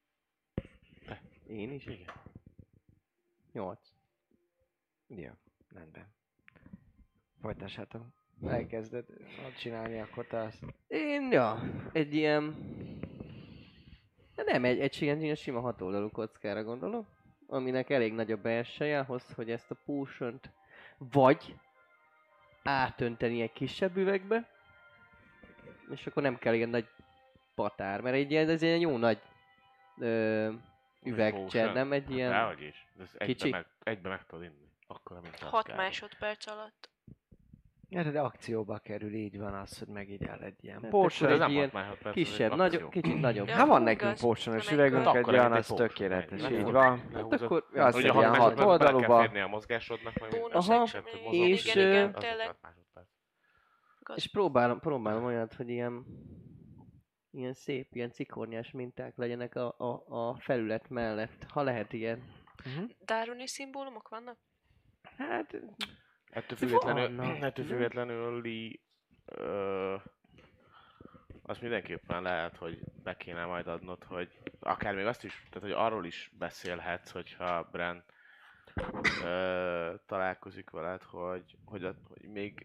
Én is? Igen. Nyolc. Jó, rendben. Folytassátok. Elkezded csinálni, akkor te azt. Én, ja, egy ilyen... De nem, egy, egy ilyen, ilyen sima hatoldalú kockára gondolok, aminek elég nagy a belseje ahhoz, hogy ezt a potion-t vagy átönteni egy kisebb üvegbe, és akkor nem kell ilyen nagy patár, mert egy ilyen, ez ilyen jó nagy ö, üvegcser, nem egy ilyen... Dehogy is. Ez kicsi? egybe meg, egybe meg tudod inni. Akkor, mint Hat másodperc alatt. Ja, de akcióba kerül, így van az, hogy megigyál egy ilyen Hát potion. akkor Ez egy nem ilyen hat másodperc, Kisebb, ez egy nagyobb, akció. kicsit nagyobb. Ja, Hát van hú, nekünk igaz. potionos Nem üvegünk, egy egy Akkor olyan, egy az potion. tökéletes, Egy- így egy- van. lehúzod. akkor- Ja, azt Ugye egy hat ilyen hat másodpercben bele kell oldalúba. férni a mozgásodnak, meg minden. Bónusz Aha. Segsem tud action. mozogni. És, igen, igen, ö, Az az tényleg. hat másodperc. Igaz. És próbálom, próbálom olyat, hogy ilyen, ilyen szép, ilyen cikornyás minták legyenek a, a, a felület mellett, ha lehet ilyen. Dáruni szimbólumok vannak? Hát, Ettől függetlenül, Vannak. ettől függetlenül Lee, ö, azt mindenképpen lehet, hogy be kéne majd adnod, hogy akár még azt is, tehát hogy arról is beszélhetsz, hogyha Bren ö, találkozik veled, hogy, hogy, a, hogy még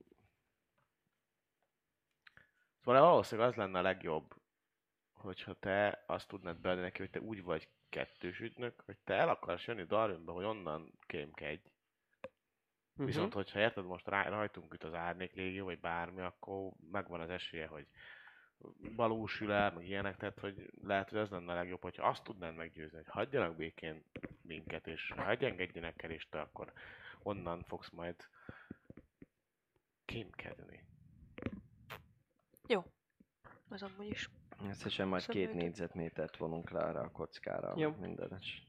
szóval valószínűleg az lenne a legjobb, hogyha te azt tudnád beadni neki, hogy te úgy vagy kettős ügynök, hogy te el akarsz jönni Darwinbe, hogy onnan kémkedj. uh-huh. Viszont, hogyha érted, most rá, rajtunk üt az árnyék légió, vagy bármi, akkor megvan az esélye, hogy valósul el, meg ilyenek, tehát hogy lehet, hogy az lenne a legjobb, hogyha azt tudnád meggyőzni, hogy hagyjanak békén minket, és hagyj engedjenek el, és te akkor onnan fogsz majd kémkedni. Jó. Az amúgy is. Összesen majd Köszönöm, két hogy- négyzetmétert vonunk le arra a kockára, Jó. mindenes.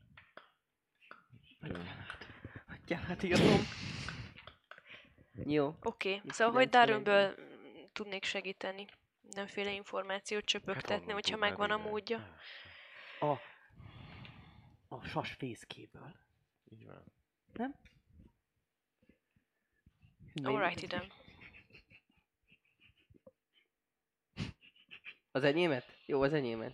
Ja, hát írnom. Jó. Oké, Itt szóval, hogy kilencvenegy. Darunből tudnék segíteni. Mindenféle információt csöpögtetni, honnan hogyha tudnád, megvan a igen. módja. A... A sas fészkéből. Így van. Alrighty then. Az enyémet? Jó, az enyémet.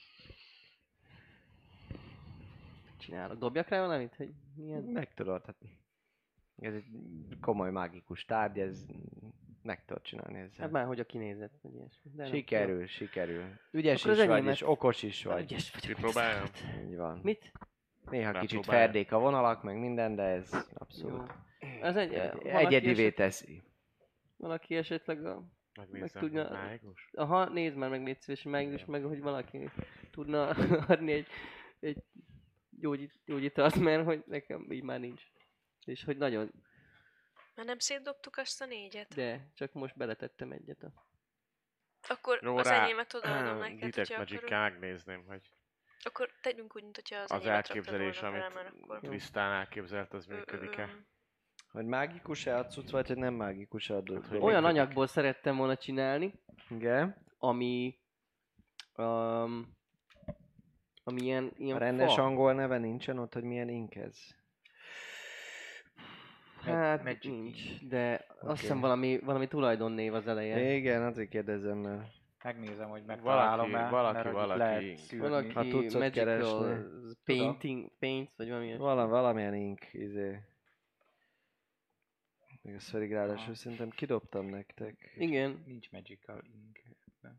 Csinálok. Dobjak rá valamit, hogy milyen? Meg tudod, hát ez egy komoly mágikus tárgy, ez meg tudod csinálni ezzel. Hát már hogy a kinézet, vagy ilyesmi. De nem. Sikerül, sikerül. Ügyes Akkor az is vagy, enyémet- és okos is Jó. vagy. Ügyes vagyok. Kipróbáljam? Így van. Mit? Néha kicsit Megpróbálja. ferdék a vonalak, meg minden, de ez Jó. abszolút Az egy, egy, valaki egyedivé eset- teszi. Valaki esetleg a... Megnézem, tudja- hogy mágikus. Aha, nézd már meg, légy szíves, meg, meg, hogy valaki tudna adni egy, egy gyógyit, gyógyitart, mert hogy nekem így már nincs. És hogy nagyon, Már nem szétdobtuk azt a négyet? de csak most beletettem egyet a... Akkor Jó, az rá- enyémet odaadom neked, Detect hogyha Magic-kel akarod. megnézném, hogy Akkor tegyünk úgy, mint hogyha az, az enyémet raktad elképzelés, volna amit rá, mert akkor... Trisztán elképzelt, az Ö, ö, működik-e? ö, Hogy mágikus-e a cucc, vagy hogy nem mágikus-e a dolog? hogy Olyan működik. anyagból szerettem volna csinálni, Igen. ami... Um, ami ilyen, ilyen A rendes fa. angol neve nincsen ott, hogy milyen ink ez. Hát Magic nincs, de azt Oké. hiszem valami, valami tulajdonnév az eleje. Igen, azért kérdezem, mert Megnézem, hogy megtalálom-e. valaki, mert hogy valaki. lehet szűrni. Valaki Ha tudsz ott magical keresni. painting, paints, vagy valami ilyesmi. vala, valamilyen ink, izé. Még azt pedig ráadásul Aha. szerintem kidobtam nektek. Igen. Nincs magical ink. ebben.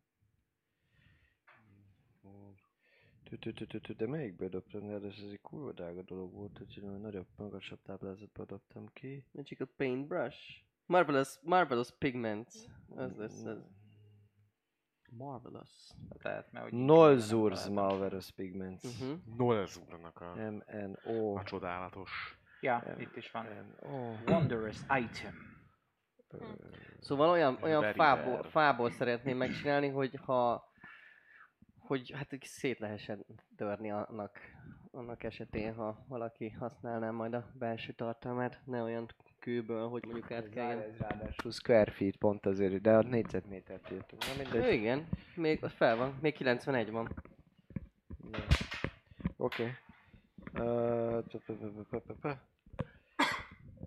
Tü- tü- tü- tü- tü, De melyikből dobtam? Ráadásul ez egy kurva drága dolog volt, úgyhogy olyan nagyobb, magasabb táblázatból dobtam ki. Magical paintbrush. Marvelous, marvelous pigments. Az lesz ez. Marvelous. Hát lehet, mert hogy Nolzur's nem Malvarus Pigments. Uh-huh. Nolzurnak a, M N O a csodálatos. Ja, Nem. itt is van. N O Wondrous item. Szóval olyan, olyan Very fából, rare. fából szeretném megcsinálni, hogy ha hogy hát így szét lehessen törni annak, annak esetén, ha valaki használná majd a belső tartalmát, ne olyan kőből, hogy mondjuk át kelljen. Ez ráadásul square feet pont azért, de a négyzetmétert írtunk. Na Jó, mindegy. igen, még ott fel van, még kilencvenegy van. Oké. Ö, pa- pa- pa- pa- pa- pa.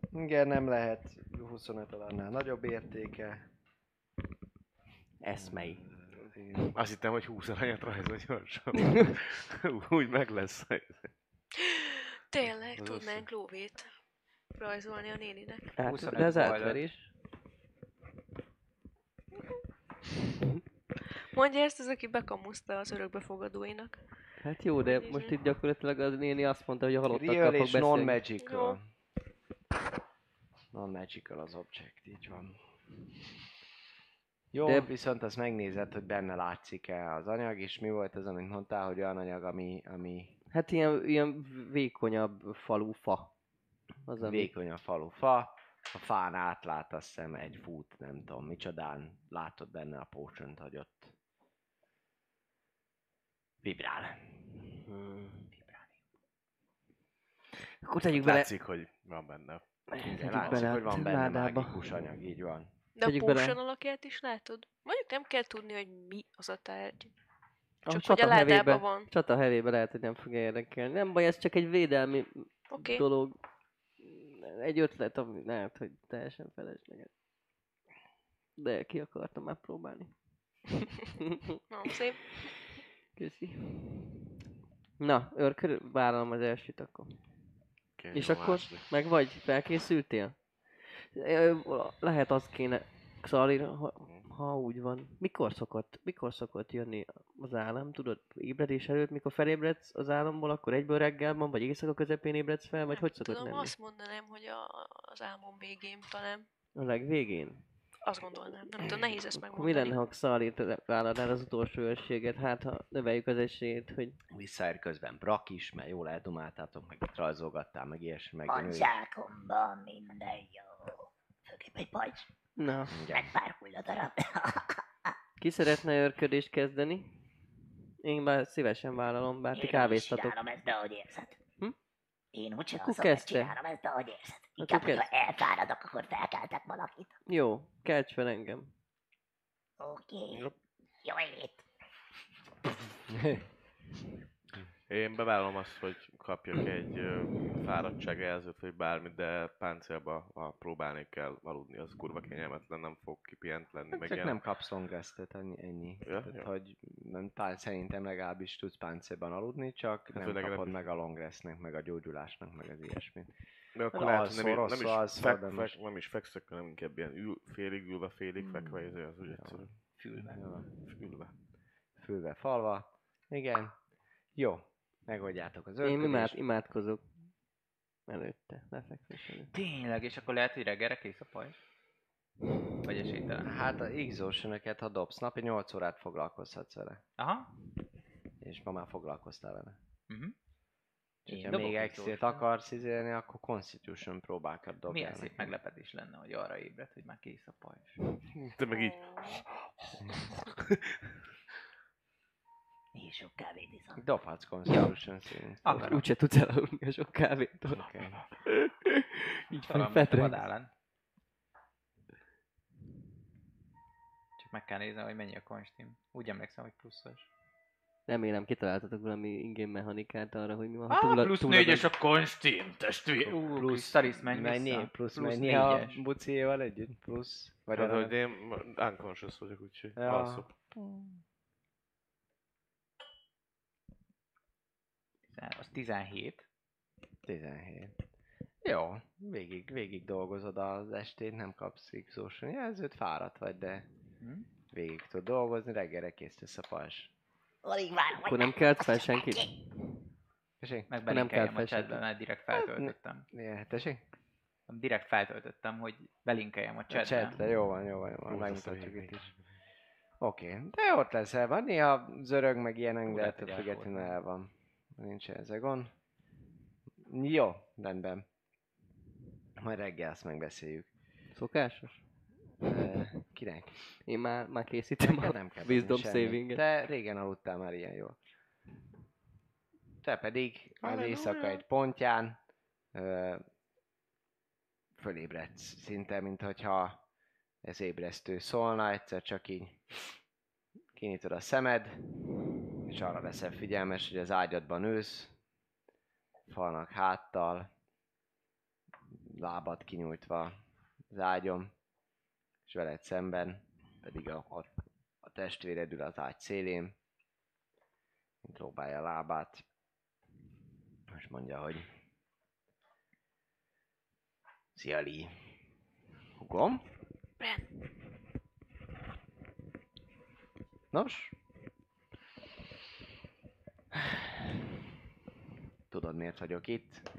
Igen, nem lehet huszonöt annál nagyobb értéke. Eszmei. Igen. Azt hittem, hogy húsz aranyat rajzol gyorsan. Úgy meg lesz. Tényleg, Az tudnánk lóvét rajzolni a néninek. Hát, huszonöt de az goldot. átverés. Mondja ezt az, aki bekamuszta az örökbefogadóinak. Hát jó, de Hogy most így- itt gyakorlatilag az néni azt mondta, hogy a halottakkal Real fog és beszélni. non-magical. Non-magical az object, így van. Jó, De- de... viszont azt megnézed, hogy benne látszik-e az anyag, és mi volt az, amit mondtál, hogy olyan anyag, ami, ami Hát ilyen, ilyen vékonyabb falu fa. Az, ami... vékony a falu fa. A fán átlát, azt hiszem egy fut, nem tudom micsodán, látod benne a potion-t, hogy ott vibrál. Hmm. Akkor tegyük bele... Látszik, hogy van benne. Igen, Tegyük látszik, bele hogy van a benne ládába. mágikus anyag, így van. De a Tegyük bele- potion alakját is látod? Mondjuk nem kell tudni, hogy mi az a tárgy. A Csak hogy a csata hevébe, ládában van. csata hevébe lehet, hogy nem fogja érdekelni. Nem baj, ez csak egy védelmi Oké. dolog. Egy ötlet, ami lehet, hogy teljesen felesleges. De ki akartam már próbálni. Na, szép. Köszi. Na, őrkör, vállalom az elsőt akkor. Kéne És a akkor második. meg vagy? Felkészültél? Ö, Lehet az kéne, Xali, ha, ha úgy van. Mikor szokott, mikor szokott jönni az állam? Tudod, ébredés előtt, mikor felébredsz az álomból, akkor egyből reggel van, vagy éjszaka közepén ébredsz fel, vagy Nem hogy szokott tudom, lenni? azt mondanám, hogy a, az álmom végén talán. A legvégén? Azt gondolnám. Nem tudom, nehéz ezt Akkor mi megmondani. lenne, ha Xali vállalnál az utolsó őrséget? Hát, ha növeljük az esélyt, hogy... Visszaér közben Brak is, mert jól eldomáltátok, meg itt rajzolgattál, meg ilyesmi, meg ő is. Mondjákomban minden jó. Főképp egy pajcs, Na, Igen. meg pár hulladarab. ki szeretne őrködést kezdeni? Én már szívesen vállalom, bár ti Én úgy kávéztatok. csinálom ezt, de ahogy érzed. Hm? Én úgy Akkor csinálom, kezdte. csinálom ezt, de ahogy érzed. Inkább, kezd. hogyha elfáradok, akkor felkeltek valakit. Jó, kelts fel engem. Oké. Jobb. Jó ét. Én bevállalom azt, hogy kapjak egy ö, fáradtságjelzőt, vagy bármit, de páncélba, ha próbálni kell aludni, az kurva kényelmetlen, nem fog kipihent lenni, meg Csak ilyen. nem kapsz long restet, ennyi. ennyi. Ja, Tehát, jó. hogy nem, pár, szerintem legalábbis tudsz páncélban aludni, csak Hát, nem hogy kapod legalább- meg a long restnek, meg a gyógyulásnak, meg az ilyesmit. De akkor Na, lehet, hogy alszol, nem, rossz nem, is alszol, fek, de fek, most- nem is fekszek, hanem inkább ilyen ül, félig ülve, félig Hmm. fekve, ez az úgy Jó. egyszerű. Fülve. Jó. Ülve. Fülve, falva. Igen. Jó. Megoldjátok az Én örködést. imád, imádkozok. Előtte, lefekvés előtt. Tényleg, és akkor lehet, hogy reggelre kész a pajzs? Vagy esélytelen? Hát a X-Ocean-öket, ha dobsz, napi nyolc órát foglalkozhatsz vele. Aha. És ma már foglalkoztál vele. Uh-huh. És Én ha még dobok extrét X-Ocean. akarsz izélni, akkor Constitution próbákat dobjál. Milyen szép neki. meglepetés lenne, hogy arra ébred, hogy már kész a pajzs. Te meg így. És sok kávét iszom. Dobhatsz Constitution színűt. Akkor Úgyse tudsz elaludni a sok kévétől. Oké. Így talán fel mint a fetreng. vadállat. Csak meg kell nézni, hogy mennyi a konstim. Úgy emlékszem, hogy pluszos. Remélem kitaláltatok valami ingame mechanikát arra, hogy mi van. Ah, túl a- plusz túl a- négyes a konstim, testvér. Ú, Plusz- plusz Taris menj Mennyi, vissza. plusz, Plusz mennyi a négyes. buciéval együtt? Plusz? Vagy Hát, a... hogy én unconscious vagyok, úgyhogy Ja. alszok. Az tizenhét. tizenhét. Jó, végig, végig dolgozod az estét, nem kapsz X-Ocean jelzőt, fáradt vagy, de Hm? végig tud dolgozni, reggelre kész lesz a pajzs. Alig várom, Akkor nem kelt fel senkit? Tessék? Meg nem kell belinkeljem a felsenni. chatbe, mert direkt feltöltöttem. Ja, tessék? Direkt feltöltöttem, hogy belinkeljem a A chatbe. chatle, jó van, jó van, jó van, Hú, megmutatjuk azt a itt is. Oké, okay. De ott lesz el van, néha zörög meg ilyenek, Hú, de lehet, ettől hogy függetlenül elfordul. el van. Nincs ezzel gond. Jó, rendben. Majd reggel azt megbeszéljük. Szokásos? Ö, Kinek? Én már, már készítem Neked a nem kell wisdom tenni semmit. saving-et. Te régen aludtál már ilyen jól. Te pedig az Halleluja! éjszaka egy pontján ö, fölébredsz szinte, mintha ez ébresztő szólna, egyszer csak így kinyitod a szemed, és arra leszel figyelmes, hogy az ágyadban ülsz, falnak háttal, lábad kinyújtva az ágyom, és veled szemben pedig a, a, a testvéred ül az ágy szélén, próbálja a lábát, és mondja, hogy szia, Lee. Hugom? Bren, Nos? Tudod, miért vagyok itt?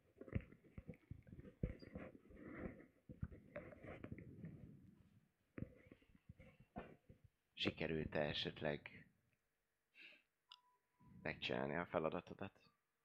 Sikerült-e esetleg megcsinálni a feladatodat?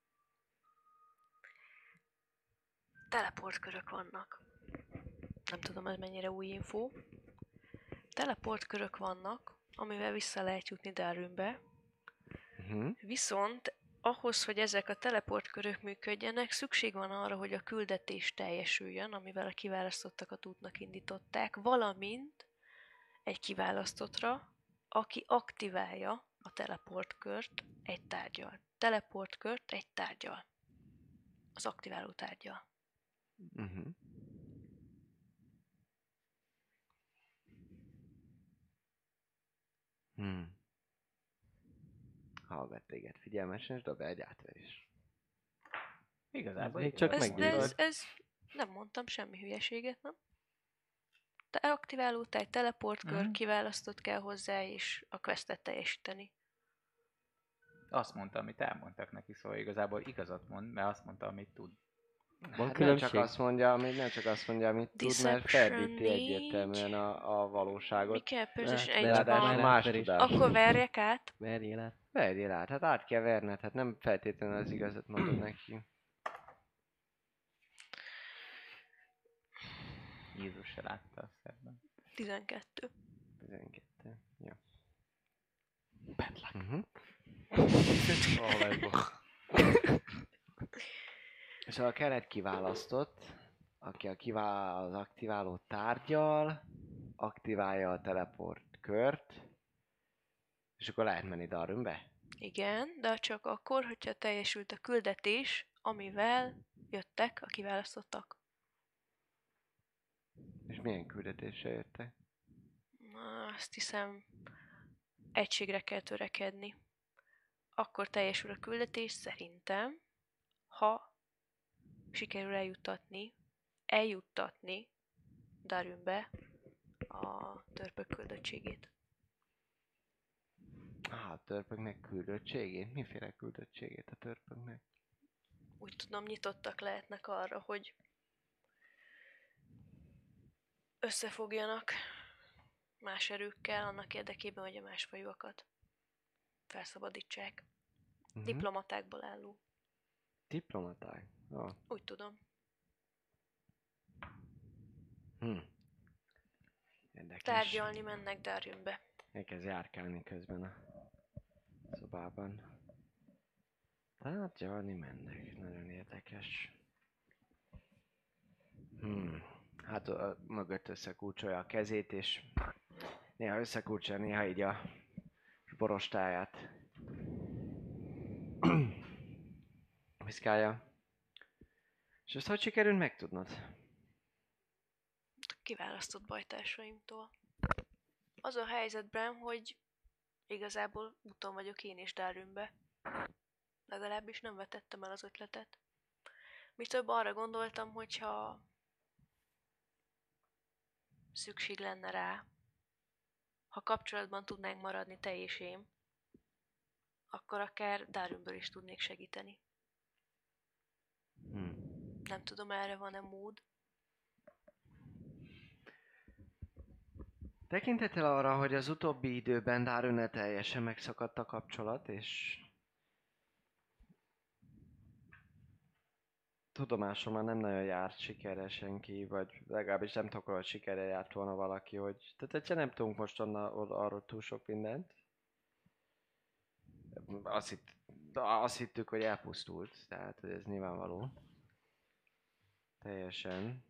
teleportkörök vannak. Nem tudom, ez mennyire új info. Teleportkörök vannak, amivel vissza lehet jutni Darwinbe. Uh-huh. Viszont ahhoz, hogy ezek a teleportkörök működjenek, szükség van arra, hogy a küldetés teljesüljön, amivel a kiválasztottakat útnak indították, valamint egy kiválasztottra, aki aktiválja a teleportkört egy tárgyal. Teleportkört egy tárgyal. Az aktiváló tárgyal. Uh-huh. Hmm. Hallgat téged figyelmesen, és dobj egy átverés. Igazából Még igaz. csak Ez, meggyőzöd. ez, ez nem mondtam semmi hülyeséget, nem? Te aktiváló tárgy, teleportkör, Mhm. kiválasztott kell hozzá, és a questet teljesíteni. Azt mondta, amit elmondtak neki, szóval igazából igazat mond, mert azt mondta, amit tud. Van Hát hát nem különbség. csak azt mondja, amit nem csak azt mondja, amit tud, mert Deception ferdíti négy. egyértelműen a, a Mi valóságot. kell? Perception Hát, egy Ráadásul van. más átverés. tudás. Akkor verjek át. Verjél át. Verjél át, hát át kell verned, hát nem feltétlenül az igazat mondod neki. Jézus se látta azt ebben. tizenkettő. tizenkettő. Ja. Uh-huh. Szóval kell egy kiválasztott, aki a kivá- az aktiváló tárgyal aktiválja a teleport kört, és akkor lehet menni Darwinbe. Igen, de csak akkor, hogyha teljesült a küldetés, amivel jöttek a kiválasztottak. És milyen küldetésre jöttek? Na, azt hiszem, egységre kell törekedni. Akkor teljesül a küldetés szerintem, ha sikerül eljuttatni, eljuttatni Darwinbe a törpök küldöttségét. Ah, a törpöknek küldöttségét? Miféle küldöttségét a törpöknek? Úgy tudom, nyitottak lehetnek arra, hogy összefogjanak más erőkkel annak érdekében, hogy a másfajúakat felszabadítsák. Uh-huh. Diplomatákból álló. Diplomaták? Oh. Úgy tudom. Hm. Érdekes. Tárgyalni mennek Darwinbe. Elkezd járkálni közben a szobában. Tárgyalni mennek. Nagyon érdekes. Hmm. Hát a, mögött összekulcsolja a kezét, és néha összekulcsolja, néha így a borostáját viszkálja. És ezt hogy sikerült megtudnod? Kiválasztott bajtársaimtól. Az a helyzetben, hogy igazából úton vagyok én is Darwinbe. Legalábbis nem vetettem el az ötletet. Mi több arra gondoltam, hogyha szükség lenne rá, ha kapcsolatban tudnánk maradni te és én, akkor akár Darwinből is tudnék segíteni. Hmm. Nem tudom, erre van-e mód. Tekintettel arra, hogy az utóbbi időben Darwin-nel teljesen megszakadt a kapcsolat, és tudomásomban nem nagyon járt sikerre senki, vagy legalábbis nem tudok, hogy sikerre járt volna valaki, hogy... Tehát egyszerűen nem tudunk most onna, arról túl sok mindent. Azt, hitt, azt hittük, hogy elpusztult, tehát hogy ez nyilvánvaló. Teljesen.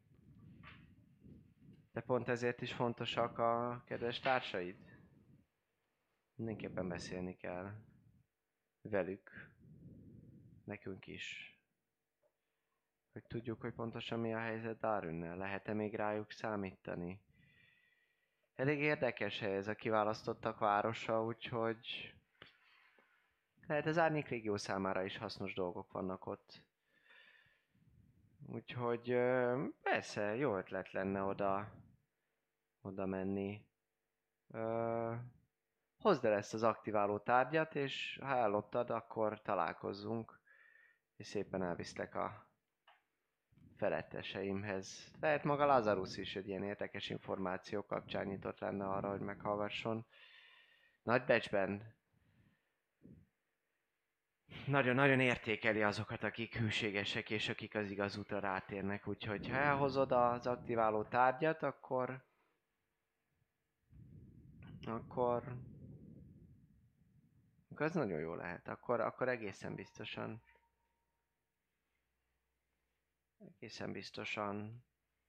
De pont ezért is fontosak a kedves társaid. Mindenképpen beszélni kell velük. Nekünk is. hogy tudjuk, hogy pontosan mi a helyzet Darünnel. Lehet-e még rájuk számítani? Elég érdekes hely ez a kiválasztottak városa, úgyhogy lehet az Árnyék Régió számára is hasznos dolgok vannak ott. Úgyhogy ö, persze, jó ötlet lenne oda, oda menni. Ö, hozd el ezt az aktiváló tárgyat, és ha ellottad, akkor találkozzunk, és szépen elviszlek a feletteseimhez. Lehet maga Lazarus is egy ilyen érdekes információ kapcsán nyitott lenne arra, hogy meghallgasson. Nagybecsben nagyon-nagyon értékeli azokat, akik hűségesek, és akik az igaz útra rátérnek, úgyhogy ha elhozod az aktiváló tárgyat, akkor... Akkor... Akkor az nagyon jó lehet. Akkor, akkor egészen biztosan... Egészen biztosan...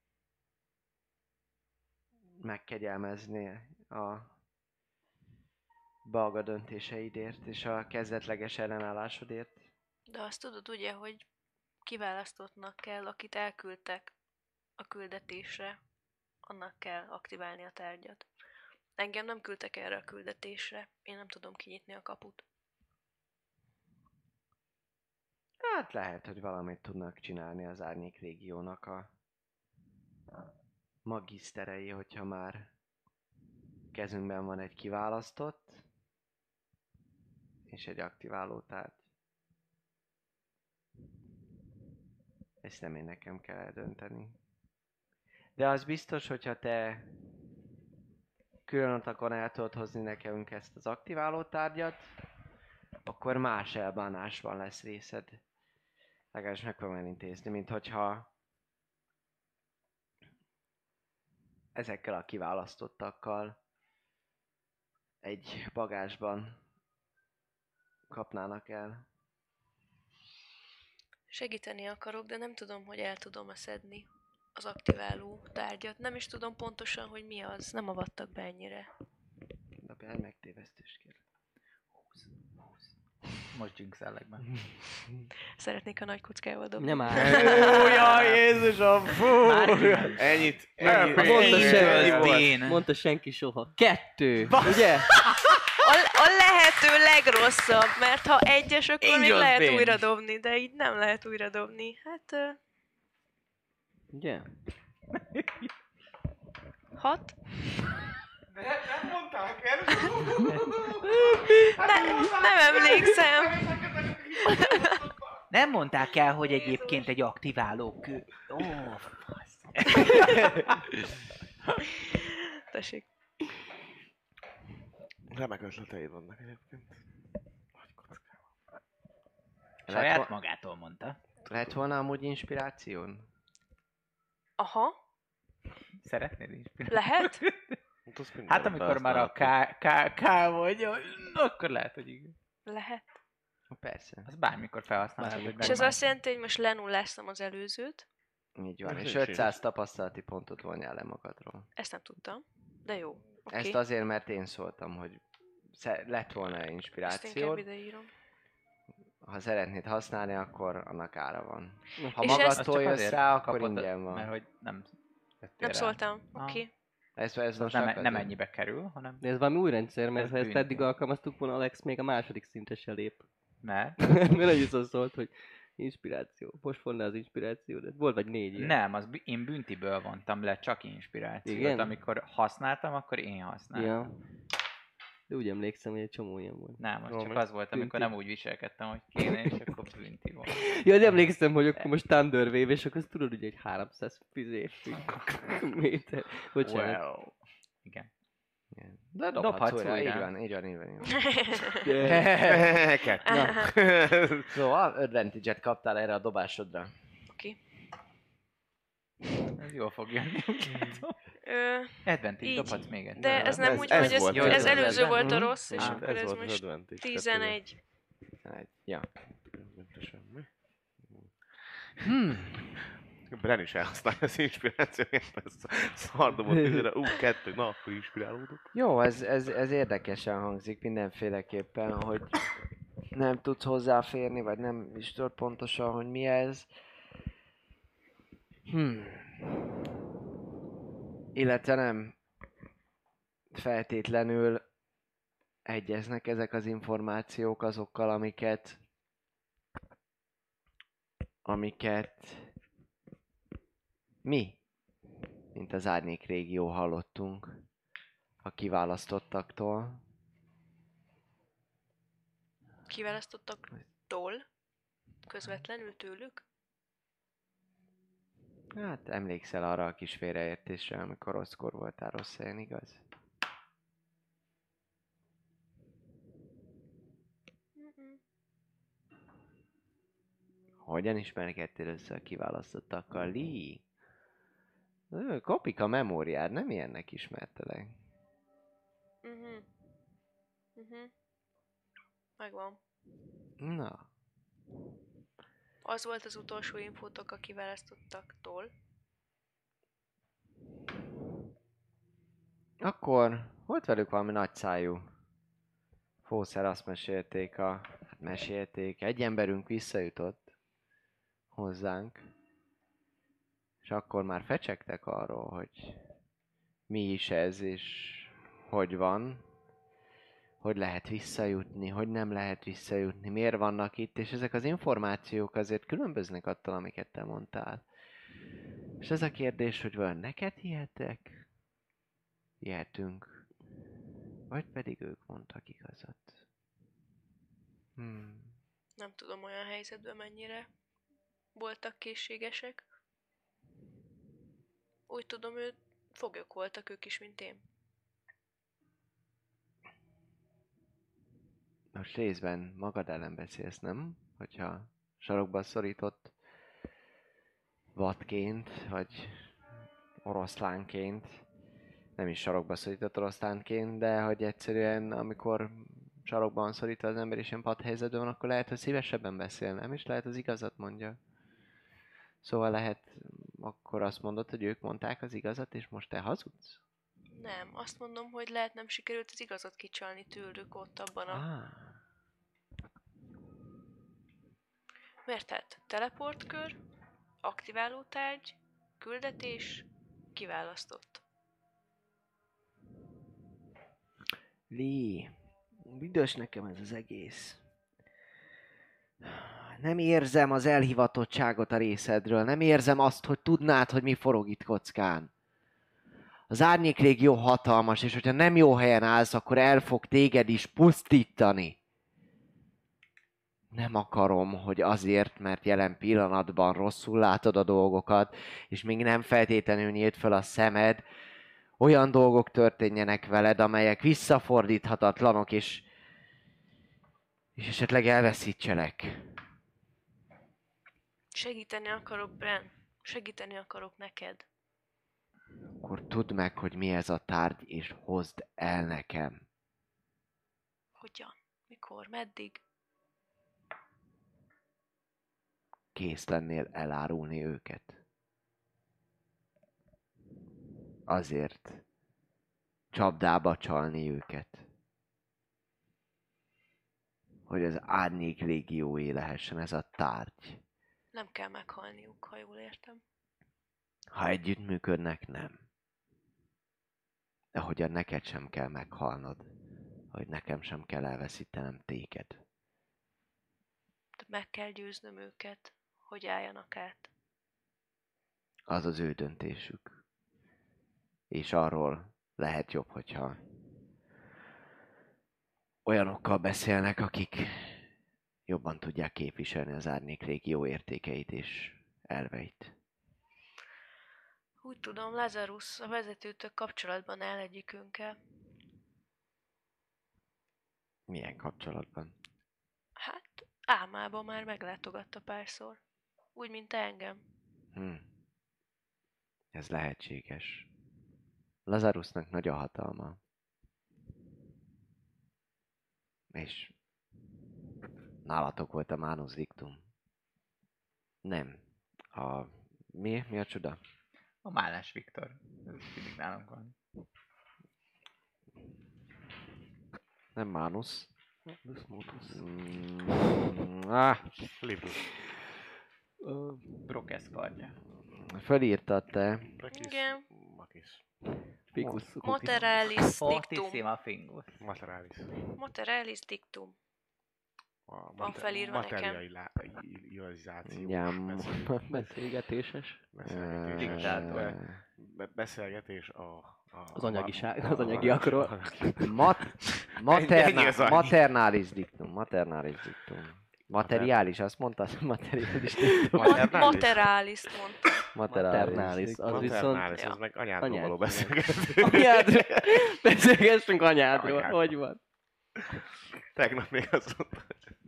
megkegyelmezni a balga döntéseidért és a kezdetleges ellenállásodért. De azt tudod ugye, hogy kiválasztottnak kell, akit elküldtek a küldetésre, annak kell aktiválni a tárgyat. Engem nem küldtek erre a küldetésre, én nem tudom kinyitni a kaput. Hát lehet, hogy valamit tudnak csinálni az Árnyék Régiónak a magiszterei, hogyha már kezünkben van egy kiválasztott és egy aktiváló tárgy. Ezt nem én nekem kell eldönteni. De az biztos, hogyha te külön utakon el tudod hozni nekünk ezt az aktiváló tárgyat, akkor más elbánásban lesz részed. Legalábbis meg fogom elintézni, mint hogyha ezekkel a kiválasztottakkal egy bagásban kapnának el. Segíteni akarok, de nem tudom, hogy el tudom-e szedni az aktiváló tárgyat. Nem is tudom pontosan, hogy mi az. Nem avattak be ennyire. Dobjál egy megtévesztést, kérlek. Most jinxellek be. Szeretnék a nagy kockával dobni. Nem áll. Ó, jaj, Jézusom, fú! Ennyit, Mondta ennyit, Mondta senki, senki. mondta senki soha. Kettő, ugye? A, a lehető legrosszabb, mert ha egyes, akkor Angel még lehet Bane. újra dobni, de így nem lehet újra dobni. Hát... Uh, Ugye? hat? Nem mondták el! Ne, nem emlékszem. Nem mondták el, hogy egyébként egy aktiváló kő... Ó, fasz. Tessék. Remek ötleteid vannak egyébként. Nagy kockával. Saját vo- magától mondta. Lett volna amúgy inspiráción? Aha, Szeretnéd is? lehet? Hát, azt mindenhol Hát amikor már a felhasználható. K, K, K vagy, akkor lehet, hogy igen. Lehet. Persze, Az bármikor felhasználható. hogy És ez megvan. azt jelenti, hogy most lenulláztam az előzőt. így van. Ez És nincs ötszáz tapasztalati pontot vonjál le magadról. Ezt nem tudtam. De jó. Oké. Ezt azért, mert én szóltam, hogy sze- lett volna Ezt inkább inspirációd. ideírom. Ha szeretnéd használni, akkor annak ára van. Ha És Azt magadtól csak jössz azért rá, akkor kapod, ingyen van. Mert hogy nem... Nem szóltam. Ah. Oké. Ez, ez most Nem, csak nem azért. ennyibe kerül, hanem... De ez valami új rendszer, mert Ez ha ezt bűnti. eddig alkalmaztuk volna, Alex még a második szintre se lép. Ne? Mert nagyon szólt, hogy inspiráció. Most volna az inspiráció, de volt vagy négy ilyen. Nem, az bü- én büntiből vontam le csak inspirációt. Igen? Amikor használtam, akkor én használtam. Ja. De úgy emlékszem, hogy egy csomó ilyen volt. Nem, az Valami csak az volt, amikor bünti. nem úgy viselkedtem, hogy kéne, és akkor bünti volt. Ja, de emlékszem, hogy akkor most Thunder Wave, és akkor azt tudod, hogy egy háromszáz fizé méter. Bocsánat. Wow. Igen. Igen. De Dobhatsz dobhatsz újra, így újra. van, így van, így van. Így van. De- Kettő. Szóval advantage-et kaptál erre a dobásodra. Oké. Ez jól fog jönni. úgy látom. Ö, Advantage, Így. dobhatsz még egy. De ez nem Ez- úgy, ez hogy ez, volt ez, az ez előző előző. volt a Mhm. rossz, és Á, akkor Ez ez volt az most advantage. tizenegy. tizenegy. Ja. Semmi. Hmm. Bren is elhasználja az inspirációját, ezt szardobott időre. Ú, kettő, na, akkor inspirálódok. Jó, ez, ez, ez érdekesen hangzik mindenféleképpen, hogy nem tudsz hozzáférni, vagy nem is tudod pontosan, hogy mi ez. Hmm. Illetve nem feltétlenül egyeznek ezek az információk azokkal, amiket amiket mi, mint az Árnyék régió hallottunk a kiválasztottaktól. Kiválasztottaktól? Közvetlenül tőlük? Hát emlékszel arra a kis félreértésre, amikor rosszkor voltál rossz helyen, igaz? Mm-mm. Hogyan ismerkedtél össze a kiválasztottakkal, Lee? Ö, Kopik a memóriád, nem ilyennek ismertelek. Mhm. Mhm. Megvan. Na, Az volt az utolsó infótok a kiválasztottaktól. akkor volt velük valami nagyszájú fószer, azt mesélték, a, hát mesélték, egy emberünk visszajutott hozzánk, és akkor már fecsegtek arról, hogy mi is ez, és hogy van, hogy lehet visszajutni, hogy nem lehet visszajutni, miért vannak itt, és ezek az információk azért különböznek attól, amiket te mondtál. És ez a kérdés, hogy vajon neked hihetek? Hihetünk. Vagy pedig ők mondtak igazat. Hmm. Nem tudom olyan helyzetben mennyire voltak készségesek. Úgy tudom, ő foglyok voltak ők is, mint én. Most részben magad ellen beszélsz, nem? Hogyha sarokba szorított vadként, vagy oroszlánként, nem is sarokba szorított oroszlánként, de hogy egyszerűen amikor sarokban szorítva az ember is ilyen padhelyzetben van, akkor lehet, hogy szívesebben beszél, nem? És lehet az igazat mondja. Szóval lehet, akkor azt mondod, hogy ők mondták az igazat, és most te hazudsz? Nem, azt mondom, hogy lehet nem sikerült az igazat kicsalni tőlük ott abban a... Ah. Mert hát teleportkör, aktiváló tárgy, küldetés, kiválasztott. Lee, büdös nekem ez az egész. Nem érzem az elhivatottságot a részedről, nem érzem azt, hogy tudnád, hogy mi forog itt kockán. Az Árnyék régió hatalmas, és hogyha nem jó helyen állsz, akkor el fog téged is pusztítani. Nem akarom, hogy azért, mert jelen pillanatban rosszul látod a dolgokat, és még nem feltétlenül nyílt fel a szemed, olyan dolgok történjenek veled, amelyek visszafordíthatatlanok, és, és esetleg elveszítselek. Segíteni akarok, Bren. Segíteni akarok neked. Akkor tudd meg, hogy mi ez a tárgy, és hozd el nekem. Hogyan? Mikor? Meddig? Kész lennél elárulni őket. Azért csapdába csalni őket. Hogy az Árnyék légióé lehessen ez a tárgy. Nem kell meghalniuk, ha jól értem. Ha együttműködnek, nem. De hogyan neked sem kell meghalnod, hogy nekem sem kell elveszítenem téged. De meg kell győznöm őket, hogy álljanak át. Az az ő döntésük. És arról lehet jobb, hogyha olyanokkal beszélnek, akik jobban tudják képviselni az Árnyék régió értékeit és elveit. Úgy tudom, Lazarus a vezetőtök kapcsolatban áll egyikünkkel. Milyen kapcsolatban? Hát, álmában már meglátogatta párszor. Úgy, mint te engem. Hm. Ez lehetséges. Lazarusnak nagy a hatalma. És nálatok volt a Manus Victum. Nem. A... Mi? Mi a csoda? A Málás Viktor. Ez mindig nálunk van. Nem Manus. Mm, ah, Libus. Brokesz kardja. Fölírtad te. Prekis, Igen. Makis. Ficus, cookies. Materalis dictum. Fortissima fingus. Materalis. Materalis dictum. A Van felírva nekem. materializáció. Igen. Beszélgetéses. Beszélgetés. Diktátor. Be- be- Beszélgetés a... a Az anyagiság, a- az anyagiakról. Mat, materna, Ennyi az annyi. maternalis dictum, maternalis dictum. Materiális, azt mondtad? Materiális dictum. Ma- Maternalis? Materalis mondta. Maternalis, dictum. az viszont... Maternális, Ja. az meg anyádról Anyád. való beszélgetés. Anyádról. Beszélgessünk anyádról. Anyád. Hogy van? Tegnap még azt mondta.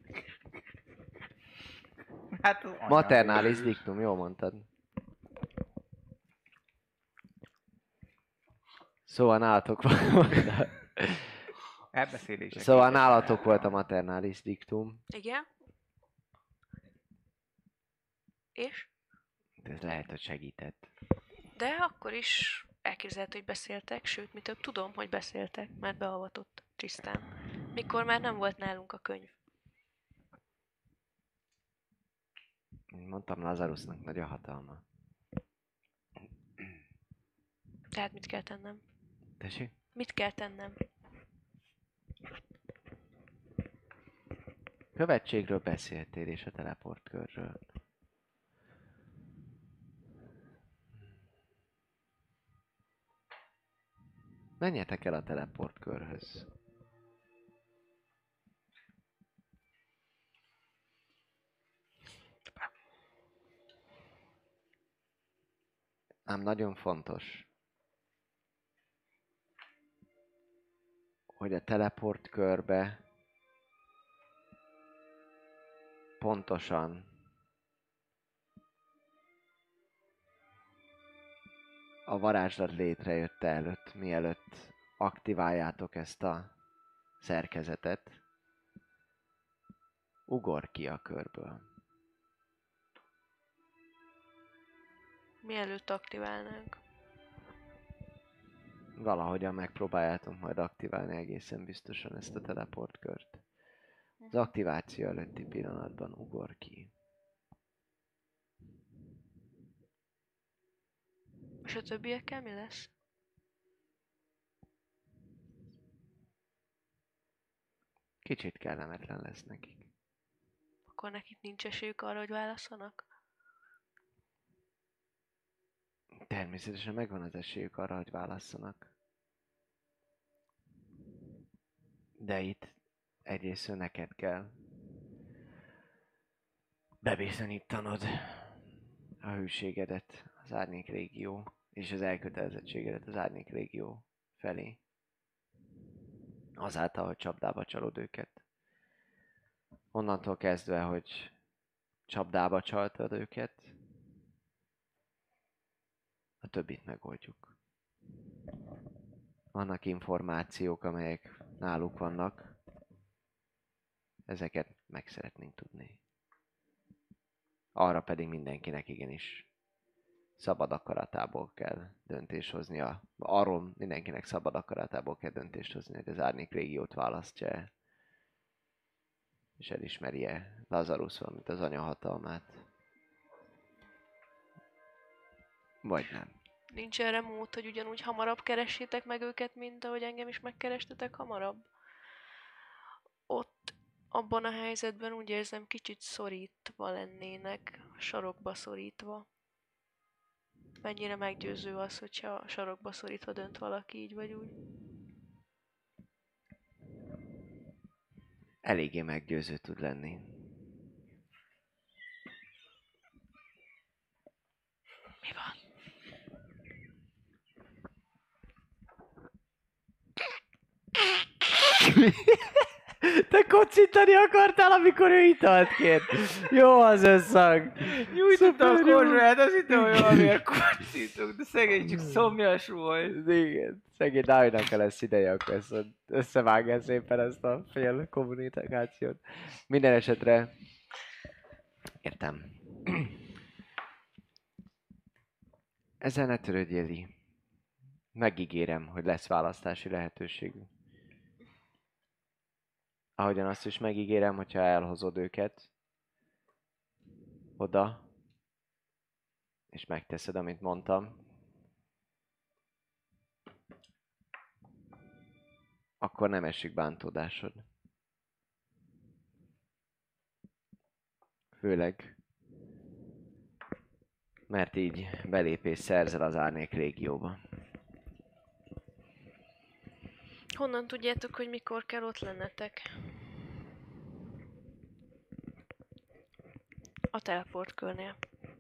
Hát az anya. Maternalis dictum, jól mondtad. Szóval nálatok van. Elbeszélések. Szóval nálatok volt a maternalis dictum. Igen. És? Ez lehet, hogy segített. De akkor is elképzelhető, hogy beszéltek, sőt, mi több tudom, hogy beszéltek, mert beavatott Trisztán. Mikor már nem volt nálunk a könyv. Mondtam, Lazarusnak nagy a hatalma. Tehát mit kell tennem? Tessék? Mit kell tennem? Követségről beszéltél, és a teleportkörről. Menjetek el a teleportkörhöz. Ám nagyon fontos, hogy a teleportkörbe pontosan a varázslat létrejötte előtt, mielőtt aktiváljátok ezt a szerkezetet, ugor ki a körből. Mielőtt aktiválnánk. Valahogyan megpróbáljátok majd aktiválni egészen biztosan ezt a teleportkört. Az aktiváció előtti pillanatban ugor ki. És a többiekkel mi lesz? Kicsit kellemetlen lesz nekik. Akkor nekik nincs esélyük arra, hogy válasszanak? Természetesen megvan az esélyük arra, hogy válasszanak. De itt egyrészt neked kell bebizonyítanod a hűségedet az Árnyék Légió és az elkötelezettségedet az Árnyék Légió felé. Azáltal, hogy csapdába csalod őket. Onnantól kezdve, hogy csapdába csaltad őket, a többit megoldjuk. Vannak információk, amelyek náluk vannak. Ezeket meg szeretnénk tudni. Arra pedig mindenkinek igenis szabad akaratából kell döntést hoznia. Arról mindenkinek szabad akaratából kell döntést hozni, hogy az Árnyék Légiót választja-e. És elismeri-e Lazarus, valamint az anya hatalmát. Vagy nem. Nincs erre mód, hogy ugyanúgy hamarabb keressétek meg őket, mint ahogy engem is megkerestetek hamarabb? Ott, abban a helyzetben úgy érzem, kicsit szorítva lennének, sarokba szorítva. Mennyire meggyőző az, hogyha sarokba szorítva dönt valaki így vagy úgy? Eléggé meggyőző tud lenni. Mi van? Te kocintani akartál, amikor ő italt kért. Jó az összhang. Nyújtotta a Szuper jó. korzsát, azt hittem, hogy valamiért kocsintok, de szegény csak szomjas volt. Igen, szegény Dávidnak lesz ideje, akkor ezt összevágja szépen ezt a fél kommunikációt. Minden esetre értem. Ezzel ne törődjél, Lee. Megígérem, hogy lesz választási lehetőségünk. Ahogyan azt is megígérem, hogyha elhozod őket oda, és megteszed, amit mondtam, akkor nem esik bántódásod. Főleg, mert így belépés szerzel az árnyék régióba. Honnan tudjátok, hogy mikor kell ott lennetek? A teleportkörnél.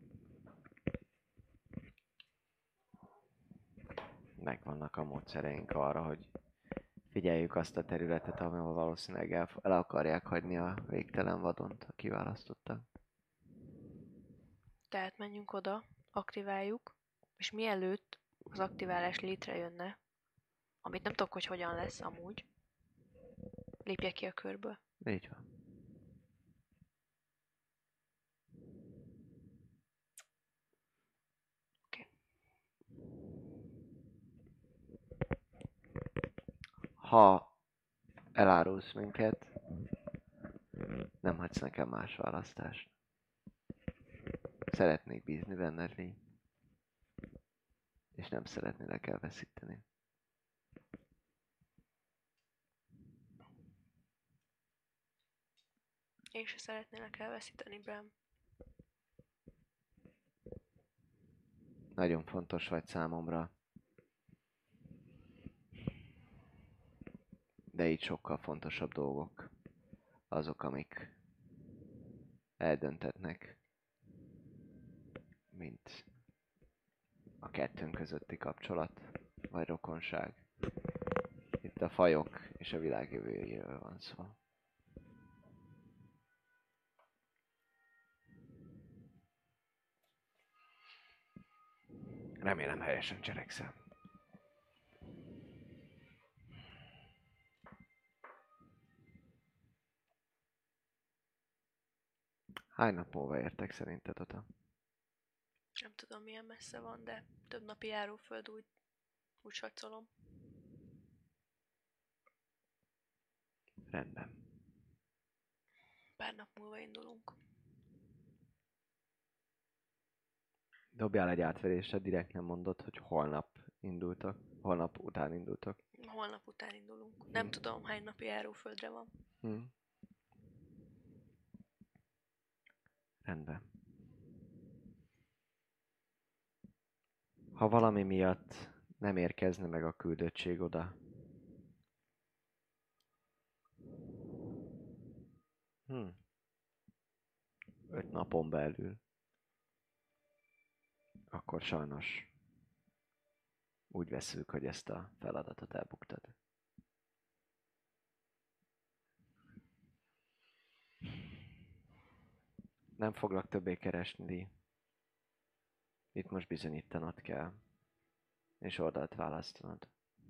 Megvannak a módszereink arra, hogy figyeljük azt a területet, ahol valószínűleg el, el akarják hagyni a végtelen vadont, a kiválasztottak. Tehát menjünk oda, aktiváljuk, és mielőtt az aktiválás létrejönne, amit nem tudok, hogy hogyan lesz amúgy, lépjek ki a körből. Így van. Oké. Ha elárulsz minket, nem hagysz nekem más választást. Szeretnék bízni benned, Lee. És nem szeretnélek elveszíteni. Én se szeretnélek elveszíteni, Bram. Nagyon fontos vagy számomra. De így sokkal fontosabb dolgok. Azok, amik eldöntetnek, mint a kettőnk közötti kapcsolat, vagy rokonság. Itt a fajok és a világ jövőjéről van szó. Remélem helyesen cselekszem. Hány nap múlva értek szerinted oda? Nem tudom, milyen messze van, de több napi járóföld úgy, úgy satszolom. Rendben. Pár nap múlva indulunk. Dobjál egy átverésre, direkt nem mondod, hogy holnap indultak. Holnap után indultak. Holnap után indulunk. Nem tudom, hány napi járóföldre van. Hm. Rendben. Ha valami miatt nem érkezne meg a küldöttség oda, hm. öt napon belül, akkor sajnos úgy veszük, hogy ezt a feladatot elbuktad. Nem foglak többé keresni, Lee. Itt most bizonyítanod kell, és oldalt választanod.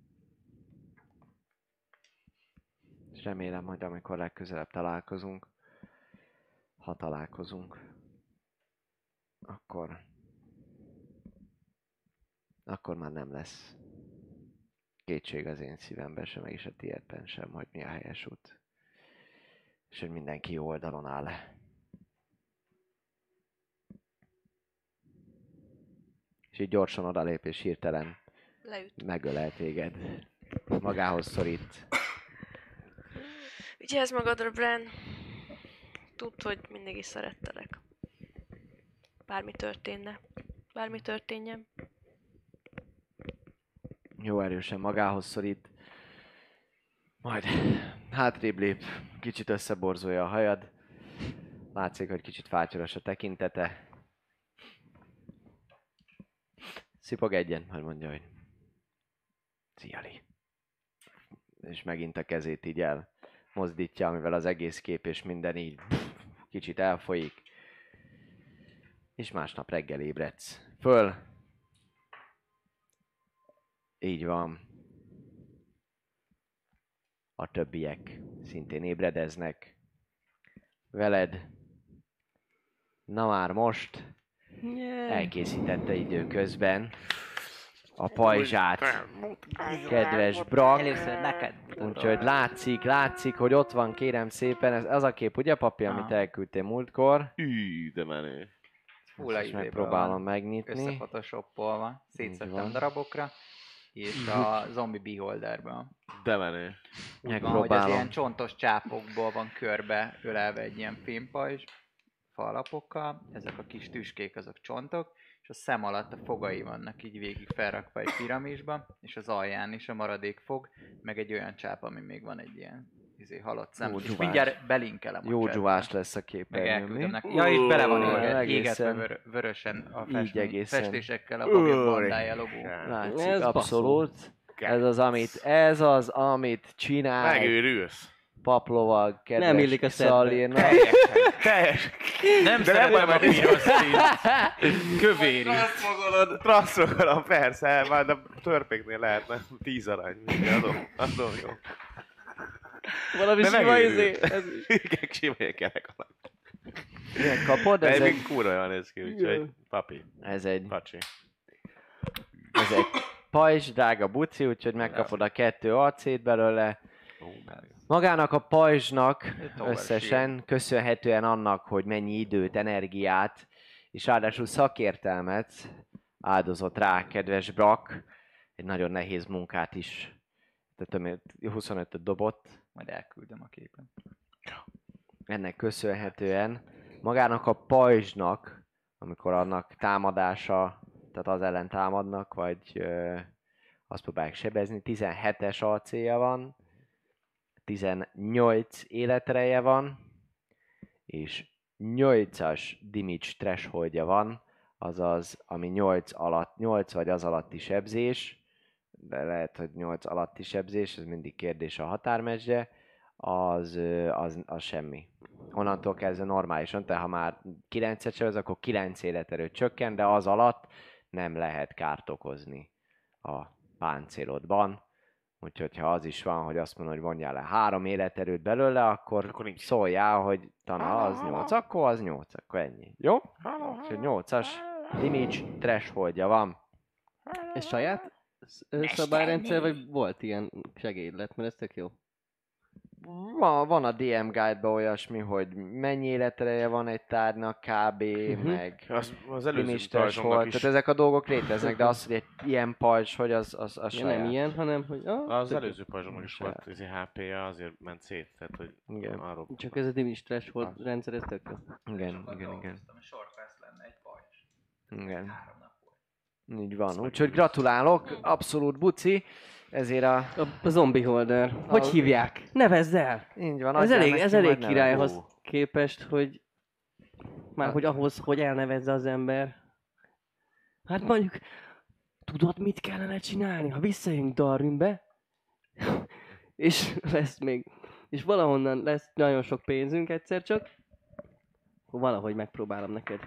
És remélem, hogy amikor legközelebb találkozunk, ha találkozunk, akkor, akkor már nem lesz kétség az én szívemben sem, és a tiédben sem, hogy mi a helyes út. És hogy mindenki jó oldalon áll. És így gyorsan odalép, és hirtelen Leüt. megölel téged. Magához szorít. Vigyázz magadra, Bran! Tudd, hogy mindig is szerettelek. Bármi történne. Bármi történjen. Jó erősen magához szorít. Majd hátrébb lép, kicsit összeborzolja a hajad. Látszik, hogy kicsit fátyoros a tekintete. Szipog egyen, majd mondja, hogy szia, Lee. És megint a kezét így elmozdítja, amivel az egész kép és minden így kicsit elfolyik. És másnap reggel ébredsz föl. Így van. A többiek szintén ébredeznek. Veled. Na már most elkészítette időközben a pajzsát, kedves Brak. Először neked. Úgyhogy látszik, látszik, hogy ott van, kérem szépen, ez az a kép, ugye papi, amit elküldtél múltkor? Ű, de menő. full Ezt is izéből megpróbálom van megnyitni. összephotoshopolva, szétszedtem van. darabokra, és a Zombie Beholderből. De menő. Úgy van, hogy az Megpróbálom. ilyen csontos csápokból van körbe ölelve egy ilyen fémpajzs falapokkal, ezek a kis tüskék azok csontok, és a szem alatt a fogai vannak így végig felrakva egy piramisba, és az alján is a maradék fog, meg egy olyan csáp, ami még van egy ilyen izé, halott szem. Jó És dzsuvás. mindjárt belinkelem a Jó chatbe. dzsuvás lesz a Meg képernyőn, elküldöm mi? neki. Ja, és bele van Ú, égetve, egészen- égetve vörö, vörösen a Így festmény, egészen. festésekkel a Bobby bandája logó. Látszik, Ez abszolút. Ez az, amit, ez az, amit csinál egy Megőrülsz. paplovag, kedves Nem illik a szedbe. Szalírnak. Teljes. Nem De nem szeretem a baj, piros színt. Kövéri. Transzmogolod, transzmogolod, persze, már de törpéknél lehetne tíz arany. Adom, adom, jó. Valami De sima megőrül. izé. Ez... Igen, sima kerek alak. Ilyen kapod, De ez ez egy, még kurva jól néz ki, úgyhogy papi, ez egy, pacsi. ez egy pajzs, drága buci, úgyhogy megkapod a kettő acét belőle. Ó, menő. Magának a pajzsnak Overshield. összesen köszönhetően annak, hogy mennyi időt, energiát, és ráadásul szakértelmet áldozott rá, kedves Brak, egy nagyon nehéz munkát is. Tehát több mint huszonötöt dobott. Majd elküldöm a képen. Ennek köszönhetően magának a pajzsnak, amikor annak támadása, tehát az ellen támadnak, vagy ö, azt próbálják sebezni, tizenhetes á cé-je van, tizennyolc életereje van, és nyolcas damage thresholdja van, azaz, ami nyolc alatt, nyolc vagy az alatti sebzés, de lehet, hogy nyolc alatti sebzés, ez mindig kérdés a határmeccsre, az, ö, az, az semmi. Onnantól kezdve normálisan, tehát ha már kilencet sebez, akkor kilenc életerőt csökken, de az alatt nem lehet kárt okozni a páncélodban. Úgyhogy ha az is van, hogy azt mondod, hogy vonjál le három életerőt belőle, akkor, Akkor nincs. szóljál, hogy tana az nyolc, akkor az nyolc, akkor ennyi. Jó? Úgyhogy nyolcas damage thresholdja van. Ez saját sz- szabályrendszer, vagy volt ilyen segédlet, mert ez tök jó. Van, van a dé em guide-ban olyasmi, hogy mennyi életereje van egy tárgynak kb. Mhm. Meg Az, az előző damage pajzsomnak threshold. is. Tehát ezek a dolgok léteznek, de az, hogy egy ilyen pajzs, hogy az, az, az Ja, saját. nem ilyen, hanem hogy... Ah, Az tök- előző pajzsomnak is Saját. volt ez há pé-je, azért ment szét, tehát hogy Igen. arról... Csak ez a damage threshold rendszer, ez tök jó. Igen, igen, igen. Shortfast lenne egy pajzs. Igen. Három nap volt. Így van. Úgyhogy gratulálok, abszolút buci. Ezért a... A, a zombie holder. Hogy Az- hívják? Nevezd el! Így van. Ez adjál elég, neki ez majd elég nevet. királyhoz Ó. képest, hogy... Már hogy ahhoz, hogy elnevezze az ember. Hát mondjuk, tudod, mit kellene csinálni, ha visszajönk Darwinbe, és lesz még, és valahonnan lesz nagyon sok pénzünk egyszer csak, akkor valahogy megpróbálom neked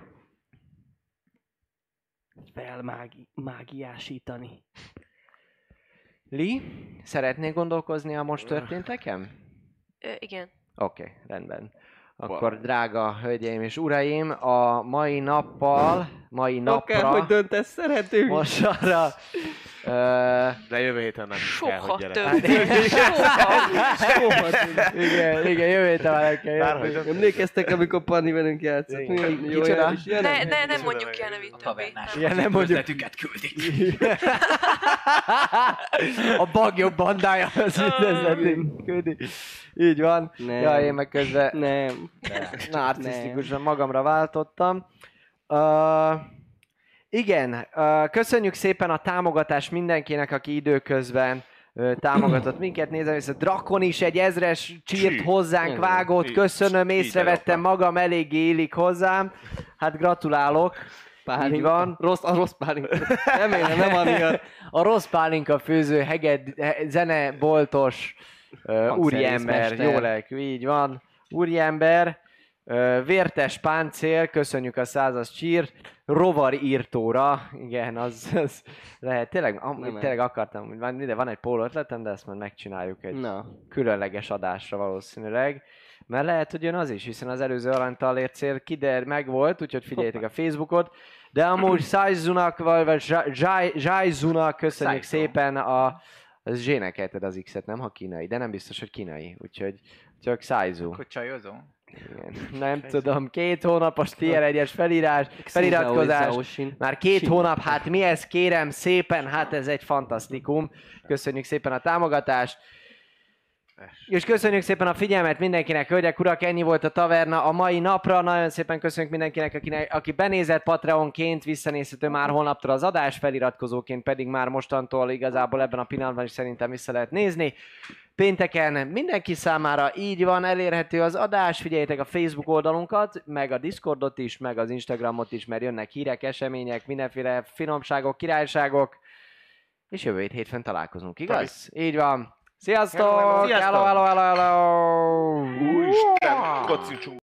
felmágiásítani. Li, szeretnél gondolkozni a most történteken? Ö, igen. Oké, okay, rendben. Akkor drága hölgyeim és uraim, a mai nappal, mai napra, Akár, hogy döntesz, szeretünk! most arra... Ö, De jövő héten nem is kell, Soha hogy gyere. többé. Soha igen, igen, jövő héten már nem kell Bárhogy jönni. döntesz. Emlékeztek, amikor Panni velünk játszott? Igen. Milyen jó Kicsoda? jel is jön? Ne, ne, nem mondjuk ki a nevét A többé. tavernás. Igen, nem mondjuk. Üzletüket küldik. A bagyok bandája az üdvözletünk küldi. Így van. Nem. Ja, én meg közben Nem. narcisztikusan magamra váltottam. Uh, igen, uh, köszönjük szépen a támogatást mindenkinek, aki időközben uh, támogatott minket. Nézem vissza, Drakon is egy ezres csírt Csí. hozzánk Igen. vágott. Így. Köszönöm, Így észrevettem elakad. magam, eléggé illik hozzám. Hát gratulálok. Pálinka. Így van. Rossz, a rossz pálinka. Remélem, nem amiatt. A rossz pálinka főző, heged, he- zeneboltos uh, úriember, Hangszerészmester. jó lelkű, így van. Úriember, uh, vértes páncél, köszönjük a százas csírt, rovarírtóra, igen, az, az lehet, tényleg, am, Nem tényleg akartam, hogy van, ide van egy póló ötletem, de ezt majd megcsináljuk egy Na. különleges adásra valószínűleg. Mert lehet, hogy jön az is, hiszen az előző aranytalér cél kider megvolt, úgyhogy figyeljétek a Facebookot. De amúgy Szájzunak, vagy, vagy Zsá- Zsáj- Zsájzunak köszönjük Szájzó. szépen a... Az zsének ejted az X-et, nem? Ha kínai, de nem biztos, hogy kínai. Úgyhogy csak Szájzu. Akkor csajozó? Igen. Nem tudom, két hónapos tier egyes felírás, feliratkozás. Már két hónap, hát mi ez, kérem szépen, hát ez egy fantasztikum. Köszönjük szépen a támogatást. És köszönjük szépen a figyelmet mindenkinek, hölgyek, urak, ennyi volt a taverna a mai napra. Nagyon szépen köszönjük mindenkinek, akinek, aki benézett Patreonként, visszanézhető már holnaptól az adás, feliratkozóként pedig már mostantól igazából ebben a pillanatban is szerintem vissza lehet nézni. Pénteken mindenki számára így van, elérhető az adás, figyeljétek a Facebook oldalunkat, meg a Discordot is, meg az Instagramot is, mert jönnek hírek, események, mindenféle finomságok, királyságok, és jövő hét hétfőn találkozunk, igaz? Tavi. Így van. Sziasztok! Sziasztok! Hello, hello, hello, hello! Úristen, kocincsunk!